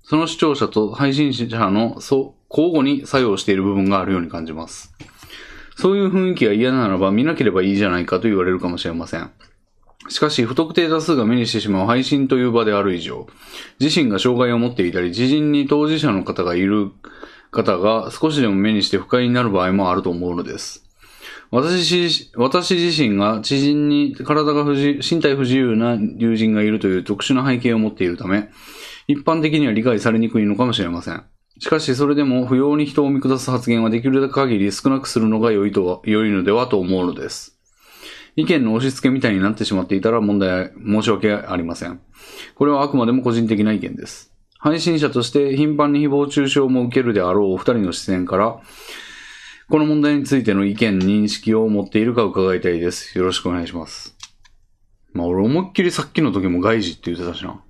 その視聴者と配信者の交互に作用している部分があるように感じます。そういう雰囲気が嫌ならば見なければいいじゃないかと言われるかもしれません。しかし、不特定多数が目にしてしまう配信という場である以上、自身が障害を持っていたり、自陣に当事者の方がいる方が少しでも目にして不快になる場合もあると思うのです。私、私自身が知人に体が不自、身体不自由な友人がいるという特殊な背景を持っているため、一般的には理解されにくいのかもしれません。しかし、それでも不要に人を見下す発言はできる限り少なくするのが良いとは、良いのではと思うのです。意見の押し付けみたいになってしまっていたら問題、申し訳ありません。これはあくまでも個人的な意見です。配信者として頻繁に誹謗中傷も受けるであろうお二人の視線から、この問題についての意見、認識を持っているか伺いたいです。よろしくお願いします。まあ俺思いっきりさっきの時も外事って言ってたしな。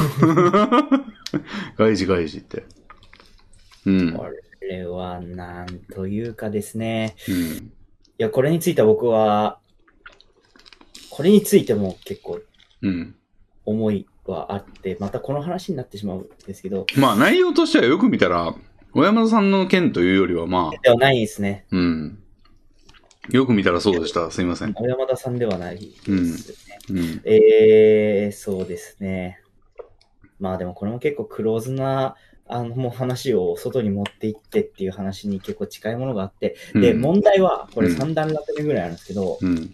外事外事って。うん。 これはなんというかですね。 うん。 いや、これについては僕は、これについても結構、思いはあって、うん、またこの話になってしまうんですけど。 まあ内容としてはよく見たら、小山田さんの件というよりはまあ。 ではないですね。 うん。よく見たらそうでした。すいません。 小山田さんではないですね。 うんうん、 えー、そうですね。まあでもこれも結構クローズな、あの、もう話を外に持っていってっていう話に結構近いものがあって、うん、で、問題は、これさん段落目ぐらいあるんですけど、 うん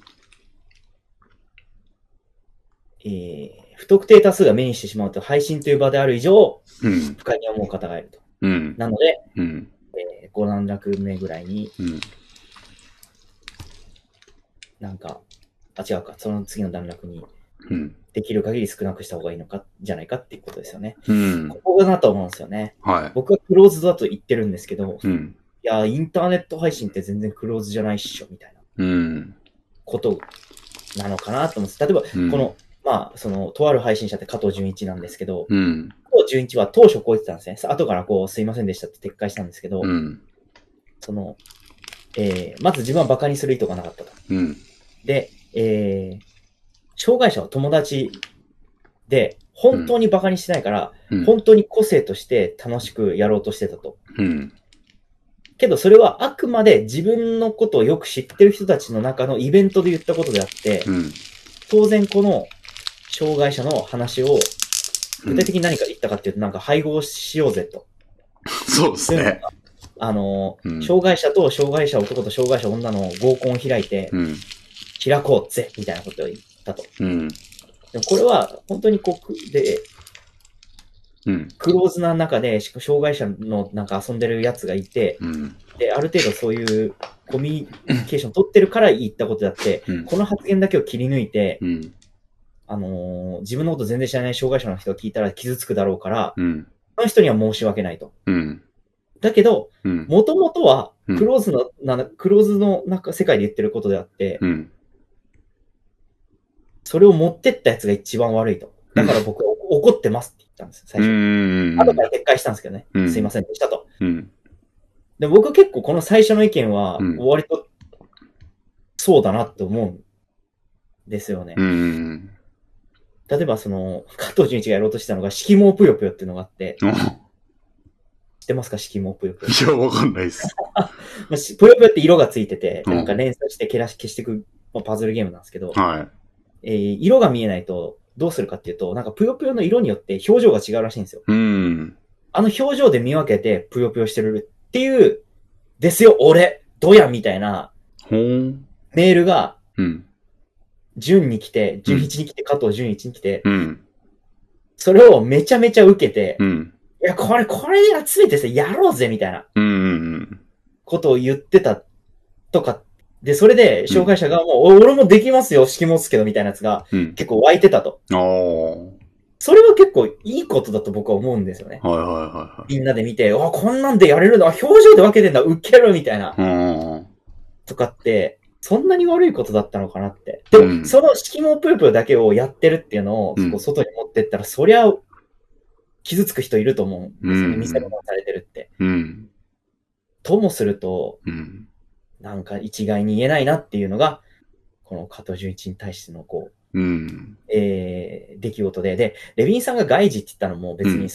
えー、不特定多数が目にしてしまうと配信という場である以上、 うん、 不快に思う方がいると。 うん、 なので、 うんえー、ご段落目ぐらいに、 うん、 なんか、あ、違うか、その次の段落に、 うん、 できる限り少なくした方がいいのか、じゃないかっていうことですよね。 うん、 ここだなと思うんですよね。 はい。 僕はクローズドだと言ってるんですけど、 うん、 いや、インターネット配信って全然クローズじゃないっしょ、みたいな、 うん、 ことなのかなと思うんです。例えば、うん、この、まあ、その、とある配信者って加藤純一なんですけど、 うん、 加藤純一は当初こう言ってたんですね。後からこう、すいませんでしたって撤回したんですけど、 うん、 その、えー、まず自分は馬鹿にする意図がなかったと。 うん、 で、えー、障害者は友達で、本当に馬鹿にしてないから、うん、本当に個性として楽しくやろうとしてたと。 うん、 けどそれはあくまで自分のことをよく知ってる人たちの中のイベントで言ったことであって、 うん、 当然この障害者の話を具体的に何か言ったかっていうと、なんか配合しようぜと。 そうですね。 あの、うん、障害者と障害者男と障害者女の合コンを開いて、 うん、 開こうぜみたいなことを言ったと。 うん、 でもこれは本当にこう、で、 うん、 クローズな中で障害者のなんか遊んでるやつがいて、 うん、 で、ある程度そういうコミュニケーション取ってるから言ったことであって、うん、この発言だけを切り抜いて、 うん、 あのー、自分のこと全然知らない障害者の人が聞いたら傷つくだろうから、 うん、 その人には申し訳ないと。 うん、 だけど、もともとはクローズの、 うん、 なクローズのなんか世界で言ってることであって、 うん、 それを持ってったやつが一番悪いと。だから僕は怒ってますって言ったんです、最初。後から撤回したんですけどね。すいませんでしたと。 うん、 で僕結構この最初の意見は、割とそうだなって思うんですよね。 うん、 例えばその、加藤純一がやろうとしたのが、色毛ぷよぷよっていうのがあって、知ってますか色毛ぷよぷよ。 いや、わかんないです。 ぷよぷよって色がついてて、なんか連鎖して消していくパズルゲームなんですけど、 はい。 えー、色が見えないと、どうするかっていうと、なんかぷよぷよの色によって表情が違うらしいんですよ。 うん。 あの表情で見分けてぷよぷよしてるっていう、ですよ、俺、どやみたいな、 ほーメールが、 うん。 純に来て、純一に来て、加藤純一に来て、 うん。 それをめちゃめちゃ受けて、 うん。 いや、これ、これで集めてさ、やろうぜ、みたいな。 うん。 ことを言ってた、とか、で、それで、障害者がもう、うん、俺もできますよ、式持つけど、みたいなやつが、結構湧いてたと。 うん、 それは結構いいことだと僕は思うんですよね。 はいはいはいはい。 みんなで見て、あ、こんなんでやれるんだ、表情で分けてんだ、ウケる、みたいな。 うん。 とかって、そんなに悪いことだったのかなって。でも、うん、その色毛ぷよぷよだけをやってるっていうのを、うん、外に持ってったら、そりゃ、傷つく人いると思うんですよね。うん、見せ物されてるって。 うん。 ともすると、 うん、 なんか一概に言えないなっていうのが、この加藤純一に対してのこう、うん、 えー、出来事で、で、レビンさんが外事って言ったのも別にその、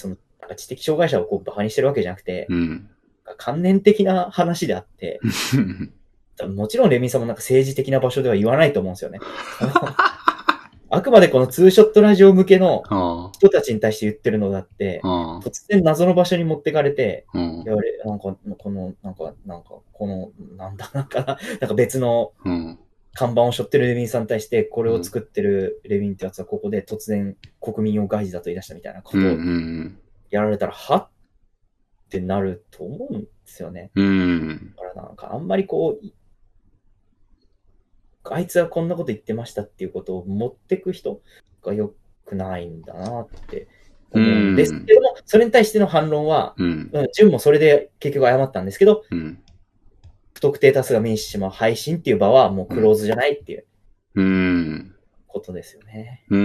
なんか知的障害者をこうバカにしてるわけじゃなくて、 うん、 観念的な話であって、もちろんレミンさんもなんか政治的な場所では言わないと思うんですよね。あくまでこのツーショットラジオ向けの人たちに対して言ってるのだって、突然謎の場所に持ってかれて、言われ、なんか、この、なんか、なんか、この、なんだ、なんか、なんか別の看板を背負ってるレビンさんに対して、これを作ってるレビンってやつはここで突然国民を外事だと言い出したみたいなことをやられたら、はってなると思うんですよね。 うん。 だからなんかあんまりこう、あいつはこんなこと言ってましたっていうことを持ってく人が良くないんだなって思うんですけども、それに対しての反論は、うん、ジュンもそれで結局謝ったんですけど、うん、不特定多数が目にしてしまう配信っていう場はもうクローズじゃないっていうことですよね。 うん、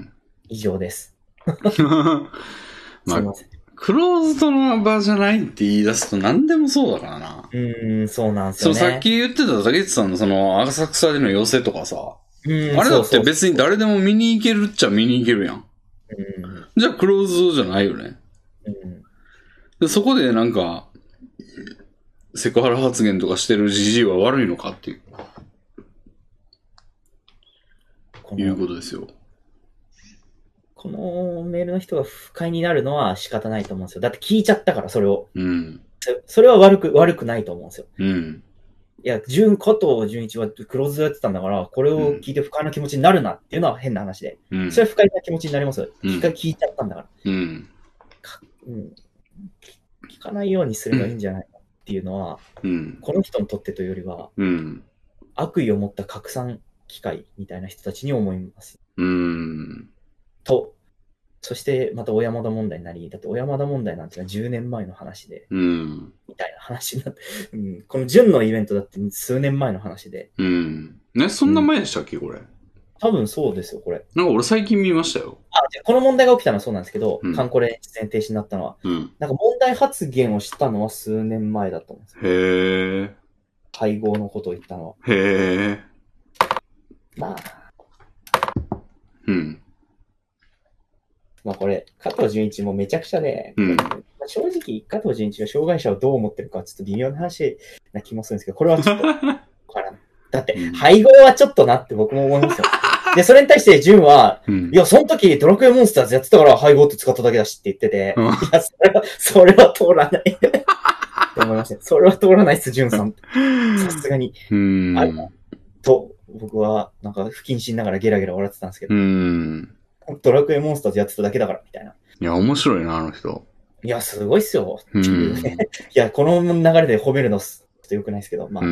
以上です。 まあ、すいません。クローズドな場じゃないって言い出すと何でもそうだからな。 うーん、そうなんですよね。 そう、さっき言ってた竹内さんのその浅草での寄せとかさ。うん、あれだって別に誰でも見に行けるっちゃ見に行けるやん。うん、じゃあクローズドじゃないよね。うん、でそこでなんか、セクハラ発言とかしてるジジイは悪いのかっていう。いうことですよ。 このメールの人が不快になるのは仕方ないと思うんですよ。だって聞いちゃったから、それを。うん。それは悪く、悪くないと思うんですよ。うん。いや、純、加藤純一はクローズやってたんだから、これを聞いて不快な気持ちになるなっていうのは変な話で。うん。それは不快な気持ちになりますよ。うん、聞か、聞いちゃったんだから。うん。かうん。聞かないようにすればいいんじゃないかっていうのは、うん。この人にとってというよりは、うん。悪意を持った拡散機会みたいな人たちに思います。うん。と、そしてまた小山田問題になり、だって小山田問題なんてのはじゅうねんまえの話で、うん、みたいな話になって、うん、この純のイベントだって数年前の話で。 うん。ね、そんな前でしたっけ、うん、これ。 多分そうですよ、これ。 なんか俺最近見ましたよ。 あ、この問題が起きたのはそうなんですけど、うん、カンコレ出演停止になったのは、うん、なんか問題発言をしたのは数年前だと思うんですよ。へー。会合のことを言ったのは。へー。まあ。うん。まあこれ、加藤純一もめちゃくちゃで、うん、正直、加藤純一が障害者をどう思ってるかちょっと微妙な話な気もするんですけど、これはちょっと、からだって、うん、配合はちょっとなって僕も思いますよ。で、それに対して純は、うん、いや、その時ドラクエモンスターズやってたから配合って使っただけだしって言ってて、うん、いや、それは、それは通らない。って思いました。それは通らないっす、純さん。さすがに。うんあと、僕は、なんか、不謹慎ながらゲラゲラ笑ってたんですけど。うんドラクエモンスターズやってただけだから、みたいな。いや、面白いな、あの人。 いや、すごいっすよ。うん、いや、この流れで褒めるのちょっと良くないですけど、まあ。うん、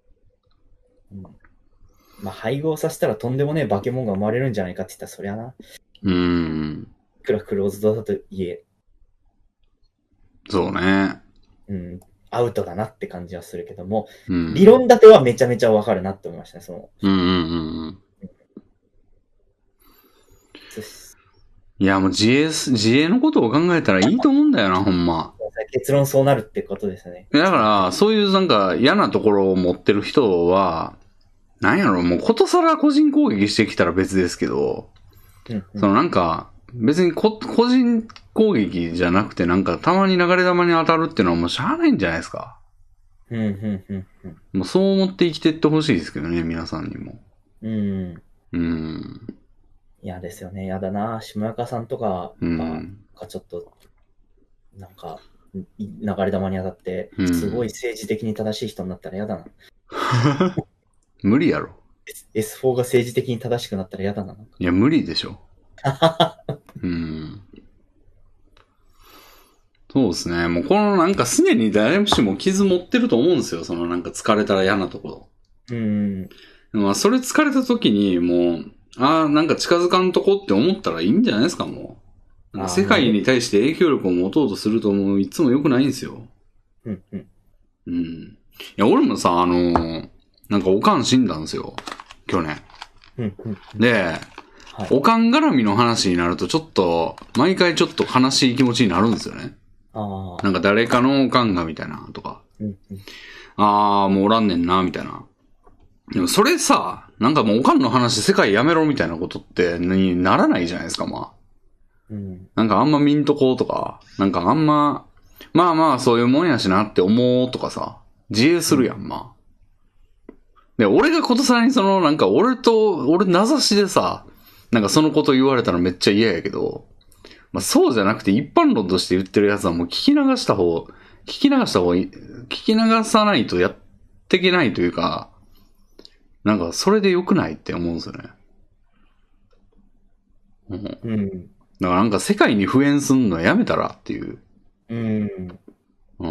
まあ、配合させたらとんでもねえ化け物が生まれるんじゃないかって言ったら、そりゃな。うん。いくらクローズドだと言え。 そうね。 うん。アウトだなって感じはするけども、うん、理論立てはめちゃめちゃわかるなって思いましたね、その。うんうんうんうん。 いや、もう自衛、自衛のことを考えたらいいと思うんだよな、ほんま。 結論そうなるってことですね。 だから、そういうなんか嫌なところを持ってる人は、なんやろ、もうことさら個人攻撃してきたら別ですけど、うんうん、そのなんか、別にこ個人攻撃じゃなくてなんかたまに流れ弾に当たるっていうのはもうしゃあないんじゃないですか。うんうんうんうん、もうそう思って生きていってほしいですけどね、皆さんにも。うん。 うん。嫌ですよね。嫌だな。下中さんとかが、うん、ちょっと、なんか、流れ弾に当たって、うん、すごい政治的に正しい人になったら嫌だな。 無理やろ。 エスフォー が政治的に正しくなったら嫌だな。 いや、無理でしょ。うん。そうですね。もうこのなんかすでに誰しも傷持ってると思うんですよ。そのなんか疲れたら嫌なところ。うん。まあそれ疲れた時にもう、ああ、なんか近づかんとこって思ったらいいんじゃないですか、もう。なんか世界に対して影響力を持とうとするともういつも良くないんですよ。うんうん。うん。いや、俺もさ、あのー、なんかおかん死んだんですよ。去年。うんうんうん、で、はい、おかん絡みの話になるとちょっと、毎回ちょっと悲しい気持ちになるんですよね。あなんか誰かのおかんがみたいなとか。うんうん、ああ、もうおらんねんな、みたいな。でもそれさ、なんかもうおかんの話世界やめろみたいなことってにならないじゃないですか、まあ。 うん、 なんかあんま見んとこうとか、なんかあんま、まあまあそういうもんやしなって思うとかさ、自衛するやん、まあ。で、俺がことさらにその、なんか俺と、俺名指しでさ、なんかそのこと言われたらめっちゃ嫌やけど、まあそうじゃなくて一般論として言ってるやつはもう聞き流した方、聞き流した方がいい、聞き流さないとやっていけないというか、なんかそれで良くないって思うんですよね。うん。うん、だからなんか世界に普遍すんのやめたらっていう。 うん。 うん。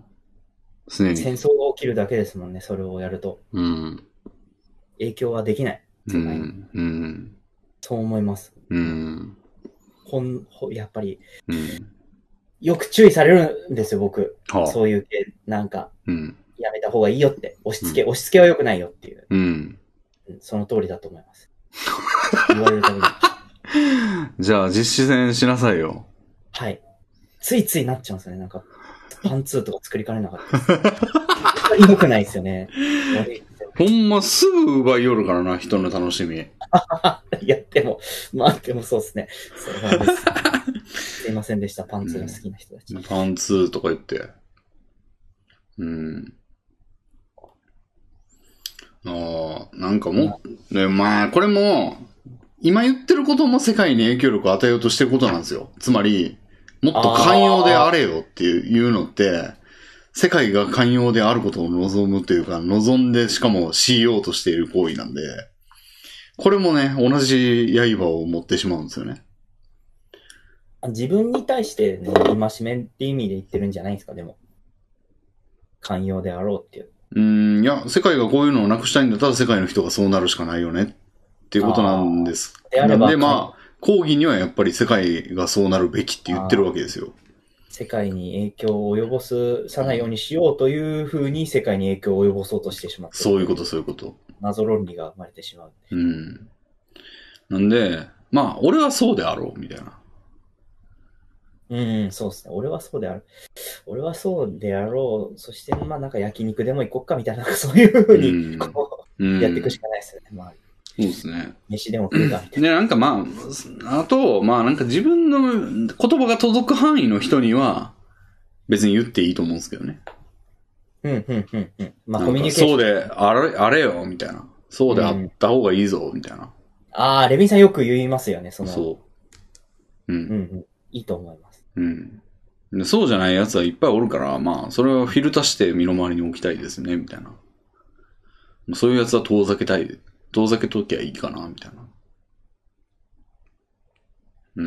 常に。 戦争が起きるだけですもんね、それをやると。 うん。 影響はできない。 世界に。うん。うん。 そう思います。 うん。 ほん、ほ、やっぱり、 うん。 よく注意されるんですよ、僕。 はあ、 そういう系、なんか、 うん、 やめた方がいいよって。押し付け、うん、押し付けは良くないよっていう。 うん。 その通りだと思います。言われるたびに。 じゃあ、実践しなさいよ。 はい。ついついなっちゃうんですよね。なんか、パンツーとか作りかねなかったです。良くないですよね。 ほんますぐ奪いよるからな、人の楽しみ。いや、でも、まあでもそうですね。そうです。すいませんでした、パンツーが好きな人たち。 うん、パンツーとか言って。うん。ああ、なんかも、ね、まあ、これも、今言ってることも世界に影響力を与えようとしてることなんですよ。つまり、もっと寛容であれよっていうのって、世界が寛容であることを望むというか、望んでしかもしようとしている行為なんで、これもね、同じ刃を持ってしまうんですよね。 自分に対してね、戒めって意味で言ってるんじゃないですか、でも。寛容であろうっていう。 うーん、いや、世界がこういうのをなくしたいんだったら世界の人がそうなるしかないよねっていうことなんです。であればなんでまあ、講義にはやっぱり世界がそうなるべきって言ってるわけですよ。 世界に影響を及ぼすさないようにしようというふうに世界に影響を及ぼそうとしてしまって。 そういうこと、そういうこと。 謎論理が生まれてしまう。 うん。なんで、まあ、俺はそうであろう、みたいな。 うん、そうですね。俺はそうである。俺はそうであろう。そして、まあなんか焼肉でも行こっかみたいな、そういうふうに、こう、うん、やっていくしかないですよね。まあ。 そうですね。 飯でも食うかみたいな。 で、なんかまあ、あと、まあなんか自分の言葉が届く範囲の人には、別に言っていいと思うんですけどね。 うん、うん、うん、うん。まあコミュニケーション。 そうで、あれ、あれよ、みたいな。そうであった方がいいぞ、みたいな。 ああ、レビンさんよく言いますよね、その。 そう。うん。うん、 うん。いいと思います。 うん。そうじゃない奴はいっぱいおるから、まあ、それをフィルターして身の回りに置きたいですね、みたいな。そういう奴は遠ざけたい。遠ざけときゃいいかな、みたいな。うん。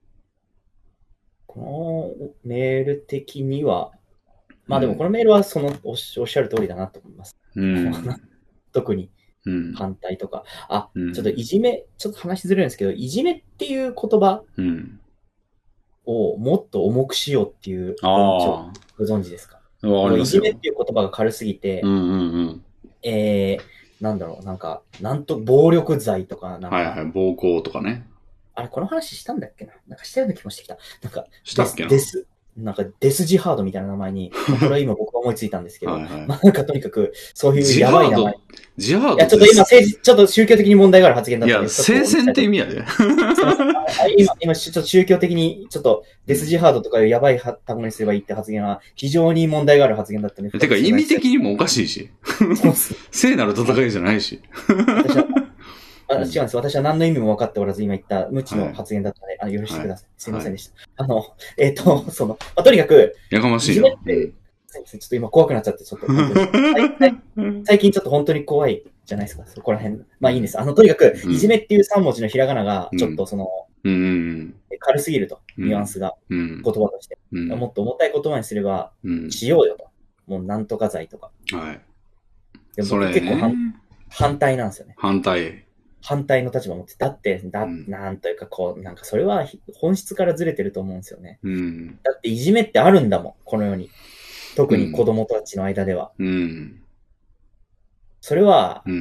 このメール的には、まあでもこのメールはそのおっしゃる通りだなと思います。うん、特に反対とか、うん、あ、ちょっといじめ、ちょっと話しずれるんですけど、いじめっていう言葉をもっと重くしようっていう、ご存知ですか？いじめっていう言葉が軽すぎて、 うんうんうん、 えー、なんだろう、なんか、なんと暴力罪とか、なんか、 はいはい、暴行とかね。 あれ、この話したんだっけな？なんかしたような気もしてきた。なんか、 したっけな？ デス、なんかデスジハードみたいな名前に、これは今僕が思いついたんですけど、はいはい、まあなんかとにかく、そういうやばい名前。 ジハードいや、ちょっと今政治、ちょっと宗教的に問題がある発言だったんで。 いや、聖戦って意味やで。 今、今、ちょっと宗教的に、ちょっとデスジハードとかいうやばい単語にすればいいって発言は、非常に問題がある発言だったんで。 てか意味的にもおかしいし。聖なる戦いじゃないし。 私はあ、違うんです。私は何の意味も分かっておらず、今言った無知の発言だったので、はい、あの、許してください。はい、すいませんでした。はい、あの、えっ、ー、と、その、まあ、とにかく、 やかましいな。 いじめって、ちょっと今怖くなっちゃって、ちょっと本当に最近ちょっと本当に怖いじゃないですか、そこら辺。まあいいんです。あの、とにかく、いじめっていうさん文字のひらがなが、ちょっとその、うん、軽すぎると、ニュアンスが、うん、言葉として、うん。もっと重たい言葉にすれば、うん、しようよと。もうなんとか罪とか。 はい。 でも僕結構反、反対なんですよね。 反対。 反対の立場を持って、だって、だ、うん、なんというかこう、なんかそれは本質からずれてると思うんですよね。うん、だっていじめってあるんだもん、この世に。特に子供たちの間では。うん、それは、うん、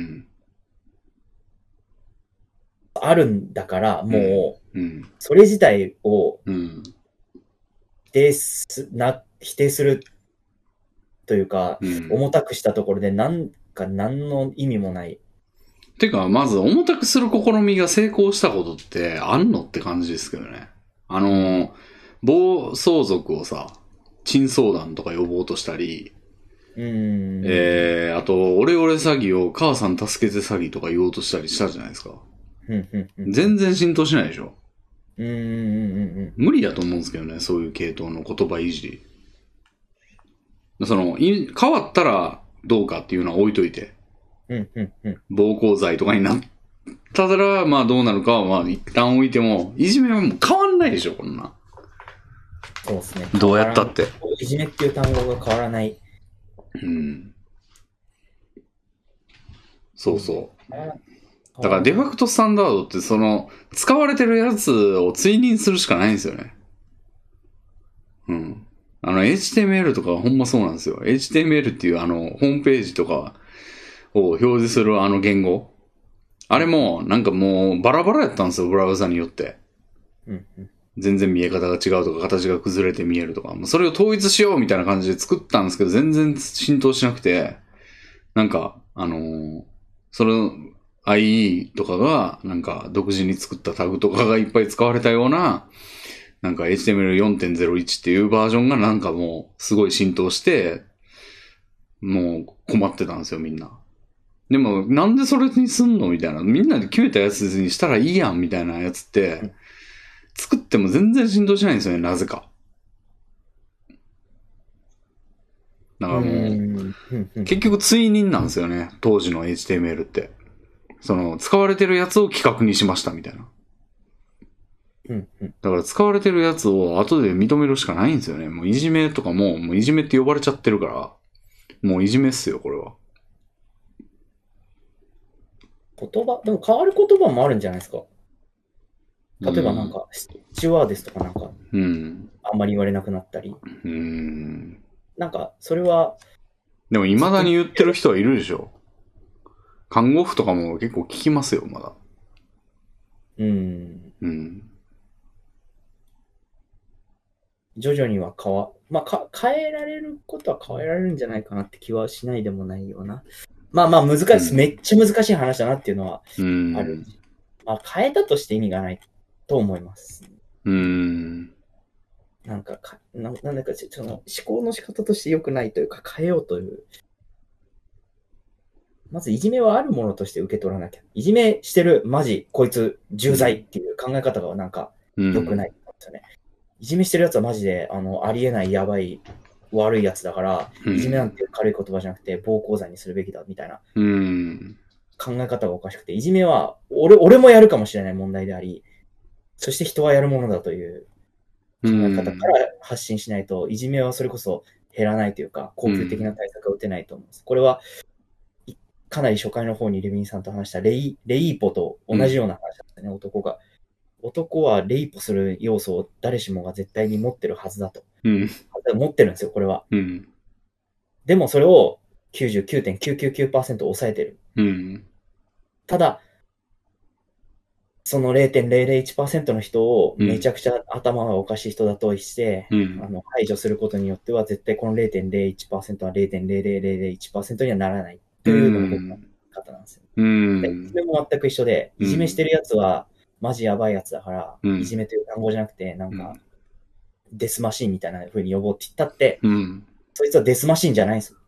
あるんだから、もう、うん、それ自体を、否定す、な、否定するというか、うん、重たくしたところで、なんか何の意味もない。 てか、まず重たくする試みが成功したことってあんのって感じですけどね。 あの、暴走族をさ、珍相談とか呼ぼうとしたり、 うーん。 えー、あと、オレオレ詐欺を母さん助けて詐欺とか言おうとしたりしたじゃないですか。 うんうんうん、 全然浸透しないでしょ。 うーんうんうんうん。 無理だと思うんですけどね、そういう系統の言葉いじり。その、い変わったらどうかっていうのは置いといて。 うんうんうん。 暴行罪とかになったら、まあどうなるかはまあ一旦置いても、いじめはもう変わんないでしょ、こんな。 そうですね。 どうやったって。 いじめっていう単語が変わらない。 うん。そうそう。だからデファクトスタンダードってその、使われてるやつを追認するしかないんですよね。うん。あの エイチティーエムエル とかはほんまそうなんですよ。エイチティーエムエル っていうあの、ホームページとかを表示するあの言語。あれもなんかもうバラバラやったんですよ、ブラウザによって。 うんうん、 全然見え方が違うとか、形が崩れて見えるとか、もうそれを統一しようみたいな感じで作ったんですけど、全然浸透しなくて、なんか、あのー、その アイイー とかが、なんか独自に作ったタグとかがいっぱい使われたような、なんか エイチティーエムエルよんてんゼロいち っていうバージョンがなんかもうすごい浸透して、もう困ってたんですよ、みんな。でも、なんでそれにすんのみたいな。みんなで決めたやつにしたらいいやん、みたいなやつって、作っても全然浸透しないんですよね、なぜか。だからもう、結局追認なんですよね、当時の エイチティーエムエル って。その、使われてるやつを規格にしました、みたいな。だから使われてるやつを後で認めるしかないんですよね。もういじめとかも、もういじめって呼ばれちゃってるから、もういじめっすよ、これは。 言葉、でも変わる言葉もあるんじゃないですか。例えばなんか、スチュワーデスとかなんか、うん、あんまり言われなくなったり。うん、なんか、それは。 でも未だに言ってる人はいるでしょ。看護婦とかも結構聞きますよ、まだ。 うん。うん。徐々には変わ、まあ、か、変えられることは変えられるんじゃないかなって気はしないでもないような。まあまあ難しい、うん、めっちゃ難しい話だなっていうのはある。うん、まあ変えたとして意味がないと思います。うん。なんかか、ななんだかちょっと思考の仕方として良くないというか変えようという。まずいじめはあるものとして受け取らなきゃ。いじめしてる、マジ、こいつ、重罪っていう考え方がなんか良くないんですよね。うんいじめしてるやつはマジで、あの、ありえないやばい悪いやつだから、うん、いじめなんて軽い言葉じゃなくて暴行罪にするべきだみたいな考え方がおかしくて、いじめは俺、俺もやるかもしれない問題であり、そして人はやるものだという考え方から発信しないと、いじめはそれこそ減らないというか、恒久的な対策は打てないと思うんです。これは、かなり初回の方にレビンさんと話したレイ、レイポと同じような話だったね、うん、男が。男はレイプする要素を誰しもが絶対に持ってるはずだと。うん、持ってるんですよ、これは。うん、でもそれを きゅうじゅうきゅうてんきゅうきゅうきゅうパーセント 抑えてる。うん、ただ、その ゼロてんゼロゼロいちパーセント の人をめちゃくちゃ頭がおかしい人だとして、うん、あの排除することによっては絶対この ゼロてんゼロいちパーセント は ゼロてんゼロゼロゼロいちパーセント にはならないというのが僕の方なんですよ。うん、それも全く一緒で、いじめしてるやつは、マジやばいやつだから、うん、いじめという単語じゃなくて、なんか、うん、デスマシンみたいな風に呼ぼうって言ったって、うん、そいつはデスマシンじゃないんですよ。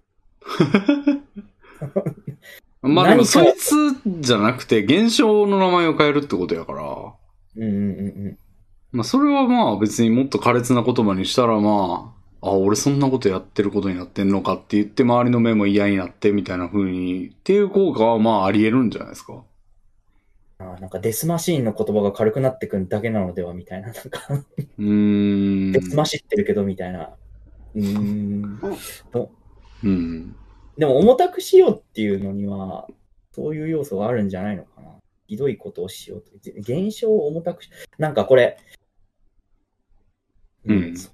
まあでもそいつじゃなくて、現象の名前を変えるってことやから。うんうんうんうん。まあそれはまあ別にもっと苛烈な言葉にしたらまあ、あ、俺そんなことやってることになってんのかって言って、周りの目も嫌になってみたいな風に、っていう効果はまああり得るんじゃないですか。 あなんかデスマシーンの言葉が軽くなってくるだけなのではみたいな、なんかうーん。デスマシってるけどみたいな。うーん。うん。でも重たくしようっていうのには、そういう要素があるんじゃないのかな。ひどいことをしようと。現象を重たくし、なんかこれ。 うん。うん、だ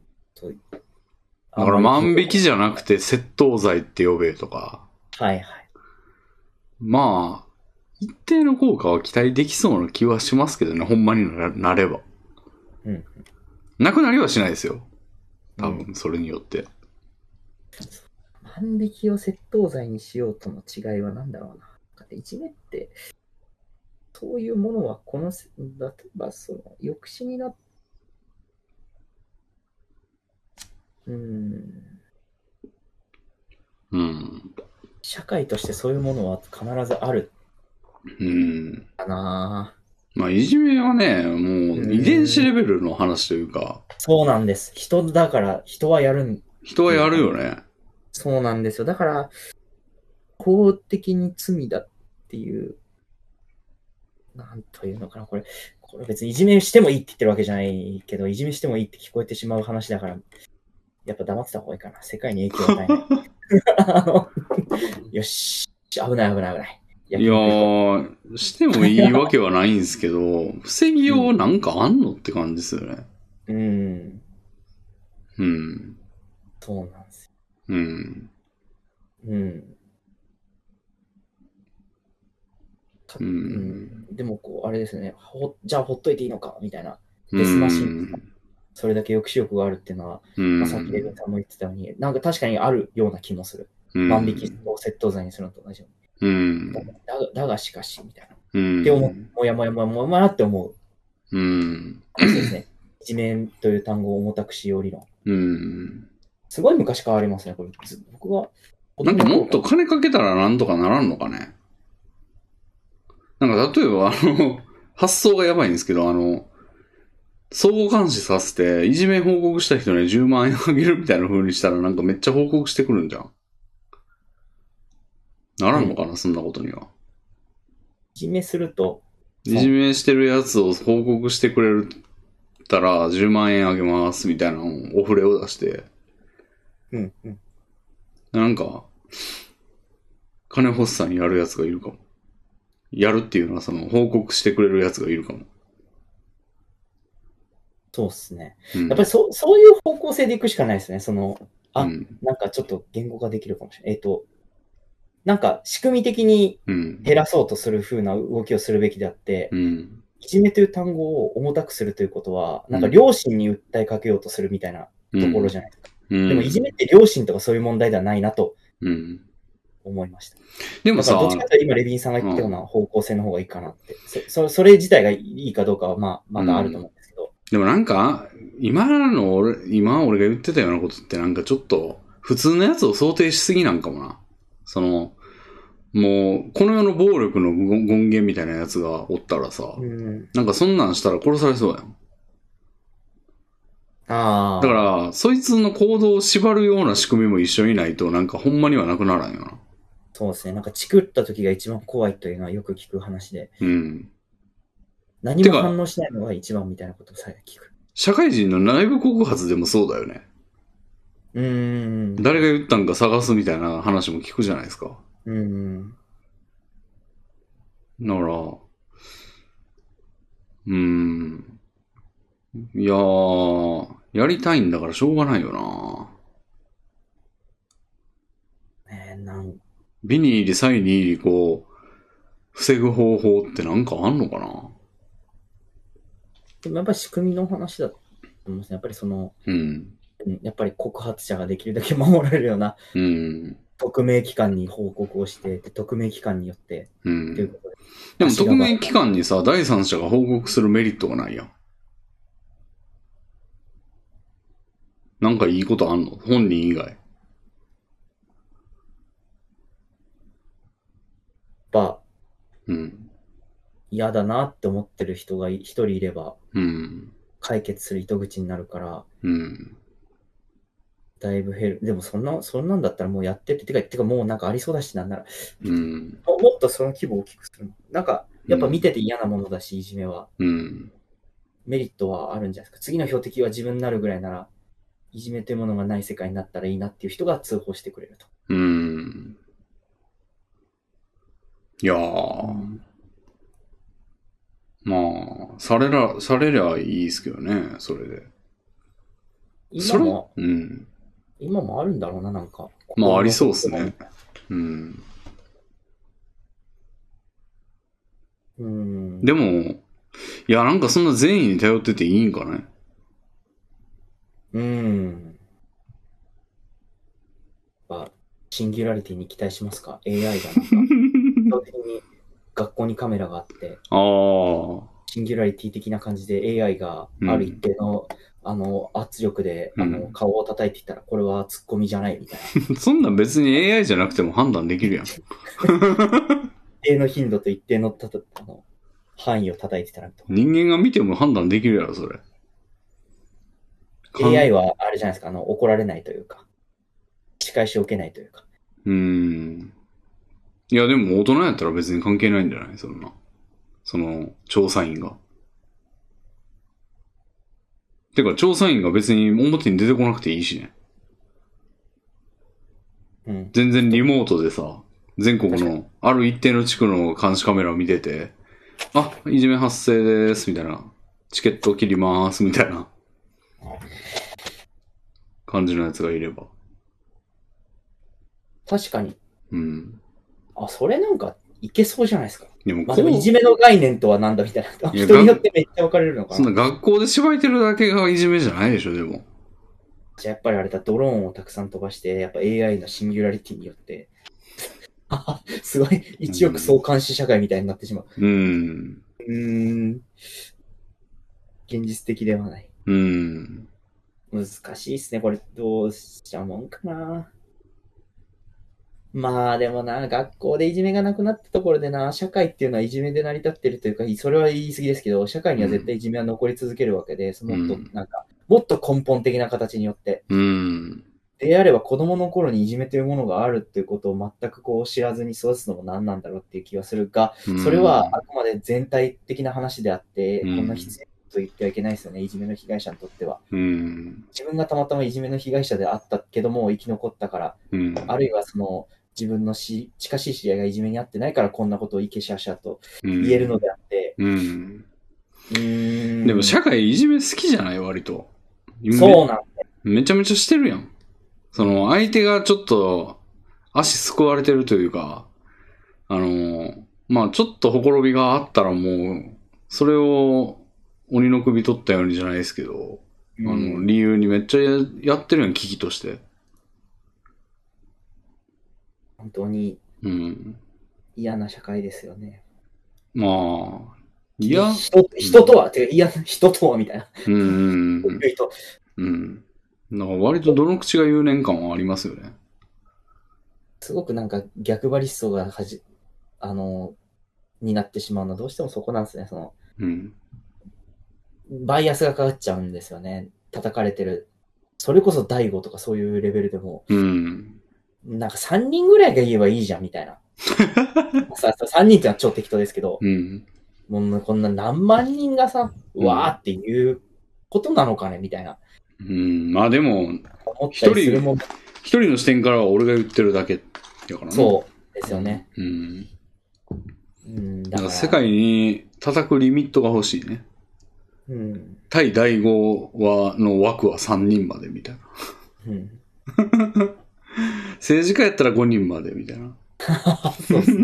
から万引きじゃなくて窃盗罪って呼べとか。 はいはい。 まあ、一定の効果は期待できそうな気はしますけどね、ほんまになれば。うん。なくなりはしないですよ。多分、それによって。 万引きを窃盗罪にしようとの違いは何だろうな。いじめって、そういうものはこの、例えばその抑止になうん。 うん。 社会としてそういうものは必ずある。 うん。 かな。 まあ、いじめはね、もう遺伝子レベルの話というか。 うそうなんです。人だから、人はやるん。 人はやるよね。 そうなんですよ。だから、法的に罪だっていう、なんというのかな、これ、これ別にいじめしてもいいって言ってるわけじゃないけど、いじめしてもいいって聞こえてしまう話だから、やっぱ黙ってた方がいいかな。世界に影響を与えない。よし。危ない危ない危ない。 いやー、してもいいわけはないんですけど、防ぎようなんかあんのって感じですよね。 うん。 うん。 そうなんですよ。 うん。 うん。うん、でもこう、あれですね、ほじゃあほっといていいのかみたいな。デスマシン、それだけ抑止力があるっていうのは、まあ、さっきレビンさんも言ってたように、なんか確かにあるような気もする。万引きを窃盗罪にするのと同じように。うん、だ, だ, だがしかし、みたいな。うん、って思う、もやもやもやもやもやって思う。うん。そうですね。いじめという単語を重たくしよう理論。うん。すごい昔からありますね、これ。僕は。 なんかもっと金かけたらなんとかならんのかね。なんか例えばあの、発想がやばいんですけど、あの、相互監視させて、いじめ報告した人にじゅうまんえんあげるみたいな風にしたらなんかめっちゃ報告してくるんじゃん。ならんのかな、うん、そんなことには。 いじめすると。 いじめしてるやつを報告してくれるたらじゅうまんえんあげますみたいなお触れを出して。うんうん。なんか、金欲しさにやるやつがいるかも。やるっていうのはその報告してくれるやつがいるかも。 そうっすね。うん、やっぱりそそういう方向性でいくしかないですね。その、あ、うん、なんかちょっと言語化できるかもしれない。えっと、なんか仕組み的に減らそうとする風な動きをするべきであって、うん、いじめという単語を重たくするということは、なんか両親に訴えかけようとするみたいなところじゃないですか。うん、でもいじめって両親とかそういう問題ではないなと思いました。でもさ、どっちかというと今レビンさんが言ったような方向性の方がいいかなって。そ, そ, それ自体がいいかどうかはまあまだあると思うんですけど。うん、 でもなんか、今の俺、今俺が言ってたようなことってなんかちょっと普通のやつを想定しすぎなんかもな。その、もう、この世の暴力の権限みたいなやつがおったらさ、うん、なんかそんなんしたら殺されそうやん。ああ。だから、そいつの行動を縛るような仕組みも一緒にないと、なんかほんまにはなくならんよな。 そうですね。なんかチクった時が一番怖いというのはよく聞く話で。うん。何も反応しないのが一番みたいなことをさえ聞く。 社会人の内部告発でもそうだよね。うーん。誰が言ったんか探すみたいな話も聞くじゃないですか。うん。だから、うーん。いやー、やりたいんだからしょうがないよな。えー、なんビに入り、サイに入り、こう、防ぐ方法ってなんかあんのかな。 でもやっぱり仕組みの話だと思いますね。やっぱりその、うん。やっぱり告発者ができるだけ守られるような、うん。匿名機関に報告をして、で匿名機関によって、うん。ということで。 でも匿名機関にさ、第三者が報告するメリットがないやん。なんかいいことあんの？本人以外。 ば、うん。嫌だなって思ってる人が一人いれば、うん。解決する糸口になるから、うん。だいぶ減る。でもそんな、そんなんだったらもうやってって、てか、てかもうなんかありそうだしなんなら、うん。もっとその規模を大きくする。なんか、やっぱ見てて嫌なものだし、いじめは。うん。メリットはあるんじゃないですか。次の標的は自分になるぐらいなら、いじめというものがない世界になったらいいなっていう人が通報してくれると。うん。いやー。うん、まあ、されら、されりゃいいですけどね、それで。 今も、うん。今もあるんだろうな、なんか。 まあ、ありそうっすね。うん。うん。でも、いや、なんかそんな善意に頼ってていいんかね。うん。 あ、シンギュラリティに期待しますか？ エーアイ がなんか、基本的に学校にカメラがあって、ああ。シンギュラリティ的な感じで エーアイ がある一定のあの、圧力で、あの、顔を叩いていったら、これはツッコミじゃないみたいな。そんなん別に エーアイ じゃなくても判断できるやん。 一定の頻度と一定のたたあの範囲を叩いてたら。 人間が見ても判断できるやろ、それ。 エーアイ はあれじゃないですか、あの、怒られないというか、仕返しを受けないというか。 うーん。いや、でも大人やったら別に関係ないんじゃないそんな。その、調査員が。てか、調査員が別に表に出てこなくていいしね。うん。全然リモートでさ、全国のある一定の地区の監視カメラを見てて、あ、いじめ発生です、みたいな。チケット切ります、みたいな感じのやつがいれば。 確かに。 うん。 あ、それなんかいけそうじゃないですか。 でも、 まあ、でもいじめの概念とはなんだみたいな。人によってめっちゃ分かれるのかな。 そんな学校で縛いてるだけがいじめじゃないでしょ、でも。 じゃあやっぱりあれだ、ドローンをたくさん飛ばして、やっぱ エーアイ のシンギュラリティによって、すごい、一億総監視社会みたいになってしまう。 うん。 うーん。現実的ではない。 うん。 難しいですね。これ、どうしちゃうもんかな。まあでもな、学校でいじめがなくなったところでな、社会っていうのはいじめで成り立ってるというか、それは言い過ぎですけど、社会には絶対いじめは残り続けるわけで、そのもっとなんか、もっと根本的な形によって。 うん。 であれば子供の頃にいじめというものがあるっていうことを全くこう知らずに育つのも何なんだろうっていう気がするが、それはあくまで全体的な話であって、こんな必要と言ってはいけないですよね、いじめの被害者にとっては。 うん、 自分がたまたまいじめの被害者であったけども生き残ったから、 うん、 あるいはその自分のし近しい知り合いがいじめにあってないからこんなことをいけしゃしゃと言えるのであって、 うんうんうーん、 でも社会いじめ好きじゃない割と。 そうなんだ。 めちゃめちゃしてるやん。その相手がちょっと足すくわれてるというか、あの、まあちょっとほころびがあったらもう、それを鬼の首取ったようにじゃないですけど、うん、あの、理由にめっちゃ や, やってるやん、危機として。 本当に嫌な社会ですよね。 うん、まあ、いや。 人、人とは、うん、てか嫌な人とはみたいな。 うん。うん。なんか割とどの口が言う年間はありますよね。 すごくなんか逆張り思想がはじ、あの、になってしまうのはどうしてもそこなんですね。その、 うん。 バイアスがかかっちゃうんですよね。叩かれてる。それこそ大悟とかそういうレベルでも。 うん。 なんかさんにんぐらいが言えばいいじゃんみたいな。ささんにんってのは超適当ですけど。 うん。 もうこんな何万人がさ、うん、わーっていうことなのかねみたいな。 うん、まあでも、一人、一人の視点からは俺が言ってるだけやからね。 そうですよね。 うん。 うん、 だから世界に叩くリミットが欲しいね。 うん。 対だいごはの枠はさんにんまでみたいな。うん。政治家やったらごにんまでみたいな。 そうですね。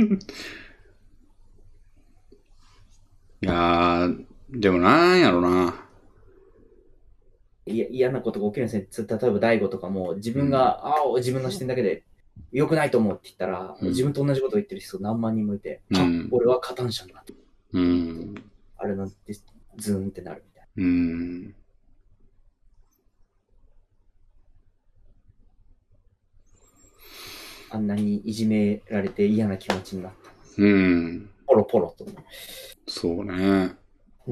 いやー、でもなんやろな。 いや嫌なことが起きるんですね。例えば大悟とかも自分が、うん、あ自分の視点だけで良くないと思うって言ったら、うん、自分と同じことを言ってる人何万人もいて、うん、あ、俺は加担者になってる。 うん。 あれなんてズーンってなるみたいな。うん。 あんなにいじめられて嫌な気持ちになった。 うん。 ポロポロと。 そうね。 うん。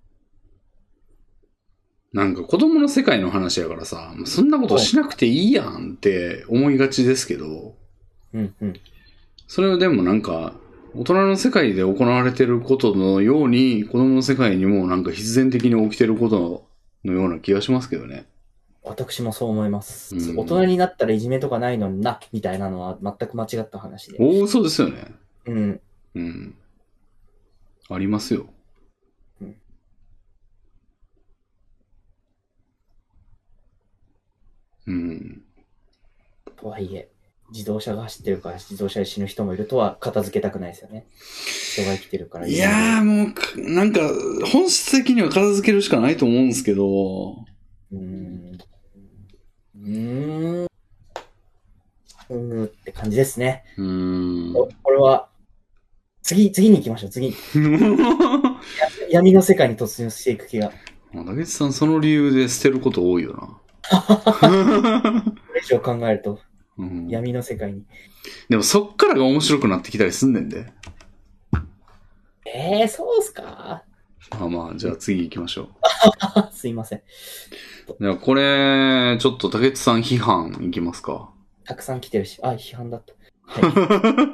なんか子供の世界の話やからさ、そんなことしなくていいやんって思いがちですけど、 うんうん、 それはでもなんか大人の世界で行われてることのように子供の世界にもなんか必然的に起きてることのような気がしますけどね。 私もそう思います、うん、大人になったらいじめとかないのになみたいなのは全く間違った話で。 おお、そうですよね。 うんうんありますよ。うん。 とはいえ、自動車が走ってるから自動車で死ぬ人もいるとは片付けたくないですよね。人が生きてるから。 いやーもう、なんか、本質的には片付けるしかないと思うんですけど。 うーん。うーん。うーんって感じですね。 うーん。 これは、次、次に行きましょう、次に。闇の世界に突入していく気が。 竹内さん、その理由で捨てること多いよな。 これ以上考えると、うん、闇の世界に。 でもそっからが面白くなってきたりすんねんで。 えー、そうっすか。 まあまあ、じゃあ次行きましょう。 すいません。 ではこれ、ちょっと竹内さん批判いきますか。 たくさん来てるし、あ、批判だった。はい、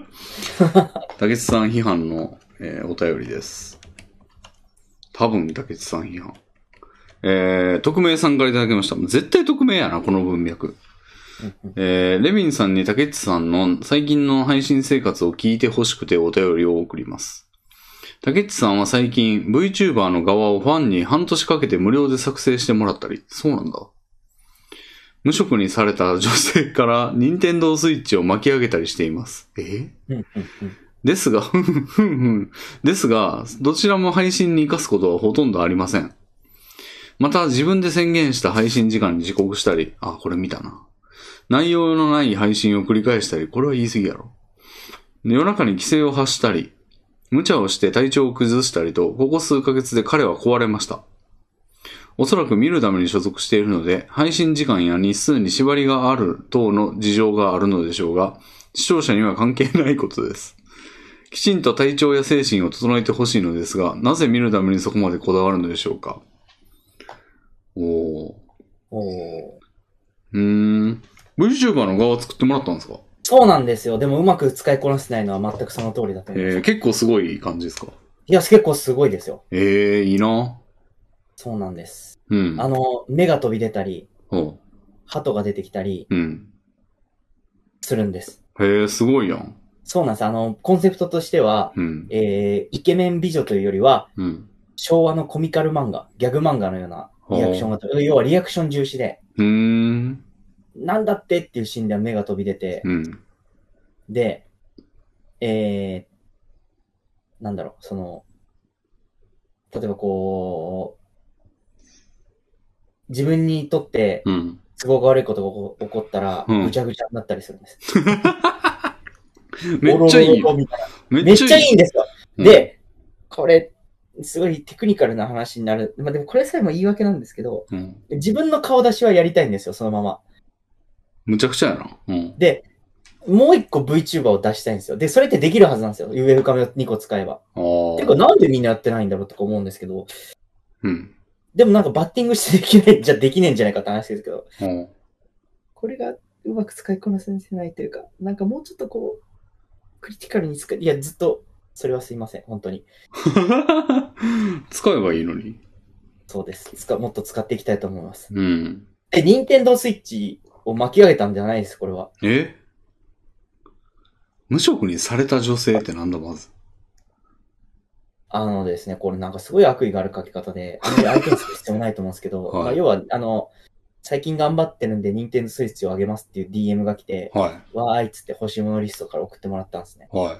竹内さん批判の、えー、お便りです。多分竹内さん批判。えー、匿名さんからいただきました。絶対匿名やな、この文脈。えー、レビンさんに竹内さんの最近の配信生活を聞いてほしくてお便りを送ります。竹内さんは最近 VTuber の側をファンに半年かけて無料で作成してもらったり、そうなんだ。無職にされた女性から任天堂スイッチを巻き上げたりしています。えですが、ふんふんふん。ですが、どちらも配信に活かすことはほとんどありません。また自分で宣言した配信時間に遅刻したり、あ、これ見たな。内容のない配信を繰り返したり、これは言い過ぎやろ。夜中に規制を発したり、無茶をして体調を崩したりと、ここ数ヶ月で彼は壊れました。おそらく見るために所属しているので、配信時間や日数に縛りがある等の事情があるのでしょうが、視聴者には関係ないことです。きちんと体調や精神を整えてほしいのですが、なぜ見るためにそこまでこだわるのでしょうか。おー。 おー。うーん。VTuber の側を作ってもらったんですか？ そうなんですよ。でもうまく使いこなせないのは全くその通りだと思います。 えー、結構すごい感じですか？ いや、結構すごいですよ。 えー、いいな。 そうなんです。 うん。 あの、目が飛び出たり、鳩が出てきたり、 うん。 するんです。 へー、すごいやん。 そうなんです。あの、コンセプトとしては、うん、えー、イケメン美女というよりは、うん、昭和のコミカル漫画、ギャグ漫画のようなリアクションが、要はリアクション重視で、 うーん、 なんだってっていうシーンでは目が飛び出て、うん、で、えー、なんだろう、その、例えばこう、自分にとって、都合が悪いことが起こったら、ぐちゃぐちゃになったりするんです。 めっちゃいいよ。 めっちゃいいんですよ。うん、で、これ、すごいテクニカルな話になる。まあ、でもこれさえも言い訳なんですけど、うん、自分の顔出しはやりたいんですよ、そのまま。 むちゃくちゃやな。うん、 で、もう一個 VTuber を出したいんですよ。で、それってできるはずなんですよ。ウェブカメをにこ使えば。てか、なんでみんなやってないんだろうとか思うんですけど。うん。でもなんかバッティングしてできない、じゃできねえんじゃないかって話ですけど。うん、これがうまく使いこなせないというか、なんかもうちょっとこう、クリティカルに使い、いや、ずっと、それはすいません、本当に。 使えばいいのに。 そうです。使、もっと使っていきたいと思います。 うん。 え、ニンテンドースイッチを巻き上げたんじゃないです、これは。 え？無職にされた女性ってなんだ、まず。 あのですね、これなんかすごい悪意がある書き方で、あんまり相手にする必要もないと思うんですけど、はい、まあ、要は、あの、最近頑張ってるんで、ニンテンドースイッチをあげますっていう ディーエム が来て、はい。わーいっつって欲しいものリストから送ってもらったんですね。はい。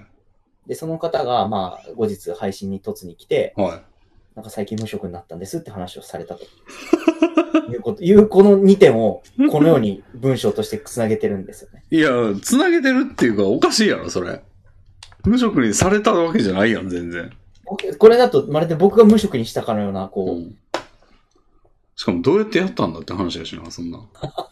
で、その方が、まあ、後日配信に突に来て、はい。なんか最近無職になったんですって話をされたと。いうこと、いうこのにてんを、このように文章として繋げてるんですよね。 いや、繋げてるっていうかおかしいやろ、それ。無職にされたわけじゃないやん、全然。 これだと、まるで僕が無職にしたかのような、こう、うん、 しかもどうやってやったんだって話だしな、そんな。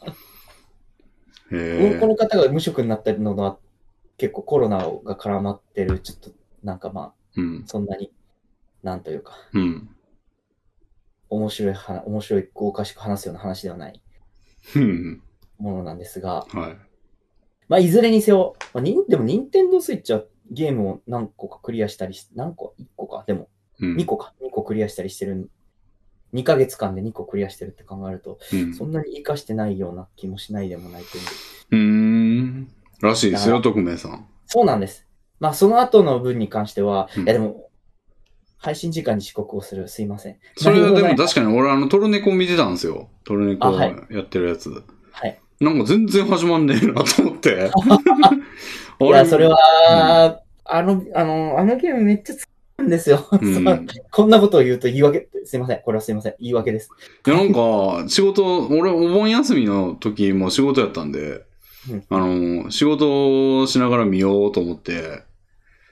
へこの方が無職になったのは結構コロナが絡まってる、ちょっとなんかまあ、うん、そんなに、なんというか、うん、面白い話、面白いおかしく話すような話ではないものなんですが、はい、まあいずれにせよ、まあ、でも任天堂スイッチはゲームを何個かクリアしたりし、何個 ?いっ 個か、でも、にこか、にこクリアしたりしてるにかげつかんでにこクリアしてるって考えると、うん、そんなに活かしてないような気もしないでもないという。 うーん。らしいですよ、匿名さん。 そうなんです。まあ、その後の分に関しては、うん、いやでも、配信時間に遅刻をする。すいません。 それはでも確かに俺あの、トルネコ見てたんですよ。トルネコやってるやつ。はい。なんか全然始まんねえなと思って。 いや、それは、うん、あの、あの、あのゲームめっちゃんですよ、うん、こんなことを言うと言い訳、すいません。これはすいません。言い訳です。 いや、なんか、仕事、俺、お盆休みの時も仕事やったんで、うん、あの、仕事をしながら見ようと思って、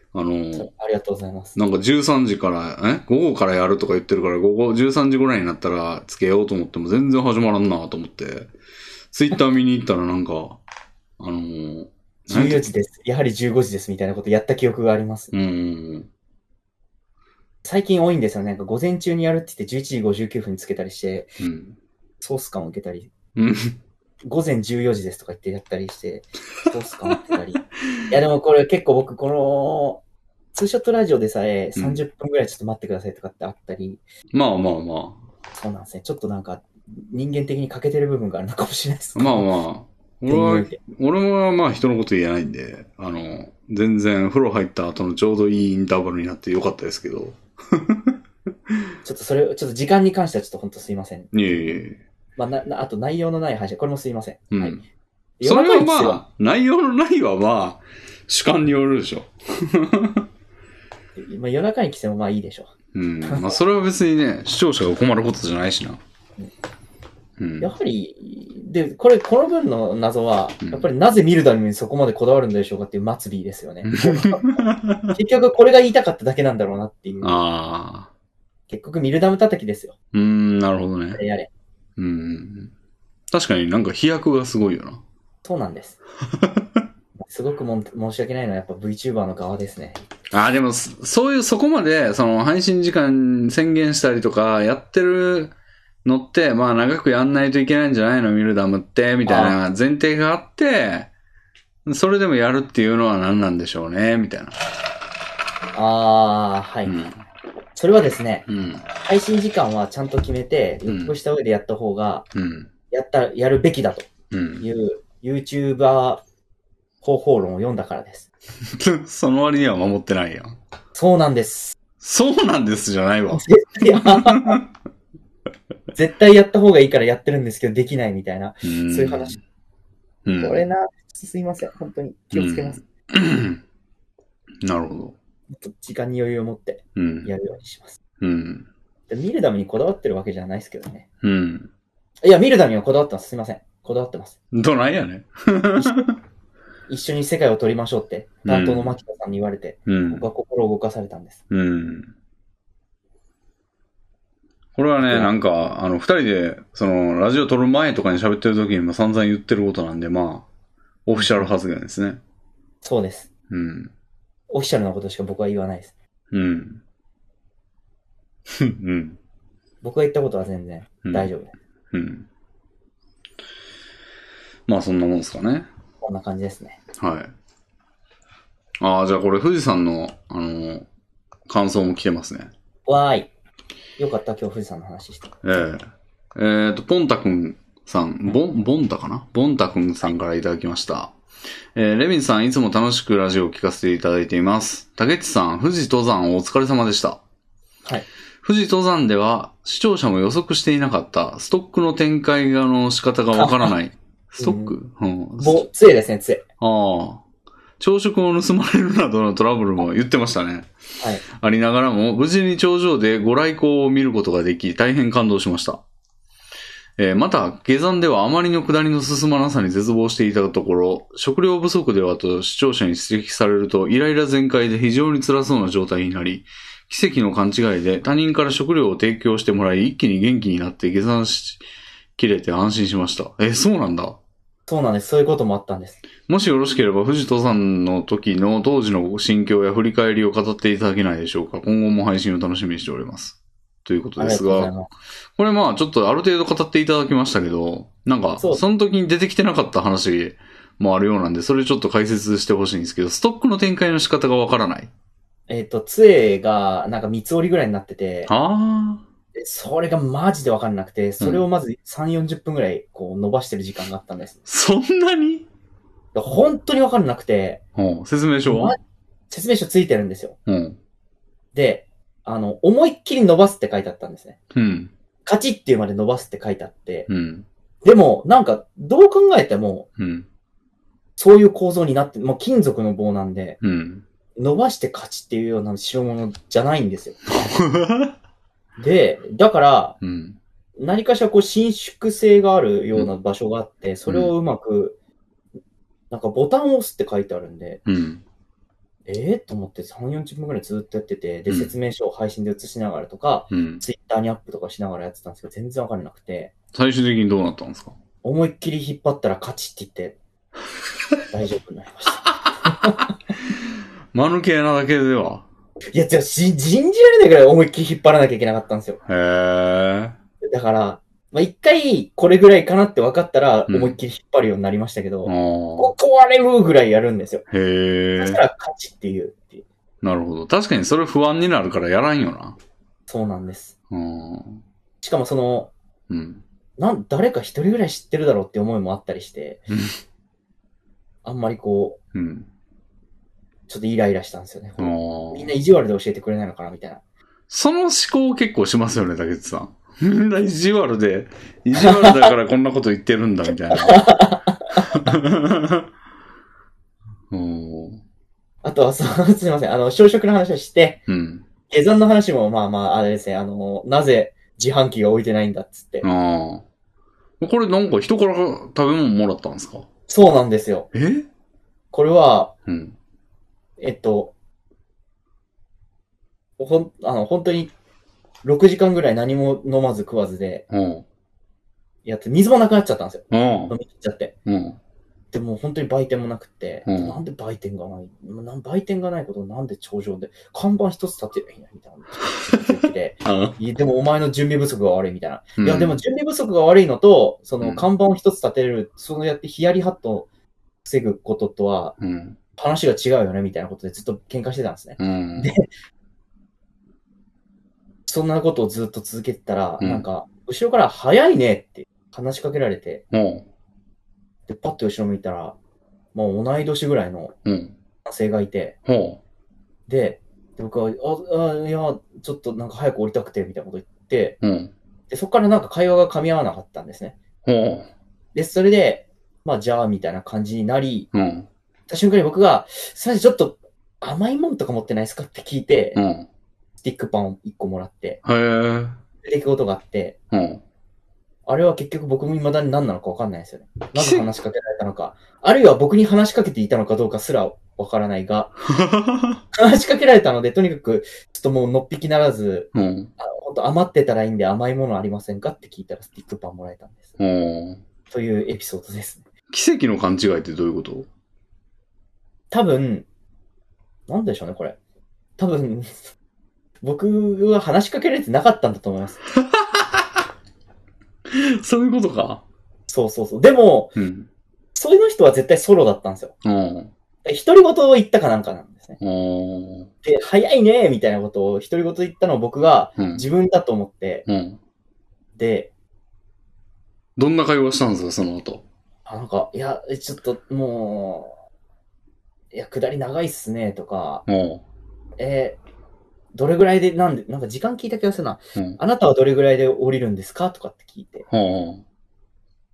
あの、 ありがとうございます。 なんかじゅうさんじから、え午後からやるとか言ってるから、午後じゅうさんじぐらいになったらつけようと思っても全然始まらんなと思って、ツイッター見に行ったらなんか、あのー、 じゅうよじです。やはりじゅうごじですみたいなことやった記憶があります。 うん。 最近多いんですよね。なんか午前中にやるって言ってじゅういちじごじゅうきゅうふんにつけたりして、 うん、 ソース感を受けたり。 うん午前じゅうよじですとか言ってやったりして、ソース感を受けたり。いやでもこれ結構僕この、ツーショットラジオでさえさんじゅっぷんぐらいちょっと待ってくださいとかってあったり。 うん、まあまあまあ。そうなんですね。ちょっとなんか人間的に欠けてる部分があるのかもしれないです。 まあまあ。俺は、俺はまあ人のこと言えないんで、あの、全然風呂入った後のちょうどいいインターバルになってよかったですけど。 ちょっとそれ、ちょっと時間に関してはちょっと本当すいません。 いえいえ。 まあ、な、なあと内容のない話、これもすいません。 うん、 はい。 それはまあ、内容のないはまあ、主観によるでしょ。 まあ夜中に来てもまあいいでしょう。うん。まあそれは別にね、視聴者が困ることじゃないしな。 うん、やはり、で、これ、この文の謎は、やっぱりなぜミルダムにそこまでこだわるんでしょうかっていう末尾ですよね。結局これが言いたかっただけなんだろうなっていう。ああ。結局ミルダム叩きですよ。 うーん、なるほどね。 やれやれ。 うん。確かになんか飛躍がすごいよな。 そうなんです。すごくも申し訳ないのはやっぱ VTuber の側ですね。 ああ、でも、そういう、そこまで、その、配信時間宣言したりとか、やってるのって、まあ、長くやんないといけないんじゃないのミルダムって、みたいな前提があって、それでもやるっていうのは何なんでしょうね、みたいな。 ああ、はい。うん、それはですね、うん、配信時間はちゃんと決めて、予告した上でやった方が、うん、やった、やるべきだという、YouTuber 方法論を読んだからです。 その割には守ってないやん。 そうなんです。 そうなんですじゃないわ。 絶対やった方がいいからやってるんですけど、できないみたいな、そういう話。うん、これな、すいません。本当に気をつけます。 うん、なるほど。 もっと時間に余裕を持ってやるようにします。 うん、 でミルダムにこだわってるわけじゃないですけどね。 うん、 いや、ミルダムにはこだわってます。すいません。こだわってます。 どないやねん。 一緒に世界を取りましょうって、担当の牧田さんに言われて、うん、僕は心を動かされたんです。 うん。これはね、なんか、あの、二人で、その、ラジオ撮る前とかに喋ってる時にも散々言ってることなんで、まあ、オフィシャル発言ですね。 そうです。 うん。 オフィシャルなことしか僕は言わないです。 うん。うん。 僕が言ったことは全然大丈夫です。 うん。うん、まあ、そんなもんですかね。 こんな感じですね。 はい。ああ、じゃあこれ富士山の、あのー、感想も来てますね。 わーい。よかった、今日富士山の話して。 えええー、と、ポンタくんさん、ボン、ボンタかなボンタくんさんからいただきました。えー、レビンさん、いつも楽しくラジオを聞かせていただいています。竹内さん、富士登山お疲れ様でした。 はい。 富士登山では、視聴者も予測していなかったストックの展開の仕方がわからない。ストックうん。 ぼ、杖ですね、杖。 ああ。朝食を盗まれるなどのトラブルも言ってましたね。 はい。 ありながらも、無事に頂上でご来光を見ることができ、大変感動しました。えー、また、下山ではあまりの下りの進まなさに絶望していたところ、食料不足ではと視聴者に指摘されると、イライラ全開で非常に辛そうな状態になり、奇跡の勘違いで他人から食料を提供してもらい、一気に元気になって下山しきれて安心しました。え、そうなんだ。 そうなんです。そういうこともあったんです。 もしよろしければ、富士登山の時の当時の心境や振り返りを語っていただけないでしょうか。今後も配信を楽しみにしております。ということですが、これまあちょっとある程度語っていただきましたけど、なんか、その時に出てきてなかった話もあるようなんで、それちょっと解説してほしいんですけど、ストックの展開の仕方がわからない。 えっと、杖がなんか三つ折りぐらいになってて、 ああ。 それがマジでわかんなくて、それをまずさん、よんじゅっぷんぐらいこう伸ばしてる時間があったんです。 そんなに本当にわかんなくて。 うん、説明書は説明書ついてるんですよ。 うん。 で、あの、思いっきり伸ばすって書いてあったんですね。 うん。 カチッっていうまで伸ばすって書いてあって。 うん。 でも、なんか、どう考えても、うん。そういう構造になって、もう金属の棒なんで、うん。伸ばしてカチッっていうような代物じゃないんですよ。で、だから、うん、何かしらこう伸縮性があるような場所があって、うん、それをうまく、なんかボタンを押すって書いてあるんで、うん、 えー、と思ってさん、よんじゅっぷんくらいずっとやってて、で、説明書を配信で映しながらとか、うん、ツイッターにアップとかしながらやってたんですけど、全然わかんなくて。 最終的にどうなったんですか？ 思いっきり引っ張ったら勝ちって言って、大丈夫になりました。 間抜けなだけでは。 いや、じゃ信じられないぐらい思いっきり引っ張らなきゃいけなかったんですよ。 へー。 だから、まあ、一回これぐらいかなって分かったら、思いっきり引っ張るようになりましたけど、うん、こ壊れるぐらいやるんですよ。 へー。 そしたら勝ちっていう。 なるほど。確かにそれ不安になるからやらんよな。 そうなんです。 うん、しかもその、うん、なん誰か一人ぐらい知ってるだろうって思いもあったりして、あんまりこう、うん、ちょっとイライラしたんですよね。みんな意地悪で教えてくれないのかなみたいな。 その思考結構しますよね、竹内さん。みんな意地悪で、意地悪だからこんなこと言ってるんだみたいな。 あとは、そう、すいません。あの、小食の話をして、うん。下山の話も、まあまあ、あれですね。あの、なぜ自販機が置いてないんだっつって。 ああ。これなんか人から食べ物もらったんですか？ そうなんですよ。 え？ これは、うん。えっと、ほん、あの、本当に、ろくじかんぐらい何も飲まず食わずで、うん。やって、水もなくなっちゃったんですよ。うん。飲み切っちゃって。うん。でも本当に売店もなくて、うん、なんで売店がない、売店がないことをなんで頂上で、看板一つ立てばいいな、みたいな。でいやでもお前の準備不足が悪いみたいな。うん、いや、でも準備不足が悪いのと、その看板を一つ立てれる、そうやってヒヤリハットを防ぐこととは、話が違うよね、みたいなことでずっと喧嘩してたんですね。うん、で、そんなことをずっと続けてたら、うん、なんか、後ろから早いねって話しかけられて、うんで、パッと後ろ向いたら、もう同い年ぐらいの男性がいて、うん、で、で僕は、あ、あ、いや、ちょっとなんか早く降りたくて、みたいなこと言って、うん、で、そこからなんか会話が噛み合わなかったんですね。うん、で、それで、まあ、じゃあ、みたいな感じになり、うん、た瞬間に僕が、最初ちょっと甘いもんとか持ってないですかって聞いて、うん、スティックパンをいっこもらって、へー。出来事があって、うんあれは結局僕も未だに何なのか分かんないですよね。なぜ話しかけられたのか。あるいは僕に話しかけていたのかどうかすら分からないが、話しかけられたので、とにかく、ちょっともうのっぴきならず、うん、あ本当余ってたらいいんで甘いものありませんかって聞いたらスティックパンもらえたんです。うん、というエピソードですね。 奇跡の勘違いってどういうこと？ 多分、なんでしょうね、これ。多分、僕は話しかけられてなかったんだと思います。 そういうことか。 そうそうそう。でも、うん、そういう人は絶対ソロだったんですよ。うん。独り言を言ったかなんかなんですね。うん。で、早いねみたいなことを独り言言ったのを僕が自分だと思って、うん。で、 どんな会話したんですか、その後。 あ、なんか、いや、ちょっともう、いや、下り長いっすね、とか、うん。えーどれぐらいで、なんで、なんか時間聞いた気がするな。うん、あなたはどれぐらいで降りるんですかとかって聞いて。うん、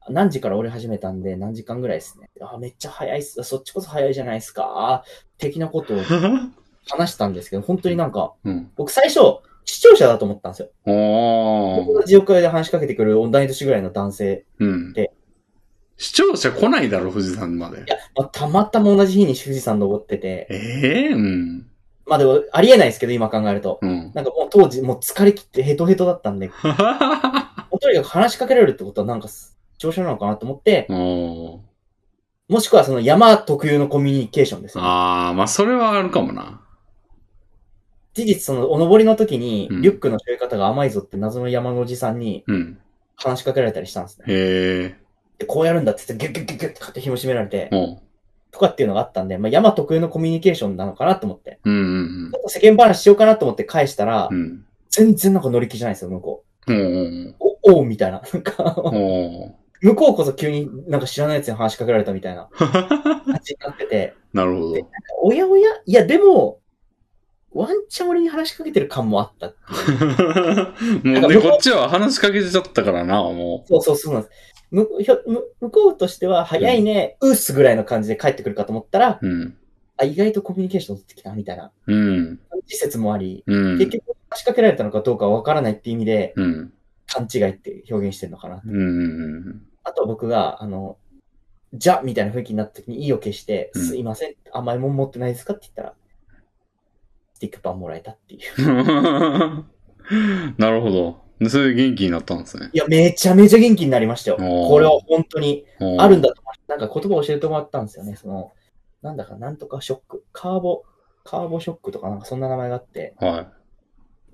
何時から降り始めたんで、何時間ぐらいですね。あ、めっちゃ早いっす。そっちこそ早いじゃないですか。的なことを話したんですけど、本当になんか、うん、僕最初、視聴者だと思ったんですよ。僕が自会で話しかけてくる同い年ぐらいの男性で、うん、 視聴者来ないだろ、富士山まで。 いや、まあ、たまたま同じ日に富士山登ってて。 ええー、うん。 まあでも、ありえないですけど、今考えると。うん、なんかもう当時、もう疲れ切ってヘトヘトだったんで。とにかく話しかけられるってことはなんか、調子なのかなと思って、もしくはその山特有のコミュニケーションですよね。ああ、まあそれはあるかもな。 事実、その、お登りの時に、リュックの背負い方が甘いぞって謎の山のおじさんに、話しかけられたりしたんですね。うん、へえ。で、こうやるんだって言って、ギュッギュッギュッギュッって勝手紐締められて、うんとかっていうのがあったんで、まあ、山特有のコミュニケーションなのかなと思って。うんうんうん。ちょっと世間話しようかなと思って返したら、うん、全然なんか乗り気じゃないですよ、向こう。うんうん、お、おうみたいな。なんか向こうこそ急になんか知らないやつに話しかけられたみたいな感じになってて。 なるほど。 おやおやいや、でも、ワンチャン俺に話しかけてる感もあったっていう。 もうで、こっちは話しかけちゃったからな、もう。そうそうそうなんです。む、ひょ、む、向こうとしては、早いね、うん、うっすぐらいの感じで帰ってくるかと思ったら、うん、あ、意外とコミュニケーション取ってきた、みたいな。うん。施設もあり、うん、結局、話しかけられたのかどうかわからないっていう意味で、うん、勘違いって表現してるのかな。うん、あと僕が、あの、じゃ、みたいな雰囲気になった時に意を消して、うん、すいません、甘いもん持ってないですかって言ったら、 ティックパンもらえたっていう。 なるほど。それで元気になったんですね。 いや、めちゃめちゃ元気になりましたよ。これは本当にあるんだと思う。なんか言葉を教えてもらったんですよね。その、なんだかなんとかショック。カーボ、カーボショックとかなんかそんな名前があって。 はい。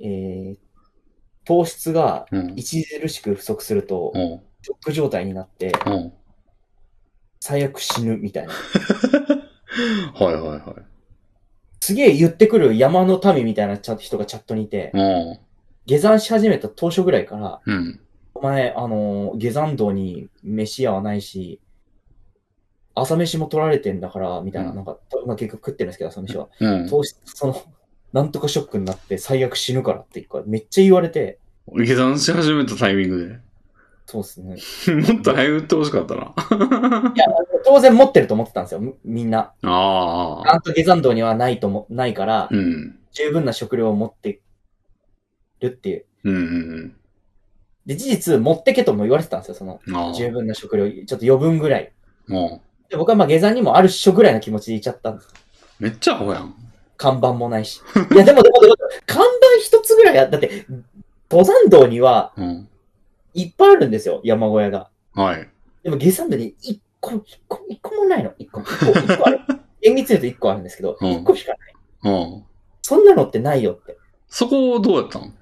えー、糖質が著しく不足すると、うん、ショック状態になって、うん、最悪死ぬみたいな。 はいはいはい。 すげえ言ってくる山の民みたいな人がチャットにいて、うん、下山し始めた当初ぐらいから、うん、お前、あのー、下山道に飯屋はないし、朝飯も取られてんだから、みたいな、うん、なんか、まあ、結局食ってるんですけど、朝飯は。うん、糖質、その、なんとかショックになって最悪死ぬからってめっちゃ言われて。 下山し始めたタイミングで。 そうですね。 もっと早く打ってほしかったな。 いや、当然持ってると思ってたんですよ、みんな。 ああ。 ちゃんと下山道にはないとも、ないから、うん、十分な食料を持ってるっていう。うんうんうん、で、事実、持ってけとも言われてたんですよ、その、十分な食料、ちょっと余分ぐらい。で僕はまあ下山にもあるっしょぐらいの気持ちでいっちゃったんです。 めっちゃアホやん。 看板もないし。いや、でもでもでも、看板一つぐらいあだって、登山道には、いっぱいあるんですよ、山小屋が。 はい。 でも下山道に一個、一個、一個もないの。一個、一個、一個ある。厳密に言うと一個あるんですけど、一、うん、個しかない。うん。そんなのってないよって。 そこどうやったの？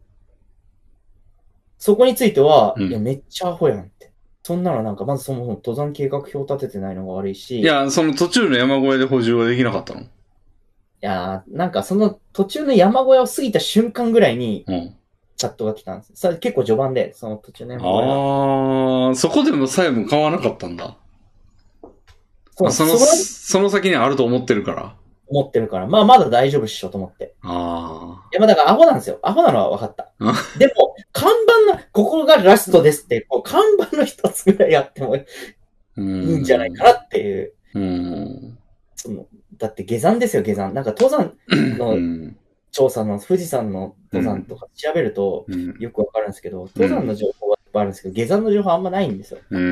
そこについては、うん、いや、めっちゃアホやんって。そんなのなんか、まずそもそも登山計画表立ててないのが悪いし。 いや、その途中の山小屋で補充はできなかったの？いやー、なんかその途中の山小屋を過ぎた瞬間ぐらいに、チャットが来たんです。それ結構序盤で、その途中の山小屋。 あー、そこでもさえも買わなかったんだ。そうその、その先にあると思ってるから。 思ってるから。まあまだ大丈夫っしょと思って。ああ。いやまあだからアホなんですよ。アホなのは分かった。でも、看板の、ここがラストですって、こう看板の一つぐらいやってもいいんじゃないかなっていう。うん。そのだって下山ですよ、下山。なんか登山の調査の富士山の登山とか調べるとよくわかるんですけど、登山の情報はいっぱいあるんですけど、下山の情報あんまないんですよ。うん。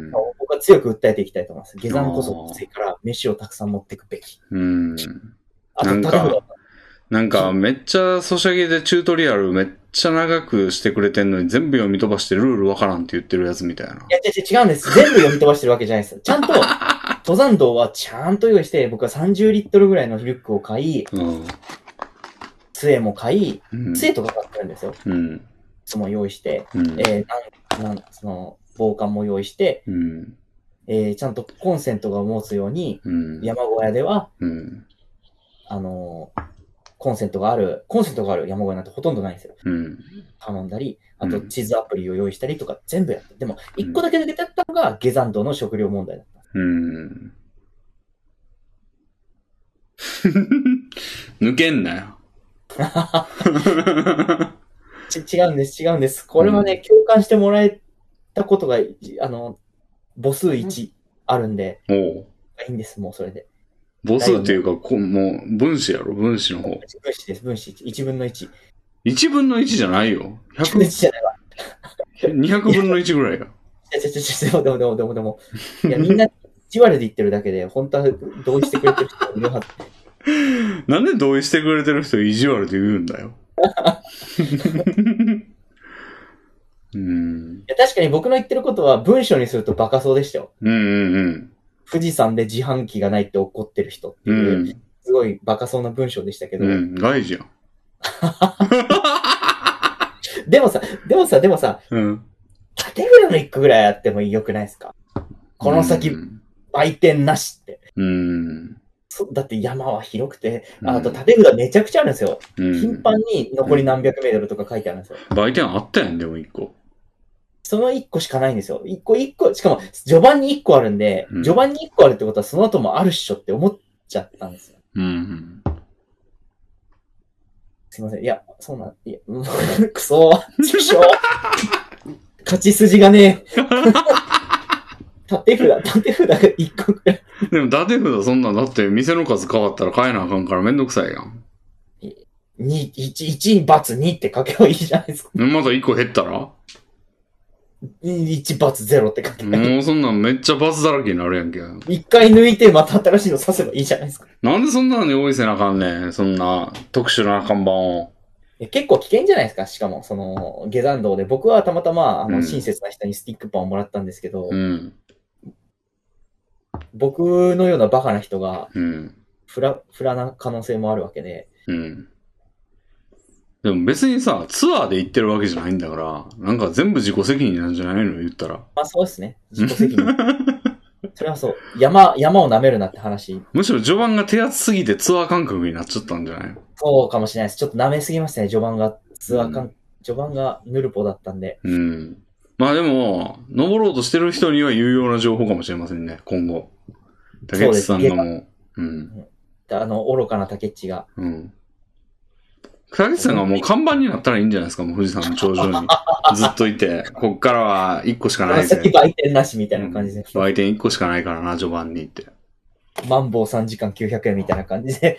僕は強く訴えていきたいと思います。下山こそきついから飯をたくさん持っていくべき。うん。 あと、なんか、なんかめっちゃソシャゲでチュートリアルめっちゃ長くしてくれてんのに全部読み飛ばしてルールわからんって言ってるやつみたいな。いや、違うんです。全部読み飛ばしてるわけじゃないです。ちゃんと、登山道はちゃんと用意して、僕はさんじゅうリットルぐらいのリュックを買い、うん、杖も買い、うん、杖とか買ってるんですよ。うん。靴も用意して、うん、えー、なん、なん、その、防寒も用意して、うん、えー、ちゃんとコンセントが持つように、うん、山小屋では、うん、あのー、コンセントがある、コンセントがある山小屋なんてほとんどないんですよ。うん、頼んだり、あと地図アプリを用意したりとか全部やった。でも、一個だけ抜けてったのが下山道の食料問題だった。うん。 抜けんなよ。 ち違うんです、違うんです。これはね、うん、共感してもらえたことが、あの、母数いちあるんで、おういいんです、もうそれで。 母数っていうか、こもう分子やろ、分子の方。分子です、分子いち。いちぶんのいち。 いちぶんのいちじゃないよ。 ひゃくぶんのいちじゃないわ。 にひゃくぶんのいちぐらいや。 いや、ちょちょちょ、でもでもでもでも。いや、みんないち割で言ってるだけで、本当は同意してくれてる人いるはず。 なんで同意してくれてる人意地悪で言うんだよ。 うん、いや確かに僕の言ってることは文章にするとバカそうでしたよ。うんうんうん。富士山で自販機がないって怒ってる人っていう、うん、すごいバカそうな文章でしたけど。 うん、害じゃん。 でもさ、でもさ、でもさ、うん、縦札の一個ぐらいあっても良くないですか？この先、うん、売店なしって。うんそだって山は広くて、あと縦札めちゃくちゃあるんですよ。うん、頻繁に残り何百メートルとか書いてあるんですよ。 売店あったやん、でも一個。 その一個しかないんですよ。一個一個、しかも序盤に一個あるんで、うん、序盤に一個あるってことはその後もあるっしょって思っちゃったんですよ。うん、すいません。いや、そうなん、いや、くそー、ちくしょー。勝ち筋がねえ。縦札、縦札が一個くらい。 でも縦札そんなんだって店の数変わったら変えなあかんからめんどくさいやん。 に、いち、いち、×にって書けばいいじゃないですか。 まだいっこ減ったらいちバツゼロって書けばいい。 もうそんなんめっちゃバツだらけになるやんけ。 一回抜いてまた新しいの刺せばいいじゃないですか。 なんでそんなのに用意せなあかんねん。そんな特殊な看板を。 結構危険じゃないですか。しかも、その、下山道で。僕はたまたま、あの、親切な人にスティックパンをもらったんですけど、うん、僕のようなバカな人が、うん、フラ、フラな可能性もあるわけで。うん。 でも別にさ、ツアーで行ってるわけじゃないんだから、なんか全部自己責任なんじゃないの言ったら。 まあそうですね。自己責任。それはそう。山、山を舐めるなって話。 むしろ序盤が手厚すぎてツアー感覚になっちゃったんじゃないの？ そうかもしれないです。ちょっと舐めすぎましたね、序盤が。ツアー感、うん、序盤がヌルポだったんで。 うん。まあでも、登ろうとしてる人には有用な情報かもしれませんね、今後。竹内さんがもう。うん。 あの、愚かな竹内が。うん。 竹内さんがもう看板になったらいいんじゃないですか、もう富士山の頂上に。ずっといて、こっからはいっこしかないで。売店なしみたいな感じで。 うん、売店いっこしかないからな、序盤にって。 マンボウさんじかんきゅうひゃくえんみたいな感じで。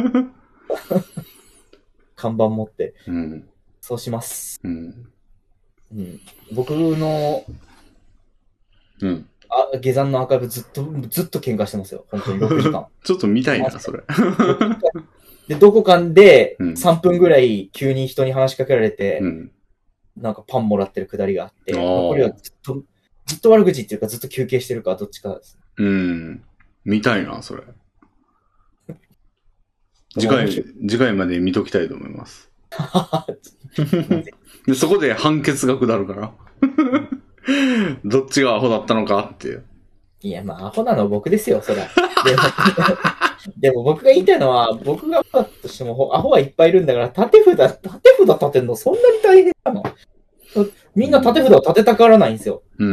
看板持って。うん。そうします。うん。うん、僕の、うん。あ、下山のアーカイブずっと、ずっと喧嘩してますよ。本当にろくじかん。 ちょっと見たいな、それ。 で、どこかでさんぷんぐらい急に人に話しかけられて、うん、なんかパンもらってるくだりがあって、残りはずっと、ずっと悪口っていうかずっと休憩してるかどっちかです。 うん。見たいな、それ。次回、次回まで見ときたいと思います。でそこで判決が下るから。どっちがアホだったのかっていう。 いや、まあ、アホなのは僕ですよ、そりゃ。でも、でも僕が言いたいのは、僕がアホだとしても、アホはいっぱいいるんだから、縦札、縦札立てるのそんなに大変なの？みんな縦札を立てたからないんですよ。うん。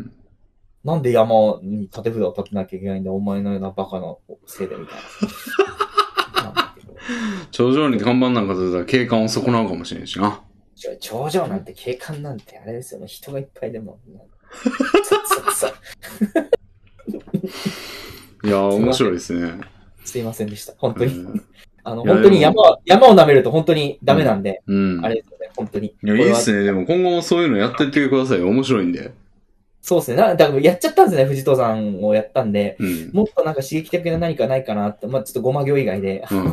なんで山に縦札を立てなきゃいけないんだ、お前のようなバカのせいでみたいな。 頂上に看板なんか立てたら景観を損なうかもしれんしな。 頂上なんて景観なんてあれですよね。人がいっぱいでも。 いやー、面白いですね。 すいませんでした。本当に。うん、あの、本当に山、山を舐めると本当にダメなんで。うん。あれですよね、本当に。 いや、いいっすね。でも今後もそういうのやってってください。面白いんで。 そうですね。だからやっちゃったんですね。富士登山をやったんで。うん、もっとなんか刺激的な何かないかなって。まあちょっとごま行以外で。うん、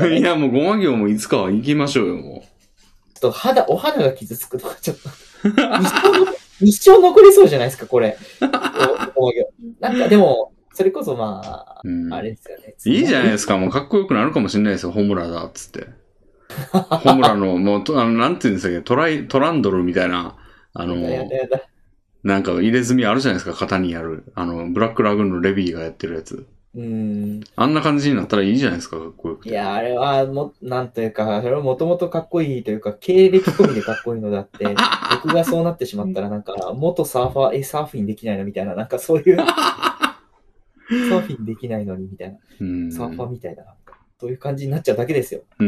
いや、もうごま行もいつかは行きましょうよ、もう。 ちょっと肌、お肌が傷つくとか、ちょっと一生。一生残りそうじゃないですか、これ。なんかでも、それこそまあ、うん、あれですよね。 いいじゃないですか。もうかっこよくなるかもしれないですよ。ホムラだっつって。ホムラの、もう、あの、なんていうんですか、トライ、トランドルみたいな、あの、やだやだなんか入れ墨あるじゃないですか、型にやる。あの、ブラックラグーンのレビーがやってるやつ。うん。あんな感じになったらいいじゃないですか、かっこよくて。 いや、あれは、も、なんというか、それはもともとかっこいいというか、経歴込みでかっこいいのであって、僕がそうなってしまったら、なんか、元サーファー、え、サーフィンできないのみたいな、なんかそういう、サーフィンできないのにみたいな。サーファーみたいな、なんか、そういう感じになっちゃうだけですよ。うん。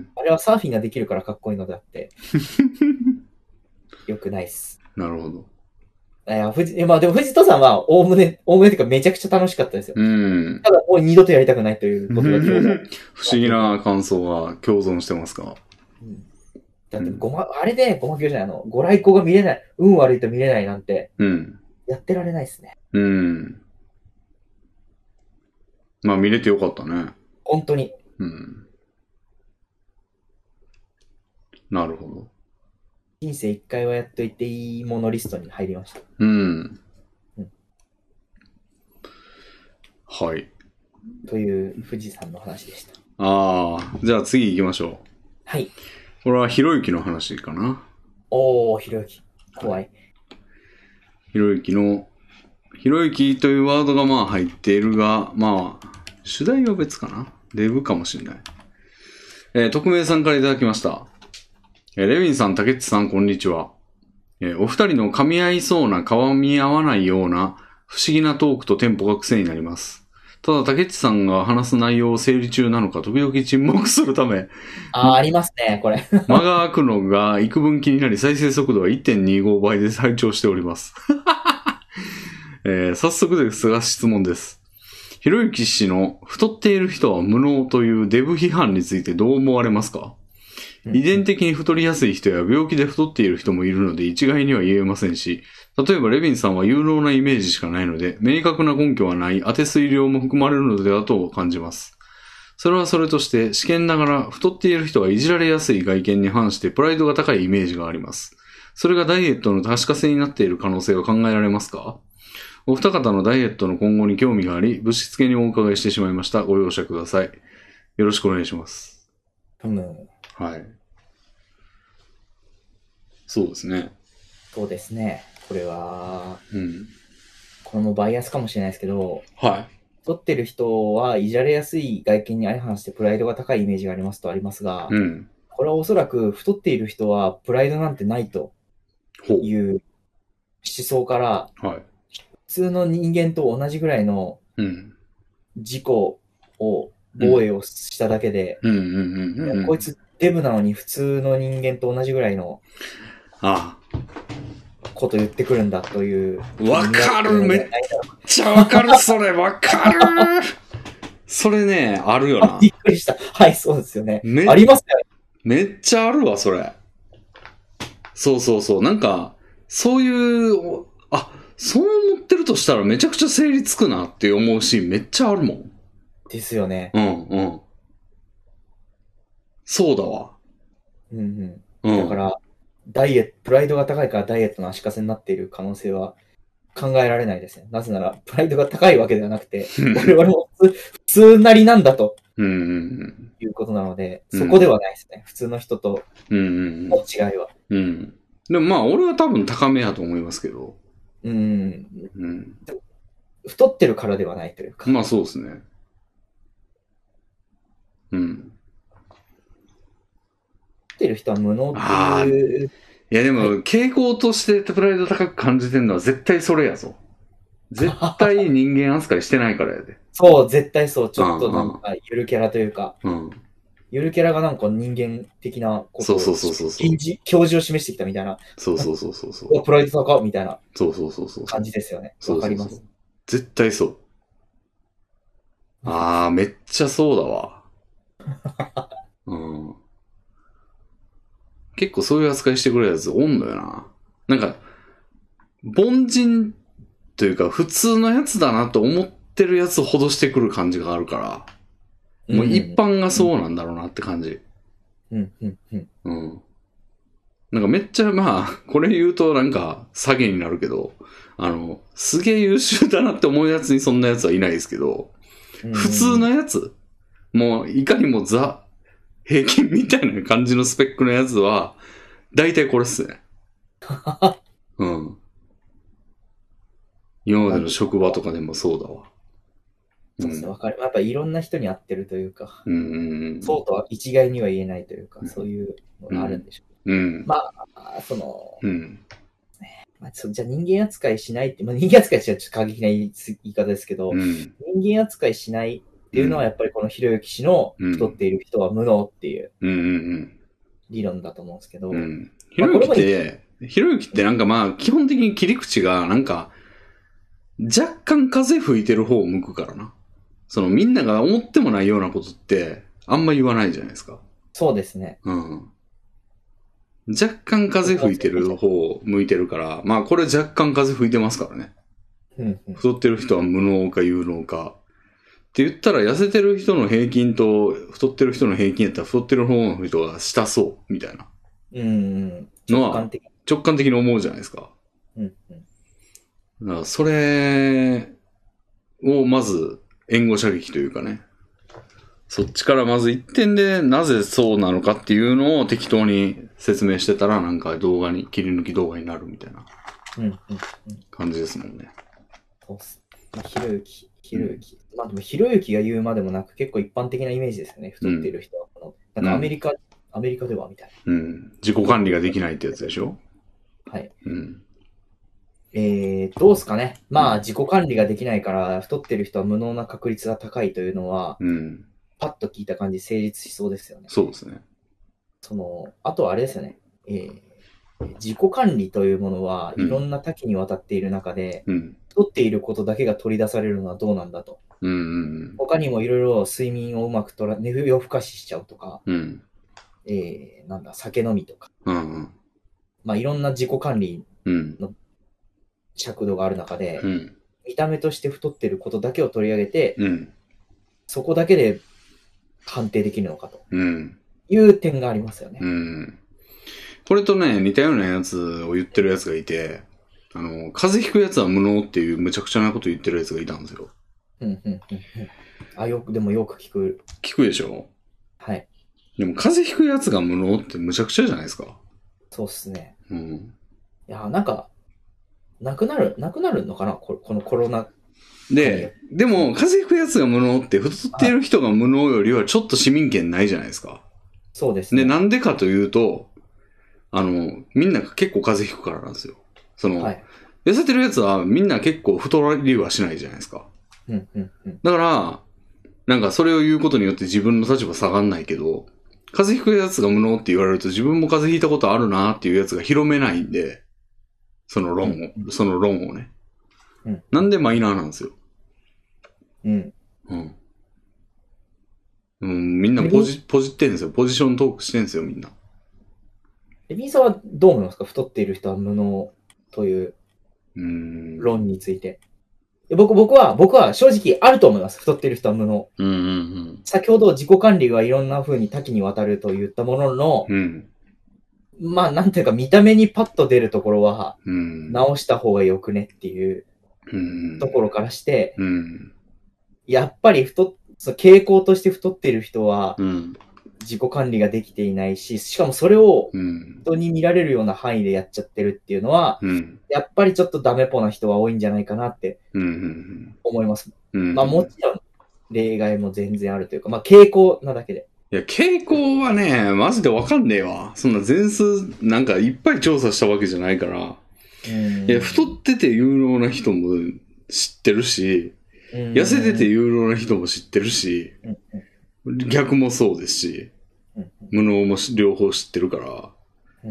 あれはサーフィンができるからかっこいいのであって、よくないっす。 なるほど。 いや、富士、まあでも富士登山は、おおむね、おおむねというかめちゃくちゃ楽しかったですよ。うん。ただもう二度とやりたくないということが今日不思議な感想が共存してますか。 うん。だってごま、うん、あれでごまきょうじゃない、あの、ご来光が見れない、運悪いと見れないなんて、うん。やってられないですね。うん。 まあ見れてよかったね。 本当に。 うん。なるほど。 人生一回はやっといていいものリストに入りました。うん。うん、 はい。 という富士山の話でした。 ああ、じゃあ次行きましょう。 はい。 これはひろゆきの話かな。 おー、ひろゆき。怖い。 ひろゆきの、ひろゆきというワードがまあ入っているが、まあ、主題は別かな。デブかもしれない。えー、匿名さんからいただきました。レヴィンさん、竹内さん、こんにちは。えー、お二人の噛み合いそうな、噛み合わないような、不思議なトークとテンポが癖になります。ただ、竹内さんが話す内容を整理中なのか、時々沈黙するため。 ああ、ありますね、これ。 間が空くのが幾分気になり、再生速度は いってんにご 倍で拝聴しております。えー、早速ですが、質問です。ひろゆき氏の太っている人は無能というデブ批判についてどう思われますか？ 遺伝的に太りやすい人や病気で太っている人もいるので一概には言えませんし、例えばレヴィンさんは有能なイメージしかないので、明確な根拠はない当て推量も含まれるのではと感じます。それはそれとして、試験ながら太っている人はいじられやすい外見に反してプライドが高いイメージがあります。それがダイエットの確か性になっている可能性は考えられますか？お二方のダイエットの今後に興味があり、ぶしつけにお伺いしてしまいました。ご容赦ください。よろしくお願いします。 うん、 はい。そうですね。 そうですね。これは、 うん、 これもバイアスかもしれないですけど、 はい。 太ってる人はいじられやすい外見に相反してプライドが高いイメージがありますとありますが、 うん、 これはおそらく太っている人はプライドなんてないという思想から、 はい、 普通の人間と同じぐらいの自己を防衛をしただけで、こいつデブなのに普通の人間と同じぐらいのこと言ってくるんだという。 わかる、めっちゃわかる、それわかるそれね、あるよな。 びっくりした。はい、そうですよね。ありますよね。 めっちゃあるわ、それ。そうそうそう。なんか、そういう、あ、そう思ってるとしたらめちゃくちゃ整理つくなって思うシーンめっちゃあるもん。 ですよね。 うんうん。そうだわ。 うんうん。だから、ダイエット、プライドが高いからダイエットの足かせになっている可能性は考えられないですね。なぜなら、プライドが高いわけではなくて、我々も普通、普通なりなんだと。いうことなので、そこではないですね。普通の人との違いは。 うん。でもまあ、俺は多分高めやと思いますけど。 うん。うん。太ってるからではないというか。 まあそうですね。うん。 太ってる人は無能っていう。 いやでも、はい、傾向としてプライド高く感じてるのは絶対それやぞ。絶対人間扱いしてないからやで。 そう、絶対そう。ちょっとなんか、ゆるキャラというか。 うん。 ゆるキャラがなんか人間的なことを、 そうそうそうそう。 教授を示してきたみたいな。 そうそうそうそうそう。 プライド高みたいな。 そうそうそうそう。 感じですよね。わかります。 絶対そう。あー、めっちゃそうだわ。うん。結構そういう扱いしてくれるやつおんのよな。なんか、凡人というか普通のやつだなと思ってるやつほどしてくる感じがあるから、もう一般がそうなんだろうなって感じ。 うん、うん、うん。 うん。なんかめっちゃまあ、これ言うとなんか下げになるけど、あの、すげえ優秀だなって思うやつにそんなやつはいないですけど、普通のやつ、もういかにもザ、平均みたいな感じのスペックのやつは、大体これっすね。うん。今までの職場とかでもそうだわ。 そうですね、わかる。やっぱいろんな人に会ってるというか、 うんうんうん、 そうとは一概には言えないというか、うん、そういうのがあるんでしょう。 うん、 まあ、その、 うんまあ、じゃあ人間扱いしないって、まあ、人間扱いしないと過激な言い方ですけど、 うん、 人間扱いしないっていうのはやっぱりこのひろゆき氏の太っている人は無能っていう理論だと思うんですけど、 うん、ひろゆきって、ひろゆきってなんかまあ基本的に切り口がなんか若干風吹いてる方を向くからな。そのみんなが思ってもないようなことってあんま言わないじゃないですか。 そうですね。 うん。若干風吹いてる方を向いてるから、まあこれ若干風吹いてますからね。 うんうん、 太ってる人は無能か有能か。って言ったら痩せてる人の平均と太ってる人の平均やったら太ってる方の人が下そうみたいなのは直感的に思うじゃないですか。 うんうん、 だからそれをまず援護射撃というかね。そっちからまず一点でなぜそうなのかっていうのを適当に説明してたらなんか動画に、切り抜き動画になるみたいな感じですもんね。 そうっす。まあ、ひろゆき、ひろゆき。うん、まあでもひろゆきが言うまでもなく結構一般的なイメージですよね。太っている人は。うん、なんかアメリカ、うん、アメリカではみたいな。うん。自己管理ができないってやつでしょ？ はい。 うん。 えー、どうすかね。まあ自己管理ができないから太ってる人は無能な確率が高いというのは、 うん。 パッと聞いた感じ成立しそうですよね。 そうですね。 その、あとはあれですよね。えー、自己管理というものはいろんな多岐にわたっている中で、うん、太っていることだけが取り出されるのはどうなんだと。 うんうんうん、 他にもいろいろ睡眠をうまくとら、寝夜更かししちゃうとか、 うん、 えー、なんだ、酒飲みとか。 うんうん。 まあ、いろんな自己管理の尺度がある中で、うん、見た目として太ってることだけを取り上げて、うん、そこだけで判定できるのかと。いう点がありますよね。 うん。これとね、似たようなやつを言ってるやつがいて、あの、風邪ひくやつは無能っていうむちゃくちゃなこと言ってるやつがいたんですよ。 うんうんうんうん。あ、よく、でもよく聞く。 聞くでしょ？ はい。 でも風邪ひくやつが無能ってむちゃくちゃじゃないですか。 そうっすね。 うん。 いや、なんか、なくなる、なくなるのかなこのコロナ。 で、でも、風邪ひくやつが無能って、太っている人が無能よりはちょっと市民権ないじゃないですか。 そうですね。 で、なんでかというと、あの、みんな結構風邪ひくからなんですよ。その、はい、痩せてるやつはみんな結構太りはしないじゃないですか。 うんうんうん、 だから、なんかそれを言うことによって自分の立場下がんないけど、風邪ひくやつが無能って言われると自分も風邪ひいたことあるなっていうやつが広めないんで、その論を、うん、その論をね。うん、なんでマイナーなんですよ。 うん。 うん。うん、みんなポジ、ポジってんですよ。ポジショントークしてんですよ、みんな。 レビンさんはどう思いますか？太っている人は無能という論について。僕、僕は、僕は正直あると思います。太っている人は無能。 うんうんうん、 先ほど自己管理がいろんな風に多岐にわたると言ったものの、うん、まあ、なんていうか見た目にパッと出るところは、直した方がよくねっていうところからして、うんうん、やっぱり太、傾向として太っている人は、自己管理ができていないし、しかもそれを人に見られるような範囲でやっちゃってるっていうのは、うん、やっぱりちょっとダメポな人は多いんじゃないかなって思います。うんうん、まあもちろん例外も全然あるというか、まあ傾向なだけで。 いや、傾向はね、マジでわかんねえわ。そんな全数なんかいっぱい調査したわけじゃないから。うんいや、太ってて有能な人も知ってるし、痩せてて有能な人も知ってるし、逆もそうですし、無能も両方知ってるから、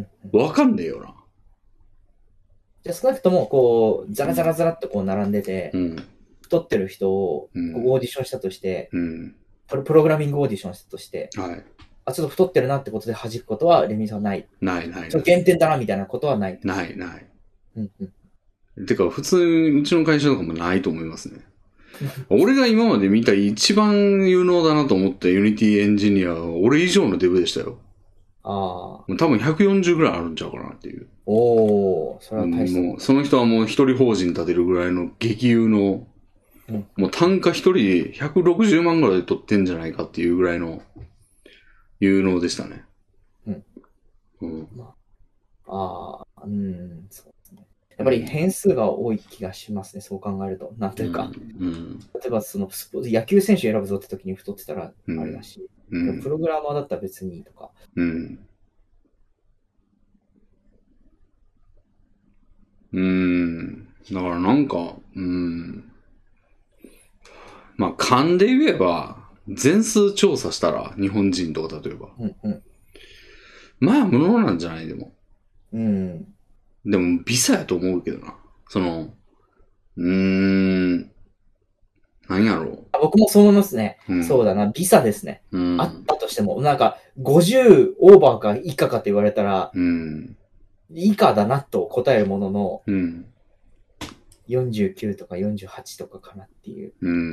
わかんねえよな。 じゃあ少なくとも、こう、ザラザラザラっとこう並んでて、うん、太ってる人をこうオーディションしたとして、うん、プログラミングオーディションしたとして、はい、あ、ちょっと太ってるなってことで弾くことはレミさんはない。 ないないない。 ちょっと減点だなみたいなことはない。 ないない。うんうん、てか、普通にうちの会社とかもないと思いますね。俺が今まで見た一番有能だなと思ったユニティエンジニアは俺以上のデブでしたよ。ああ。多分ひゃくよんじゅうぐらいあるんちゃうかなっていう。 おー、それは大した。 もう、その人はもう一人法人立てるぐらいの激有の、うん、もう単価一人ひゃくろくじゅうまんぐらいで取ってんじゃないかっていうぐらいの有能でしたね。うん。 うん。まあ、ああ、うん、そうですね。やっぱり変数が多い気がしますね、そう考えると。なんというか、うんうん、例えばその野球選手選ぶぞって時に太ってたらあれだし、うん、プログラマーだったら別にいいとか。うん。 うーん。だからなんか、うん。まあ、勘で言えば、全数調査したら、日本人とか例えば。うんうん、まあ、無能なんじゃないでも。うん。でも、ビザやと思うけどな。その、うーん。何やろう。 僕もそう思いますね。うん、そうだな。ビザですね、うん。あったとしても、なんか、ごじゅうオーバーか以下かって言われたら、うん、以下だなと答えるものの、うん、よんじゅうきゅうとかよんじゅうはちとかかなっていう。うん、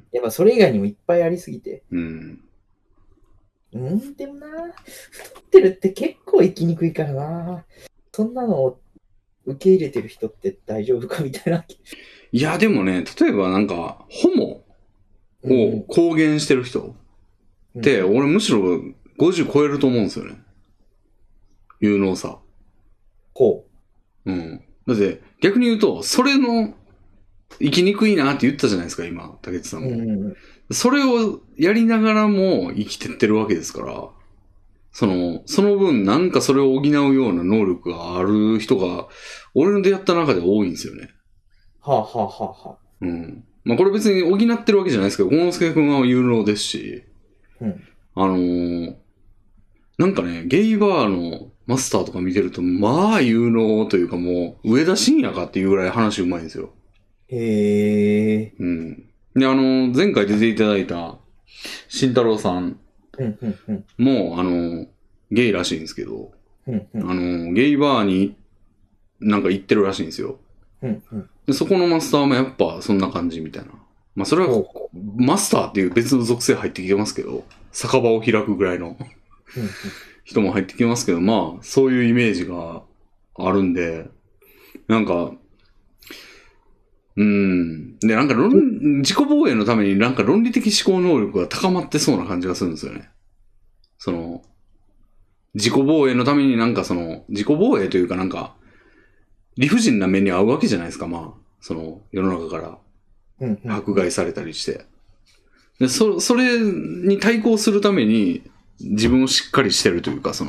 やっぱそれ以外にもいっぱいありすぎて。うん。うん、でもな、太ってるって結構生きにくいからな。そんなのを受け入れてる人って大丈夫かみたいな。 いや、でもね、例えばなんか、ホモを公言してる人って、うん、俺むしろごじゅう超えると思うんですよね。有能さ。 ほう。うん。だって、逆に言うと、それの、生きにくいなって言ったじゃないですか、今、竹内さんも。うん、それをやりながらも生きてってるわけですから、その、その分なんかそれを補うような能力がある人が、俺の出会った中で多いんですよね。 はあ、はあはあはあ、 うん。まあこれ別に補ってるわけじゃないですけど、ゴンスケ君は有能ですし、うん、あのー、なんかね、ゲイバーのマスターとか見てると、まあ有能というかもう、上田晋也かっていうぐらい話うまいんですよ。 へえ。 うん。で、あのー、前回出ていただいた、慎太郎さんも、あのー、 ゲイらしいんですけど、 うんうん、 あの、ゲイバーになんか行ってるらしいんですよ。 うんうん、 でそこのマスターもやっぱそんな感じみたいな。まあそれはマスターっていう別の属性入ってきてますけど、酒場を開くぐらいの人も入ってきますけど、まあそういうイメージがあるんで、なんか、うん。で、なんか論、自己防衛のためになんか論理的思考能力が高まってそうな感じがするんですよね。その、自己防衛のためになんかその、自己防衛というかなんか、理不尽な目に遭うわけじゃないですか、まあ。その、世の中から迫害されたりして。で、そ、それに対抗するために自分をしっかりしてるというか、その、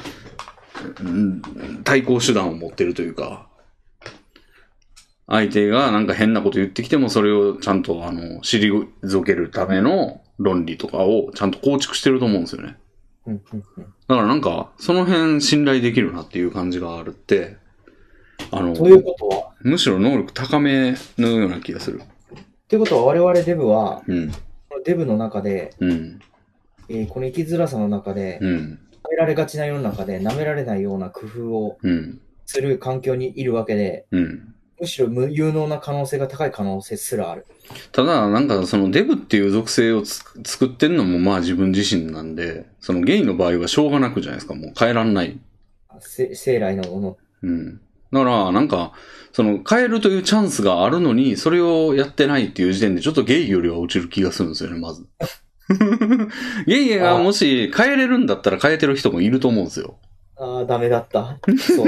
対抗手段を持ってるというか、相手がなんか変なこと言ってきてもそれをちゃんとあの、退けるための論理とかをちゃんと構築してると思うんですよね。だからなんか、その辺信頼できるなっていう感じがあるって、あの、 ということはむしろ能力高めのような気がする。 っていうことは我々デブは、 うん、 デブの中で、 うんえー、この生きづらさの中で、 うん、 舐められがちな世の中で舐められないような工夫をする環境にいるわけで、 うん、 むしろ無有能な可能性が高い可能性すらある。 ただ、なんかそのデブっていう属性をつ作ってんのもまあ自分自身なんで、そのゲイの場合はしょうがなくじゃないですか、もう変えらんない。 生来のもの。 うん。だから、なんか、その変えるというチャンスがあるのに、それをやってないっていう時点でちょっとゲイよりは落ちる気がするんですよね、まず。ゲイがもし変えれるんだったら変えてる人もいると思うんですよ。 ああ、ダメだった。そう。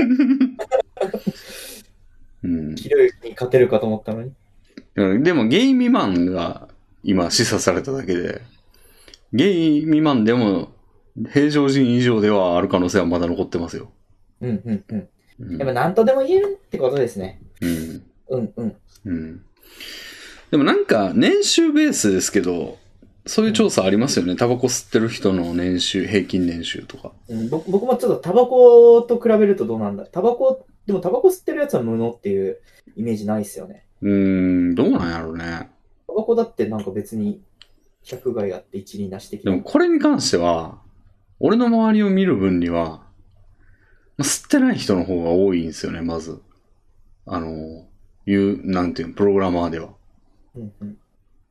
うん。 ひろゆきに勝てるかと思ったのに。 でもゲイ未満が今示唆されただけで、ゲイ未満でも平常人以上ではある可能性はまだ残ってますよ。 うんうんうん。うん、やっぱ何とでも言えるってことですね。 うん。 うんうん。 うん。でもなんか年収ベースですけど、そういう調査ありますよね。タバコ吸ってる人の年収、平均年収とか。 うん、僕僕もちょっとタバコと比べるとどうなんだ。タバコ、でもタバコ吸ってるやつは無能っていうイメージないっすよね。 うーん、どうなんやろうね。 タバコだってなんか別に百害あって一理なし的な。 でもこれに関しては、俺の周りを見る分には、吸ってない人の方が多いんですよね、まず。あの、いう、なんていうの、プログラマーでは。 うんうん、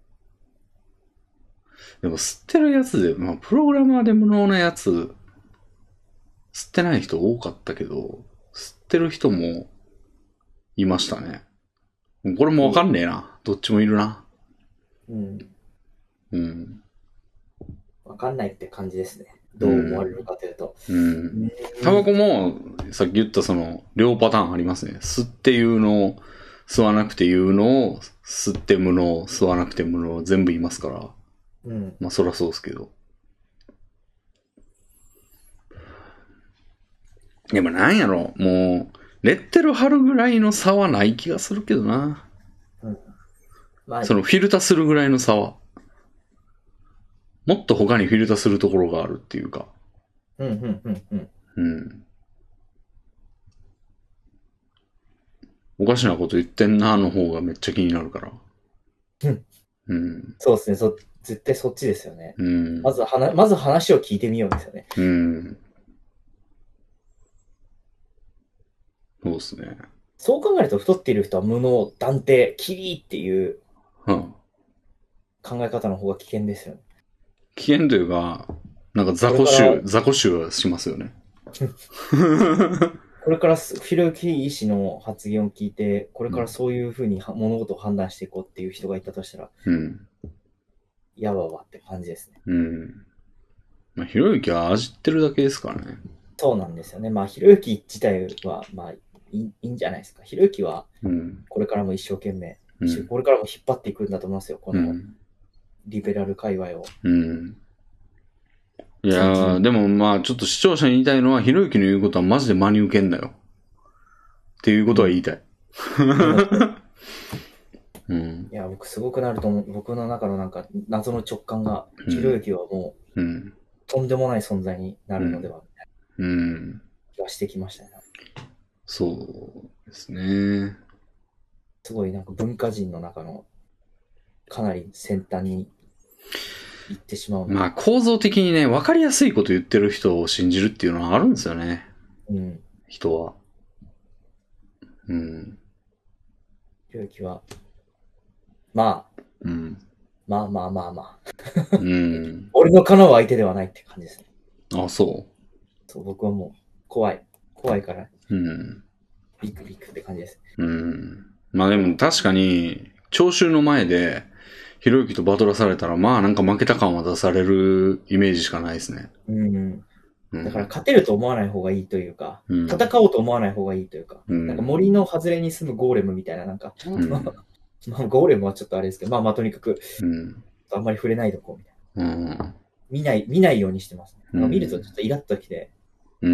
でも吸ってるやつで、まあ、プログラマーで無能なやつ、吸ってない人多かったけど、吸ってる人もいましたね。これもわかんねえな。どっちもいるな。 うん。 うん。 わかんないって感じですね。どう思われるかというと。 うん。タバコも、さっき言ったその、両パターンありますね。吸って言うのを、吸わなくて言うのを、吸って無能、吸わなくて無能、全部言いますから。 うん。 まあ、そらそうですけど。でもなんやろ、もう、レッテル貼るぐらいの差はない気がするけどな。うん。まあ、そのフィルターするぐらいの差は。もっと他にフィルターするところがあるっていうか。 うん、うん、うん、うん。 うん。おかしなこと言ってんなの方がめっちゃ気になるから。 うん。 うん。 そうですね。そ、絶対そっちですよね。 うん。 まずはな、まず話を聞いてみようですよね。 うん。そうですね。 そう考えると太っている人は無能、断定、キリっていう考え方の方が危険ですよね。 危険というか、なんか雑魚臭、雑魚臭はしますよね。 これからひろゆき医師の発言を聞いて、これからそういうふうに物事を判断していこうっていう人がいたとしたら、うん。やばわって感じですね。 うん。まあ、ひろゆきは味ってるだけですからね。 そうなんですよね。まあ、ひろゆき自体は、まあいい、いいんじゃないですか。ひろゆきは、これからも一生懸命、うん、これからも引っ張っていくんだと思いますよ。この、リベラル界隈を。 うん。いやー、でもまあ、ちょっと視聴者に言いたいのは、ひろゆきの言うことはマジで真に受けんなよ。っていうことは言いたい。 うん、いや、僕すごくなると思う。僕の中のなんか、謎の直感が、ひろゆきはもう、うん、とんでもない存在になるのでは、みたいな、うん、気がしてきましたね。 そうですね。 すごいなんか文化人の中の、かなり先端に。 言ってしまう。 まあ構造的にね、わかりやすいこと言ってる人を信じるっていうのはあるんですよね。 うん。 人は。うん。 ひろゆきは、まあ、 うん。 まあまあまあまあ。 うん。 俺の叶う相手ではないって感じですね。 あ、そう。 そう、僕はもう、怖い。怖いから。 うん。 ビクビクって感じです。 うん。まあでも確かに、聴衆の前で、ひろゆきとバトラされたら、まあなんか負けた感は出されるイメージしかないですね。 うん。だから勝てると思わない方がいいというか、うん、戦おうと思わない方がいいというか、うん、なんか森の外れに住むゴーレムみたいな、なんか、うん、まあゴーレムはちょっとあれですけど、まあまあとにかく、うん、あんまり触れないとこうみたいな、うん。見ない、見ないようにしてます、ね。なんか見るとちょっとイラッときて、うん、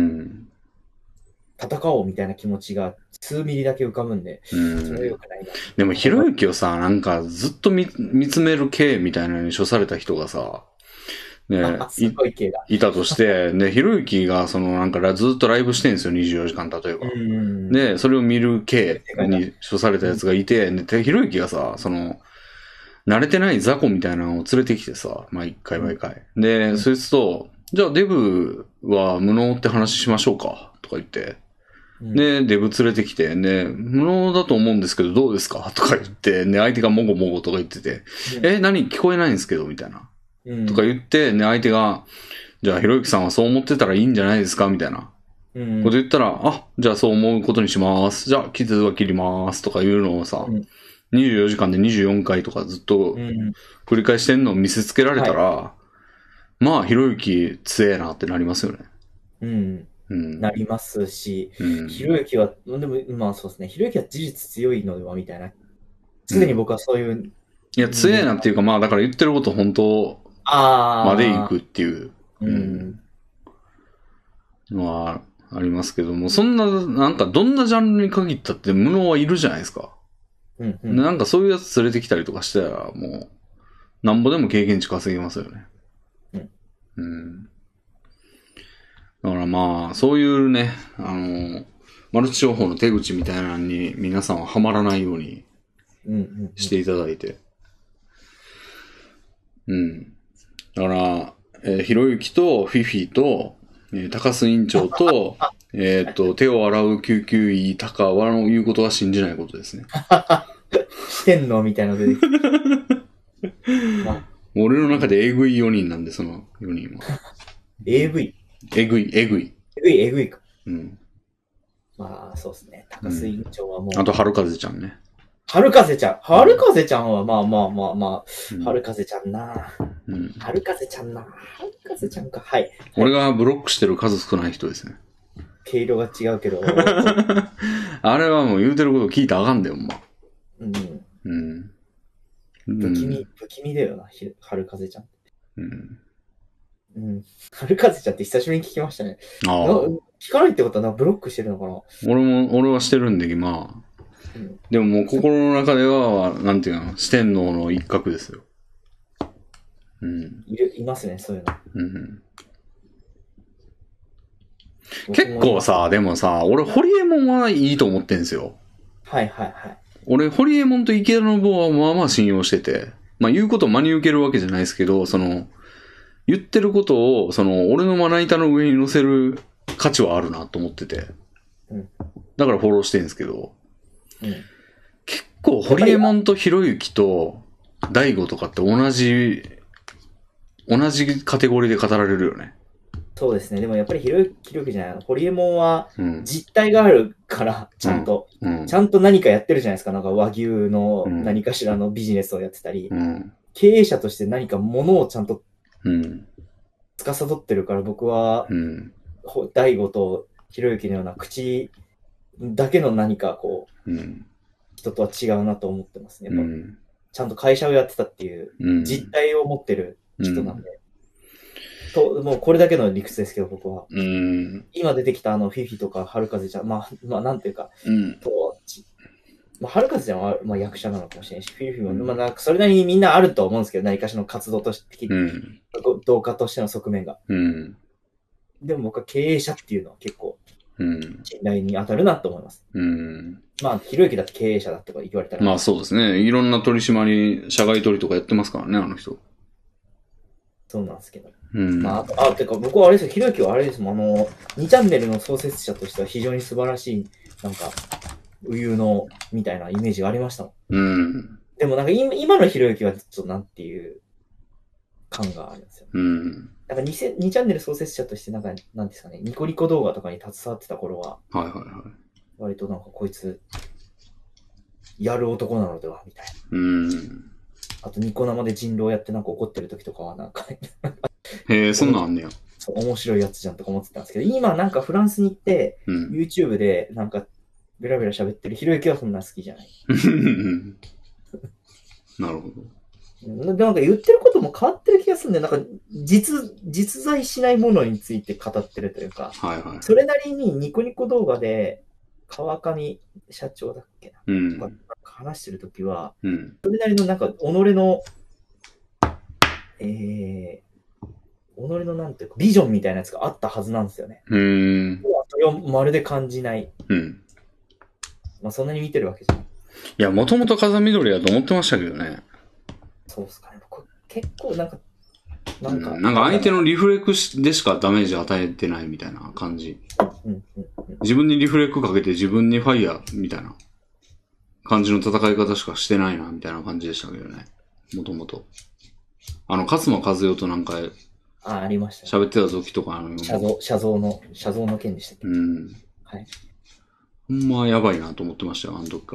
戦おうみたいな気持ちが数ミリだけ浮かぶんで、うん、それは良くないな。 でもひろゆきをさ、なんかずっと 見, 見つめる系みたいなのに処された人がさ、ね、 すごい系だ。 いたとして、で、ひろゆきが、その、なんか、ずっとライブしてんですよ、にじゅうよじかん、例えば。で、それを見る系に処されたやつがいて、で、ひろゆきがさ、その、慣れてない雑魚みたいなのを連れてきてさ、毎回毎回。で、そいつと、じゃあデブは無能って話しましょうか、とか言って。で、デブ連れてきて、で、無能だと思うんですけど、どうですかとか言って、で、相手がもごもごとか言ってて、え、何聞こえないんですけどみたいな。とか言って、ね、相手が、じゃあ、ひろゆきさんはそう思ってたらいいんじゃないですかみたいな。うん、こと言ったら、あ、じゃあそう思うことにします。じゃあ、傷は切りますとかいうのをさ、うん、にじゅうよじかんでにじゅうよんかいとかずっと繰り返してんのを見せつけられたら、はい、まあ、ひろゆき強えなってなりますよね。 うん。うん、なりますし、ひろゆきは、でも、まあそうですね、ひろゆきは事実強いのではみたいな。常に僕はそういう、うん、 いや、強えなっていうか、まあ、だから言ってること本当、まで行くっていう、うん、のはありますけども、そんな、なんかどんなジャンルに限ったって無能はいるじゃないですか。うんうん、なんかそういうやつ連れてきたりとかしたら、もう、なんぼでも経験値稼げますよね。うん。うん。だからまあ、そういうね、あの、マルチ商法の手口みたいなのに皆さんはハマらないようにしていただいて。うん、うんうんだから、えー、ひろゆきとフィフィと、えー、高須委員長と、えっと、手を洗う救急医高はの言うことは信じないことですね。 してんのみたいなの出てきた。俺の中でえぐいよにんなんで、そのよにんは。 エーブイ? えぐい、えぐい。 えぐい、えぐいか。 うん。 まあ、そうですね。高須委員長はもう。 うん、あと、春風ちゃんね。 春風ちゃん。春風ちゃんは、まあまあまあまあ、うん、春風ちゃんな、うん。春風ちゃんな。春風ちゃんか。はい。 俺がブロックしてる数少ない人ですね。 毛色が違うけど。 あれはもう言うてること聞いたらあかんだよ、ほんま。うん。 うん。不気味、不気味だよな、春風ちゃん。うん。うん。春風ちゃんって久しぶりに聞きましたね。ああ。聞かないってことはな、ブロックしてるのかな。 俺も、俺はしてるんで、まあ。うん、でももう心の中では、なんていうの、四天王の一角ですよ。 うん。いる、いますね、そういうの。うん。 結構さ、でもさ、俺、ホリエモンはいいと思ってんすよ。 はいはいはい。 俺、ホリエモンと池田信夫はまあまあ信用してて、まあ言うことを真に受けるわけじゃないですけど、その、言ってることを、その、俺のまな板の上に乗せる価値はあるなと思ってて。うん。だからフォローしてるんですけど、うん、結構、ホリエモンとひろゆきと大悟とかって同じ、同じカテゴリーで語られるよね。 そうですね。でもやっぱりひろゆきじゃない。ホリエモンは実体があるから、ちゃんと、うんうん、ちゃんと何かやってるじゃないですか。なんか和牛の何かしらのビジネスをやってたり、うん、経営者として何か物をちゃんと司ってるから、僕は、うん、大悟とひろゆきのような口だけの何かこう、うん、人とは違うなと思ってますね。やっぱ、うん、ちゃんと会社をやってたっていう実態を持ってる人なんで。うん、ともうこれだけの理屈ですけど、僕は。うん、今出てきたあの、フィフィとか春風ちゃん、まあ、まあ、なんていうか、うん、とまあ、春風ちゃんは、まあ、役者なのかもしれないし、フィフィも、うん、まあ、なんかそれなりにみんなあると思うんですけど、何かしらの活動として、うん、動画としての側面が。うん、でも僕は経営者っていうのは結構、信頼に当たるなと思います。うん、まあ、ひろゆきだって経営者だって言われたら。 まあそうですね。いろんな取締り、社外取りとかやってますからね、あの人。 そうなんですけど。 うん。 まあ、あ、てか僕はあれですよ、ひろゆきはあれですもん、あの、にチャンネルの創設者としては非常に素晴らしい、なんか、余裕の、みたいなイメージがありましたもん。 うん。 でもなんか今今のひろゆきはちょっとなんていう感があるんですよ。 うん。 なんか 2, にチャンネル創設者としてなんか、なんですかね、ニコニコ動画とかに携わってた頃は、 はいはいはい。 割となんかこいつ、やる男なのでは、みたいな。 うん。 あとニコ生で人狼やってなんか怒ってる時とかはなんかへえ、そんなんあんねや。 そう、面白いやつじゃんとか思ってたんですけど、今なんかフランスに行って、うん、YouTube でなんかベラベラ喋ってるひろゆきはそんな好きじゃない。 なるほど。なんか言ってることも変わってる気がするんで、なんか実、実在しないものについて語ってるというか、 はいはい、 それなりにニコニコ動画で川上社長だっけな、うん、とか話してるときは、うん、それなりのなんか己の、えー、己のなんていうか、ビジョンみたいなやつがあったはずなんですよね。 うーん。 それをまるで感じない。うん。まあそんなに見てるわけじゃない。 いや、もともと風緑だと思ってましたけどね。 そうっすかね。結構なんか、 なんか、うん、なんか相手のリフレクでしかダメージ与えてないみたいな感じ。うんうんうん、自分にリフレクかけて自分にファイヤーみたいな感じの戦い方しかしてないなみたいな感じでしたけどね。もともと。あの、勝間和代となんか、 あ、ありましたね。喋ってた時とか、あの、 写像、写像の、写像の件でしたっけ。うん。はい。 ほんまやばいなと思ってましたよ、あの時から。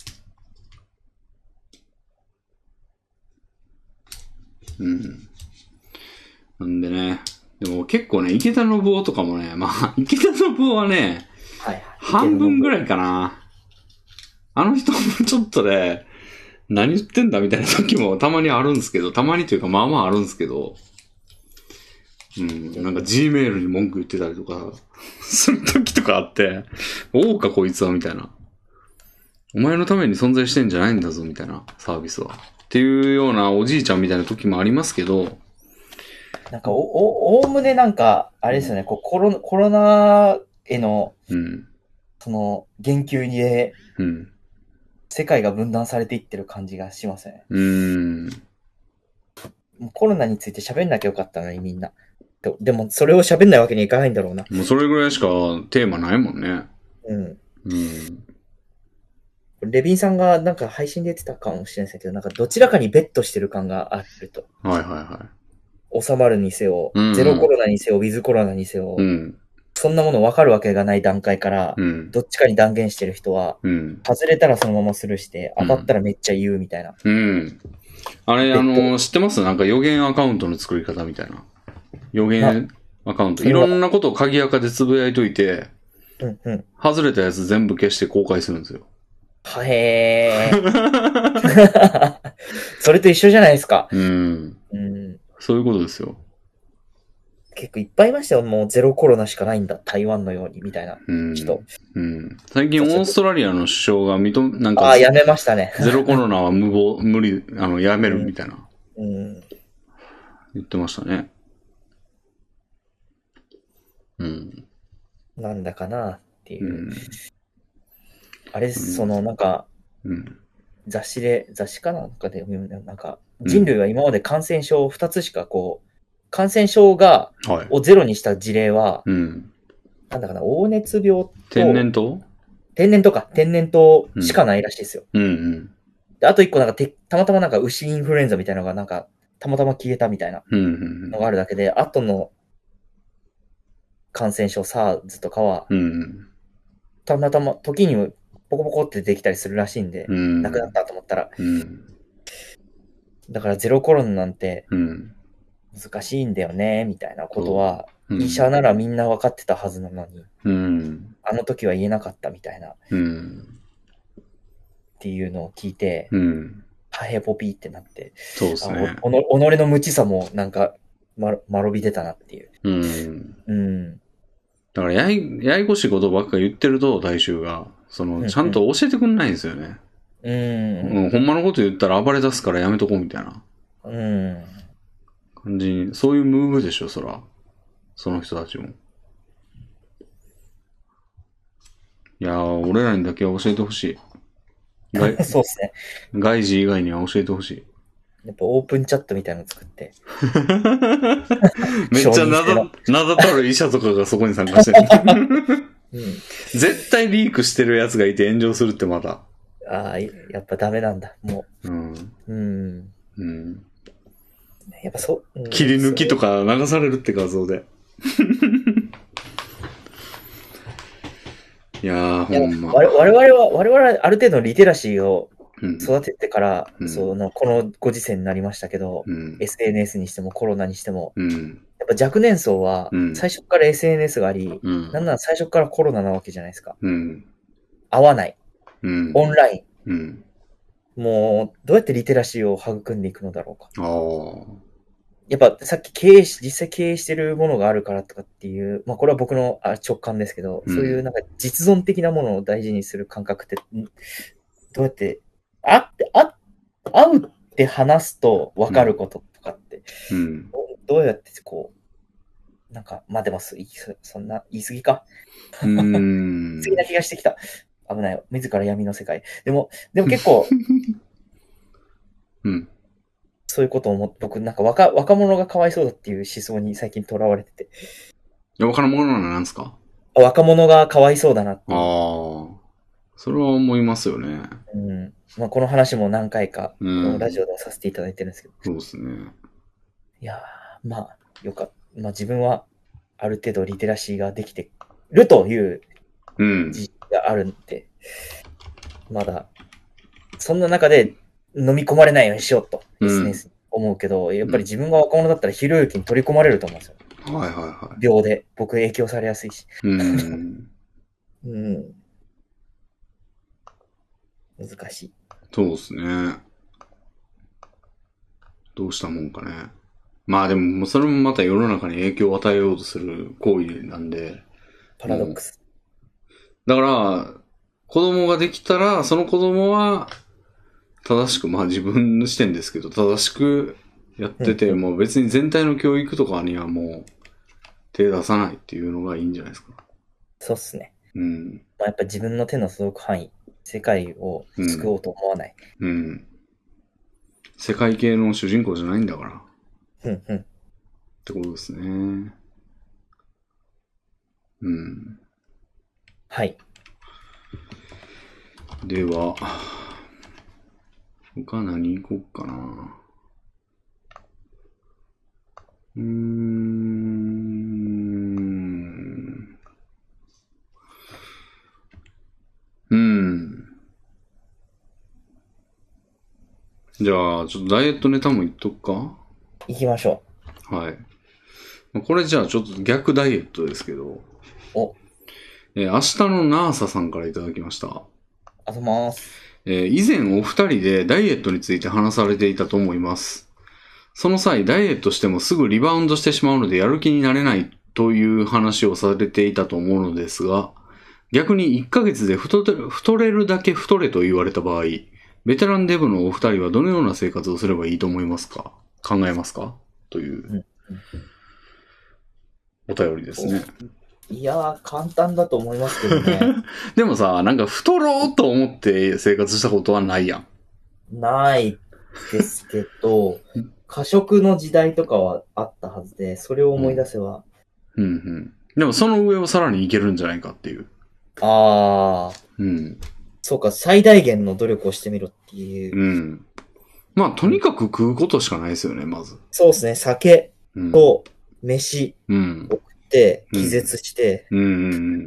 うん。なんでね。でも結構ね、池田信夫とかもね、まあ、池田信夫はね、はいはい、半分ぐらいかな。あの人もちょっとね、何言ってんだみたいな時もたまにあるんですけど、たまにというかまあまああるんですけど、うん、なんか G メールに文句言ってたりとか、する時とかあって、おうかこいつはみたいな。お前のために存在してんじゃないんだぞみたいなサービスは。っていうようなおじいちゃんみたいな時もありますけど、 なんかお、お、おおむねなんか、あれですよね、うん、こうコロ、コロナへの、うん、その、言及にで、うん、世界が分断されていってる感じがしますね。うーん。もうコロナについて喋んなきゃよかったのにみんな。でも、それを喋んないわけにいかないんだろうな。 もうそれぐらいしかテーマないもんね。うん。 うん。レビンさんがなんか配信で言ってたかもしれないですけど、なんかどちらかにベットしてる感があると。 はいはいはい。 収まるにせよ、うんうん、ゼロコロナにせよ、ウィズコロナにせよ、うん、そんなもの分かるわけがない段階から、うん、どっちかに断言してる人は、うん、外れたらそのままスルーして、当たったらめっちゃ言うみたいな。うん。うん、 あれ、あの、知ってますなんか予言アカウントの作り方みたいな。予言アカウント。いろんなことを鍵垢でつぶやいといて、うんうん、外れたやつ全部消して公開するんですよ。 はへー。それと一緒じゃないですか。うん。 うん。そういうことですよ。 結構いっぱいいましたよ。もうゼロコロナしかないんだ。台湾のように、みたいな人。 うん。うん、最近オーストラリアの首相が認め、なんか。 ああ、やめましたね。 ゼロコロナは無謀、無理、あの、やめるみたいな。うん。うん、言ってましたね。 うん。なんだかなっていう。うん、あれです、うん、その、なんか、うん、雑誌で、雑誌かなんかで、なんか、人類は今まで感染症ふたつしかこう、感染症が、はい、をゼロにした事例は、うん、なんだかな、黄熱病と、 天然痘天然痘か、天然痘しかないらしいですよ。うんうん、であと一個なんかて、たまたまなんか牛インフルエンザみたいなのがなんか、たまたま消えたみたいなのがあるだけで、あとの感染症、SARS とかは、うん、たまたま時にポコポコってできたりするらしいんで、うん、なくなったと思ったら、うん、だからゼロコロナなんて、うん難しいんだよね、みたいなことは、うん、医者ならみんな分かってたはずなのに、うん、あの時は言えなかったみたいな、うん、っていうのを聞いて、うん、ハヘポピーってなって、 そうですね。 おお己の無知さもなんか、ま、まろび出たなっていう。うん。 うん、だからやい、ややこしいことばっか言ってると、大衆が、その、ちゃんと教えてくんないんですよね。うん、うん。ほんまのこと言ったら暴れ出すからやめとこうみたいな。うん。感じに、そういうムーブでしょ、そら。その人たちも。いやー、俺らにだけは教えてほしい。 そうですね。 外事以外には教えてほしい。 やっぱオープンチャットみたいなの作って。 めっちゃ名だ、名だたる医者とかがそこに参加してる。うん、絶対リークしてるやつがいて炎上するってまだ。 ああ、やっぱダメなんだ、もう。うん。うん。うん。やっぱそ、 うん、切り抜きとか流されるって画像で。いやー、ほんま。 我々は、我々はある程度のリテラシーを育ててから、うん、その、このご時世になりましたけど、うん、エスエヌエス にしてもコロナにしても、うん、やっぱ若年層は最初から エスエヌエス があり、うん、なんなら最初からコロナなわけじゃないですか。うん、会わない、うん、オンライン、うん、もう、どうやってリテラシーを育んでいくのだろうか。あやっぱさっき経営し、実際経営してるものがあるからとかっていう、まあこれは僕の直感ですけど、うん、そういうなんか実存的なものを大事にする感覚って、どうやって、あって、あ、会うって話すと分かることとかって、うん、どうやってこう、なんか、まあでもそんな言い過ぎか。言い過ぎな気がしてきた。危ないよ。自ら闇の世界。でも、でも結構、うん。そういうことを思って、僕なんか若、若者がかわいそうだっていう思想に最近囚われてて。いや、若者なのなんですか？ 若者がかわいそうだなっていう。ああ。 それは思いますよね。 うん。まあこの話も何回か、このラジオではさせていただいてるんですけど。 そうですね。 いやー、まあ、よかった。まあ自分は、ある程度リテラシーができてるという事実があるんで、うん、まだ、そんな中で飲み込まれないようにしようと、エスエヌエス に思うけど、やっぱり自分が若者だったらひろゆきに取り込まれると思うんですよ。はいはいはい。秒で。僕影響されやすいし。うん。うん。難しい。 そうですね。どうしたもんかね。まあでも、それもまた世の中に影響を与えようとする行為なんで。 パラドックス。 だから、子供ができたら、その子供は、正しく、まあ自分の視点ですけど、正しくやってて、うん、もう別に全体の教育とかにはもう手出さないっていうのがいいんじゃないですか。 そうっすね。うん。まあ、やっぱ自分の手の届く範囲、世界を救おうと思わない。うん。うん、 世界系の主人公じゃないんだから。 うんうん。 ってことですね。うん。 はい。 では、他何行こうかな。うーん。うん。じゃあ、ちょっとダイエットネタも言っとくか？ 行きましょう。はい。これじゃあちょっと逆ダイエットですけど。お。えー、明日のナーサさんからいただきました。 ありがとうございます。 えー、以前お二人でダイエットについて話されていたと思います。その際、ダイエットしてもすぐリバウンドしてしまうのでやる気になれないという話をされていたと思うのですが、逆にいっかげつで太れる、太れるだけ太れと言われた場合、ベテランデブのお二人はどのような生活をすればいいと思いますか？考えますか？という、お便りですね。 いやー、簡単だと思いますけどね。 でもさ、なんか太ろうと思って生活したことはないやん。 ないですけど、過食の時代とかはあったはずで、それを思い出せば。 うん、うん、うん。でもその上をさらにいけるんじゃないかっていう。 ああ。うん。そうか、最大限の努力をしてみろっていう。 うん。まあ、とにかく食うことしかないですよね、まず。 そうですね、酒と飯を食って、気絶して、うん。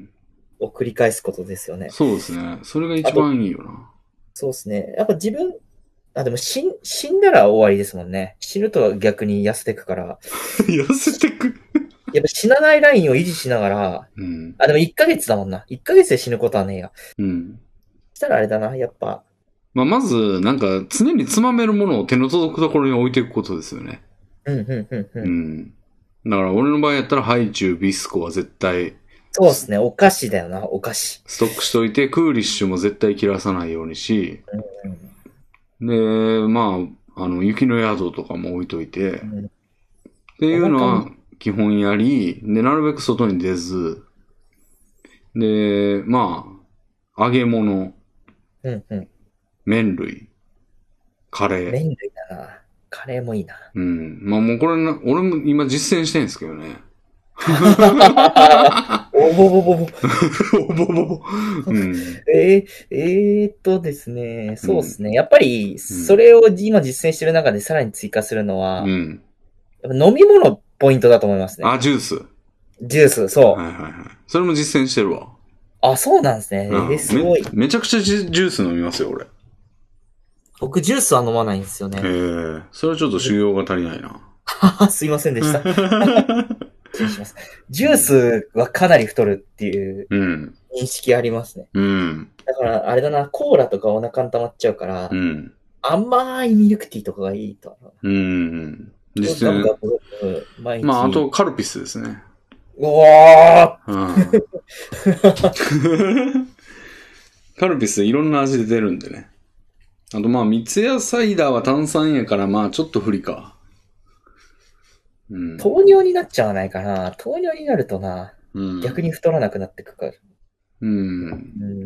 を繰り返すことですよね。 そうですね。それが一番いいよな。 そうですね。やっぱ自分、あ、でも死ん、死んだら終わりですもんね。死ぬと逆に痩せてくから。 痩せてくやっぱ死なないラインを維持しながら、うん、あ、でもいっかげつだもんな。いっかげつで死ぬことはねえや。うん。したらあれだな、やっぱ。 まあ、まず、なんか、常につまめるものを手の届くところに置いていくことですよね。うん、うん、うん、うん。うん。だから、俺の場合やったら、ハイチュウ、ビスコは絶対。 そうですね、お菓子だよな、お菓子。 ストックしといて、クーリッシュも絶対切らさないようにし、うん、で、まあ、あの、雪の宿とかも置いといて、うん、っていうのは、基本やり、で、なるべく外に出ず、で、まあ、揚げ物、うんうん、麺類、カレー。 麺類だな。 カレーもいいな。 うん。まあもうこれな、俺も今実践してんですけどね。 おぼぼぼぼ。 おぼぼぼ。うん、 えー、えーっとですね、そうですね。やっぱり、それを今実践してる中でさらに追加するのは、うん、やっぱ飲み物ポイントだと思いますね。 あ、ジュース。 ジュース、そう。 はいはいはい。それも実践してるわ。 あ、そうなんですね。えー、すごいめ。めちゃくちゃジュース飲みますよ、俺。 僕、ジュースは飲まないんですよね。 へえ、それはちょっと修行が足りないな。 すいませんでした。失礼します。ジュースはかなり太るっていう認識ありますね。うん。だから、あれだな、コーラとかお腹に溜まっちゃうから、うん、甘いミルクティーとかがいいと。うん。実際、 まあ、あとカルピスですね。 うわー、うん、 カルピスいろんな味で出るんでね。あとまあ、三ツ矢サイダーは炭酸やからまあ、ちょっと不利か。 うん、糖尿になっちゃわないかな。糖尿になるとな、うん、逆に太らなくなってくから。うん。うん、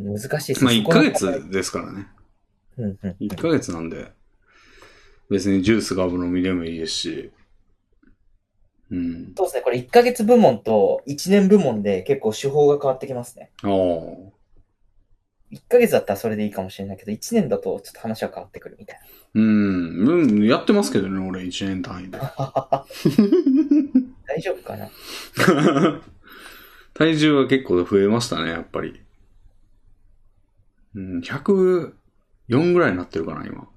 難しいですね。まあ、いっかげつですからね。うんうんうん、いっかげつなんで、別にジュースがぶ飲みでもいいですし。 うん。そうですね。これいっかげつ部門といちねん部門で結構手法が変わってきますね。ああ。いっかげつだったらそれでいいかもしれないけど、いちねんだとちょっと話は変わってくるみたいな。 うん。うん、やってますけどね、俺いちねん単位で。 大丈夫かな体重は結構増えましたね、やっぱり。うん、ひゃくよんぐらいになってるかな、今。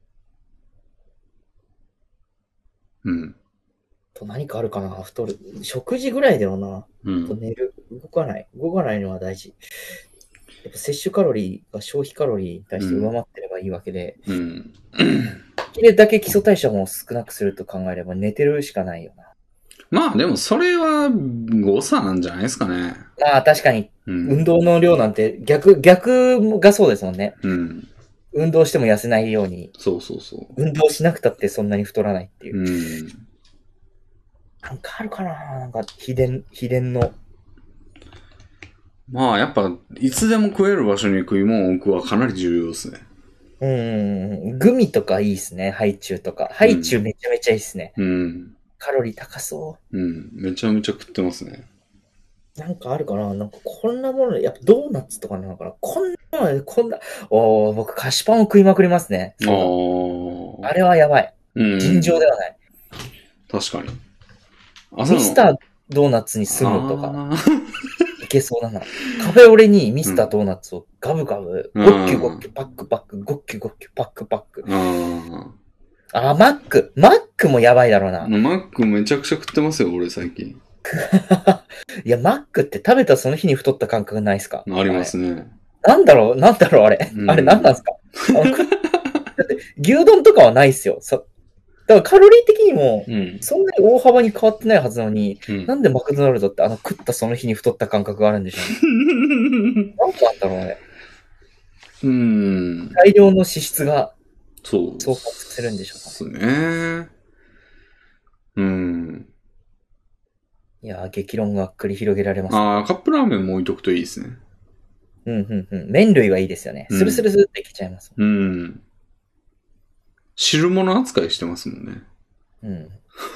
うん。と何かあるかな、太る。食事ぐらいだよな。うん。と寝る。動かない。動かないのは大事。やっぱ摂取カロリーが消費カロリーに対して上回ってればいいわけで。うん。できるだけ基礎代謝も少なくすると考えれば寝てるしかないよな。 まあでもそれは誤差なんじゃないですかね。 まあ確かに、うん、運動の量なんて逆、逆がそうですもんね。うん。運動しても痩せないように。 そうそうそう。 運動しなくたってそんなに太らないっていう。うん。なんかあるかな、なんか秘伝、秘伝の。 まあやっぱ、いつでも食える場所に食い物を置くはかなり重要ですね。 うん。グミとかいいですね。ハイチュウとか。ハイチュウめちゃめちゃいいですね。うん。カロリー高そう。うん。めちゃめちゃ食ってますね。 なんかあるかな、なんかこんなもの、やっぱドーナツとかなのかな、こんなもので、こんな、おー、僕菓子パンを食いまくりますね。そうあれはやばい。尋常ではない。 確かに。 ミスタードーナツに住むとか、いけそうだな。カフェオレにミスタードーナツをガブガブ、ゴッキュゴッキュパックパック、ゴッキュゴッキュパックパック。あー、マック。マックもやばいだろうな。 マックめちゃくちゃ食ってますよ、俺最近。 いや、マックって食べたその日に太った感覚ないですか？ ありますね。 なんだろうなんだろうあれ。うん、あれなんなんですか？だって牛丼とかはないっすよ。そだからカロリー的にも、そんなに大幅に変わってないはずなのに、うん、なんでマクドナルドってあの食ったその日に太った感覚があるんでしょうね。なんかあったろうね。うん。大量の脂質が、 そう。 増加するんでしょうね。そうね。うん。 いやー、激論が繰り広げられます、ね。 ああ、カップラーメンも置いとくといいですね。 うん、うん、うん。麺類はいいですよね。スルスルスルっていけちゃいます。 うん。うん、汁物扱いしてますもんね。うん。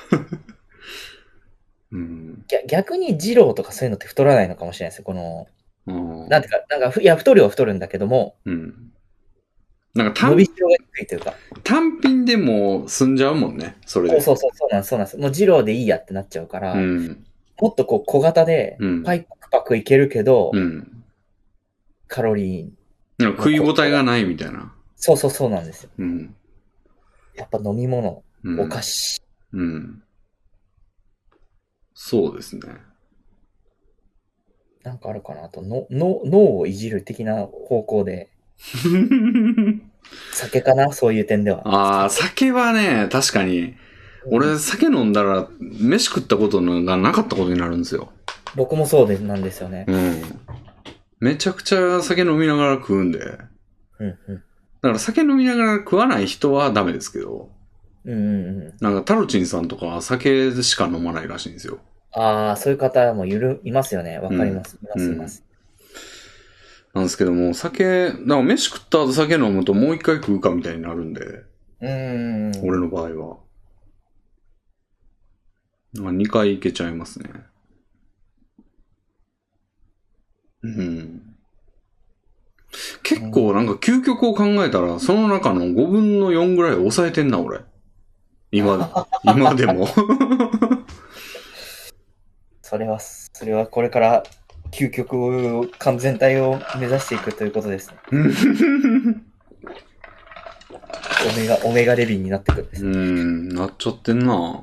うん、逆に二郎とかそういうのって太らないのかもしれないですよ。この、なんていうか、なんか、いや、太るは太るんだけども、うん。なんか単、伸びしろが低いというか。 単品でも済んじゃうもんね、それで。 そうそうそう、そうなんです、そうなんです。もう二郎でいいやってなっちゃうから、うん、もっとこう小型で、パイパクパクいけるけど、うん、カロリー。食い応えがないみたいな。 そうそうそうなんですよ。うん、やっぱ飲み物、うん、お菓子。うん。 そうですね。 なんかあるかなと、の、の、脳をいじる的な方向で。酒かなそういう点では。 ああ、酒はね、確かに。俺、酒飲んだら、飯食ったことがなかったことになるんですよ。 僕もそうでなんですよね。うん。 めちゃくちゃ酒飲みながら食うんで。うんうん。だから酒飲みながら食わない人はダメですけど。うんうんうん。なんかタロチンさんとかは酒しか飲まないらしいんですよ。 ああ、そういう方もいる、いますよね。わかります。うん、います、います。 なんですけども、酒、なんか飯食った後酒飲むともう一回食うかみたいになるんで。うん。俺の場合は。 にかい行けちゃいますね。うん。結構なんか究極を考えたら、その中のごぶんのよんぐらい抑えてんな、俺。今、今でも。 それは、それはこれから究極を、完全体を目指していくということですね。オメガ、オメガレビンになってくるんですね。 うん、なっちゃってんな。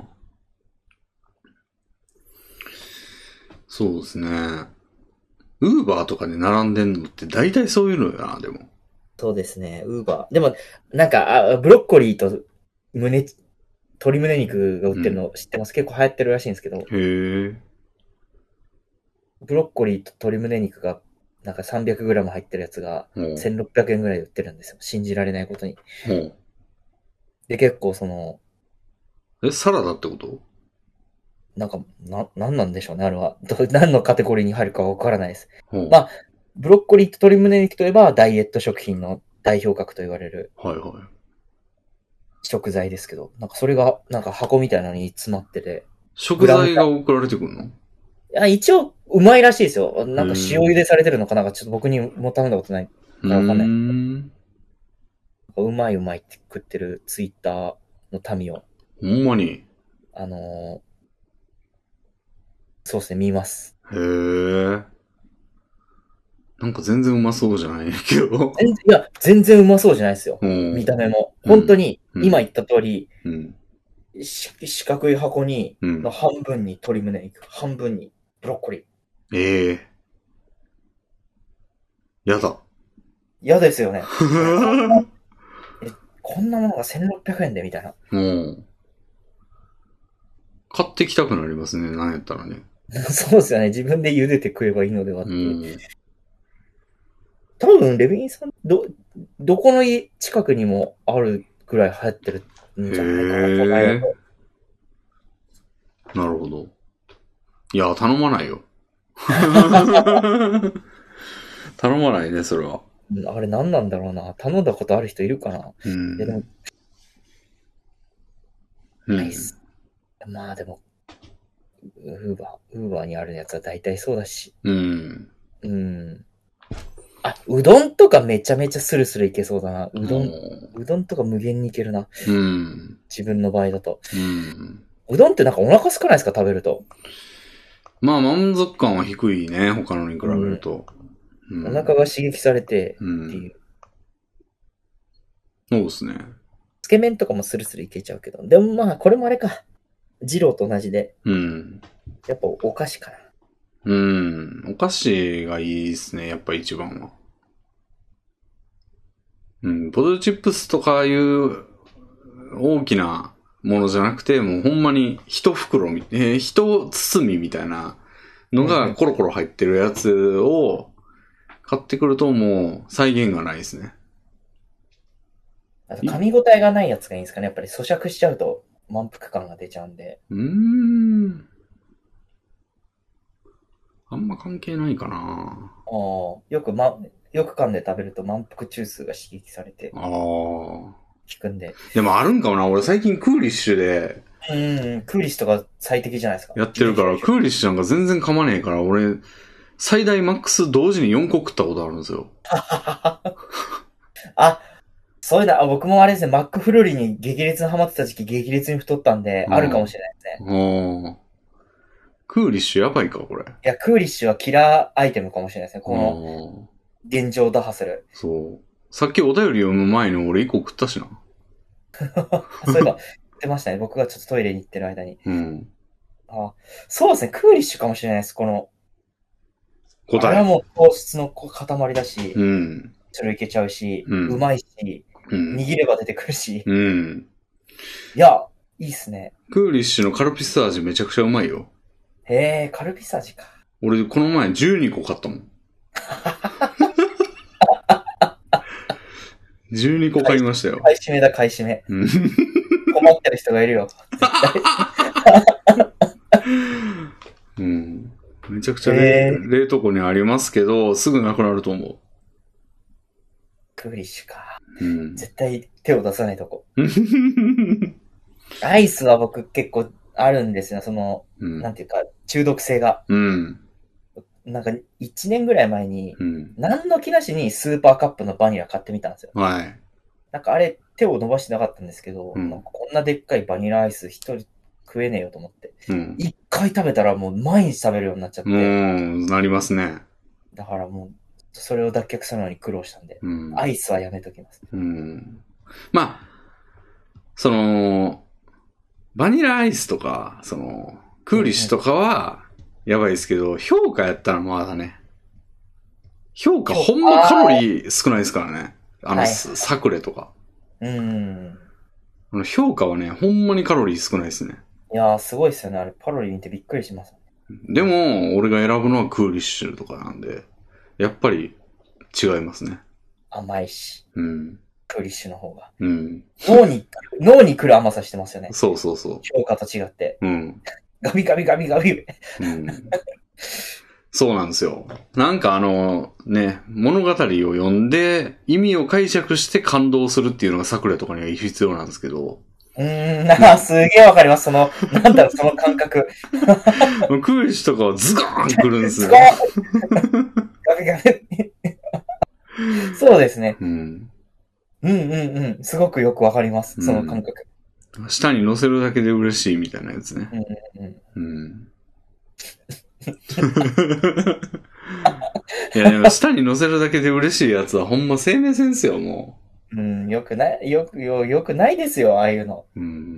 そうですね。ウーバーとかで並んでんのって大体そういうのよな、でも。 そうですね、ウーバー。でも、なんか、あブロッコリーと胸、鶏胸肉が売ってるの知ってます、うん、結構流行ってるらしいんですけど。へー。 ブロッコリーと鶏胸肉が、なんか さんびゃくグラム 入ってるやつが、せんろっぴゃくえんぐらいで売ってるんですよ。信じられないことに。で、結構その、 え、サラダってこと？ なんか、な、なんなんでしょうね、あれは。何のカテゴリーに入るかわからないです。まあ、ブロッコリーと鶏胸肉といえば、ダイエット食品の代表格と言われる。 はいはい。 食材ですけど、なんかそれが、なんか箱みたいなのに詰まってて。 食材が送られてくるの？ あ、一応、うまいらしいですよ。なんか塩茹でされてるのかなんかちょっと僕にも頼んだことないからわかんない。うんうまいうまいって食ってるツイッターの民を。 ほんまに？ あのー、そうですね、見ます。 へー。なんか全然うまそうじゃないけど。 全然、いや、全然うまそうじゃないですよ。見た目も。本当に、今言った通り、うんうん、四角い箱に、の半分に鶏胸肉、半分にブロッコリー。 ええー。やだ。 嫌ですよね。え、こんなものがせんろっぴゃくえんでみたいな。うん。 買ってきたくなりますね、なんやったらね。 そうですよね。自分で茹でて食えばいいのではって。うん、多分、レビンさん、ど、どこの家近くにもあるぐらい流行ってるんじゃないかな、都内だと。 なるほど。いや、頼まないよ。頼まないね、それは。 あれ何なんだろうな。頼んだことある人いるかな。うん。でも、ないっす。うん、まあでも、ウーバー、ウーバーにあるやつは大体そうだし。うん。うん。あ、うどんとかめちゃめちゃスルスルいけそうだな。うどん、うどんとか無限にいけるな。うん。自分の場合だと。うん。うどんってなんかお腹空かないですか、食べると。 まあ満足感は低いね、他のに比べると。 うん、お腹が刺激されてっていう。うん、 そうですね。 つけ麺とかもスルスルいけちゃうけど。でもまあ、これもあれか。二郎と同じで。うん。やっぱお菓子かな。 うん。お菓子がいいですね、やっぱ一番は。うん。ポテトチップスとかいう大きなものじゃなくて、もうほんまに一袋み、えー、一包みみたいなのがコロコロ入ってるやつを買ってくるともう再現がないですね。 あと噛み応えがないやつがいいんですかね。やっぱり咀嚼しちゃうと満腹感が出ちゃうんで。うーん。 あんま関係ないかな。 ああ、よくま、よく噛んで食べると満腹中枢が刺激されて。ああ。効くんで。 でもあるんかもな。俺最近クーリッシュで。 うん、クーリッシュとか最適じゃないですか。 やってるから、クーリッシュなんか全然噛まねえから、俺、最大マックス同時によんこ食ったことあるんですよ。 あ、そういうの、僕もあれですね、マックフルーリーに激烈にハマってた時期、激烈に太ったんで、あるかもしれないですね。 クーリッシュやばいか、これ。いや、クーリッシュはキラーアイテムかもしれないですね。この、現状を打破する。 そう。さっきお便り読む前に俺いっこ食ったしな。 そういえば、言ってましたね。僕がちょっとトイレに行ってる間に。うん。あ、そうですね、クーリッシュかもしれないです。この、答え。あれはもう糖質の塊だし、うん。それいけちゃうし、うん、うまいし、うん、握れば出てくるし。うん。いや、いいっすね。 クーリッシュのカルピス味めちゃくちゃうまいよ。 へえ、カルピス味か。 俺、この前じゅうにこ買ったもん。じゅうにこ買いましたよ。 買い占めだ、買い占め。困ってる人がいるよ。 うん。めちゃくちゃ冷冷凍庫にありますけど、すぐなくなると思う。 クーリッシュか。うん、絶対手を出さないとこ。アイスは僕結構あるんですよ、その、うん、なんていうか、中毒性が。うん。なんか、いちねんぐらい前に、うん、何の気なしにスーパーカップのバニラ買ってみたんですよ。はい。なんかあれ、手を伸ばしてなかったんですけど、うん、なんかこんなでっかいバニラアイス一人食えねえよと思って。一、うん、回食べたらもう毎日食べるようになっちゃって。 うん、なりますね。 だからもう、それを脱却するのに苦労したんで、うん、アイスはやめときます。 うん。まあ、その、バニラアイスとか、その、クーリッシュとかは、やばいですけど、評価やったらまだね。評価ほんまカロリー少ないですからね。あの、はい、サクレとか。うん。あの評価はね、ほんまにカロリー少ないですね。 いやー、すごいですよね。あれ、カロリー見てびっくりします。 でも、俺が選ぶのはクーリッシュとかなんで、やっぱり違いますね。 甘いし。うん。クーリッシュの方が。うん。脳に、脳に来る甘さしてますよね。 そうそうそう。 評価と違って。うん。ガビガビガビガビ。うん。 そうなんですよ。なんかあの、ね、物語を読んで、意味を解釈して感動するっていうのがサクレとかには必要なんですけど。 うーん、なあ、すげえわかります。その、なんだろう、その感覚。 クーリッシュとかはズガーンってくるんですよ。 ズガーンガビガビ。そうですね。うん。うんうんうん。すごくよくわかります。その感覚。 うん、下に乗せるだけで嬉しいみたいなやつね。うんうんうん。うんいやでも下に乗せるだけで嬉しいやつはほんま生命線ですよ、もう。うん、よくない、よく、よ、よくないですよ、ああいうの。うん。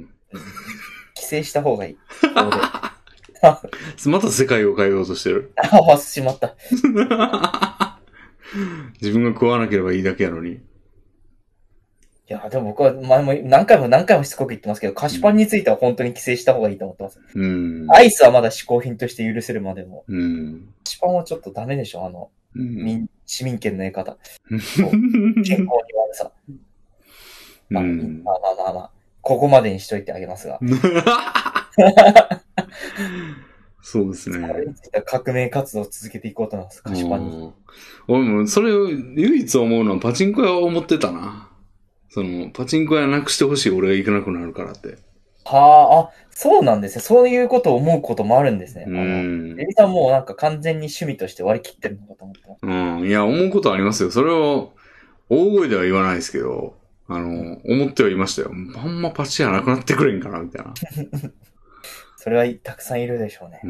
規制した方がいい。 また世界を変えようとしてる。 ああ、しまった。 自分が食わなければいいだけやのに。 いや、でも僕は前も何回も何回もしつこく言ってますけど、菓子パンについては本当に規制した方がいいと思ってます。うん。アイスはまだ嗜好品として許せるまでも。うん。菓子パンはちょっとダメでしょ、あの、うん、市民権の得方。健康に悪さ。まあ、うん、まあまあまあまあ、ここまでにしといてあげますが。 そうですね。 それについては革命活動を続けていこうと思います、菓子パンに。 俺もそれを唯一思うのはパチンコ屋は思ってたな。その、パチンコ屋なくしてほしい俺が行かなくなるからって。 はあ、あ、そうなんですね。そういうことを思うこともあるんですね。うん。エビさんもうなんか完全に趣味として割り切ってるのかと思った。 うん。いや、思うことありますよ。それを、大声では言わないですけど、あの、うん、思ってはいましたよ。あんまパチ屋なくなってくれんかな、みたいな。 それはたくさんいるでしょうね。 うん。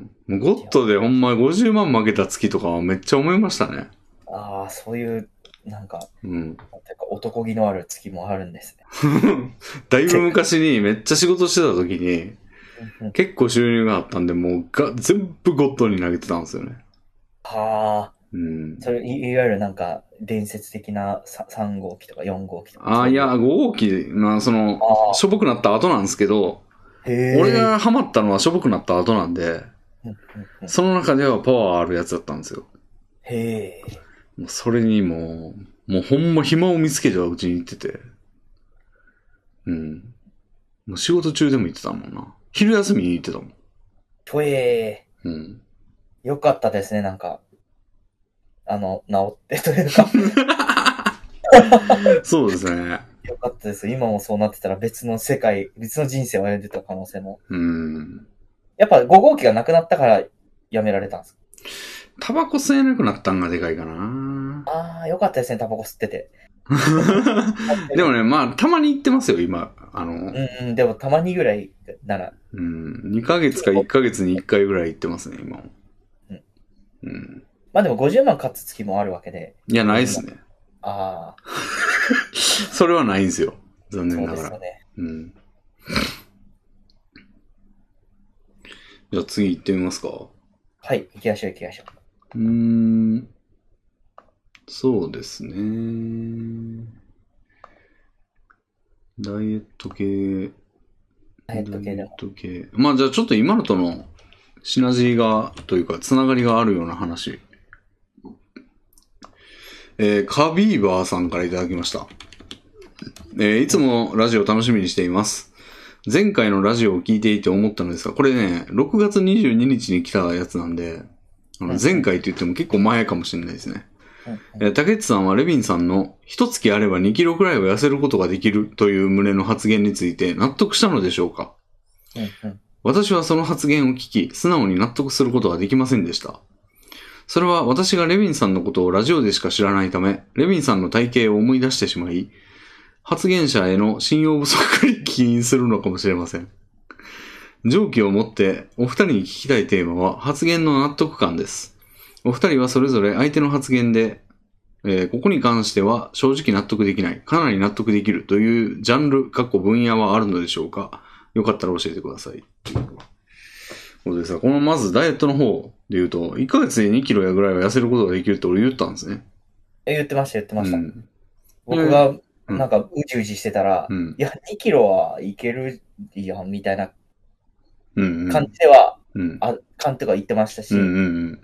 もうゴッドでほんまごじゅうまん負けた月とかはめっちゃ思いましたね。 ああ、そういう、なんか、うん。なんていうか男気のある月もあるんですね。だいぶ昔にめっちゃ仕事してた時に、結構収入があったんで、もうが全部ゴッドに投げてたんですよね。 はあ。うん。それい、いわゆるなんか、伝説的なさん号機とかよん号機とか。 ああ、いや、ご号機、まあ、その、しょぼくなった後なんですけど、俺がハマったのはしょぼくなった後なんで、その中ではパワーあるやつだったんですよ。へえ。もうそれにもう、もうほんま暇を見つけてはうちに行ってて。うん。もう仕事中でも行ってたもんな。昼休みに行ってたもん。 とえー。うん。よかったですね、なんか。あの、治ってというか。 そうですね。 よかったです。今もそうなってたら別の世界、別の人生を歩んでた可能性も。うん。やっぱご号機がなくなったからやめられたんですか？ タバコ吸えなくなったんがでかいかな。 ああ、よかったですね、タバコ吸ってて。 でもね、まあ、たまに行ってますよ、今。あの。 うんうん、でもたまにぐらいなら。 うん。にかげつかいっかげつにいっかいぐらい行ってますね、今も。うん。 うん。まあでもごじゅうまん勝つ月もあるわけで。 いや、ないっすね。 ああ。 それはないんですよ。残念ながら。そうですよね。うん。じゃあ次行ってみますか。 はい、行きましょう行きましょう。うーん。そうですね。ダイエット系。 ダイエット系でも。ダイエット系。まあじゃあちょっと今のとのシナジーが、というか、つながりがあるような話。えー、カビーバーさんからいただきました。えー、いつもラジオ楽しみにしています。前回のラジオを聞いていて思ったのですが、これね、ろくがつにじゅうににちに来たやつなんで、あの前回って言っても結構前かもしれないですね。えー、竹内さんはレビンさんの一月あればにキロくらいは痩せることができるという旨の発言について納得したのでしょうか？ 私はその発言を聞き、素直に納得することができませんでした。それは私がレビンさんのことをラジオでしか知らないため、レビンさんの体型を思い出してしまい、発言者への信用不足に起因するのかもしれません。上記をもってお二人に聞きたいテーマは発言の納得感です。お二人はそれぞれ相手の発言で、えー、ここに関しては正直納得できない、かなり納得できるというジャンル、括弧分野はあるのでしょうか。よかったら教えてください。これでさ、このまずダイエットの方で言うと、いっかげつでにキロやぐらいは痩せることができるって俺言ったんですね。 え、言ってました、言ってました。うん、僕が、なんか、うじうじしてたら、うん、いや、にキロはいけるやん、みたいな感じでは、うんうん、あ、感とか言ってましたし、うんうんうん、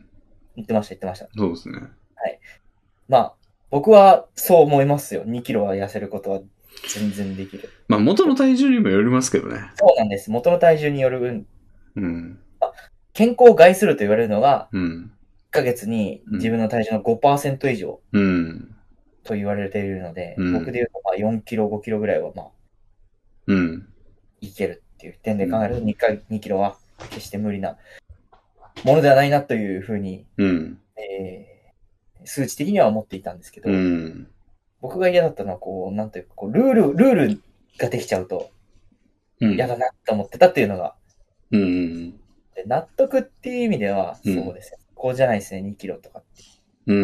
言ってました、言ってました。 そうですね。 はい。まあ、僕はそう思いますよ。にキロは痩せることは全然できる。 まあ、元の体重にもよりますけどね。 そうなんです。元の体重による分。うん。健康を害すると言われるのが、うん、いっかげつに自分の体重の ごパーセント 以上と言われているので、うん、僕で言うとまあよんキロ、ごキロぐらいはまあ、うん、いけるっていう点で考えるとにキロは決して無理なものではないなというふうに、うんえー、数値的には思っていたんですけど、うん、僕が嫌だったのはこう、なんというかこう、ルール、ルールができちゃうと嫌だなと思ってたっていうのが、うんで納得っていう意味では、そうですね。うん、こうじゃないですね、にキロとかって。うん。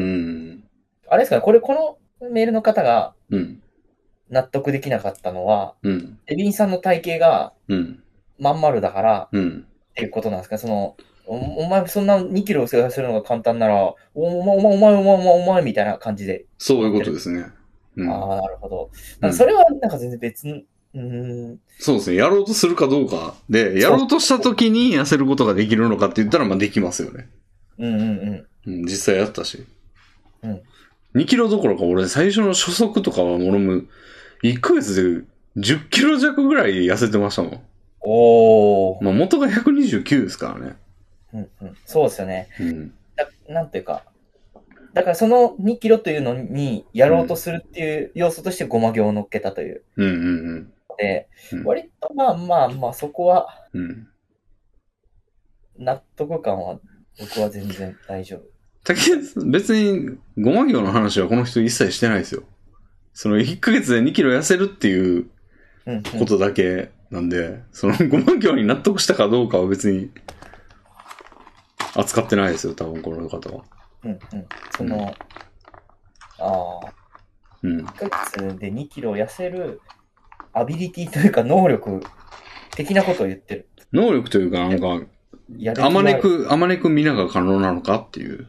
あれですかね、これ、このメールの方が、納得できなかったのは、うん、エビンさんの体型が、まん丸だから、うん、っていうことなんですか、その、お, お前、そんなにキロ痩せるのが簡単なら、おお前、お前、お前、お前、お前、みたいな感じで。 そういうことですね。 うん、ああ、なるほど。なんかそれは、なんか全然別に、うーんそうですね。やろうとするかどうかで、やろうとした時に痩せることができるのかって言ったら、まあできますよね。うんうんうん。うん、実際やったし。うん。にキロどころか俺最初の初速とかは俺もいっかげつでじゅっキロ弱ぐらい痩せてましたもん。おー。まあ元がひゃくにじゅうきゅうですからね。 うんうん。そうですよね。うん。だなんていうか、だからそのにキロというのにやろうとするっていう要素としてごま行を乗っけたという。うんうんうん。で、うん、割とまあまあまあそこは、うん、納得感は僕は全然大丈夫。 別にごま行の話はこの人一切してないですよ。そのいっかげつでにキロ痩せるっていうことだけなんで、うんうん、そのごま行に納得したかどうかは別に扱ってないですよ、多分この方は。うんうん。その、うん、ああ、うん、いっかげつでにキロ痩せるアビリティというか能力的なことを言ってる。 能力というかなんか、あまねく、あまねく皆が可能なのかっていう。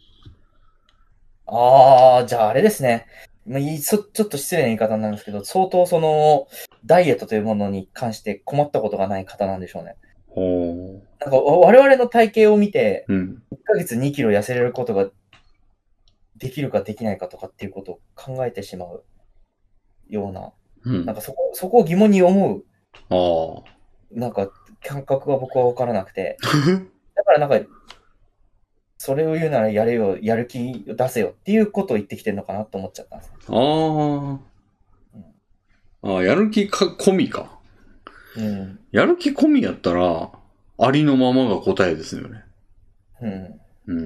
ああ、じゃああれですね。ちょっと失礼な言い方なんですけど、相当その、ダイエットというものに関して困ったことがない方なんでしょうね。ほう。なんか我々の体型を見て、うん、いっかげつにキロ痩せれることができるかできないかとかっていうことを考えてしまうような、うん、なんかそこ、そこを疑問に思う、あなんか感覚が僕は分からなくて、だからなんか、それを言うならやれよ、やる気を出せよっていうことを言ってきてるのかなと思っちゃったんです。ああ、うん。ああ、やる気か、込みか。うん。やる気込みやったら、ありのままが答えですよね。うん。うん。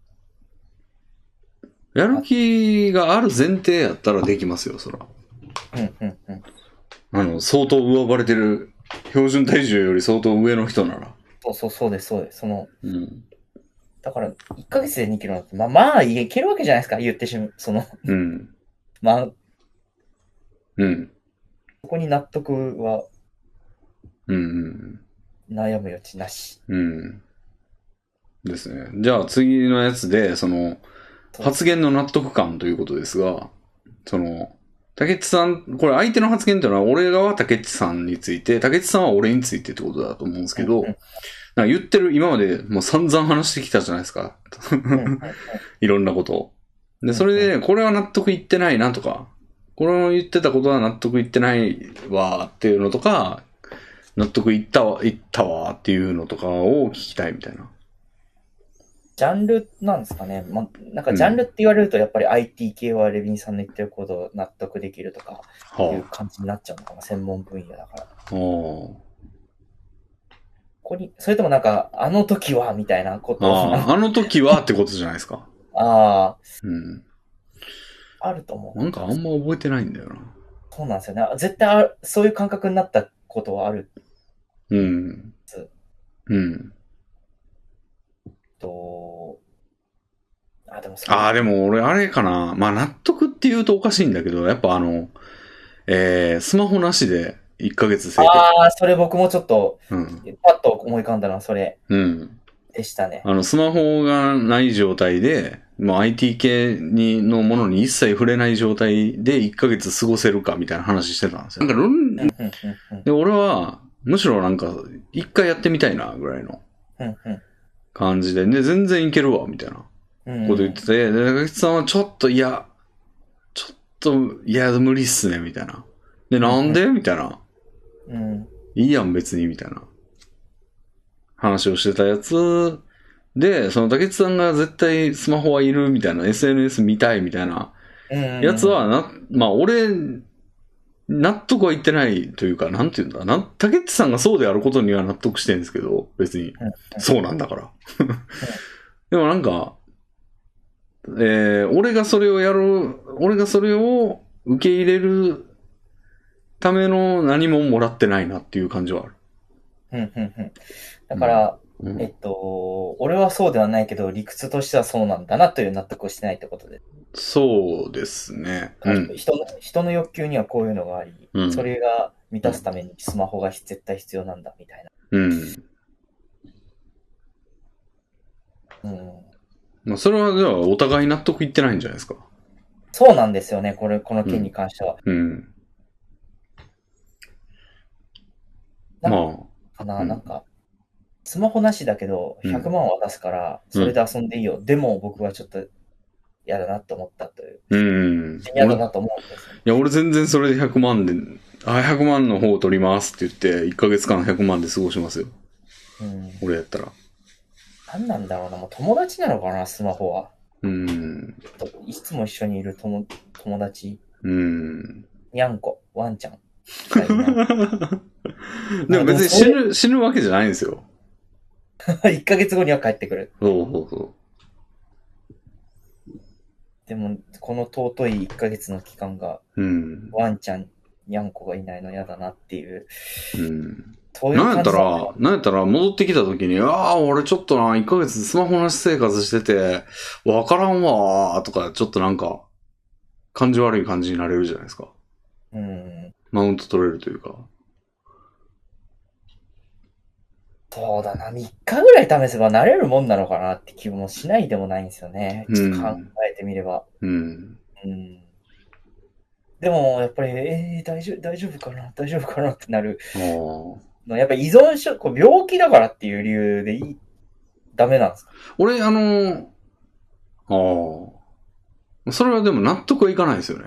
やる気がある前提やったらできますよ、そら。うんうんうん。あの、相当上張れてる、標準体重より相当上の人なら。 そうそうそうです、そうです。その、うん。だから、いっかげつでにキロなんて、まあまあ、いけるわけじゃないですか、言ってしまう。その、うん。まあ、うん。そこに納得は、うんうんうん。悩む余地なし。 うん。ですね。じゃあ次のやつで、その、発言の納得感ということですが、その、竹内さん、これ相手の発言というのは、俺がは竹内さんについて、竹内さんは俺についてってことだと思うんですけど、うんうん、なんか言ってる、今までもう散々話してきたじゃないですか。いろんなことを。で、それで、これは納得いってないなとか、これを言ってたことは納得いってないわっていうのとか、納得いったわ、いったわっていうのとかを聞きたいみたいな。 ジャンルなんですかね。まあ、なんかジャンルって言われると、やっぱり アイティー 系はレビンさんの言ってることを納得できるとか、いう感じになっちゃうのかな。専門分野だから。 こに、それともなんか、あの時はみたいなことああ、あの時はってことじゃないですか。 ああ。 うん。 あると思う。 なんかあんま覚えてないんだよな。 そうなんですよね。絶対、そういう感覚になったことはある。 うん。うん。 と、あ、でもそう。ああ、でも俺あれかな。まあ納得って言うとおかしいんだけど、やっぱあの、えー、スマホなしでいっかげつ生活。 ああ、それ僕もちょっと、うん、パッと思い浮かんだのはそれ。うん。でしたね。 あの、スマホがない状態で、もう アイティー 系にのものに一切触れない状態でいっかげつ過ごせるかみたいな話してたんですよ。なんか、論で、俺は、むしろなんか、一回やってみたいな、ぐらいの感じで、で、全然いけるわ、みたいなこと言ってて、で、中吉さんはちょっと、いや、ちょっと、いや、無理っすね、みたいな。で、なんでみたいな。うん。いいやん、別に、みたいな。話をしてたやつで、その竹内さんが絶対スマホはいるみたいな、エスエヌエス 見たいみたいなやつはな、まあ俺、納得はいってないというか、なんていうんだな、竹内さんがそうであることには納得してるんですけど、別に、そうなんだから。でもなんか、えー、俺がそれをやる、俺がそれを受け入れるための何ももらってないなっていう感じはある。 うんうんうん、だから、うん、えっと、俺はそうではないけど、理屈としてはそうなんだなという納得をしてないってことで。 そうですね。 うん、人の、人の欲求にはこういうのがあり、うん、それが満たすためにスマホが絶対必要なんだみたいな。うん。 うん。まあ、それはじゃあお互い納得いってないんじゃないですか。 そうなんですよね、これ、この件に関しては。うん。うん、まあ。かな、うん、なんか、スマホなしだけど、ひゃくまん渡すから、それで遊んでいいよ。うん、でも僕はちょっと嫌だなと思ったという。うん。嫌だなと思うんですよ、ね。 いや、俺全然それでひゃくまんで、あ、ひゃくまんの方を取りますって言って、いっかげつかんひゃくまんで過ごしますよ。うん。俺やったら。 なんなんだろうな、もう友達なのかな、スマホは。うん。いつも一緒にいる友友達。うん。にゃんこ、ワンちゃん。 でも別に死ぬ、死ぬわけじゃないんですよ。 いっかげつごには帰ってくる。 そうそうそう。 でも、この尊いいっかげつの期間が、うん、ワンちゃん、にゃんこがいないの嫌だなっていう。うん。 そういう感じなんやったら、なんやったら戻ってきた時に、ああ、俺ちょっとな、いっかげつスマホなし生活してて、わからんわーとか、ちょっとなんか、感じ悪い感じになれるじゃないですか。うん。マウント取れるというか。 そうだな、みっかぐらい試せば慣れるもんなのかなって気もしないでもないんですよね。ちょっと考えてみれば。うん。うん。でも、やっぱり、えー、大丈夫、大丈夫かな大丈夫かなってなる。やっぱ依存症、こう病気だからっていう理由でいい、ダメなんですか？ 俺、あの、ああ。それはでも納得はいかないですよね。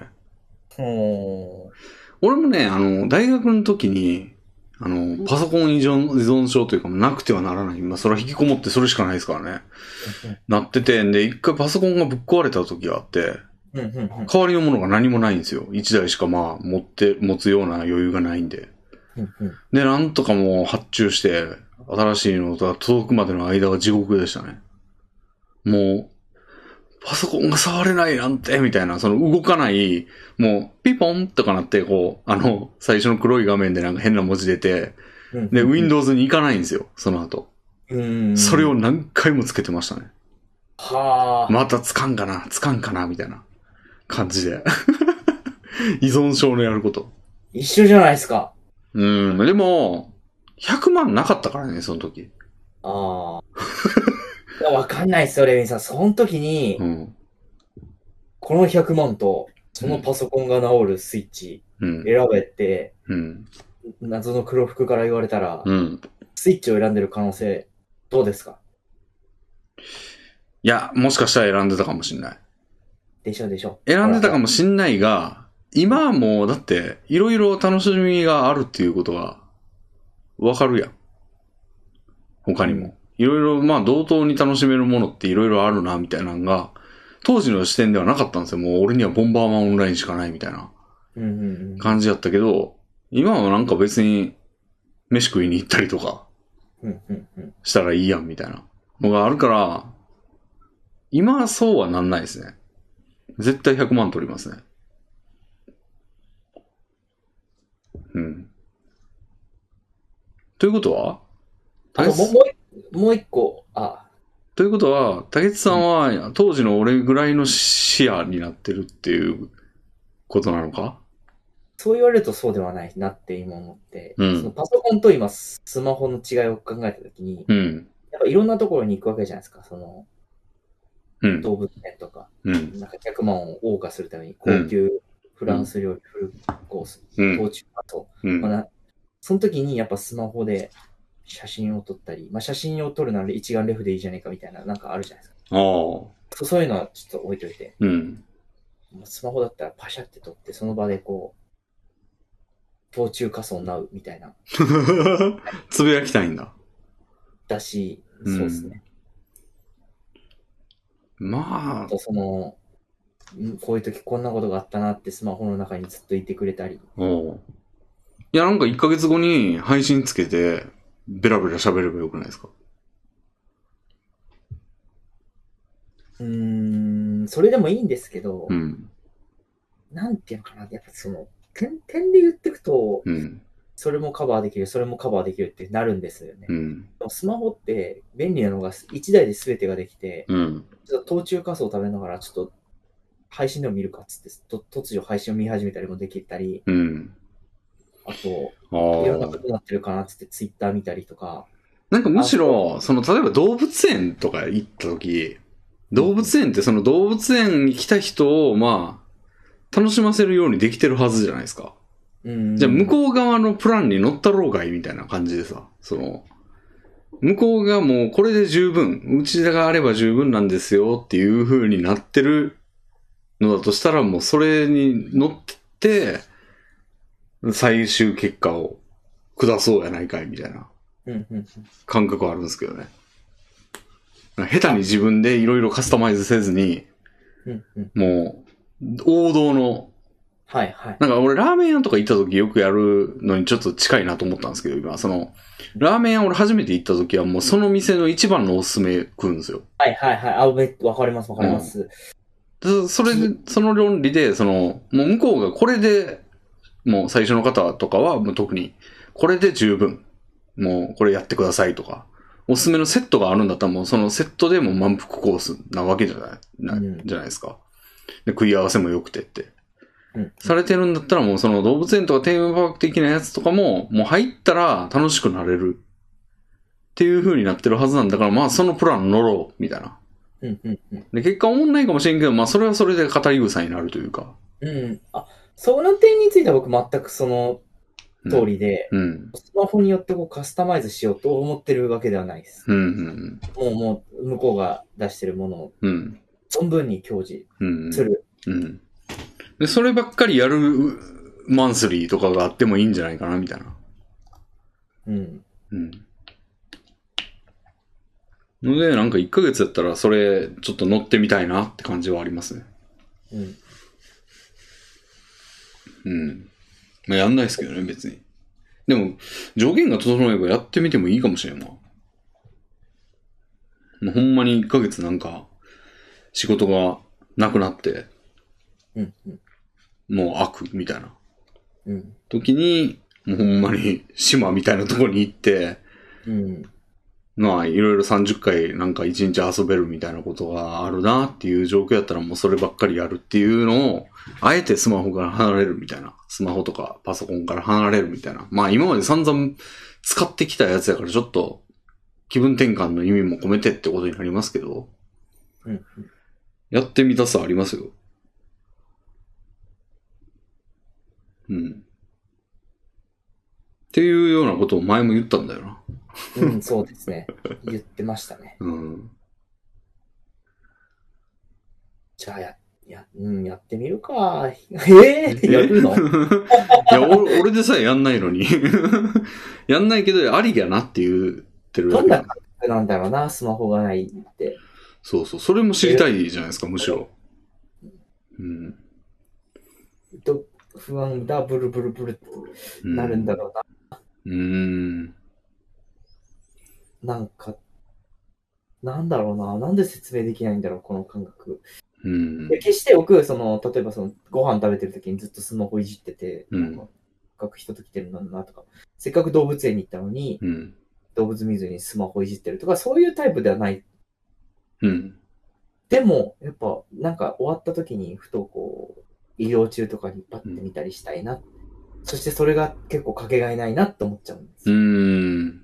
俺もね、あの、大学の時に、あの、パソコン依存依存症というか、なくてはならない。まあ、それは引きこもってそれしかないですからね。なってて、で、一回パソコンがぶっ壊れた時があって、代わりのものが何もないんですよ。一台しかまあ、持って、持つような余裕がないんで。で、なんとかもう発注して、新しいのが届くまでの間が地獄でしたね。もう、パソコンが触れないなんて、みたいな、その動かない、もう、ピポンとかなって、こう、あの、最初の黒い画面でなんか変な文字出て、で、Windows に行かないんですよ、その後。それを何回もつけてましたね。はあ。またつかんかな、つかんかな、みたいな感じで。依存症のやること。 一緒じゃないですか。 うん、でも、ひゃくまんなかったからね、その時。ああ。 わかんないっすよ、レビンさん。その時に、うん、このひゃくまんと、そのパソコンが治るスイッチ、選べて、うん、謎の黒服から言われたら、うん、スイッチを選んでる可能性、どうですか？ いや、もしかしたら選んでたかもしんない。 でしょでしょ。 選んでたかもしんないが、今はもう、だって、いろいろ楽しみがあるっていうことが、わかるやん。他にも。うんいろいろ、まあ、同等に楽しめるものっていろいろあるな、みたいなのが、当時の視点ではなかったんですよ。もう俺にはボンバーマンオンラインしかないみたいな感じだったけど、今はなんか別に飯食いに行ったりとか、 したらいいやんみたいなのがあるから、今はそうはなんないですね。絶対ひゃくまん取りますね。うん。ということはあともう、もう一個、あ。 ということは、竹内さんは当時の俺ぐらいの視野になってるっていうことなのか？ そう言われるとそうではないなって今思って、うん、そのパソコンと今スマホの違いを考えたときに、うん、やっぱいろんなところに行くわけじゃないですか。その、うん、動物園とか、うん、なんかひゃくまんを謳歌するために高級フランス料理フルコース、当中あと、うんまあ、その時にやっぱスマホで写真を撮ったり、まあ写真を撮るなら一眼レフでいいじゃないかみたいななんかあるじゃないですか。あそそういうのはちょっと置いといて、うん、スマホだったらパシャって撮ってその場でこう、当中仮想なうみたいな。 つぶやきたいんだ。 だし、そうですね。 うん、まあ。 あとその、こういう時こんなことがあったなってスマホの中にずっといてくれたり。 おいや、なんかいっかげつごに配信つけて、ベラベラ喋ればよくないですか？ うーん、それでもいいんですけど、うん、なんていうのかな、やっぱその、点、点で言っていくと、うん、それもカバーできる、それもカバーできるってなるんですよね。うん、スマホって便利なのがいちだいで全てができて、うん、ちょっと途中仮想を食べながらちょっと配信でも見るかっつってと突如配信を見始めたりもできたり、うん、あと、いろんなことになってるかなっつってツイッター見たりとか。 なんかむしろ、その例えば動物園とか行った時、動物園ってその動物園に来た人をまあ楽しませるようにできてるはずじゃないですか。うんじゃあ向こう側のプランに乗ったろうがいみたいな感じでさ、その、向こうがもうこれで十分、うちがあれば十分なんですよっていう風になってるのだとしたらもうそれに乗って、最終結果を下そうやないかいみたいな感覚はあるんですけどね。下手に自分でいろいろカスタマイズせずに、もう王道の、 はいはい。 なんか俺ラーメン屋とか行った時よくやるのにちょっと近いなと思ったんですけど、今その、ラーメン屋俺初めて行った時はもうその店の一番のおすすめ食うんですよ。 はいはいはい。あ、めわかりますわかります。 うん、それで、その論理で、その、もう向こうがこれで、もう最初の方とかはもう特に、これで十分。もうこれやってくださいとか。おすすめのセットがあるんだったらもうそのセットでも満腹コースなわけじゃない、なうん、じゃないですか。で、食い合わせも良くてって。うん、されてるんだったらもうその動物園とかテーマパーク的なやつとかも、もう入ったら楽しくなれる。っていう風になってるはずなんだから、まあそのプラン乗ろう、みたいな。うんうんうん、で、結果思んないかもしれんけど、まあそれはそれで語り草になるというか。 うん。あ、その点については僕全くその通りで、うんうん、スマホによってこうカスタマイズしようと思ってるわけではないです。うんうんうん、もう、もう、向こうが出してるものを、存分に表示する、うんうんうん。 で、そればっかりやるマンスリーとかがあってもいいんじゃないかな、みたいな。うん。うん。ので、なんかいっかげつやったら、それ、ちょっと乗ってみたいなって感じはありますね。うん。うん。まあ、やんないですけどね、別に。でも、条件が整えばやってみてもいいかもしれんわ。もうほんまにいっかげつなんか、仕事がなくなって、うんうん、もう悪みたいな。うん。時に、もうほんまに島みたいなところに行って、うん。まあ、いろいろさんじゅっかいなんかいちにち遊べるみたいなことがあるなっていう状況やったらもうそればっかりやるっていうのを、あえてスマホから離れるみたいな。スマホとかパソコンから離れるみたいな。まあ今まで散々使ってきたやつやからちょっと気分転換の意味も込めてってことになりますけど、うん、やってみたさありますよ。うん。っていうようなことを前も言ったんだよな。 うん、そうですね。言ってましたね。うん。じゃあや、や、うん、やってみるか。ええー、やるのいや俺、俺でさえやんないのに。やんないけど、ありやなって言ってるだけ。どんな感覚なんだろうな、スマホがないって。 そうそう、それも知りたいじゃないですか、むしろ。うん。 と、不安だ、ブルブルブルってなるんだろうな。 うん。うーんなんか、なんだろうな。なんで説明できないんだろう、この感覚。 うん、 で決して僕、その、例えばその、ご飯食べてる時にずっとスマホいじってて、 うん、 なんか、せっかく人と来てるんだなとか、せっかく動物園に行ったのに、 うん、 動物見ずにスマホいじってるとか、そういうタイプではない。 うん。 でも、やっぱ、なんか終わった時に、ふとこう、医療中とかにパッて見たりしたいな。うん、そしてそれが結構かけがえないなって思っちゃうんです。 うーん。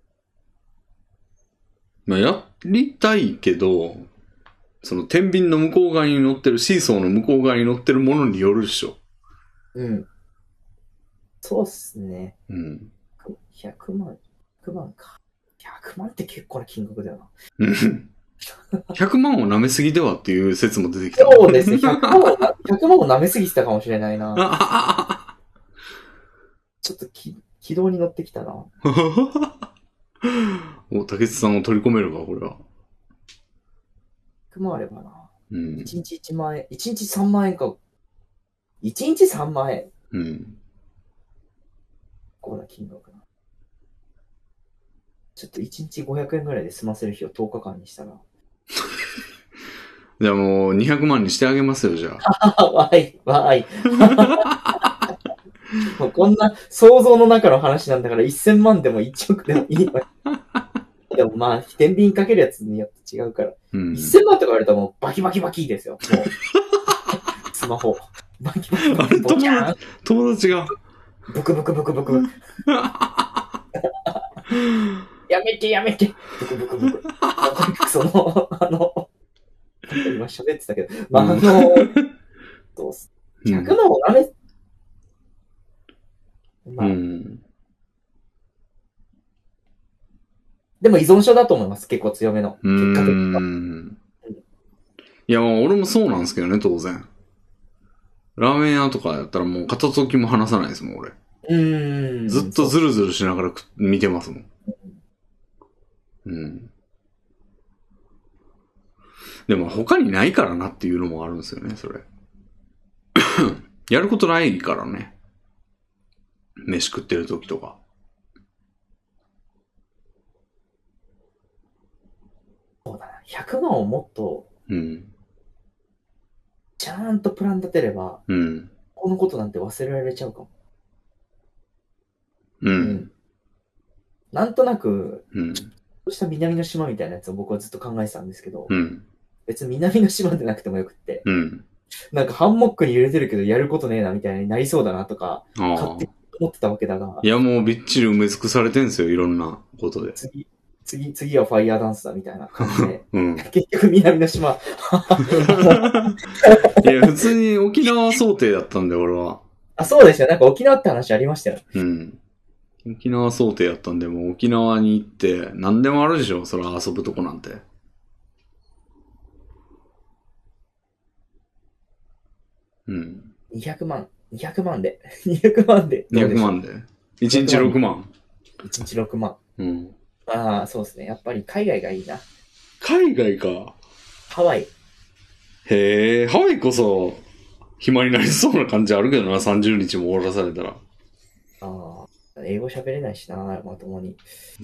まあ、やりたいけど、その天秤の向こう側に乗ってる、シーソーの向こう側に乗ってるものによるでしょ。 うん。そうっすね。 うん。 ひゃくまん、ひゃくまんか。ひゃくまんって結構な金額だよな。 うん。ひゃくまんを舐めすぎではっていう説も出てきた。 そうですね。ひゃくまんを、ひゃくまんを舐めすぎてたかもしれないな。ちょっとき軌道に乗ってきたな。 お、竹内さんを取り込めるか、これは。 ひゃくまんあればな。 うん。 いちにちいちまん円。いちにちさんまん円か。いちにちさんまん円。 うん。 こうな金額な。ちょっといちにちごひゃくえんぐらいで済ませる日をとおかかんにしたら。 じゃあもうにひゃくまんにしてあげますよ、じゃあ。わい、わい。もうこんな想像の中の話なんだからせんまんでもいちおくでもいいわ。でもまあ、天秤かけるやつによって違うから。うん、せんまんとか言われたらもうバキバキバキですよ。もうスマホ。バキバキバキボキャーン。 友達が。 ブクブクブクブク。やめてやめて。ブクブクブク。その、あの、今喋ってたけど、まあ、あの、どうす。ひゃくまんを舐め、まあ、うん、でも依存症だと思います。結構強めの。結果的には。うん、 いや、俺もそうなんですけどね、当然。ラーメン屋とかやったらもう片時も離さないですもん、俺。うん。ずっとズルズルしながら見てますもん。うん。でも他にないからなっていうのもあるんですよね、それ。やることないからね。飯食ってる時とか。 そうだな。ひゃくまんをもっと、うん。ちゃんとプラン立てれば、うん。このことなんて忘れられちゃうかも。うん。うん、なんとなく、うん。そうした南の島みたいなやつを僕はずっと考えてたんですけど、うん。別に南の島でなくてもよくって、うん。なんかハンモックに揺れてるけどやることねえなみたいになりそうだなとか、勝手に思ってたわけだが。 いやもうびっちり埋め尽くされてんすよ、いろんなことで。 次、次、次はファイヤーダンスだみたいな感じで。うん、結局南の島。 いや、普通に沖縄想定だったんで、俺は。 あ、そうですよ。なんか沖縄って話ありましたよ。 うん。沖縄想定やったんで、もう沖縄に行って、何でもあるでしょ、それは遊ぶとこなんて。 うん。にひゃくまん。にひゃくまんで。にひゃくまんで。 にひゃくまんで。いちにちろくまん。 いちにちろくまん。うん。ああ、そうですね。やっぱり海外がいいな。 海外か。 ハワイ。 へえ、ハワイこそ暇になりそうな感じあるけどな、さんじゅうにちも終わらされたら。ああ、英語喋れないしな、まともに。うん。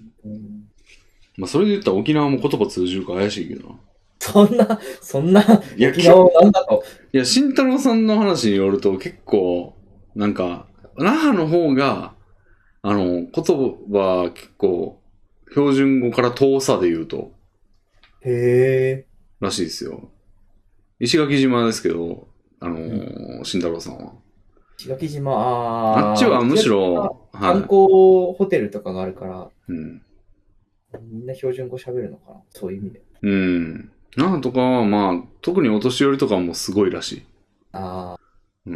うん、まあ、それで言ったら沖縄も言葉通じるか怪しいけどな。 そんな、そんな、沖縄なんだと。 いや、慎太郎さんの話によると結構、なんか、那覇の方が、あの、言葉結構、標準語から遠さで言うと。 へー。 らしいですよ。石垣島ですけど、あのー、慎、うん、太郎さんは。 石垣島、ああっちはむしろ、 観光ホテルとかがあるから、うん、みんな標準語喋るのかな、そういう意味で。 うん。なんとかは、まあ、特にお年寄りとかもすごいらしい。ああ。うん。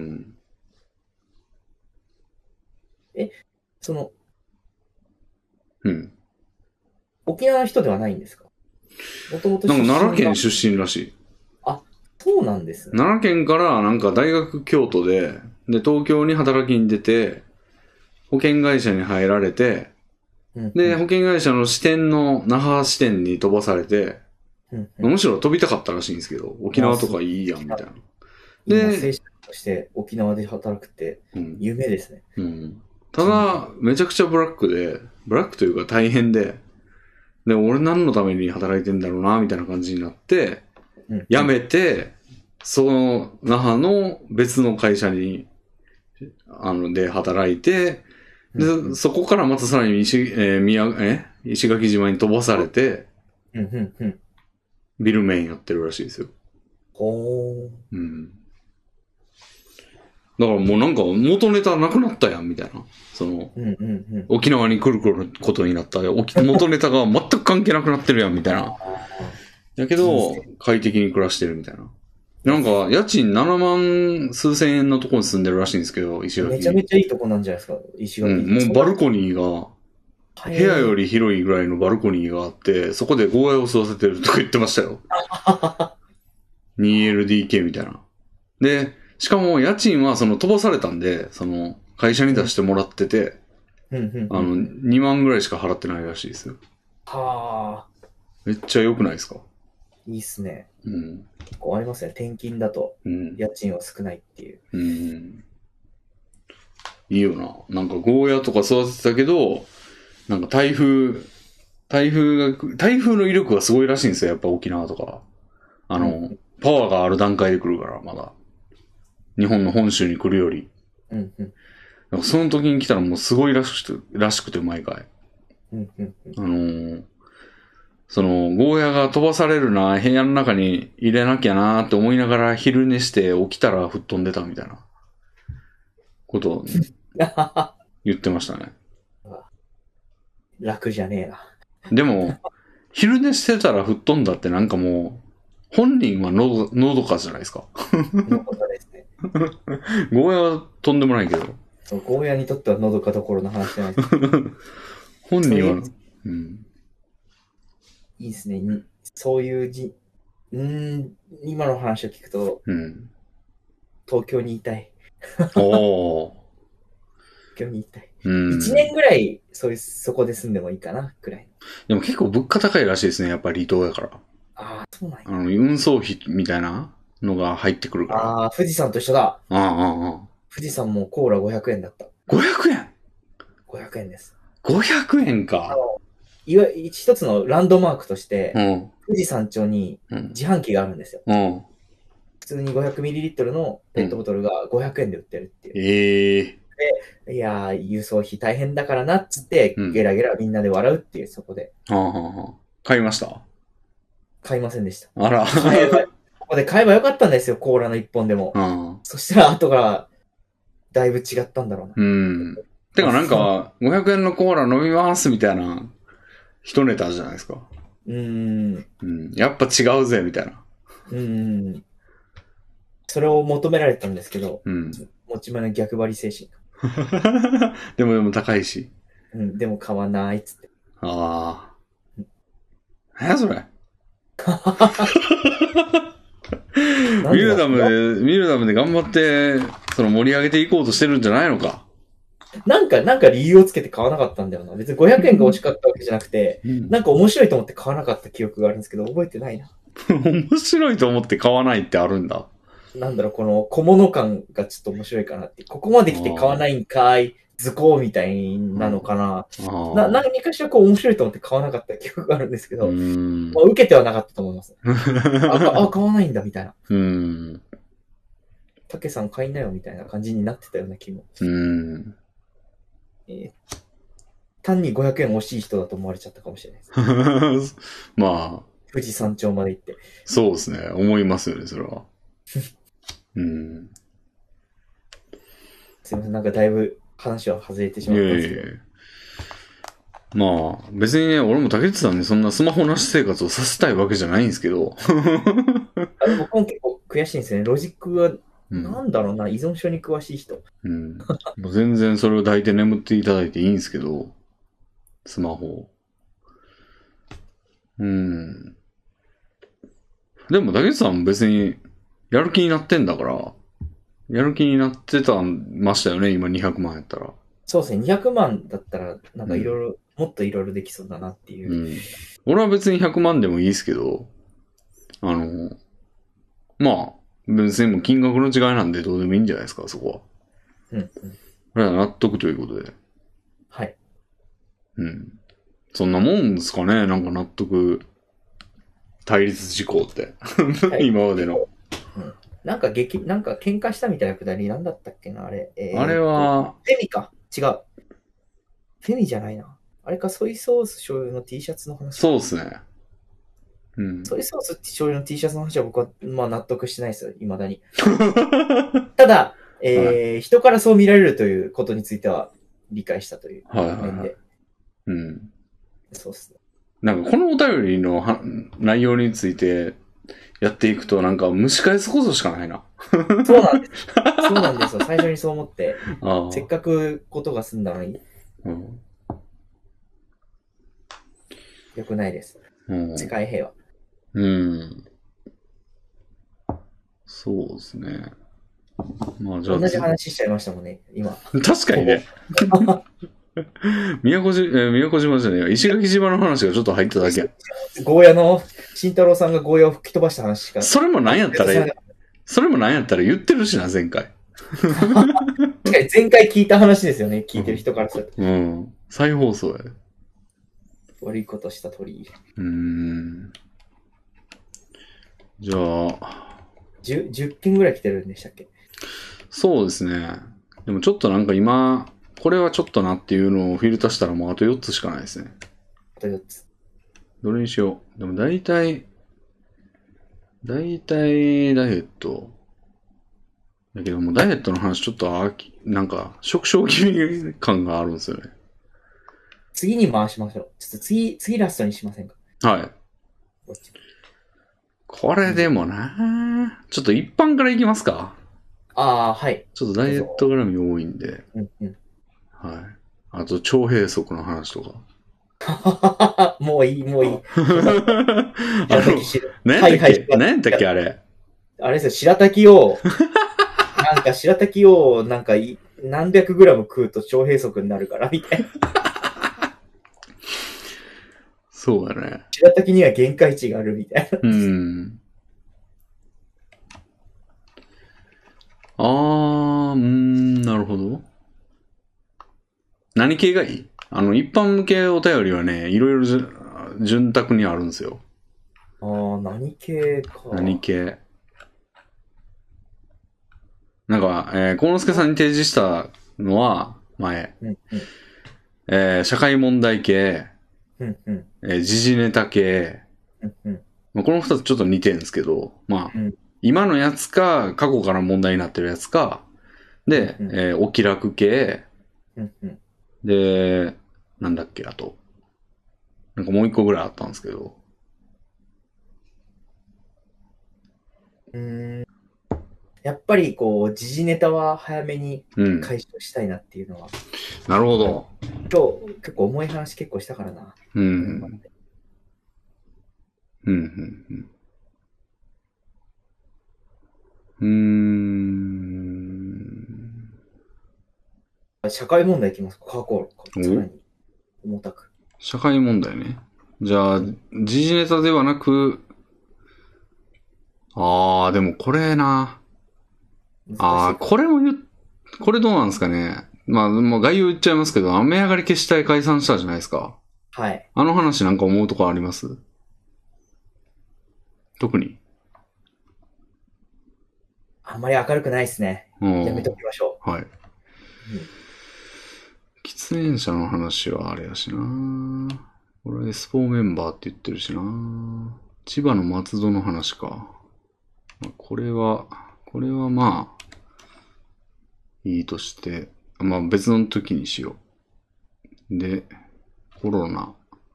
え、その、 うん。 沖縄の人ではないんですか？ もともとなんか奈良県出身らしい。 あ、そうなんですね。 奈良県からなんか大学京都で、で、東京に働きに出て、保険会社に入られて、うんうん、で、保険会社の支店の那覇支店に飛ばされて、うんうん、むしろ飛びたかったらしいんですけど、沖縄とかいいやんみたいな。 で、正社員として沖縄で働くって夢ですね。 うんうん、ただ、めちゃくちゃブラックで、ブラックというか大変で、 で、俺何のために働いてんだろうな、みたいな感じになって、うん、辞めて、その那覇の別の会社に、あの、で働いて、で、うん、そこからまたさらに石、えー、宮、え石垣島に飛ばされて、 うんうんうん、 ビルメインやってるらしいですよ。 ほー。 うん。だからもうなんか元ネタなくなったやんみたいな。その、 うんうんうん、 沖縄に来ることになった元ネタが全く関係なくなってるやんみたいな。だけど、快適に暮らしてるみたいな。なんか、家賃ななまん数千円のところに住んでるらしいんですけど、石垣。 めちゃめちゃいいとこなんじゃないですか、石垣。 うん、もうバルコニーが、部屋より広いぐらいのバルコニーがあって、そこでゴーヤを育ててるとか言ってましたよ。にエルディーケー みたいな。で、しかも家賃はその飛ばされたんで、その会社に出してもらってて、 うんうんうん、 あの、にまんぐらいしか払ってないらしいですよ。 はあ。 めっちゃ良くないですか？ いいっすね。 うん。 こうありますね。転勤だと、家賃は少ないっていう。 うん。うん、いいよな。なんかゴーヤとか育ててたけど、なんか台風、台風が、台風の威力がすごいらしいんですよ。やっぱ沖縄とか。あの、うん、パワーがある段階で来るから、まだ。日本の本州に来るより。 うんうん、 なんかその時に来たらもうすごいらしくて、らしくて毎回。 うんうんうん、 あのー、その、ゴーヤが飛ばされるな、部屋の中に入れなきゃなって思いながら昼寝して起きたら吹っ飛んでたみたいなことを、ね、言ってましたね。 楽じゃねえな。 でも、昼寝してたら吹っ飛んだってなんかもう、本人はのど、のどかじゃないですか。 のどかですね。 ゴーヤはとんでもないけど。 そう、ゴーヤにとってはのどかどころの話じゃないです。 本人は、うん。 いいですね。そういうじ、うん、今の話を聞くと、 うん、 東京にいたい。 おー。 東京にいたい。うん、いちねんぐらい、そういう、そこで住んでもいいかな、くらい。 でも結構物価高いらしいですね、やっぱり離島やから。 ああ、そうなんや。 あの、運送費みたいなのが入ってくるから。 ああ、富士山と一緒だ。 ああ、ああ。 富士山もコーラごひゃくえんだった。 ごひゃくえん ? ごひゃくえんです。 ごひゃくえんか。 いわゆる一つのランドマークとして、 うん、 富士山頂に自販機があるんですよ。 うん、 普通に ごひゃくミリリットル のペットボトルがごひゃくえんで売ってるっていう。 ええー。で、いやー、輸送費大変だからなっつって、うん、ゲラゲラみんなで笑うっていう、そこで。 はあはあ、買いました？ 買いませんでした。 あら。 ここで買えばよかったんですよ、コーラの一本でも。 うん、 そしたら後が、だいぶ違ったんだろうな。 うん。てかなんか、ごひゃくえんのコーラ飲みますみたいな、一ネタじゃないですか。 うーん。 うん。やっぱ違うぜ、みたいな。 うーん。それを求められたんですけど、 うん。 持ち前の逆張り精神。 でもでも高いし。 うん、でも買わないっつって。 ああ。何やそれ。ミルダムで、ミルダムで頑張って、その盛り上げていこうとしてるんじゃないのか。 なんか、なんか理由をつけて買わなかったんだよな。別にごひゃくえんが欲しかったわけじゃなくて、うん、なんか面白いと思って買わなかった記憶があるんですけど、覚えてないな。 面白いと思って買わないってあるんだ。 なんだろう、この小物感がちょっと面白いかなって。ここまで来て買わないんかい、図工みたいなのかな。な何かしらこう面白いと思って買わなかった記憶があるんですけど、まあ、受けてはなかったと思います。あ, あ、買わないんだみたいな。 うん。 たけさん買いなよみたいな感じになってたような気も。 うん。 えー、単にごひゃくえん惜しい人だと思われちゃったかもしれないです。 まあ。 富士山頂まで行って。 そうですね。思いますよね、それは。うん。 すいません、なんかだいぶ話は外れてしまったんですけど。いやいやいやまあ、別にね、俺も竹内さんにそんなスマホなし生活をさせたいわけじゃないんですけど。 あでも僕も結構悔しいんですよね。ロジックは、なんだろうな、うん、依存症に詳しい人。 うん。もう全然それを抱いて眠っていただいていいんですけど、スマホ。うん。でも竹内さんも別にやる気になってんだから、やる気になってたましたよね、今にひゃくまんやったら。 そうですね、にひゃくまんだったら、なんかいろいろ、もっといろいろできそうだなっていう、 うん。俺は別にひゃくまんでもいいですけど、あの、まあ、別にも金額の違いなんでどうでもいいんじゃないですか、そこは。 うん、うん。 これは納得ということで。 はい。 うん。 そんなもんですかね、なんか納得、対立事項って。はい、今までの。 うん、なんか激、なんか喧嘩したみたいなくだりなんだったっけな、あれ。 えー、あれは、 フェミか。違う。フェミじゃないな。あれか、ソイソース醤油の T シャツの話。 そうですね。 うん。ソイソース醤油の T シャツの話は僕は、まあ納得してないですよ、未だに。ただ、えーはい、人からそう見られるということについては理解したという面で。はいはいはい、 うん。 そうっすね。 なんかこのお便りの内容についてやっていくとなんか蒸し返すことしかないな。 そうなんです。そうなんですよ。最初にそう思って。せっかくことが済んだのに。うん、よくないです。うん、世界平和。 うん。そうですね。 まあじゃあ同じ話しちゃいましたもんね、今。 確かにね。宮古島、えー、宮古島じゃねえよ。石垣島の話がちょっと入っただけ。 ゴーヤの、慎太郎さんがゴーヤを吹き飛ばした話しか。 それも何やったら、それも何やったら言ってるしな、前回。 確かに前回聞いた話ですよね、聞いてる人からすると。 うん。うん、再放送や。 悪いことした鳥。 うーん。じゃあ。 10、じゅっけんぐらい来てるんでしたっけ？ そうですね。でもちょっとなんか今、これはちょっとなっていうのをフィルターしたらもうあとよっつしかないですね。 あとよっつ。どれにしよう。でも大体、大体ダイエット。だけどもうダイエットの話ちょっとあき、なんか、縮小気味感があるんですよね。 次に回しましょう。ちょっと次、次ラストにしませんか？ はい。これでもなぁ。ちょっと一般からいきますか？ ああ、はい。 ちょっとダイエット絡み多いんで。 うんうん。 はい。あと、腸閉塞の話とか。 もういい、もういい。あの、何やったっけ、何やったっけ、あれ。 あれですよ、白滝を、なんか白滝を、なんかい、何百グラム食うと腸閉塞になるから、みたいな。 そうだね。 白滝には限界値があるみたいな。 うん。あー、うーん、なるほど。何系がいい？あの、一般向けお便りはね、いろいろじゅ潤沢にあるんですよ。 あー、何系か。 何系。なんか、えー、幸之助さんに提示したのは、前。うんうん、えー、社会問題系。うんうん、えー、時事ネタ系。うんうんまあ、この二つちょっと似てるんですけど、まあ、うん、今のやつか、過去から問題になってるやつか、で、うんうん、えー、お気楽系。うんうんで、なんだっけ、あと。なんかもう一個ぐらいあったんですけど。 うーん。やっぱりこう、時事ネタは早めに解消したいなっていうのは。 うん、なるほど。 今日結構重い話結構したからな。うん。うん、 うん、うん。うーん。 社会問題いきますか？過去、さらに重たく。 社会問題ね。じゃあ、時事ネタではなく、あー、でもこれな。あー、これも言う、これどうなんですかね。まあ、もう概要言っちゃいますけど、雨上がり消し隊解散したじゃないですか。 はい。 あの話なんか思うとこあります？特に。 あんまり明るくないですね。やめときましょう。はい。うん、喫煙者の話はあれやしな。これエスフォーメンバーって言ってるしな。千葉の松戸の話か。これは、これはまあ、いいとして、まあ別の時にしよう。で、コロナ。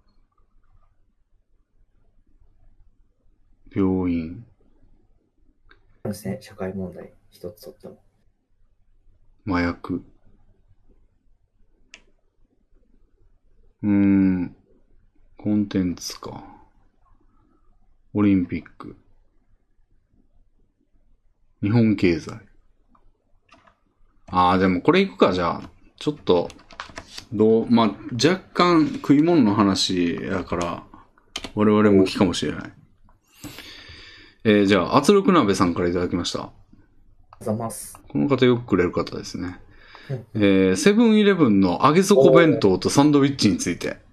病院。 そうですね、社会問題一つとっても。 麻薬。うーん。コンテンツか。オリンピック。日本経済。ああ、でもこれいくか、じゃあ。ちょっと、どう、まあ、若干食い物の話やから、我々向きかもしれない。えー、じゃあ、圧力鍋さんからいただきました。 ざます。 この方よくくれる方ですね。えー、セブンイレブンの揚げ底弁当とサンドウィッチについて。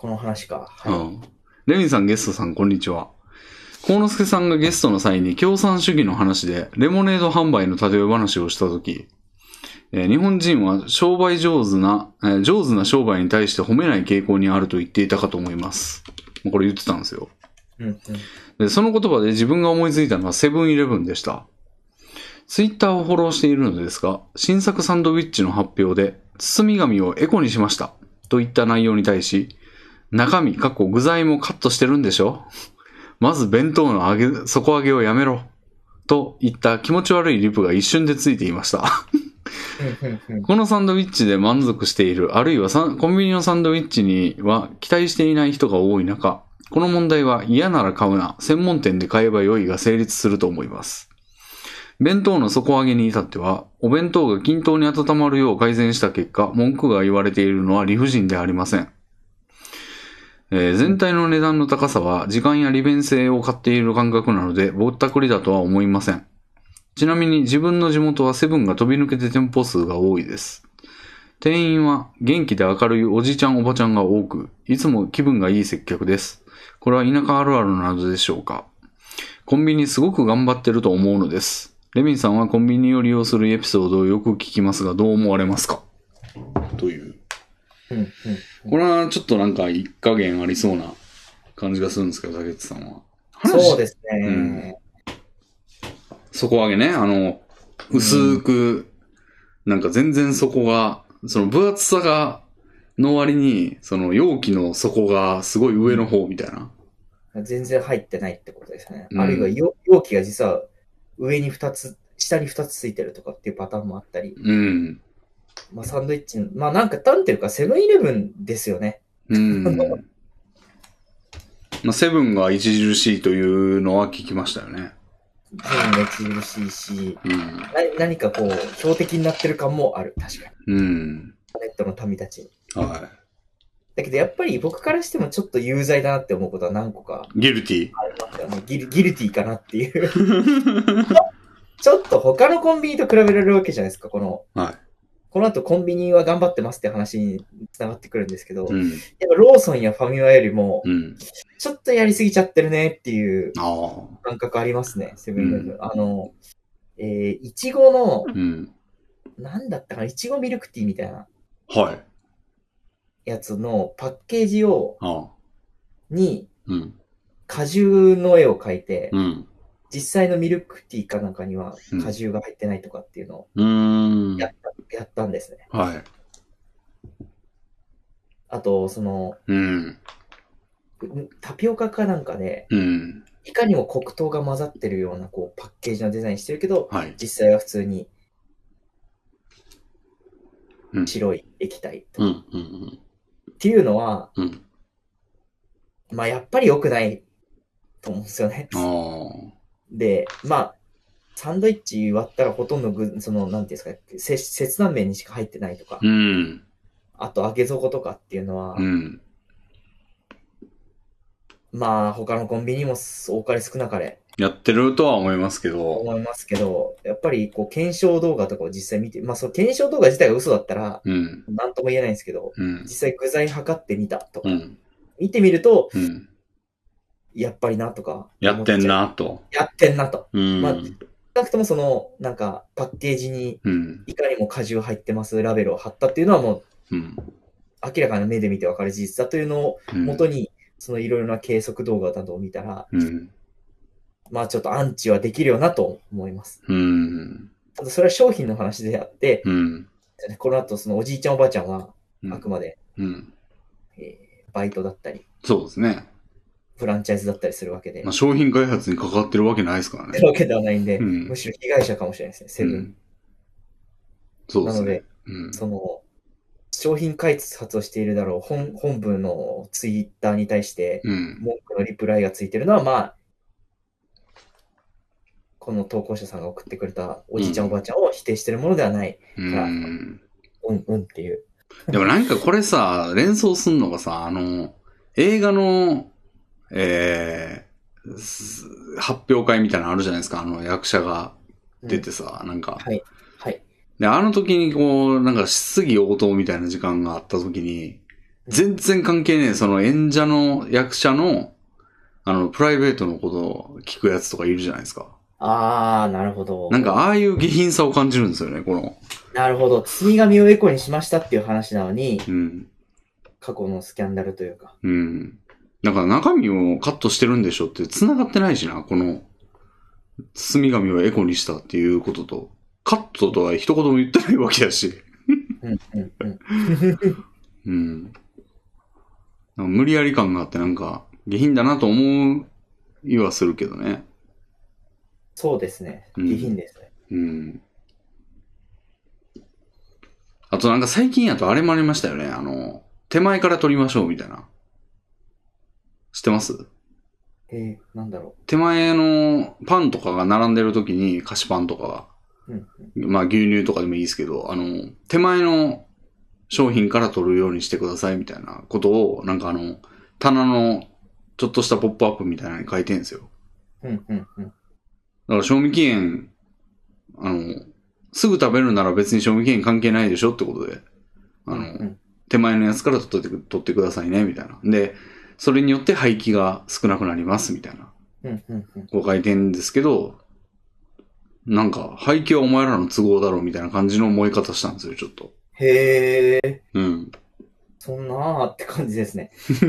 この話か。はい。 うん。レミンさん、ゲストさん、こんにちは。幸之助さんがゲストの際に共産主義の話でレモネード販売の例え話をしたとき、えー、日本人は商売上手な、えー、上手な商売に対して褒めない傾向にあると言っていたかと思います。これ言ってたんですよ。 うんうん、 でその言葉で自分が思いついたのはセブンイレブンでした。ツイッターをフォローしているのですが、新作サンドウィッチの発表で包み紙をエコにしましたといった内容に対し、中身、過去具材もカットしてるんでしょ？まず弁当の揚げ、底揚げをやめろといった気持ち悪いリプが一瞬でついていました。このサンドウィッチで満足している、あるいはコンビニのサンドウィッチには期待していない人が多い中、この問題は嫌なら買うな、専門店で買えばよいが成立すると思います。弁当の底上げに至っては、お弁当が均等に温まるよう改善した結果、文句が言われているのは理不尽でありません。えー、全体の値段の高さは時間や利便性を買っている感覚なのでぼったくりだとは思いません。ちなみに自分の地元はセブンが飛び抜けて店舗数が多いです。店員は元気で明るいおじちゃんおばちゃんが多く、いつも気分がいい接客です。これは田舎あるあるなどでしょうか。コンビニすごく頑張ってると思うのです。レミンさんはコンビニを利用するエピソードをよく聞きますがどう思われますか？という。うんうんうん、これはちょっとなんか一加減ありそうな感じがするんですけど、竹内さんは。 そうですね、うん。 底上げね、あの、薄く、うん、なんか全然底が、その分厚さが、の割に、その容器の底がすごい上の方みたいな。 全然入ってないってことですね。うん、あるいは容器が実は上に二つ、下に二つついてるとかっていうパターンもあったり。 うん。 まあサンドイッチ、まあなんかなんていうかセブンイレブンですよね。 うん。まあセブンが著しいというのは聞きましたよね。 セブンが著しいし、うん、何, 何かこう標的になってる感もある、確かに。うん。ネットの民たちに。はい。だけどやっぱり僕からしてもちょっと有罪だなって思うことは何個か。 ギルティー。 ありますよね。ギル、ギルティーかなっていう。ちょっと他のコンビニと比べられるわけじゃないですか、この。はい。この後コンビニは頑張ってますって話に繋がってくるんですけど、うん、やっぱローソンやファミマよりも、うん、ちょっとやりすぎちゃってるねっていう感覚ありますね、セブンイレブン。あの、えー、いちごの、うん、なんだったかな、いちごミルクティーみたいな、はい。やつのパッケージを、に、うん、果汁の絵を描いて、うん実際のミルクティーかなんかには果汁が入ってないとかっていうのをやった、うん、やったんですね。はい。あと、その、うん、タピオカかなんかで、うん、いかにも黒糖が混ざってるようなこうパッケージのデザインしてるけど、はい、実際は普通に白い液体とか、うんうんうん、っていうのは、うん、まあやっぱり良くないと思うんですよね。あで、まあ、サンドイッチ割ったらほとんど具、その、なんていうんですか、切断面にしか入ってないとか、うん、あと揚げ底とかっていうのは、うん、まあ、他のコンビニも多かれ少なかれ。 やってるとは思いますけど。 思いますけど、やっぱり、こう、検証動画とかを実際見て、まあ、その検証動画自体が嘘だったら、うん、なんとも言えないんですけど、うん、実際具材測ってみたとか、うん、見てみると、うんやっぱりなとか。 やってんなと。 やってんなと。うん。まあ、少なくともその、なんか、パッケージに、いかにも果汁入ってますラベルを貼ったっていうのはもう、うん、明らかな目で見てわかる事実だというのを元に、うん、そのいろいろな計測動画などを見たら、うん、まあちょっとアンチはできるよなと思います。うん。ただそれは商品の話であって、うん、この後そのおじいちゃんおばあちゃんは、あくまで、うんえー、バイトだったり。 そうですね。 フランチャイズだったりするわけで。 まあ、商品開発に関わってるわけないですからね。 ってわけではないんで、うん、むしろ被害者かもしれないですね、セブン。うん、そうですね。なので、うん、その、商品開発をしているだろう本、本部のツイッターに対して、文句のリプライがついてるのは、まあ、この投稿者さんが送ってくれたおじいちゃん、うん、おばあちゃんを否定してるものではないから、うん、うんうんっていう。 でもなんかこれさ、連想すんのがさ、あの、映画の、えー、発表会みたいなのあるじゃないですか。あの役者が出てさ、うん、なんか。はい。はい。で、あの時にこう、なんか質疑応答みたいな時間があった時に、 全然関係ねえ、その演者の役者の、あの、プライベートのことを聞くやつとかいるじゃないですか。 あー、なるほど。 なんか、ああいう下品さを感じるんですよね、この。 なるほど。包み紙をエコにしましたっていう話なのに、 うん。 過去のスキャンダルというか。 うん。だから中身をカットしてるんでしょって繋がってないしな、この、包み紙をエコにしたっていうことと、カットとは一言も言ってないわけだし。 うんうんうん。 うん。無理やり感があってなんか、下品だなと思う気はするけどね。 そうですね。下品ですね。 うん。うん、あとなんか最近やとあれもありましたよね。あの、手前から撮りましょうみたいな。知ってます？ えー、なんだろ手前のパンとかが並んでる時に、菓子パンとかが。 うんうん、まあ牛乳とかでもいいですけど、あの、手前の商品から取るようにしてくださいみたいなことを、なんかあの、棚のちょっとしたポップアップみたいなのに書いてるんですよ。 うんうんうん。 だから賞味期限、あの、すぐ食べるなら別に賞味期限関係ないでしょってことで、あの、うんうん、手前のやつから取って、取ってくださいね、みたいな。で、それによって廃棄が少なくなります、みたいな。 うんうんうん。 こう書いてんですけど、なんか、廃棄はお前らの都合だろう、みたいな感じの思い方したんですよ、ちょっと。 へー。 うん。 そんなーって感じですね。 うん、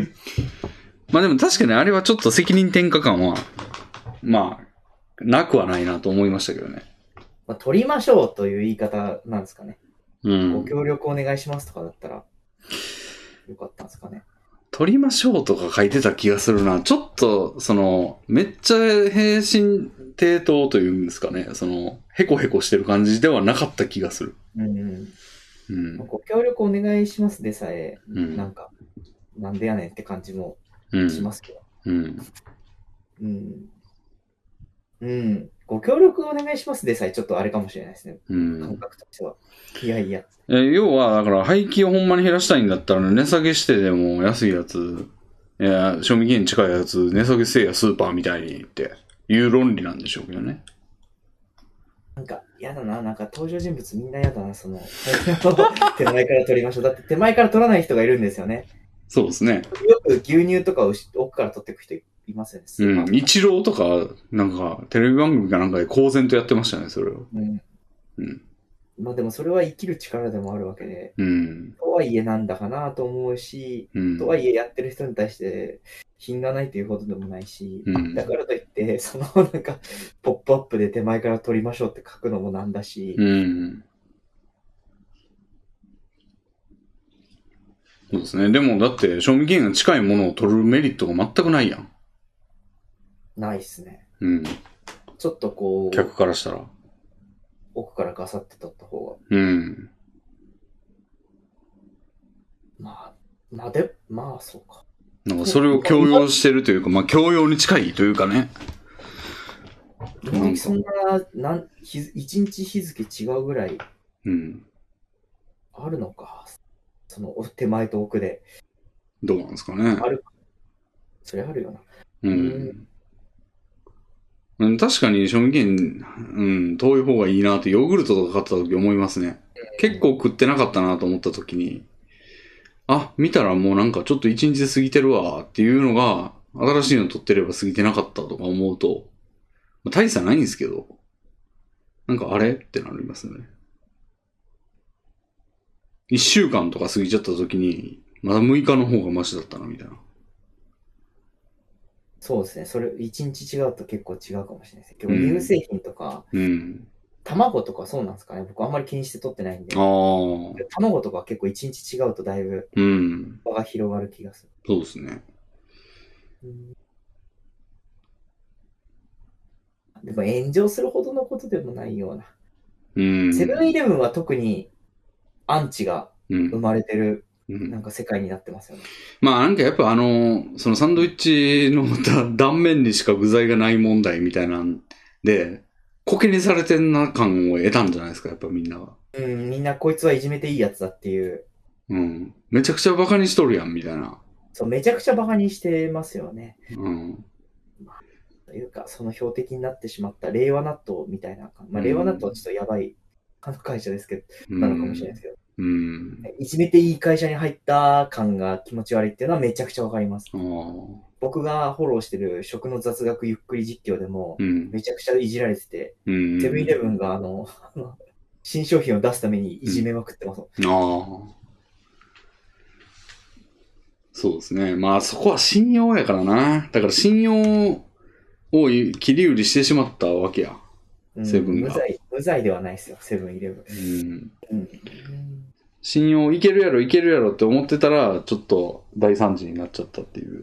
まあでも確かにあれはちょっと責任転嫁感は、まあ、なくはないなと思いましたけどね。 まあ、取りましょうという言い方なんですかね。 うん。 ご協力お願いしますとかだったら、よかったんですかね。 取りましょうとか書いてた気がするな。ちょっと、その、めっちゃ平身低頭というんですかね。その、へこへこしてる感じではなかった気がする。 うん。 うん。 ご協力お願いしますでさえ、 うん、 なんか、なんでやねんって感じもしますけど。 うん。 うん。うん。ご協力お願いしますでさえちょっとあれかもしれないですね。うん、感覚としては。いやいや。 え、要は、だから廃棄をほんまに減らしたいんだったら値下げしてでも安いやつ、いや、賞味期限近いやつ値下げせえやスーパーみたいにっていう論理なんでしょうけどね。 なんか、やだな。なんか登場人物みんなやだな。その、手前から取りましょう。だって手前から取らない人がいるんですよね。 そうですね。 よく牛乳とかを奥から取っていく人いますよね。 うん。一郎とか、なんか、テレビ番組かなんかで公然とやってましたね、それを。 うん。うん。まあでもそれは生きる力でもあるわけで、 うん、とはいえなんだかなと思うし、うん、とはいえやってる人に対して品がないということでもないし、うん、だからといって、そのなんか、ポップアップで手前から取りましょうって書くのもなんだし、うん、 そうですね。でもだって賞味期限が近いものを取るメリットが全くないやん。 ないっすね。 うん。 ちょっとこう、 客からしたら。 奥からガサって取った方が。 うん。 まあ、まあで、まあそうか。 なんかそれを強要してるというか、まあ強要に近いというかね。 なんそんな、なん、ひ、一日日付違うぐらい、うん。あるのか。その、手前と奥で。 どうなんですかね。 ある。それあるよな。 うん。うん、確かに賞味期限、うん、遠い方がいいなってヨーグルトとか買った時思いますね。結構食ってなかったなと思った時に、あ、見たらもうなんかちょっと一日で過ぎてるわっていうのが、新しいの取ってれば過ぎてなかったとか思うと、大差ないんですけど、なんかあれってなりますよね。一週間とか過ぎちゃった時に、まだむいかの方がマシだったな、みたいな。 そうですね。それ、一日違うと結構違うかもしれないです。結構乳製品とか、うん、卵とかそうなんですかね。僕あんまり気にして取ってないんで。あ卵とか結構一日違うとだいぶ、場が広がる気がする。 そうですね。 うん、でも炎上するほどのことでもないような。セブンイレブンは特にアンチが生まれてる、なんか世界になってますよね。 うん、まあなんかやっぱあの、そのサンドイッチの断面にしか具材がない問題みたいなんで、コケにされてんな感を得たんじゃないですか、やっぱみんなは。 うん、みんなこいつはいじめていいやつだっていう。 うん。めちゃくちゃバカにしとるやん、みたいな。 そう、めちゃくちゃバカにしてますよね。 うん。 まあ、というか、その標的になってしまった令和納豆みたいな。まあ、令和納豆はちょっとやばい、あの会社ですけど、なのかもしれないですけど。 うん。 いじめていい会社に入った感が気持ち悪いっていうのはめちゃくちゃわかります。僕がフォローしてる食の雑学ゆっくり実況でも、めちゃくちゃいじられてて、セブンイレブンがあの、新商品を出すためにいじめまくってます。 うん、ああ。そうですね。まあそこは信用やからな。だから信用を切り売りしてしまったわけや。セブンが。 無罪、無罪ではないですよ、セブンイレブン。 うんうん、信用いけるやろいけるやろって思ってたら、ちょっと大惨事になっちゃったっていう。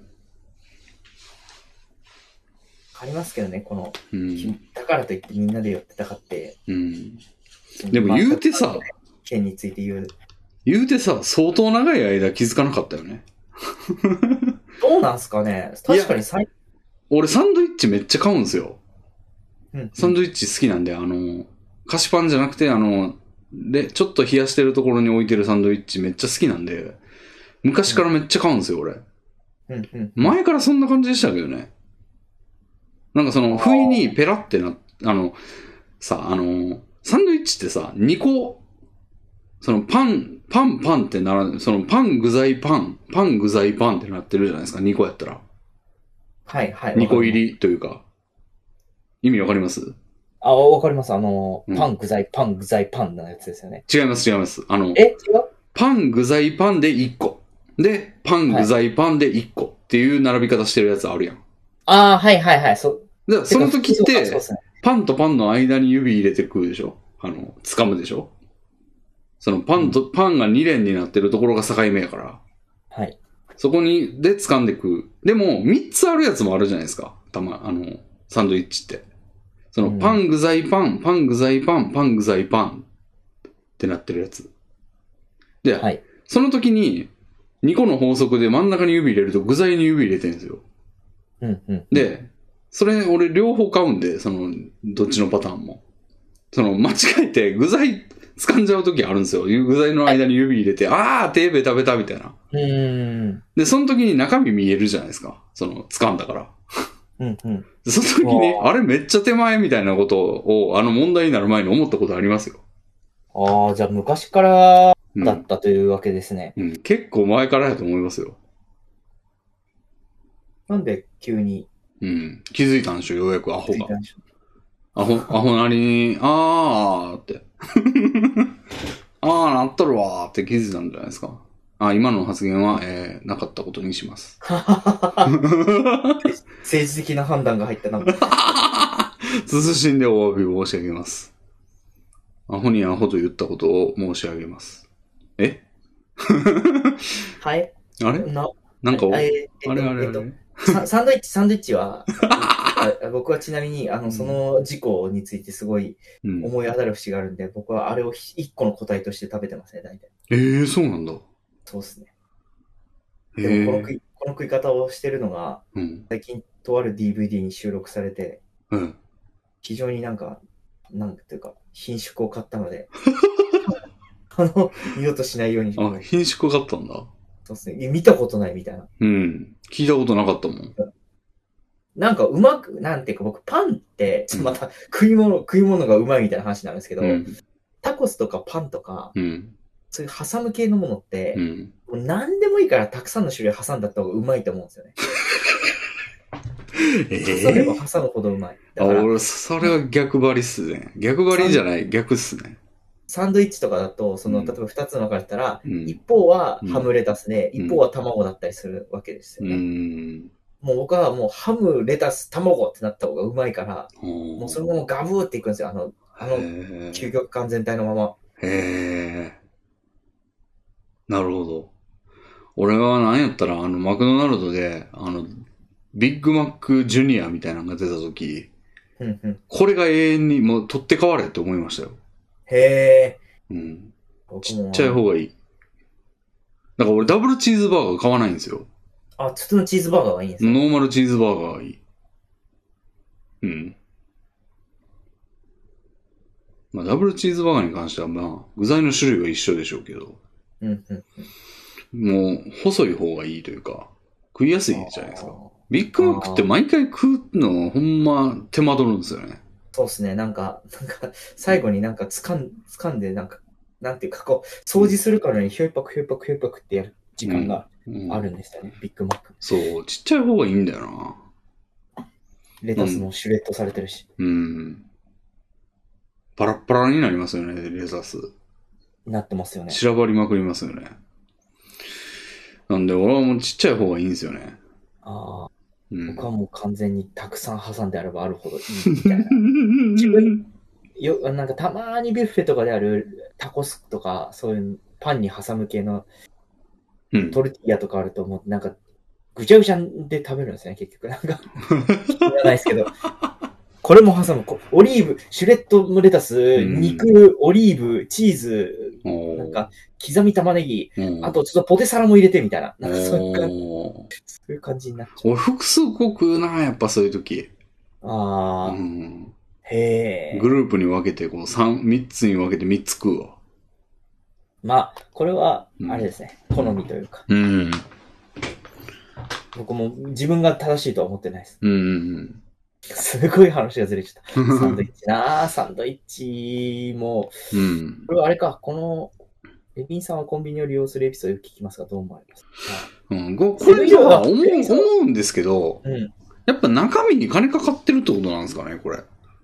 ありますけどね、この、うん、だからといってみんなで寄ってたかって。 うん、でも言うてさ、 件について言う。 言うてさ、相当長い間気づかなかったよね。 どうなんすかね。確かに最俺サンドイッチめっちゃ買うんですよ。うんうん、サンドイッチ好きなんで、あの、菓子パンじゃなくて、あの、で、ちょっと冷やしてるところに置いてるサンドイッチめっちゃ好きなんで、昔からめっちゃ買うんですよ、俺。 うんうん、 前からそんな感じでしたけどね。なんかその、不意にペラってな、あの、さ、あの、サンドイッチってさ、にこ、そのパン、パンパンってなら、そのパン具材パン、パン具材パンってなってるじゃないですか、にこやったら。 はいはい。 にこ入りというか。意味わかります？ あ、わかります。あの、パン具材、うん、パン具材パンのやつですよね。 違います違います。あの、 え違うパン具材パンでいっこ。で、パン具材パンでいっこっていう並び方してるやつあるやん。 ああ、はいはいはい。そ、 でその時って、ね、パンとパンの間に指入れて食うでしょ？あの、掴むでしょ？そのパンと、うん、パンがに連になってるところが境目やから。 はい。 そこに、で掴んで食う。でも、みっつあるやつもあるじゃないですか。たま、あの、サンドイッチって。その、パン具材パン、パン具材パン、パン具材パンってなってるやつ。で、はい、その時に、にこの法則で真ん中に指入れると具材に指入れてるんですよ。 うんうん、 で、それ俺両方買うんで、その、どっちのパターンも。その、間違えて具材掴んじゃう時あるんですよ。具材の間に指入れて、あー、テーベ食べたみたいな。 うんで、その時に中身見えるじゃないですか。その、掴んだから。 うんうん、 その時に、あれめっちゃ手前みたいなことを、あの問題になる前に思ったことありますよ。 ああ、じゃあ昔からだったというわけですね。 うん。うん、結構前からやと思いますよ。 なんで急に。 うん。気づいたんでしょ、ようやくアホが。アホ、アホなりに、あーって。あー、なっとるわーって気づいたんじゃないですか。あ、今の発言は、えー、なかったことにします。 政治的な判断が入ったな。 慎んでお詫びを申し上げます。アホにアホと言ったことを申し上げます。えはい。 あれな、なんか、あれあれあれ、えっと、 サンドイッチ、サンドイッチは、僕はちなみに、あの、その事故についてすごい思い当たる節があるんで、うん、僕はあれを一個の個体として食べてますね、大体。 ええー、そうなんだ。 そうですね。でもこの食い、この食い方をしてるのが、うん、最近とある ディーブイディー に収録されて、 うん、 非常になんか、なんていうか、品種を買ったので、あの、二度としないように。 あ、品種を買ったんだ。 そうですね。見たことないみたいな。 うん。聞いたことなかったもん。 なんかうまく、なんていうか僕パンって、ちょっとまた食い物、うん、食い物がうまいみたいな話なんですけど、うん、タコスとかパンとか、うん、そういう挟む系のものって、うん、もう何でもいいからたくさんの種類挟んだった方がうまいと思うんですよね。えー、挟めば挟むほどうまい。 だからあ、俺、それは逆張りっすね。逆張りじゃない、逆っすね。 サンドイッチとかだと、その、例えば二つの分かれたら、うん、一方はハムレタスで、うん、一方は卵だったりするわけですよね。うん、もう僕はもうハム、レタス、卵ってなった方がうまいから、もうそのままガブーっていくんですよ。あの、あの、究極感全体のまま。 へー。なるほど。俺は何やったら、あの、マクドナルドで、あの、ビッグマックジュニアみたいなのが出たとき、 うんうん、 これが永遠にもう取って代われって思いましたよ。 へー。うん。ちっちゃい方がいい。だから俺ダブルチーズバーガー買わないんですよ。 あ、普通のチーズバーガーがいいんですか？ ノーマルチーズバーガーがいい。うん。まあダブルチーズバーガーに関してはまあ具材の種類は一緒でしょうけど。 うんうんうん。もう細い方がいいというか、食いやすいじゃないですか。ビッグマックって毎回食うのほんま手間取るんですよね。 そうですね。なんか、なんか、最後になんか掴ん、掴んでなんか、 なんていうか、こう、掃除するからにひょいぱくひょいぱくひょいぱくってやる時間があるんですよね、うんうん、ビッグマック。 そう、ちっちゃい方がいいんだよな。 レタスもシュレッドされてるし。 うん。うん、パラッパラになりますよね、レタス。 なってますよね。 散らばりまくりますよね。なんで、俺はもうちっちゃい方がいいんですよね。 ああ、うん。僕はもう完全にたくさん挟んであればあるほどいいみたいな。自分、よ、なんかたまにビュッフェとかであるタコスとか、そういうパンに挟む系のトルティーヤとかあると、もうなんか、ぐちゃぐちゃで食べるんですね、結局。なんか、知らないですけど。これも挟む。オリーブ、シュレッドレタス、うん、肉、オリーブ、チーズ、なんか、刻み玉ねぎ、あとちょっとポテサラも入れてみたいな。なんかそういう感じ、そういう感じになっちゃう。 俺、複数個食うな、やっぱそういう時。 ああ、うん。へえ。 グループに分けて、この三、三つに分けて三つ食うわ。 まあ、これは、あれですね、うん、好みというか。うん。僕も自分が正しいとは思ってないです。うん。すごい話がずれちゃった。サンドイッチなぁ、サンドイッチも、うん。これはあれか、この、レビンさんはコンビニを利用するエピソードを聞きますが、どう思われますか？ うん、これじゃあ思う、思うんですけど、うん、やっぱ中身に金かかってるってことなんですかね、これ。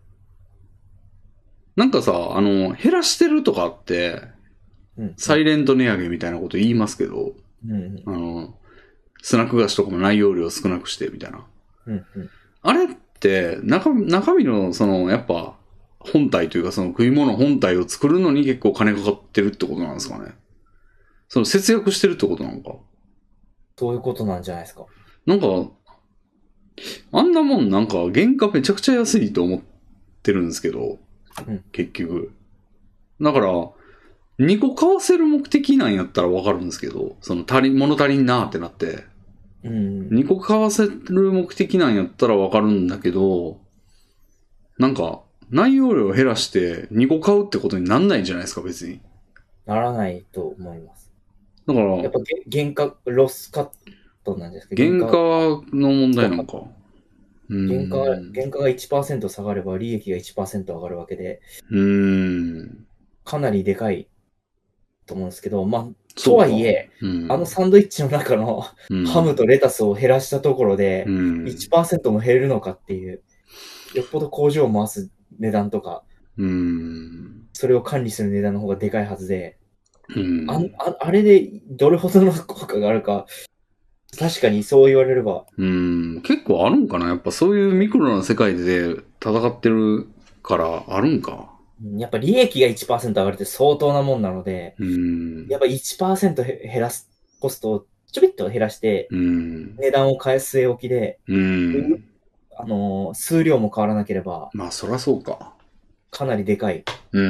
なんかさ、あの、減らしてるとかって、うん、サイレント値上げみたいなこと言いますけど、うん、あの、スナック菓子とかも内容量少なくしてみたいな。うんうん、あれって中、中身のその、やっぱ、本体というかその食い物本体を作るのに結構金かかってるってことなんですかね。その節約してるってことなのか。 そういうことなんじゃないですか。 なんか、あんなもんなんか原価めちゃくちゃ安いと思ってるんですけど、うん、結局。だから、にこ買わせる目的なんやったらわかるんですけど、その足り、物足りんなーってなって、うん、にこ買わせる目的なんやったらわかるんだけど、なんか、内容量を減らしてにこ買うってことになんないんじゃないですか、別に。 ならないと思います。 だから、 やっぱ原価、ロスカットなんですか？ 原価の問題なんか。 原価、原価が いちパーセント 下がれば利益が いちパーセント 上がるわけで、うーん、かなりでかいと思うんですけど、まあ、とはいえ、うん、あのサンドイッチの中の、うん、ハムとレタスを減らしたところで、うん、いちパーセント も減るのかっていう、よっぽど工場を回す値段とか、うん、それを管理する値段の方がでかいはずで、うん、あ, あ, あれでどれほどの効果があるか、確かにそう言われれば。 うん、結構あるんかな？やっぱそういうミクロな世界で戦ってるからあるんか。 やっぱ利益が いちパーセント 上がるって相当なもんなので、うん、やっぱ いちパーセント 減らすコストをちょびっと減らして、うん、値段を返す据え置きで、うん、あの、数量も変わらなければ。 まあそらそうか。 かなりでかい。 うん。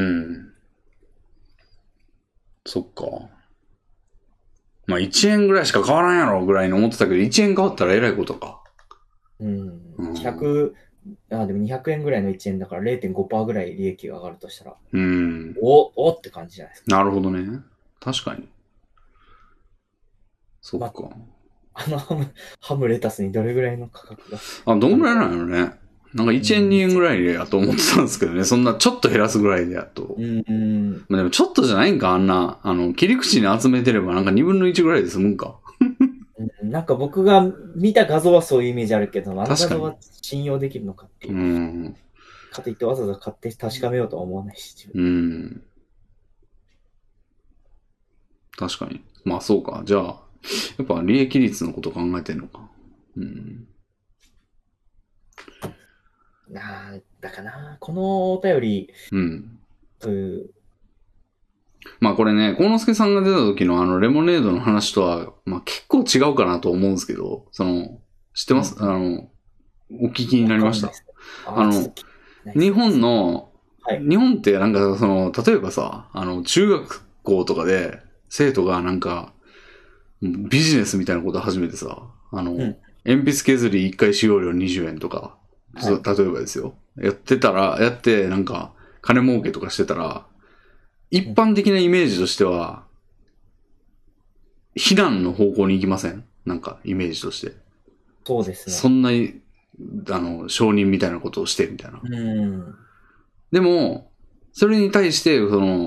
そっか。まあいちえんぐらいしか変わらんやろぐらいに思ってたけど、いちえん変わったらえらいことか。 うん。うん、ひゃく、あ、でもにひゃくえんぐらいのいちえんだから れいてんごパーセント ぐらい利益が上がるとしたら。うん。お、おって感じじゃないですか。 なるほどね。確かに。そっか。まあ、あのハム、ハムレタスにどれぐらいの価格が。 あ、どんぐらいなのね。なんかいちえんにえんぐらいでやと思ってたんですけどね。そんなちょっと減らすぐらいでやと。うん。まあでもちょっとじゃないんか、あんな。あの、切り口に集めてればなんかにぶんのいちぐらいで済むんか。 なんか僕が見た画像はそういうイメージあるけど、あの画像は信用できるのかっていう。うん。かといってわざわざ買って確かめようとは思わないし。 うん。確かに。まあそうか。じゃあ、やっぱ利益率のこと考えてんのか。うん。 なあ、だかな。このお便り、うん。という。 まあこれね、幸之助さんが出た時のあのレモネードの話とは、まあ結構違うかなと思うんですけど、その、知ってます、うん、あの、お聞きになりました。あの、日本の、はい、日本ってなんかその、例えばさ、あの、中学校とかで生徒がなんか、ビジネスみたいなこと始めてさ、あの、うん、鉛筆削りいっかい使用料にじゅうえんとか、はい、例えばですよ。やってたら、やってなんか、金儲けとかしてたら、一般的なイメージとしては、非難の方向に行きません？なんか、イメージとして。 そうですね。 そんなに、あの、承認みたいなことをして、みたいな。うん。でも、それに対して、その、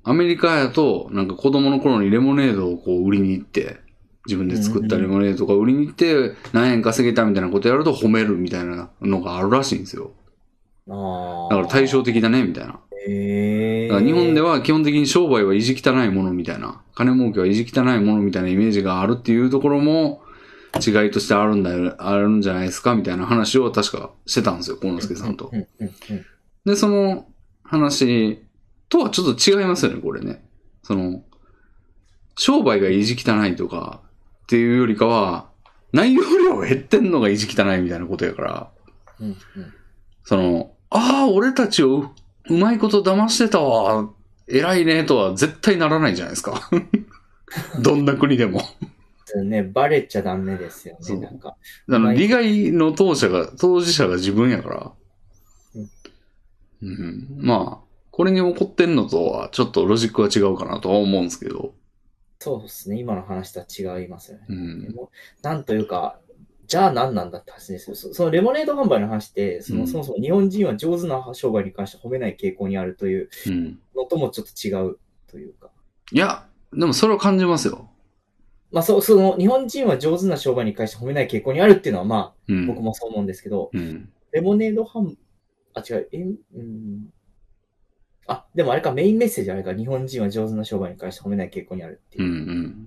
アメリカやと、なんか子供の頃にレモネードをこう売りに行って、自分で作ったレモネードとか売りに行って、何円稼げたみたいなことやると褒めるみたいなのがあるらしいんですよ。 あだから対照的だね、みたいな。 へだから日本では基本的に商売は意地汚いものみたいな、金儲けは意地汚いものみたいなイメージがあるっていうところも違いとしてあるんだよ、あるんじゃないですかみたいな話を確かしてたんですよ、幸之助さんと。で、その話とはちょっと違いますよね、これね。その、商売が意地汚いとかっていうよりかは、内容量が減ってんのが意地汚いみたいなことやから、 うんうん、 その、ああ、俺たちをうまいこと騙してたわ、偉いねとは絶対ならないじゃないですか。どんな国でも。 ね、バレちゃダメですよね、なんか。 あの、利害の当事者が、当事者が自分やから。うんうん、まあ、これに起こってんのとは、ちょっとロジックは違うかなとは思うんですけど。 そうですね、今の話とは違いますよね。 うん、 でもなんというか、じゃあ何なんだって話ですよ。そそのレモネード販売の話って、その、うん、そもそも日本人は上手な商売に関して褒めない傾向にあるというのともちょっと違うというか。 うん、いや、でもそれを感じますよ。 まあ、そ、その、日本人は上手な商売に関して褒めない傾向にあるっていうのは、まあ、うん、僕もそう思うんですけど、うん、レモネード販、あ、違う、え、うん、あ、でもあれか、メインメッセージあれか、日本人は上手な商売に関して褒めない傾向にあるっていう。うんうん、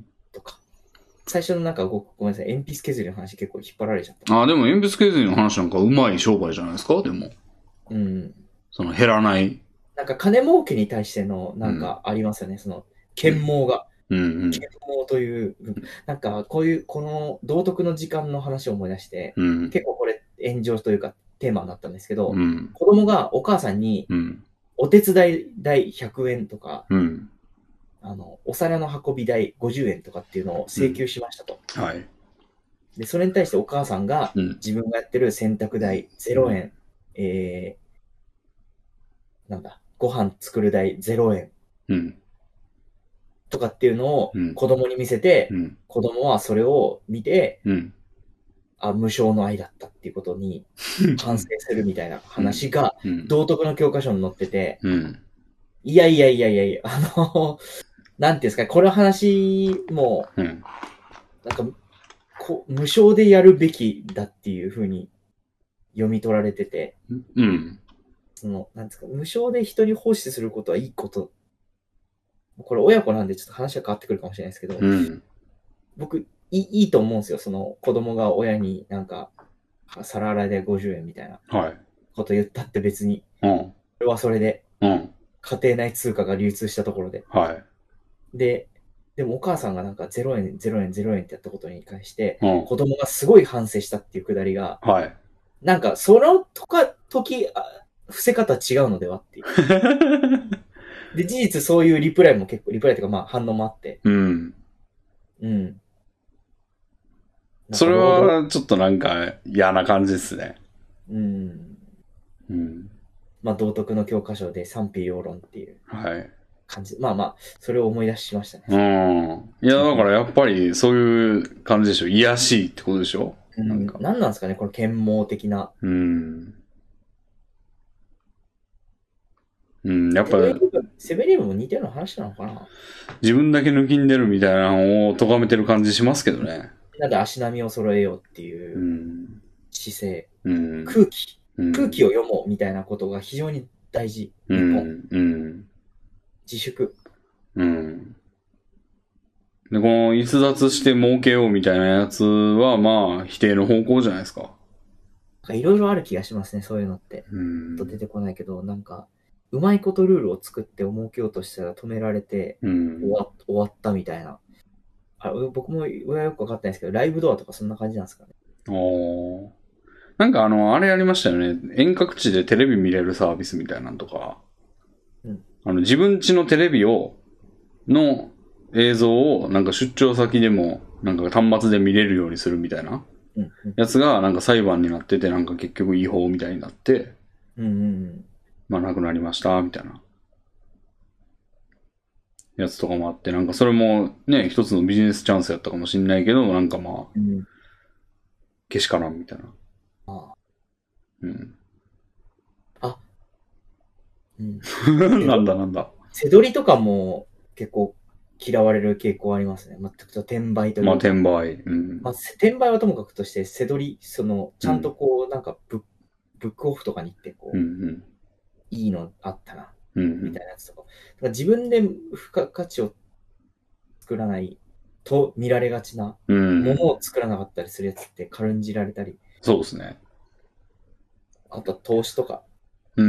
とか。最初のなんかご、ごめんなさい、鉛筆削りの話結構引っ張られちゃった。 あ、でも鉛筆削りの話なんかうまい商売じゃないですか、でも。うん。その減らない。 なんか金儲けに対しての、なんかありますよね、うん、その、剣謀が。うんうん、剣謀という、なんかこういう、この道徳の時間の話を思い出して、うん、結構これ炎上というかテーマになったんですけど、うん、子供がお母さんに、お手伝い代ひゃくえんとか、うん、あの、お皿の運び代ごじゅうえんとかっていうのを請求しましたと。うん、はい。で、それに対してお母さんが、自分がやってる洗濯代ゼロえん、うん、えー、なんだ、ご飯作る代ゼロえん。うんとかっていうのを子供に見せて、うん、子供はそれを見て、うん、あ、無償の愛だったっていうことに反省するみたいな話が道徳の教科書に載ってて、うん、いやいやいやいやいや、あの、なんていうんですか、この話も、うん、なんかこ無償でやるべきだっていうふうに読み取られてて、うん、その、なんですか、無償で人に奉仕することはいいことこれ親子なんでちょっと話が変わってくるかもしれないですけど、うん、僕いい、いいと思うんですよ。その子供が親になんか、皿洗いでごじゅうえんみたいなこと言ったって別に、はい、それはそれで、うん、家庭内通貨が流通したところで、はい。で、でもお母さんがなんかゼロえん、ゼロえん、ゼロえんってやったことに関して、うん、子供がすごい反省したっていうくだりが、はい、なんかそのとか、時、伏せ方違うのではっていう。で、事実そういうリプライも結構、リプライというかまあ反応もあって。うん。うん。 それはちょっとなんか嫌な感じですね。 うん。うん。まあ道徳の教科書で賛否両論っていう感じ。はい、まあまあ、それを思い出しましたね。 うん。いや、だからやっぱりそういう感じでしょ。癒やしいってことでしょ。 うん。なんか何なんですかね、この剣謀的な。うん。うん、やっぱ、セベリウムも似たような話なのかな。 自分だけ抜きんでるみたいなのを咎めてる感じしますけどね。 なんで足並みを揃えようっていう姿勢、うん、空気、うん、空気を読もうみたいなことが非常に大事。日本、うん、自粛。うん。で、この逸脱して儲けようみたいなやつは、まあ、否定の方向じゃないですか。いろいろある気がしますね、そういうのって。うん。と出てこないけど、なんか、うまいことルールを作って儲けようとしたら止められて、うん、終わ、終わったみたいな。あ、僕も親よくわかってないですけど、ライブドアとかそんな感じなんですかね。 おー。なんかあの、あれやりましたよね。遠隔地でテレビ見れるサービスみたいなのとか。うん。あの、自分家のテレビを、の映像をなんか出張先でも、なんか端末で見れるようにするみたいな。うんうん、やつがなんか裁判になってて、なんか結局違法みたいになって。うんうんうん。まあ、なくなりました、みたいな。やつとかもあって、なんかそれもね、一つのビジネスチャンスやったかもしんないけど、なんかまあ、うん、けしからんみたいな。ああ。うん。あ。うん。なんだなんだ。 背取りとかも結構嫌われる傾向ありますね。全くと転売というか。 まあ転売。うん。 まあ転売はともかくとして背取り、その、ちゃんとこう、なんかブッ、ブックオフとかに行ってこう、 うんうん、 いいのあったな、 うんうん、 みたいなやつとか。だから自分で付加価値を作らないと見られがちなものを作らなかったりするやつって軽んじられたり。 そうですね。 あと投資とかは、 うん。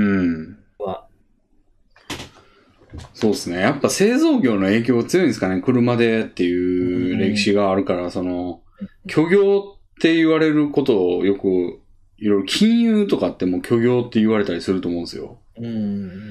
そうですね。やっぱ製造業の影響が強いんですかね。車でっていう歴史があるから、その、虚業って言われることをよく、いろいろ金融とかってもう虚業って言われたりすると思うんですよ。 うん。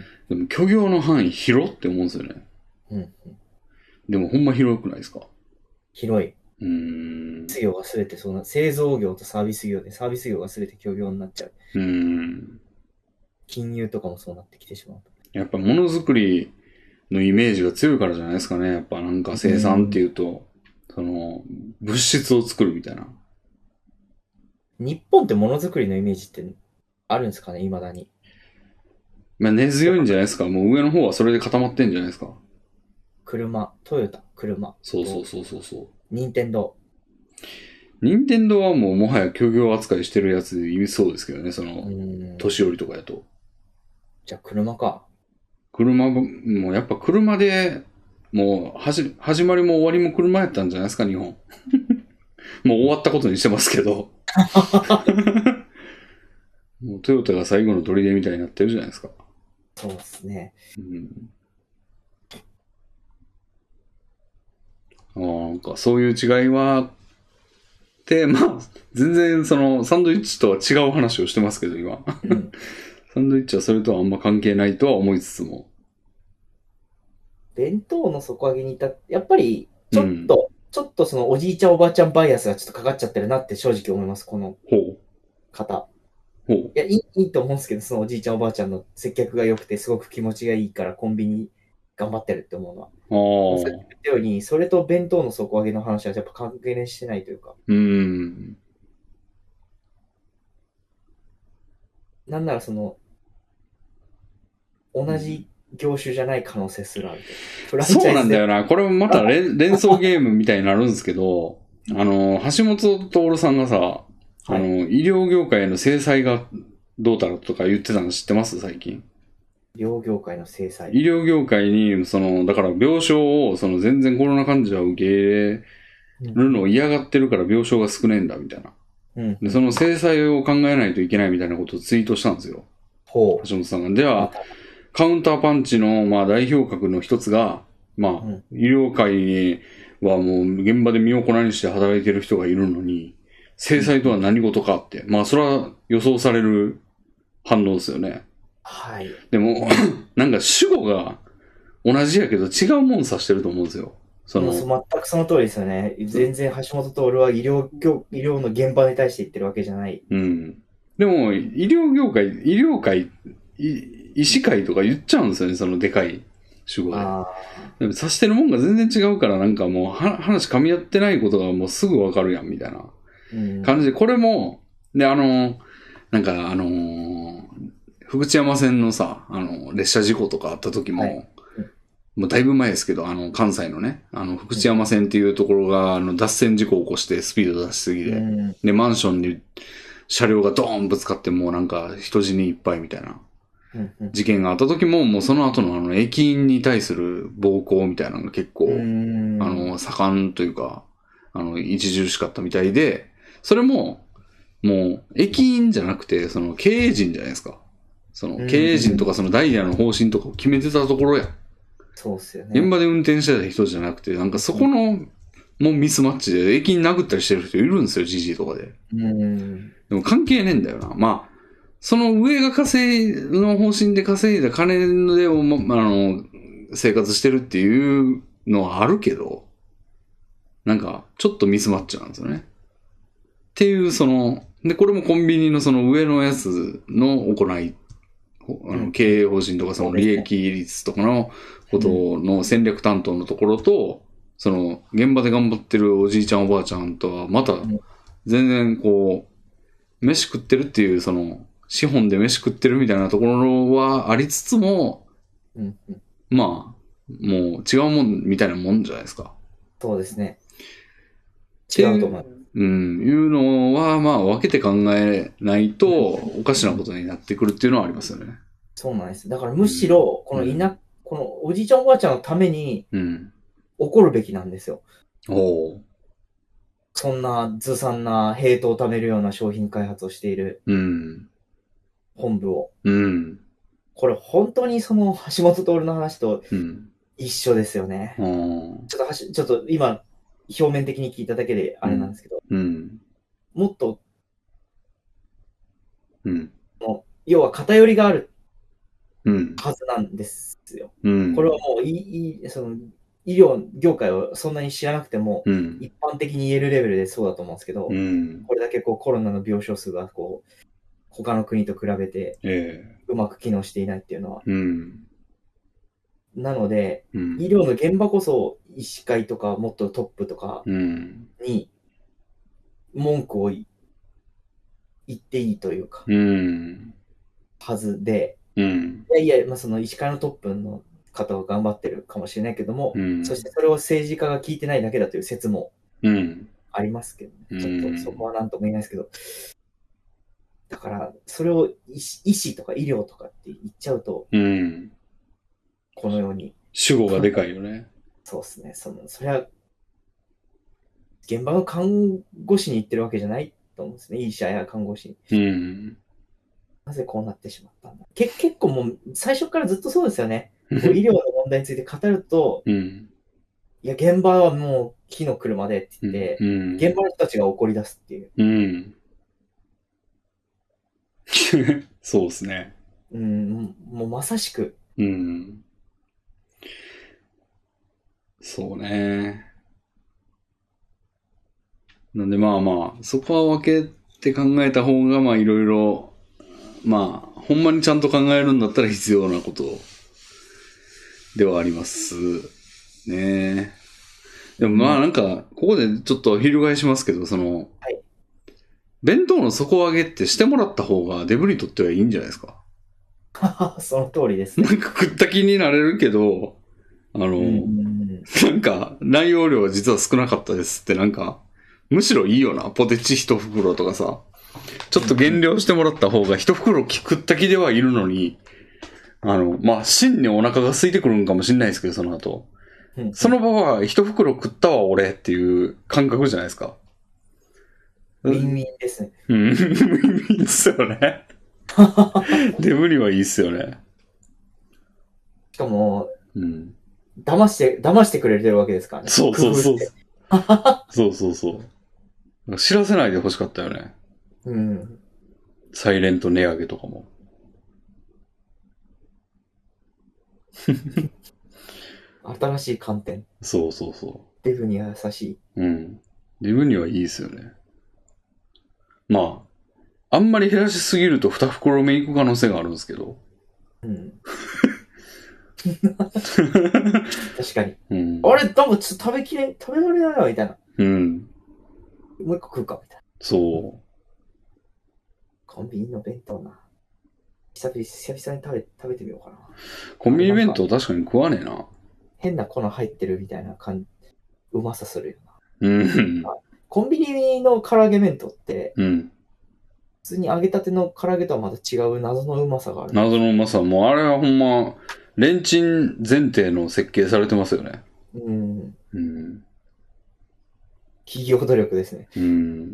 でも虚業の範囲広って思うんですよね。 うん。 でもほんま広くないですか？ 広い。 うーん。 製業がすべてそうな、製造業とサービス業で、サービス業がすべて虚業になっちゃう。 うーん。 金融とかもそうなってきてしまう。 やっぱものづくりのイメージが強いからじゃないですかね。やっぱなんか生産っていうと、うその、物質を作るみたいな。 日本ってものづくりのイメージってあるんですかね、未だに。 まあ根強いんじゃないですか。もう上の方はそれで固まってんじゃないですか。 車、トヨタ、車。 そうそうそうそうそう。 任天堂。 任天堂はもうもはや虚業扱いしてるやつで言いそうですけどね、その、年寄りとかやと。 じゃあ車か。 車も、もうやっぱ車で、もうはじ、始まりも終わりも車やったんじゃないですか、日本。もう終わったことにしてますけど。もうトヨタが最後の砦みたいになってるじゃないですか。 そうですね。 うん、あなんかそういう違いは、で、まあ、全然そのサンドイッチとは違う話をしてますけど、今。うん、サンドイッチはそれとはあんま関係ないとは思いつつも。 弁当の底上げにいた、やっぱり、ちょっと、うん、ちょっとそのおじいちゃんおばあちゃんバイアスがちょっとかかっちゃってるなって正直思います、この方。 ほう。 いや、いい、いいと思うんですけど、そのおじいちゃんおばあちゃんの接客が良くてすごく気持ちがいいからコンビニ頑張ってるって思うのは。 ああ。 さっき言ったように、それと弁当の底上げの話はやっぱ関係してないというか。 うん。 なんならその、同じ業種じゃない可能性すらあると。そうなんだよな。これもまた連連想ゲームみたいになるんですけど、あの、橋本徹さんがさ、あの、はい、医療業界への制裁がどうたらとか言ってたの知ってます最近。 医療業界の制裁。 医療業界に、その、だから病床を、その全然コロナ患者を受け入れるのを嫌がってるから病床が少ねえんだみたいな。うん、で、その制裁を考えないといけないみたいなことをツイートしたんですよ。 ほう。 橋本さんが。では、カウンターパンチの、まあ、代表格の一つが、まあ、うん、医療界にはもう現場で身を粉にして働いてる人がいるのに、制裁とは何事かって、まあ、それは予想される反応ですよね。 はい。 でも、なんか主語が同じやけど違うもん指してると思うんですよ。 その全くその通りですよね。全然橋本徹は医療業、医療の現場に対して言ってるわけじゃない。 うん。でも、医療業界、医療界、医師会とか言っちゃうんですよね、そのでかい主語で。あでも指してるもんが全然違うから、なんかもう話噛み合ってないことがもうすぐわかるやん、みたいな感じで、これも、で、あの、なんかあのー、福知山線のさ、あの、列車事故とかあった時も、はい、もうだいぶ前ですけど、あの、関西のね、あの、福知山線っていうところが、あの、脱線事故を起こしてスピード出しすぎで、で、マンションに車両がドーンぶつかってもうなんか人死にいっぱいみたいな事件があった時も、もうその後のあの、駅員に対する暴行みたいなのが結構、あの、盛んというか、あの、著しかったみたいで、それも、もう、駅員じゃなくて、その、経営陣じゃないですか。その、経営陣とかそのダイヤの方針とかを決めてたところや。 そうっすよね。 現場で運転してた人じゃなくて、なんかそこの、もうミスマッチで、駅員殴ったりしてる人いるんですよ、ジジイとかで。 うんでも関係ねえんだよな。まあ、その上が稼いの方針で稼いだ金でを、ま、あの、生活してるっていうのはあるけど、なんか、ちょっとミスマッチなんですよね。っていう、その、で、これもコンビニのその上のやつの行い、あの経営方針とかその利益率とかのことの戦略担当のところと、その現場で頑張ってるおじいちゃんおばあちゃんとはまた全然こう、飯食ってるっていうその資本で飯食ってるみたいなところはありつつも、 まあ、もう違うもんみたいなもんじゃないですか。 そうですね。違うと思います。 うん、いうのは、まあ、分けて考えないと、おかしなことになってくるっていうのはありますよね。 そうなんです。だからむしろ、このいな、うん、このおじいちゃんおばあちゃんのために、怒るべきなんですよ。 うん、おう。 そんなずさんなヘイトを貯めるような商品開発をしている、本部を。 うん。 これ本当にその橋本徹の話と一緒ですよね。うん、ちょっとはし、ちょっと今、表面的に聞いただけであれなんですけど、うんうん、もっと、うん、もう要は偏りがあるはずなんですよ。うん、これはもういい、その医療業界をそんなに知らなくても、うん、一般的に言えるレベルでそうだと思うんですけど、うん、これだけこうコロナの病床数がこう他の国と比べてうまく機能していないっていうのは。えーうんなので、うん、医療の現場こそ医師会とかもっとトップとかに文句を言っていいというか、うん、はずで、うん、いやいや、まあ、その医師会のトップの方は頑張ってるかもしれないけども、うん、そしてそれを政治家が聞いてないだけだという説もありますけどね、うん、ちょっとそこは何とも言えないですけど、だからそれを医師とか医療とかって言っちゃうと、うんこのように。 主語がでかいよね。 そうですね。その、それは、現場の看護師に言ってるわけじゃないと思うんですね。医者や看護師に。うん。なぜこうなってしまったんだ。け結構もう、最初からずっとそうですよね。医療の問題について語ると、うん、いや、現場はもう火の車でって言って、うん、現場の人たちが怒り出すっていう。うん。 そうですね。 うん、もうまさしく。うん。 そうね。なんでまあまあ、そこは分けて考えた方がまあいろいろ、まあ、ほんまにちゃんと考えるんだったら必要なことではありますね。でもまあなんか、ここでちょっと翻しますけど、その、はい、弁当の底上げってしてもらった方がデブにとってはいいんじゃないですか。 その通りですね。 なんか食った気になれるけど、あの、なんか内容量は実は少なかったですってなんか、むしろいいよな、ポテチ一袋とかさ。ちょっと減量してもらった方が一袋食った気ではいるのに、あの、まあ、真にお腹が空いてくるんかもしれないですけど、その後。その場は一袋食ったわ、俺っていう感覚じゃないですか。 ウィンウィンですね。 うん、ウィンウィンっすよね。デブにはいいっすよね。 しかも、うん、騙して、騙してくれてるわけですからね。 そうそうそう。そうそうそう。知らせないで欲しかったよね。うん。サイレント値上げとかも。 新しい観点。 そうそうそう。 デブには優しい。 うん。デブにはいいですよね。まあ、あんまり減らしすぎると二袋目いく可能性があるんですけど。うん。 確かに。うん、あれ、多分ちょっと食べきれ、食べられないな、みたいな。うん。もう一個食うか、みたいな。 そう。 コンビニの弁当な。久々、久々に食べ、食べてみようかな。 コンビニ弁当確かに食わねえな。 変な粉入ってるみたいな感じ、うまさするよな。うん。コンビニの唐揚げ弁当って、うん。普通に揚げたての唐揚げとはまた違う謎のうまさがある。 謎のうまさ。もうあれはほんま、レンチン前提の設計されてますよね。うん。うん。 企業努力ですね。 うん。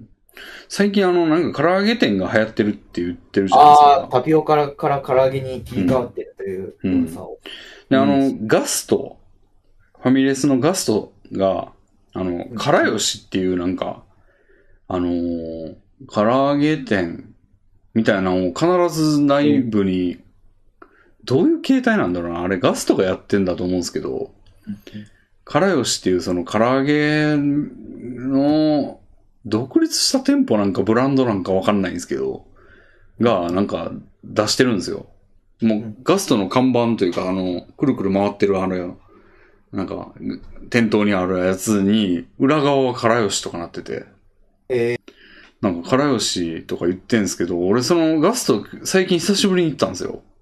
最近あの、なんか唐揚げ店が流行ってるって言ってるじゃないですか。 ああ、タピオカから唐揚げに切り替わってるという噂を。 うんうん、で、あの、ガスト、ファミレスのガストが、あの、からよしっていうなんか、あのー、唐揚げ店みたいなのを必ず内部に、どういう形態なんだろうな。あれガストがやってんだと思うんですけど、からよしっていうその唐揚げの独立した店舗なんかブランドなんかわかんないんですけど、がなんか出してるんですよ。もうガストの看板というか、あの、くるくる回ってるあの、なんか、店頭にあるやつに、裏側はからよしとかなってて。えー、なんか、からよしとか言ってんすけど、俺そのガスト最近久しぶりに行ったんですよ。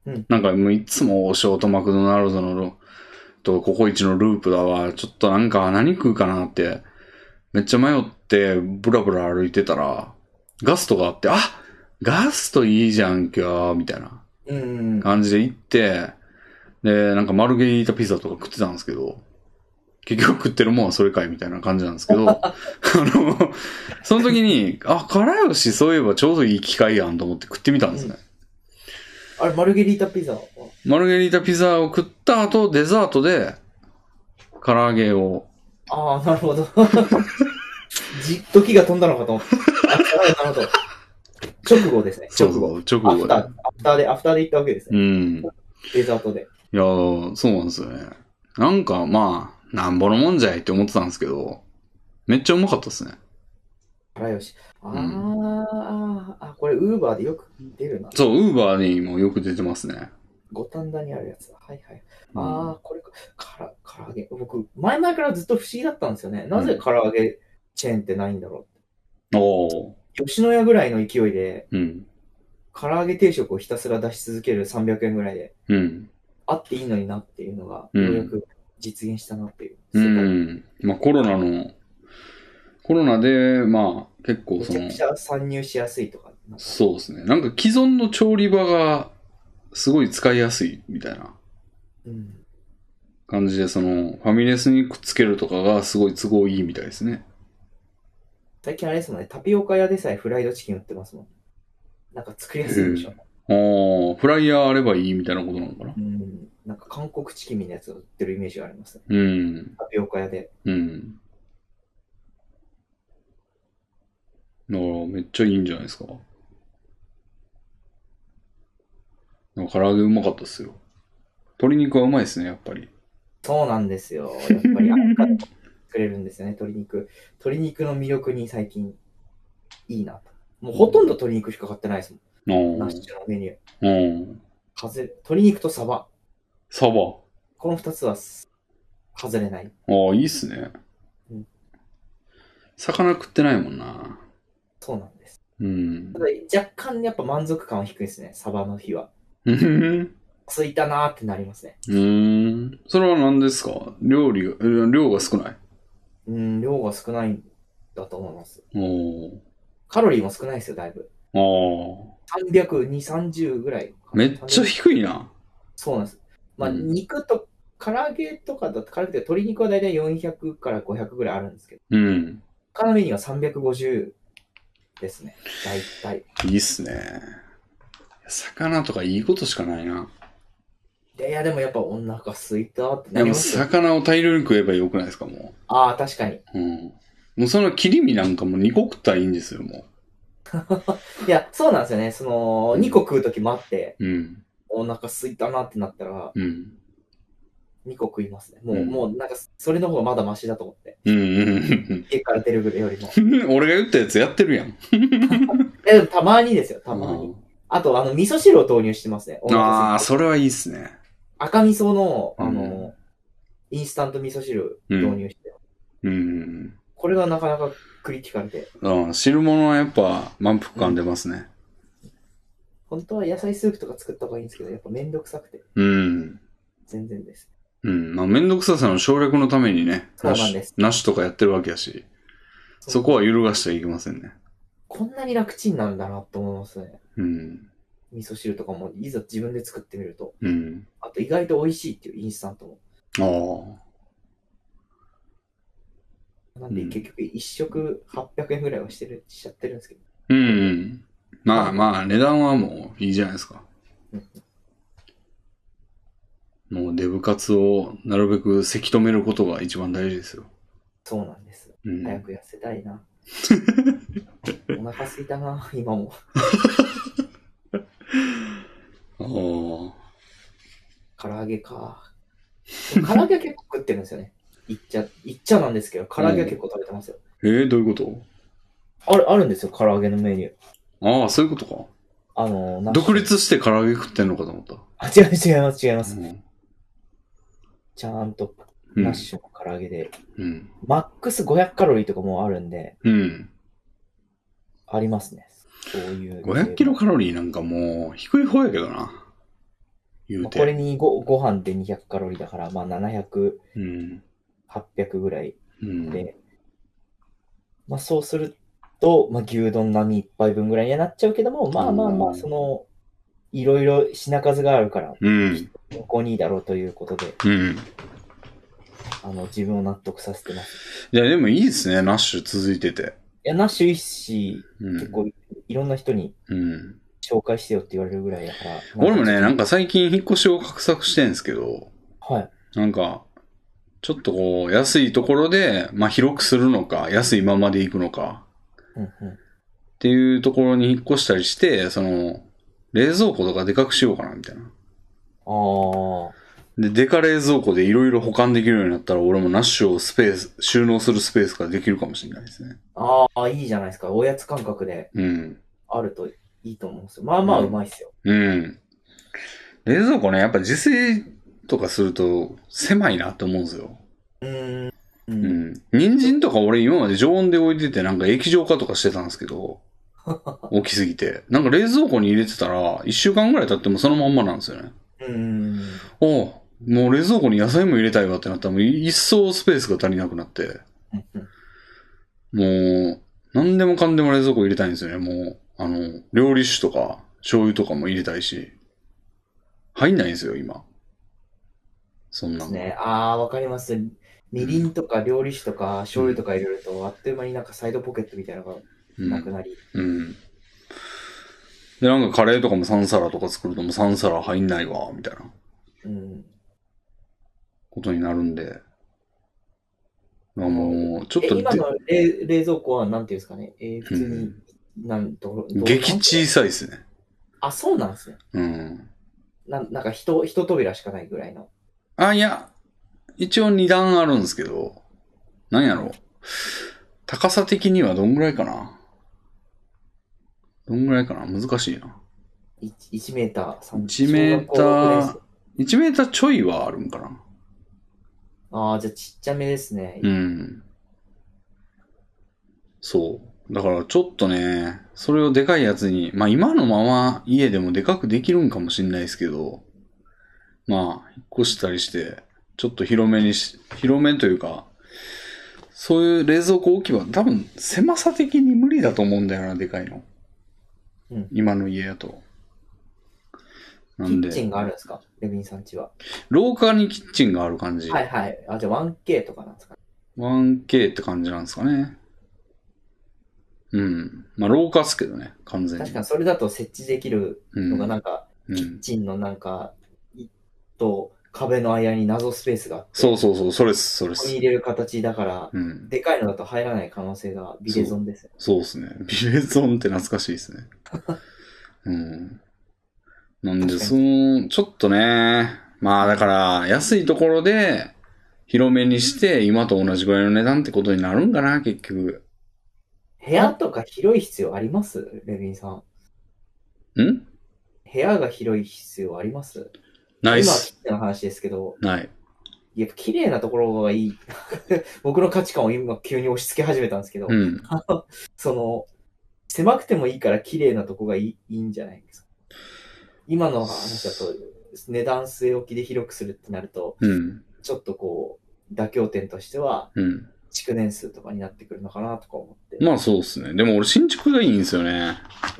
うん、 なんかもういつも王将とマクドナルドのとココイチのループだわ。ちょっとなんか何食うかなって、めっちゃ迷ってブラブラ歩いてたら、ガストがあって、あガストいいじゃん今日みたいな感じで行って、で、なんかマルゲリータピザとか食ってたんですけど、結局食ってるもんはそれかいみたいな感じなんですけど、あの、その時に、あ、から吉そういえばちょうどいい機会やんと思って食ってみたんですね。 うん、あれ、マルゲリータピザマルゲリータピザを食った後、デザートで、唐揚げを。 ああ、なるほど。じ、時が飛んだのかと思って。あ、なるほど。直後ですね。直後。 そうそう、直後で。 アフターで、アフターで行ったわけですね。 うん。 デザートで。 いやー、そうなんですよね。なんか、まあ、なんぼのもんじゃいって思ってたんですけど、めっちゃうまかったですね。 からよし。あー、うん、あ、これウーバーでよく出るな。 そう、ウーバーにもよく出てますね。 五反田にあるやつだ。はいはい。うん、ああ、これか、から、唐揚げ。僕、前々からずっと不思議だったんですよね。なぜ唐揚げチェーンってないんだろう。おー。吉野家ぐらいの勢いで、 うん。 唐揚げ定食をひたすら出し続けるさんびゃくえんぐらいで、 うん。 あっていいのになっていうのが、ようやく実現したなっていう。 うん。まあコロナの、コロナで、まあ結構その。 めちゃくちゃ参入しやすいとか。 そうですね。なんか既存の調理場がすごい使いやすいみたいな感じで、そのファミレスにくっつけるとかがすごい都合いいみたいですね。 最近あれですもんね、タピオカ屋でさえフライドチキン売ってますもん。なんか作りやすいんでしょ。 ああ、フライヤーあればいいみたいなことなのかな。 うん。なんか韓国チキンみたいなやつを売ってるイメージがありますね。 うん。 タピオカ屋で。 うん。だからめっちゃいいんじゃないですか。唐揚げうまかったっすよ。鶏肉はうまいですね、やっぱり。 そうなんですよ。やっぱりあれから作れるんですよね、鶏肉。鶏肉の魅力に最近いいなと。もうほとんど鶏肉しか買ってないですもん。ナッシュのメニュー。うん。風、鶏肉とサバ。 サバ。 この二つは外れない。 ああ、いいっすね。うん。魚食ってないもんな。 そうなんです。 うん。 ただ若干やっぱ満足感は低いですね、サバの日は。ついたなーってなりますね。 うん。それは何ですか？料理が、量が少ない？ うん、量が少ないんだと思います。 おカロリーも少ないですよ、だいぶ。ああ。さんびゃくにじゅう、さんじゅうぐらい。 めっちゃ低いな。 そうなんです。まあ、うん、肉と、唐揚げとかだと、唐揚げって鶏肉はだいたいよんひゃくからごひゃくぐらいあるんですけど。うん。他のメニューはさんびゃくごじゅうですね。大体。 いいっすね。魚とかいいことしかないな。 いやいや、でもやっぱお腹すいたってなりますよ。でも魚を大量に食えばよくないですか、もう。 ああ、確かに。 うん。もうその切り身なんかもにこ食ったらいいんですよ、もう。 いや、そうなんですよね。その、にこ食うときもあって、 うん。 お腹すいたなってなったら、うん。にこ食いますね。もう、うん、もうなんか、それの方がまだマシだと思って。うんうんうん。家から出るぐらいよりも。 俺が言ったやつやってるやん。 え、でもたまにですよ、たまに。あと、あの、味噌汁を投入してますね。 ああ、それはいいっすね。 赤味噌の、あの、うん、インスタント味噌汁導入して、うん。うん。これがなかなかクリティカルで。 うん、汁物はやっぱ満腹感出ますね、 うん。本当は野菜スープとか作った方がいいんですけど、やっぱめんどくさくて。うん。全然です。 うん。まあ、めんどくささの省略のためにね、 そうなんです。 なしとかやってるわけやし、そこは揺るがしちゃいけませんね。 こんなに楽ちんなんだなと思いますね。うん。味噌汁とかもいざ自分で作ってみると。うん。あと意外と美味しいっていうインスタントも。ああ。なんで結局一食はっぴゃくえんぐらいはしてる、しちゃってるんですけど。 うん、うん。まあまあ、値段はもういいじゃないですか。うん、もうデブ活をなるべくせき止めることが一番大事ですよ。 そうなんです。うん、早く痩せたいな。お腹すいたな、今も。ああ。唐揚げか。唐揚げは結構食ってるんですよね。いっちゃ、いっちゃなんですけど、唐揚げは結構食べてますよ。 えー、どういうこと？ ある、あるんですよ、唐揚げのメニュー。 ああ、そういうことか。 あのー、 独立して唐揚げ食ってんのかと思った。 あ、違う違います、違います。うん、ちゃんと、ナッシュの唐揚げで、うん。マックスごひゃくカロリーとかもあるんで、うん。ありますね。そういう。 ごひゃくキロカロリーなんかもう低い方やけどな。 言うて。 これに ご, ご飯でにひゃくカロリーだから、まあななひゃく、うん、はっぴゃくぐらいで、うん、まあそうすると、まあ牛丼並みいっぱいぶんぐらいにはなっちゃうけども、まあまあまあ、その、いろいろ品数があるから、うん、健康にいいだろうということで、うん、あの、自分を納得させてます。 いや、でもいいですね、ナッシュ続いてて。 いや、ナッシュいいし、うん、結構いろんな人に、うん紹介してよって言われるぐらいだから。 俺もね、なんか最近引っ越しを画策してんですけど、 はい。 なんか、ちょっとこう、安いところで、まあ広くするのか、安いままで行くのか、うんうん、っていうところに引っ越したりして、その、冷蔵庫とかでかくしようかな、みたいな。ああ。で、でか冷蔵庫でいろいろ保管できるようになったら、俺もナッシュをスペース、収納するスペースができるかもしれないですね。 ああ、いいじゃないですか。おやつ感覚で。うん。あるといいと思うんですよ。まあまあうまいっすよ。 うん。うん、冷蔵庫ね、やっぱ自炊とかすると狭いなって思うんですよ。うん。うん。人参とか俺今まで常温で置いててなんか液状化とかしてたんですけど、大きすぎて。なんか冷蔵庫に入れてたらいっしゅうかんぐらい経ってもそのまんまなんですよね。うん。おう、もう冷蔵庫に野菜も入れたいわってなったらもう一層スペースが足りなくなって。もう、何でもかんでも冷蔵庫入れたいんですよね。もう、あの、料理酒とか醤油とかも入れたいし。入んないんですよ、今。そんなの。 ね、ああ、わかります。みりんとか料理酒とか醤油とか入れると、うん、あっという間になんかサイドポケットみたいなのがなくなり。うん。うん、 で、なんかカレーとかもさん皿とか作るともうさん皿入んないわ、みたいな。うん。ことになるんで。あもう、ちょっと。 今の 冷, 冷蔵庫はなんていうんですかね。えー、普通に、うん、なんと、 激小さいですね。 あ、そうなんですね。うん。ななんか一、一扉しかないぐらいの。 あ、いや、一応二段あるんですけど、なんやろう。高さ的にはどんぐらいかな。どんぐらいかな難しいな。 いちメーター。 いちメーター、いちメーターちょいはあるんかな。 ああ、じゃあちっちゃめですね。うん。 そう。だからちょっとね、それをでかいやつに、まあ今のまま家でもでかくできるんかもしれないですけど、まあ、引っ越したりして、ちょっと広めにし、広めというか、そういう冷蔵庫置き場、多分狭さ的に無理だと思うんだよな、でかいの。うん、今の家やと。 なんで。キッチンがあるんですかレビンさん家は。 廊下にキッチンがある感じ。 はいはい。あ、じゃあ ワンケー とかなんですかワンケー って感じなんですかね。うん。まあ廊下っすけどね、完全に。 確かにそれだと設置できるのがなんか、うん、キッチンのなんか、と壁の間に謎スペースがあって。 そうそうそう、それです、それです。 ここに入れる形だから、うん、でかいのだと入らない可能性がビレゾンですよ。 そうですね。ビレゾンって懐かしいですね。うん。なんで、その、ちょっとね、まあだから、安いところで、広めにして、今と同じぐらいの値段ってことになるんかな、結局。 部屋とか広い必要ありますレビンさん。ん部屋が広い必要ありますないっす。 今はキッチンの話ですけど。 ない。 やっぱ綺麗なところがいい。僕の価値観を今急に押し付け始めたんですけど、うん、その、狭くてもいいから綺麗なとこがいい、いいんじゃないですか。今の話だと、値段据え置きで広くするってなると、うん、ちょっとこう、妥協点としては、うん、築年数とかになってくるのかなとか思って。 まあそうですね。でも俺新築がいいんですよね。うん。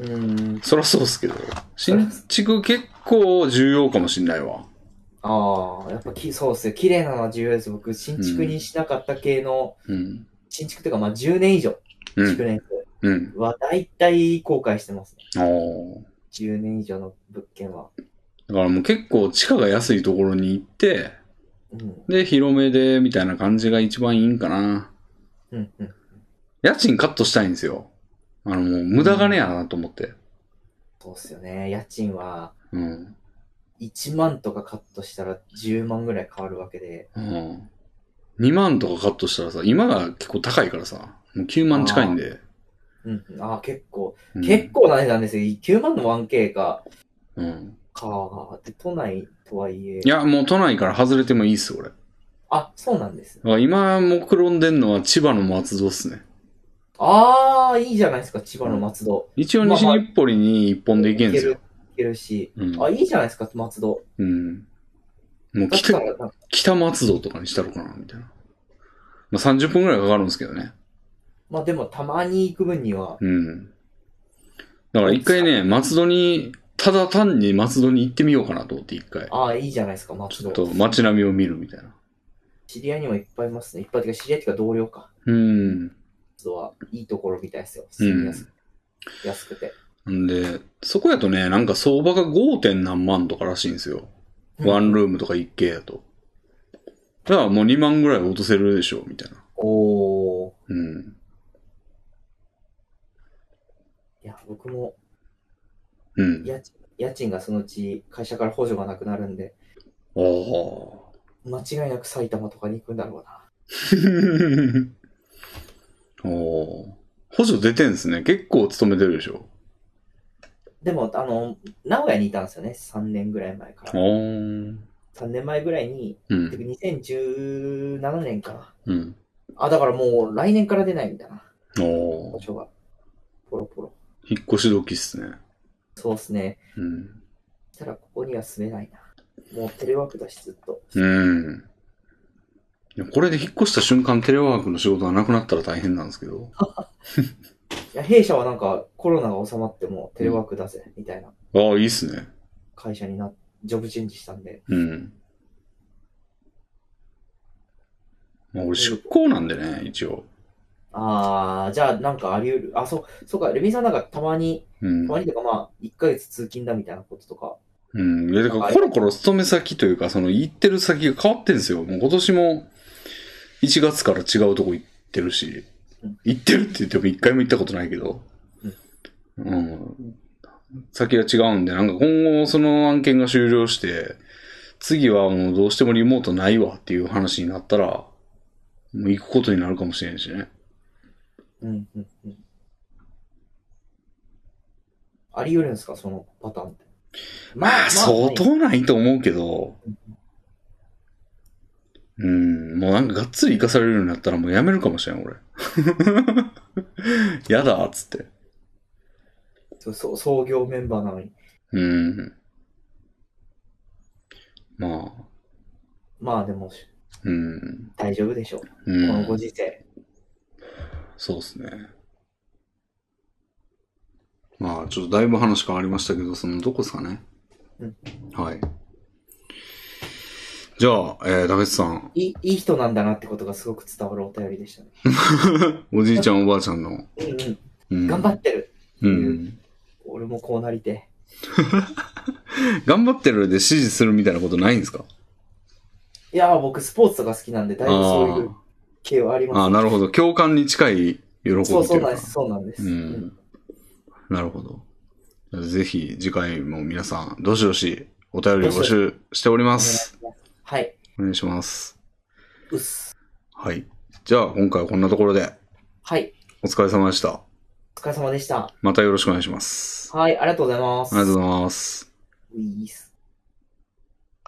そりゃそうですけど。新築結構重要かもしんないわ。 ああ、やっぱき、そうですよ。綺麗なのは重要です。僕、新築にしなかった系の、うん、新築っていうかまあじゅうねん以上、築年数はだいたい後悔してますね。うん、じゅうねん以上の物件は。 だからもう結構地価が安いところに行って、うん、で、広めで、みたいな感じが一番いいんかな。うんうん、家賃カットしたいんですよ。あの、もう無駄金やなと思って。うん、 そうっすよね。家賃は、うん、いちまんとかカットしたらじゅうまんぐらい変わるわけで。うん、 にまんとかカットしたらさ、今が結構高いからさ、もうきゅうまん近いんで。 うん、ああ、結構、うん、結構な値段ですよ。きゅうまんの ワンケー か。うん。かで、都内とはいえ。 いや、もう都内から外れてもいいっす、俺。 あ、そうなんです、 ね。今、目論んでんのは千葉の松戸っすね。 ああ、いいじゃないですか、千葉の松戸。 うん、一応西日暮里に一本で行けんすよ。 けるし、うん、あ、いいじゃないですか、松戸。 うん。もう北、北松戸とかにしたのかな、みたいな。まあさんじゅっぷんくらいかかるんですけどね。 まあでもたまに行く分には。 うん。だから一回ね、松戸に、ただ単に松戸に行ってみようかなと思って一回。 ああ、いいじゃないですか、松戸。 ちょっと街並みを見るみたいな。 知り合いにもいっぱいいますね。いっぱいってか知り合いっていうか同僚か。 うん。 松戸はいいところみたいですよ。住みやすくて。うん、安くて。 んで、そこやとね、なんか相場が ご. 点何万とからしいんですよ。ワンルームとか一軒やと。だからもうにまんぐらい落とせるでしょ、みたいな。 おー。 うん。 いや、僕も、 うん。 家賃、家賃がそのうち会社から補助がなくなるんで。 ああ。 間違いなく埼玉とかに行くんだろうな。 おー。補助出てんすね。結構勤めてるでしょ。 でも、あの、名古屋にいたんですよね。さんねんぐらい前から。さんねんまえぐらいに、うん、にせんじゅうななねんかな。うん。あ、だからもう来年から出ないみたいな。おー。場所が。ポロポロ。 引っ越し時っすね。 そうっすね。うん。そしたらここには住めないな。もうテレワークだし、ずっと。うん。 これで引っ越した瞬間テレワークの仕事がなくなったら大変なんですけど。 いや、弊社はなんかコロナが収まってもテレワークだぜ、みたいな。 ああ、いいっすね。 会社にな、ジョブチェンジしたんで。 うん。まあ、俺出向なんでね、一応。 ああ、じゃあなんかあり得る。あ、そう、そうか、レビンさんなんかたまに、うん、たまにとかまあ、いっかげつ通勤だみたいなこととか。 うん。いや、だからコロコロ勤め先というか、その行ってる先が変わってるんですよ。もう今年もいちがつから違うとこ行ってるし、うん、行ってるって言っても一回も行ったことないけど、うん。うん、先が違うんで、なんか今後その案件が終了して、次はもうどうしてもリモートないわっていう話になったら、もう行くことになるかもしれんしね。 うんうんうん。あり得るんですか、そのパターンって。 まあ、まあ、相当ないと思うけど、うん、もうなんかがっつり活かされるようになったらもうやめるかもしれん、俺。やだっつって。 そうそう、創業メンバーなのに。 うん。まあ。 まあでも、うん、大丈夫でしょう。うん、このご時世。 そうですね。まあ、ちょっとだいぶ話変わりましたけど、そのどこですかね。うん。はい。じゃあ、えー、ダメスさん。 いい、いい人なんだなってことがすごく伝わるお便りでしたね。 おじいちゃんおばあちゃんの。 うんうん。うん、頑張ってる。うん。俺もこうなりて。 頑張ってるで支持するみたいなことないんですか？ いやー、僕スポーツとか好きなんで、だいぶそういう系はあります、ね。 ああ、なるほど。共感に近い喜びというか。 そうそうなんです。そうなんです。うん。うん、 なるほど。ぜひ次回も皆さん、どしどしお便り募集しております。 はい。 お願いします。 うっす。 はい。じゃあ今回はこんなところで。 はい。 お疲れ様でした。 お疲れ様でした。 またよろしくお願いします。 はい、ありがとうございます。 ありがとうございます。 ういーす。